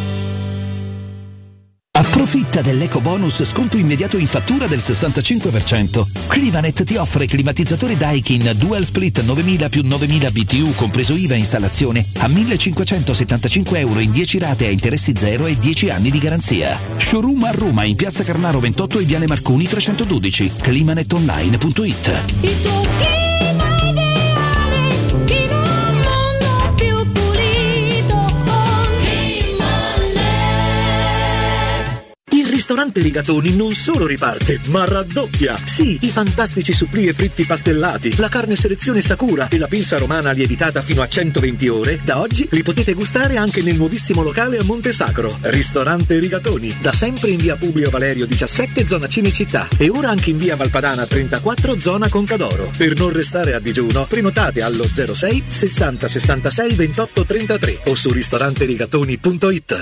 Approfitta dell'eco bonus sconto immediato in fattura del 65%. Climanet ti offre climatizzatori Daikin Dual Split 9000 più 9000 BTU compreso IVA e installazione a 1.575 euro in 10 rate a interessi zero e 10 anni di garanzia. Showroom a Roma in Piazza Carnaro 28 e Viale Marconi 312. climanetonline.it. Il tuo clima ideale in un mondo più pulito con Climanet. Il ristorante Rigatoni non solo riparte, ma raddoppia. Sì, i fantastici supplì e fritti pastellati, la carne selezione Sakura e la pinza romana lievitata fino a 120 ore, da oggi li potete gustare anche nel nuovissimo locale a Monte Sacro. Ristorante Rigatoni, da sempre in via Publio Valerio 17, zona Cinecittà, e ora anche in via Valpadana 34, zona Concadoro. Per non restare a digiuno, prenotate allo 06 60 66 28 33 o su ristoranterigatoni.it.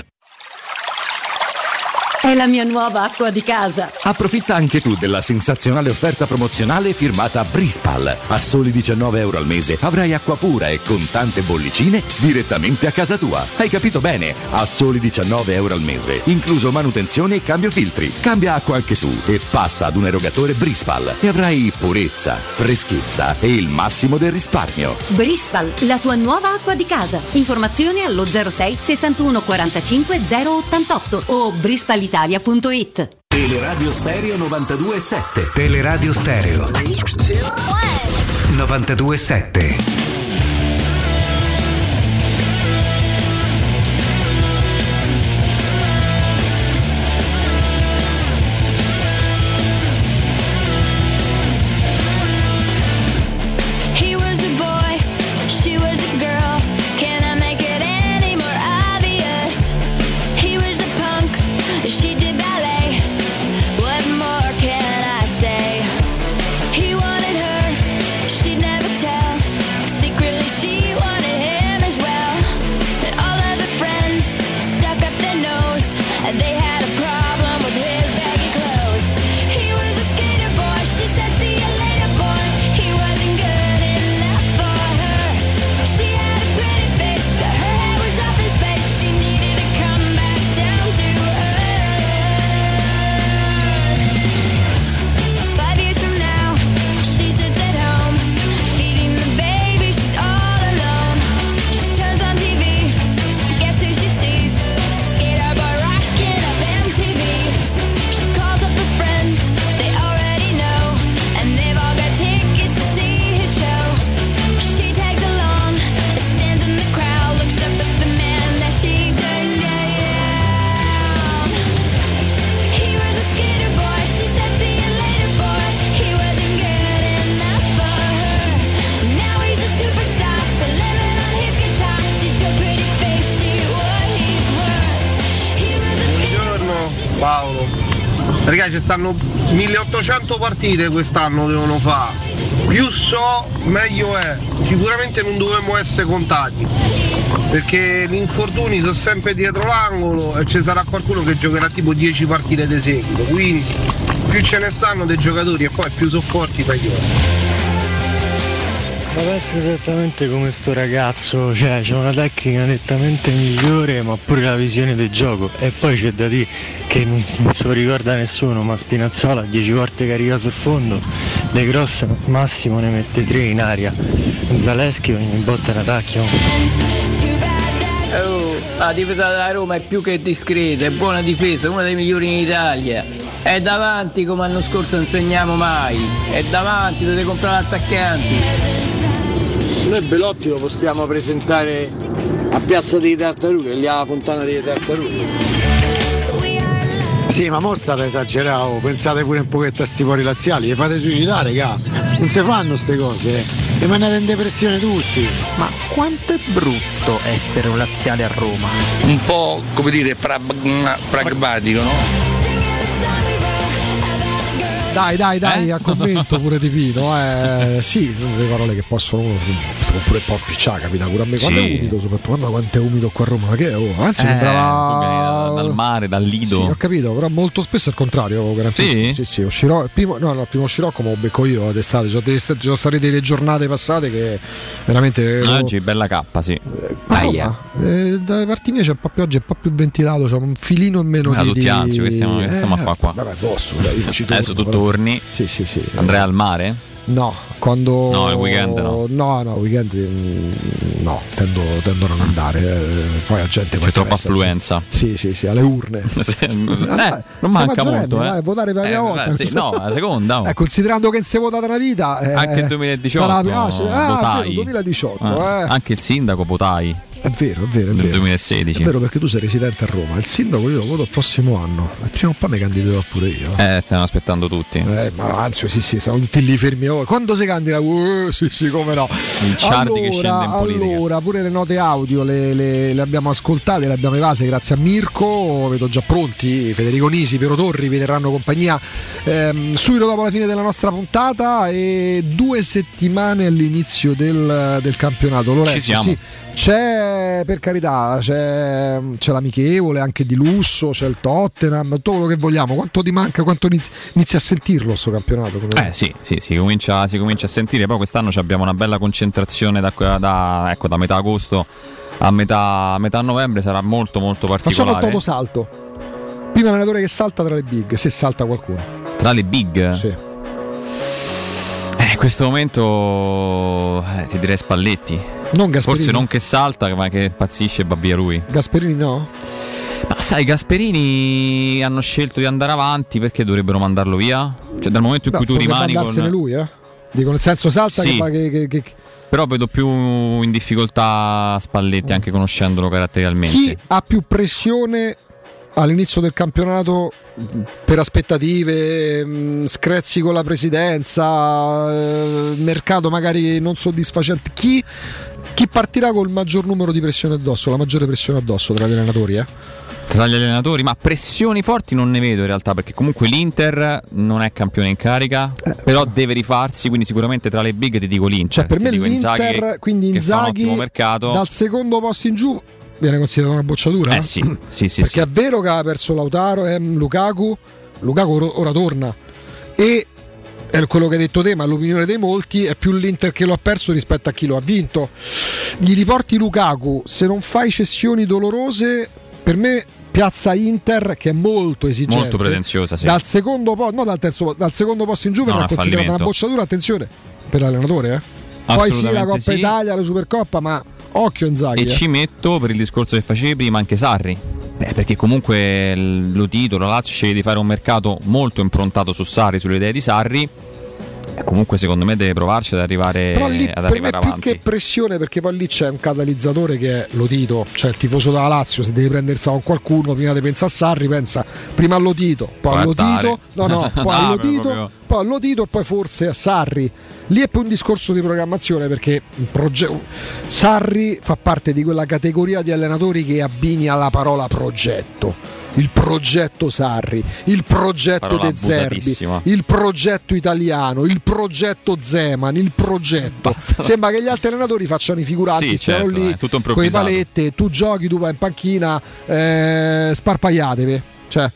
È la mia nuova acqua di casa. Approfitta anche tu della sensazionale offerta promozionale firmata Brispal. A soli €19 al mese avrai acqua pura e con tante bollicine direttamente a casa tua. Hai capito bene? A soli €19 al mese, incluso manutenzione e cambio filtri. Cambia acqua anche tu e passa ad un erogatore Brispal e avrai purezza, freschezza e il massimo del risparmio. Brispal, la tua nuova acqua di casa. Informazioni allo 06 61 45 088 o brispalitalia.it. Teleradio Stereo 92.7. Teleradio Stereo 92.7. Ragazzi, ci stanno 1800 partite quest'anno devono fare. Più so, meglio è. Sicuramente non dovremmo essere contati, perché gli infortuni sono sempre dietro l'angolo e ci sarà qualcuno che giocherà tipo 10 partite di seguito. Quindi più ce ne stanno dei giocatori e poi più sono forti meglio. Ma penso esattamente come sto ragazzo, cioè c'è una tecnica nettamente migliore ma pure la visione del gioco, e poi c'è da dire che non se lo ricorda nessuno, ma Spinazzola 10 volte carica sul fondo, De Cross massimo ne mette 3 in aria, Zaleschi ogni botta in attacco. La difesa della Roma è più che discreta, è buona difesa, una dei migliori in Italia. È davanti come l'anno scorso non segniamo mai, è davanti, dovete comprare attaccanti. Noi Belotti lo possiamo presentare a Piazza dei Tartarughe, lì alla Fontana dei Tartarughe. Sì, ma mo state esagerando, pensate pure un pochetto a sti fuori laziali, li fate suicidare, raga. Non si fanno ste cose, rimanete in depressione tutti. Ma quanto è brutto essere un laziale a Roma? Un po', come dire, pragmatico, no? Dai, a commento pure di Pino, sì, sono delle parole che possono pure un po' picciare, capita pure a me quando è umido, soprattutto quanto è umido qua a Roma, che anzi sembrava dal mare, dal lido. Sì, ho capito, però molto spesso è il contrario, garantisco. Sì, uscirò il primo uscirò come lo becco io d'estate, ci sono state delle giornate passate che veramente oggi bella cappa, sì. Dalle parti mie c'è un po' più oggi, è un po' più ventilato, c'è un filino in meno di tutti anzi che stiamo a fare qua. Vabbè, adesso tu torni. Sì. Andrai al mare? No, quando. No, il weekend no. No, il weekend no, tendo a non andare. Poi la gente c'è troppa affluenza. Sì, alle urne. Non manca molto. Votare per la prima volta. La seconda. Considerando che non si vota nella vita. Anche il 2018. Sarà 2018. Anche il sindaco votai. È vero. Nel 2016. È vero, perché tu sei residente a Roma. Il sindaco io lo voto il prossimo anno. E prima o poi mi candiderò pure io. Stiamo aspettando tutti. Ma anzi, sì, siamo tutti lì fermi. Quando si candida? Sì, come no. Il Ciardi che scende in politica. Allora, pure le note audio le abbiamo ascoltate, le abbiamo evase grazie a Mirko. Vedo già pronti. Federico Nisi, Piero Torri vi terranno compagnia subito dopo la fine della nostra puntata e 2 settimane all'inizio del campionato. Lorenzo, ci siamo. Sì. C'è, per carità, c'è l'amichevole anche di lusso, c'è il Tottenham, tutto quello che vogliamo. Quanto ti manca, quanto inizi a sentirlo sto campionato? Sì, si comincia a sentire. Poi quest'anno abbiamo una bella concentrazione da metà agosto a metà novembre, sarà molto molto particolare. Facciamo il totosalto. Primo allenatore che salta tra le big, se salta qualcuno. Tra le big? Sì. In questo momento ti direi Spalletti. Non Gasperini. Forse non che salta, ma che impazzisce e va via lui. Gasperini no? Ma sai, Gasperini hanno scelto di andare avanti, perché dovrebbero mandarlo via? Cioè, dal momento in cui tu rimani mandarsene lui, dico, nel senso salta, sì, che però vedo più in difficoltà Spalletti, anche conoscendolo caratterialmente. Chi ha più pressione all'inizio del campionato per aspettative, screzi con la presidenza, mercato magari non soddisfacente? Chi partirà col maggior numero di pressione addosso, la maggiore pressione addosso tra gli allenatori? Tra gli allenatori, ma pressioni forti non ne vedo in realtà, perché comunque l'Inter non è campione in carica, però deve rifarsi, quindi sicuramente tra le big ti dico l'Inter. Cioè, per me l'Inter, Inzaghi, quindi Inzaghi dal secondo posto in giù viene considerata una bocciatura? Sì. Perché è vero che ha perso Lautaro e Lukaku ora torna, e è quello che hai detto te, ma l'opinione dei molti è più l'Inter che lo ha perso rispetto a chi lo ha vinto. Gli riporti Lukaku, se non fai cessioni dolorose, per me piazza Inter, che è molto esigente, molto pretenziosa, sì. Dal secondo posto, dal secondo posto in giù viene considerata una bocciatura, attenzione, per l'allenatore, Poi sì, la Coppa Italia, la Supercoppa, ma occhio Inzaghi. E ci metto, per il discorso che facevi prima, anche Sarri. Perché comunque lo Tito, la Lazio sceglie di fare un mercato molto improntato su Sarri, sulle idee di Sarri. E comunque secondo me deve provarci ad arrivare, però lì, ad arrivare avanti. Più che pressione, perché poi lì c'è un catalizzatore che è lo Tito, cioè il tifoso della Lazio, se deve prendersi con qualcuno, prima di pensare a Sarri, pensa prima allo Tito, poi allo Tito, poi allo Tito, poi allo Tito e poi forse a Sarri. Lì è più un discorso di programmazione, perché Sarri fa parte di quella categoria di allenatori che abbini alla parola progetto. Il progetto Sarri, il progetto De Zerbi, il progetto italiano, il progetto Zeman, il progetto. Sembra che gli altri allenatori facciano i figuranti, stiano lì con i palette, tu giochi, tu vai in panchina, sparpagliatevi. Cioè,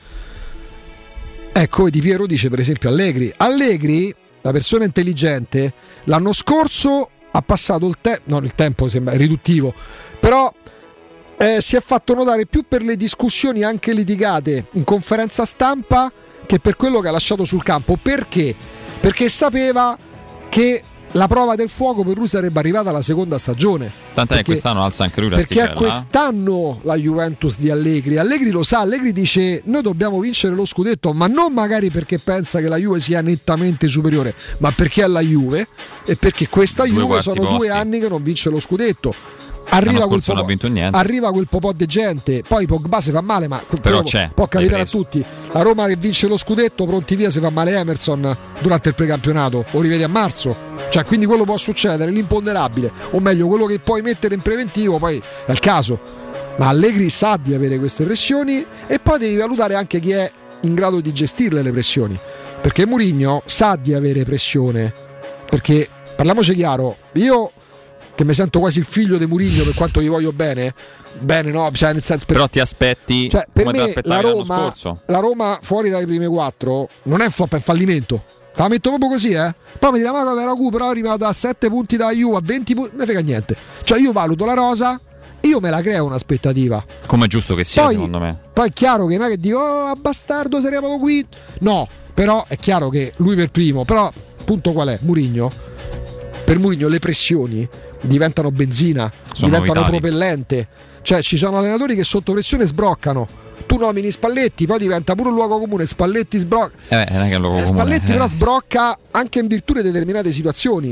ecco, Di Piero dice per esempio Allegri, la persona intelligente, l'anno scorso ha passato il tempo sembra riduttivo, però si è fatto notare più per le discussioni anche litigate in conferenza stampa che per quello che ha lasciato sul campo. Perché? Perché sapeva che la prova del fuoco per lui sarebbe arrivata alla seconda stagione. Tant'è che quest'anno alza anche lui la sticella. Perché è quest'anno la Juventus di Allegri. Allegri lo sa, Allegri dice noi dobbiamo vincere lo scudetto, ma non magari perché pensa che la Juve sia nettamente superiore, ma perché è la Juve e perché questa Juve sono 2 anni che non vince lo scudetto. Arriva quel popò di gente, poi Pogba si fa male, ma però può capitare a tutti. La Roma che vince lo scudetto, pronti via, si fa male Emerson durante il precampionato, o rivedi a marzo. Cioè, quindi quello può succedere, l'imponderabile, o meglio quello che puoi mettere in preventivo, poi è il caso. Ma Allegri sa di avere queste pressioni e poi devi valutare anche chi è in grado di gestirle le pressioni, perché Mourinho sa di avere pressione, perché parliamoci chiaro, io che mi sento quasi il figlio di Mourinho, per quanto gli voglio bene no, cioè nel senso, però ti aspetti, cioè, per come me te l'aspettavi l'anno scorso. La Roma fuori dai prime 4 non è un flop, è un fallimento. Te la metto proprio così, Poi mi dirà ma come Ragu, però è arrivata a 7 punti da Juve, a 20 punti, non me frega niente. Cioè io valuto la rosa, io me la creo un'aspettativa. Come è giusto che sia, poi, secondo me. Poi è chiaro che non è che dico a bastardo saremo qui. No, però è chiaro che lui per primo, però punto qual è? Mourinho. Per Mourinho le pressioni diventano benzina, diventano propellente. Cioè ci sono allenatori che sotto pressione sbroccano. Tu nomini Spalletti, poi diventa pure un luogo comune. Spalletti sbrocca. Non è che è un luogo comune. Spalletti però sbrocca anche in virtù di determinate situazioni.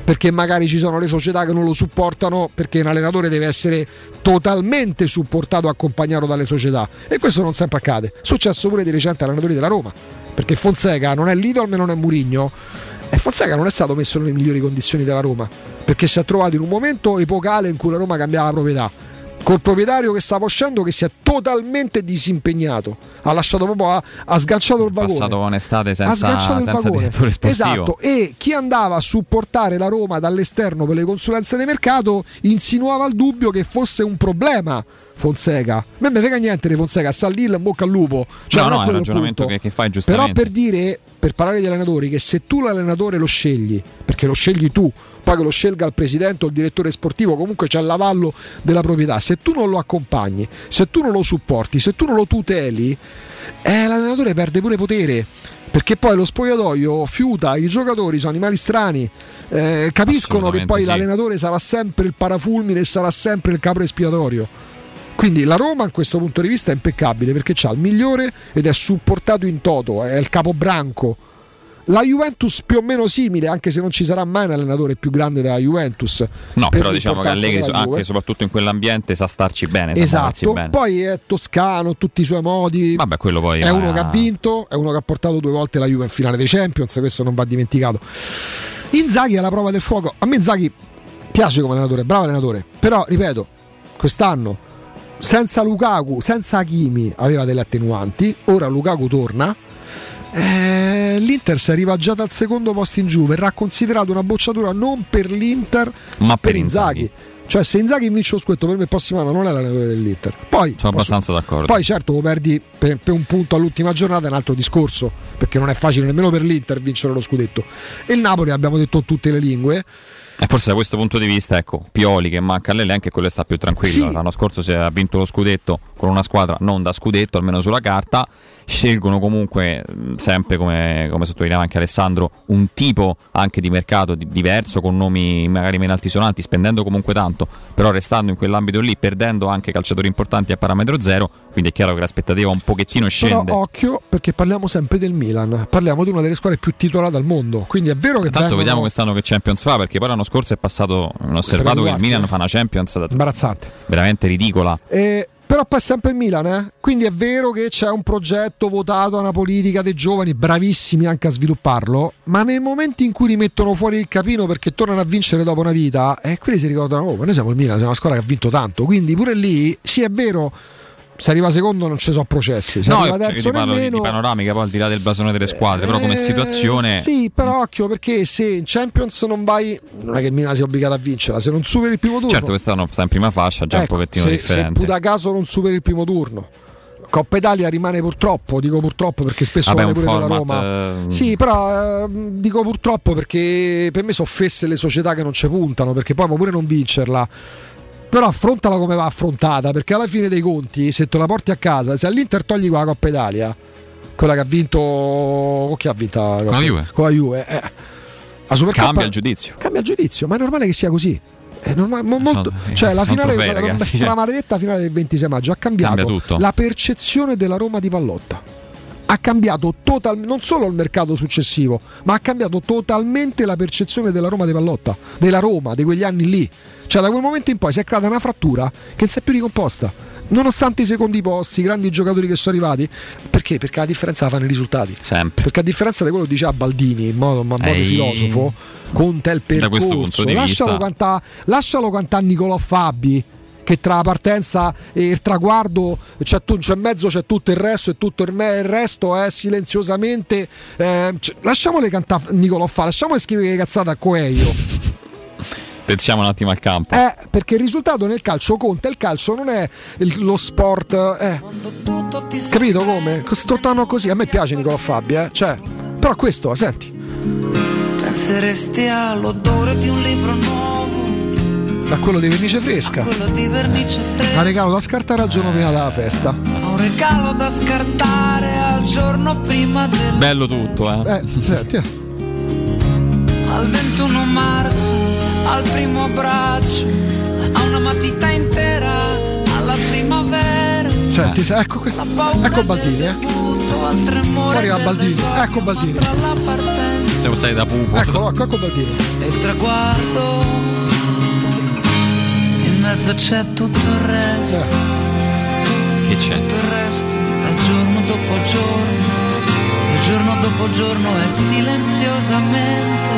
perché magari ci sono le società che non lo supportano, perché un allenatore deve essere totalmente supportato e accompagnato dalle società, e questo non sempre accade. È successo pure di recente allenatori della Roma, perché Fonseca non è l'idolo e non è Mourinho, e Fonseca non è stato messo nelle migliori condizioni della Roma, perché si è trovato in un momento epocale in cui la Roma cambiava proprietà, col proprietario che stava uscendo che si è totalmente disimpegnato, ha lasciato proprio, ha sganciato il vagone, passato un'estate senza direttore sportivo. Esatto, e chi andava a supportare la Roma dall'esterno per le consulenze di mercato insinuava il dubbio che fosse un problema Fonseca. A me non me frega niente di Fonseca, sta lì in bocca al lupo, cioè, no, è un ragionamento che fai giustamente. Però per dire, per parlare di allenatori, che se tu l'allenatore lo scegli, perché lo scegli tu, poi che lo scelga il presidente o il direttore sportivo, comunque c'è l'avallo della proprietà, se tu non lo accompagni, se tu non lo supporti, se tu non lo tuteli, l'allenatore perde pure potere, perché poi lo spogliatoio fiuta, i giocatori sono animali strani, capiscono che poi l'allenatore sarà sempre il parafulmine e sarà sempre il capro espiatorio. Quindi la Roma, in questo punto di vista, è impeccabile, perché c'ha il migliore ed è supportato in toto, è il capobranco. La Juventus più o meno simile, anche se non ci sarà mai un allenatore più grande della Juventus. No, però diciamo che Allegri, anche e soprattutto in quell'ambiente, sa starci bene. Esatto, bene. Poi è toscano, tutti i suoi modi. Vabbè, quello poi è uno che ha vinto, è uno che ha portato 2 volte la Juve in finale dei Champions, questo non va dimenticato. Inzaghi è la prova del fuoco. A me Inzaghi piace come allenatore, bravo allenatore, però ripeto, quest'anno senza Lukaku, senza Hakimi aveva delle attenuanti, ora Lukaku torna. L'Inter si è arrivaggiata al secondo posto in giù, verrà considerato una bocciatura non per l'Inter ma per Inzaghi. Cioè se Inzaghi vince lo scudetto, per me il prossimo anno non è l'allenatore dell'Inter. Poi sono abbastanza d'accordo. Poi certo lo perdi per un punto all'ultima giornata, è un altro discorso, perché non è facile nemmeno per l'Inter vincere lo scudetto. E il Napoli, abbiamo detto tutte le lingue. E forse da questo punto di vista, ecco, Pioli che manca all'Ele, anche quello sta più tranquillo. Sì. L'anno scorso si è vinto lo scudetto con una squadra non da scudetto, almeno sulla carta. Scelgono comunque sempre, come sottolineava anche Alessandro, un tipo anche di mercato diverso, con nomi magari meno altisonanti, spendendo comunque tanto, però restando in quell'ambito lì, perdendo anche calciatori importanti a parametro zero. Quindi è chiaro che l'aspettativa un pochettino scende. Però occhio, perché parliamo sempre del Milan, parliamo di una delle squadre più titolate al mondo, quindi è vero che tanto vediamo quest'anno che Champions fa, perché poi l'anno scorso è passato osservato che il Milan fa una Champions imbarazzante, veramente ridicola. Però poi è sempre il Milan, quindi è vero che c'è un progetto votato a una politica dei giovani, bravissimi anche a svilupparlo, ma nel momento in cui rimettono fuori il capino perché tornano a vincere dopo una vita, quelli si ricordano, ma noi siamo il Milan, siamo una squadra che ha vinto tanto, quindi pure lì sì è vero. Se arriva secondo non ci sono processi, se arriva terzo nemmeno. Di panoramica poi al di là del blasone delle squadre, però come situazione sì, però occhio, perché se in Champions non vai, non è che il Milan sia obbligato a vincerla, se non superi il primo turno. Certo, quest'anno sta in prima fascia, già un pochettino differente. Se da caso non superi il primo turno, Coppa Italia rimane purtroppo, dico purtroppo perché spesso vale pure della Roma. Sì, però dico purtroppo perché per me sono fesse le società che non ci puntano, perché poi può pure non vincerla. Però affrontala come va affrontata, perché alla fine dei conti, se te la porti a casa, se all'Inter togli quella Coppa Italia, quella che ha vinto, con chi ha vinto? Con la Juve. La Supercoppa, cambia il giudizio. Cambia il giudizio, ma è normale che sia così. È molto, cioè la finale, la maledetta finale del 26 maggio ha cambiato la percezione della Roma di Pallotta. Ha cambiato totalmente, non solo il mercato successivo, ma ha cambiato totalmente la percezione della Roma di Pallotta, della Roma, di quegli anni lì. Cioè da quel momento in poi si è creata una frattura che non si è più ricomposta, nonostante i secondi posti, i grandi giocatori che sono arrivati. Perché? Perché la differenza la fanno i risultati. Sempre. Perché a differenza di quello che diceva Baldini in modo filosofo, conta il percorso. Da questo punto di vista lascialo cantare Nicolò Fabi, che tra la partenza e il traguardo c'è in mezzo c'è tutto il resto, e tutto il resto è silenziosamente lasciamole cantare Nicolò Fabi, lasciamole scrivere che cazzate a Coelho. Pensiamo un attimo al campo. Perché il risultato nel calcio conta, il calcio non è lo sport. Capito come? Sto tono così, a me piace Nicolò Fabi, cioè, però questo, senti. Penseresti all'odore di un libro nuovo, da quello di vernice fresca. Un regalo da scartare al giorno prima della festa. Un regalo da scartare al giorno prima del. Bello tutto, Senti. Al 21 marzo, al primo abbraccio, a una matita intera, alla primavera. Senti, ecco questo. Ecco Baldini, Poi arriva Baldini, ecco Baldini. Siamo stati da pupo. Eccolo, ecco Baldino. E il traguardo, in mezzo c'è tutto il resto. Che c'è? Tutto il resto è giorno dopo giorno, e giorno dopo giorno è silenziosamente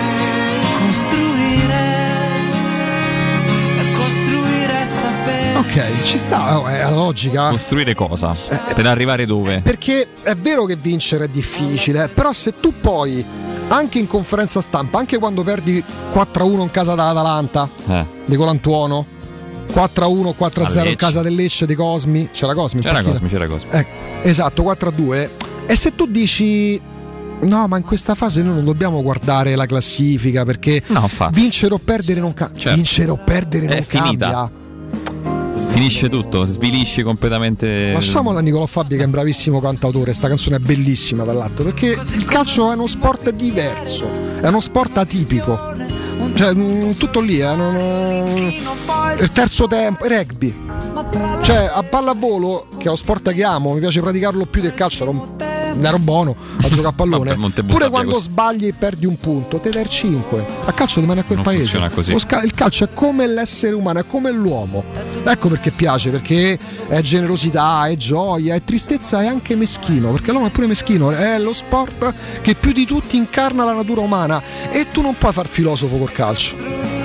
costruire sapere. Ok, ci sta, è la logica. Costruire cosa? Per arrivare dove? Perché è vero che vincere è difficile, però se tu poi anche in conferenza stampa, anche quando perdi 4-1 in casa dall'Atalanta di Colantuono, 4-1, 4-0 in casa del Lecce di Cosmi, c'era Cosmi. Esatto, 4-2. E se tu dici no, ma in questa fase noi non dobbiamo guardare la classifica, perché vincere o perdere non cambia. Certo. Vincere o perdere non cambia. Finisce tutto, svilisci completamente. Lasciamola a Nicolò Fabbri, che è un bravissimo cantautore. Sta canzone è bellissima, tra l'altro, perché il calcio è uno sport diverso, è uno sport atipico. Cioè, tutto lì, il terzo tempo, rugby. Cioè, a pallavolo, che è lo sport che amo, mi piace praticarlo più del calcio, ero buono a giocare a pallone. Pure quando sbagli e perdi un punto, te dai il 5. A calcio rimane a quel non paese. Così. Il calcio è come l'essere umano, è come l'uomo. Ecco perché piace, perché è generosità, è gioia, è tristezza, è anche meschino, perché l'uomo è pure meschino. È lo sport che più di tutti incarna la natura umana, e tu non puoi far filosofo col calcio.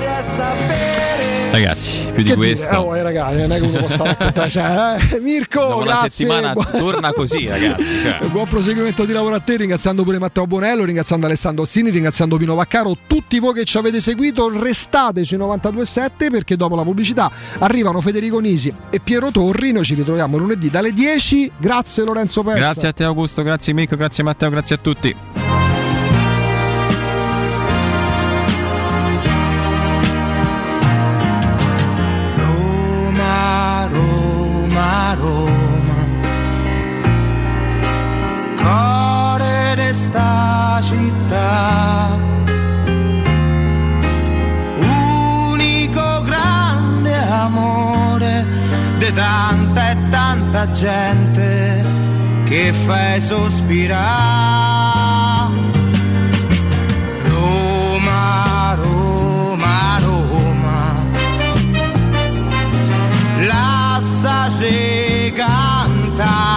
Ragazzi, più di questo. Ragazzi, non è che uno può stare a raccontare. Mirko, dopo grazie. La settimana torna così, ragazzi. Buon proseguimento di lavoro a te, ringraziando pure Matteo Bonello, ringraziando Alessandro Ostini, ringraziando Pino Vaccaro, tutti voi che ci avete seguito. Restate sui 92.7, perché dopo la pubblicità arrivano Federico Nisi e Piero Torri. Noi ci ritroviamo lunedì dalle 10. Grazie Lorenzo Pessa. Grazie a te Augusto, grazie Mirko, grazie Matteo, grazie a tutti. Sta città, unico grande amore di tanta e tanta gente che fai sospirare. Roma, Roma, Roma, lasciaci cantare.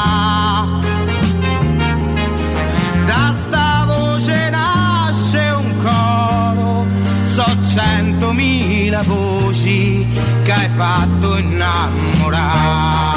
Da sta voce nasce un coro, so 100.000 voci che hai fatto innamorare.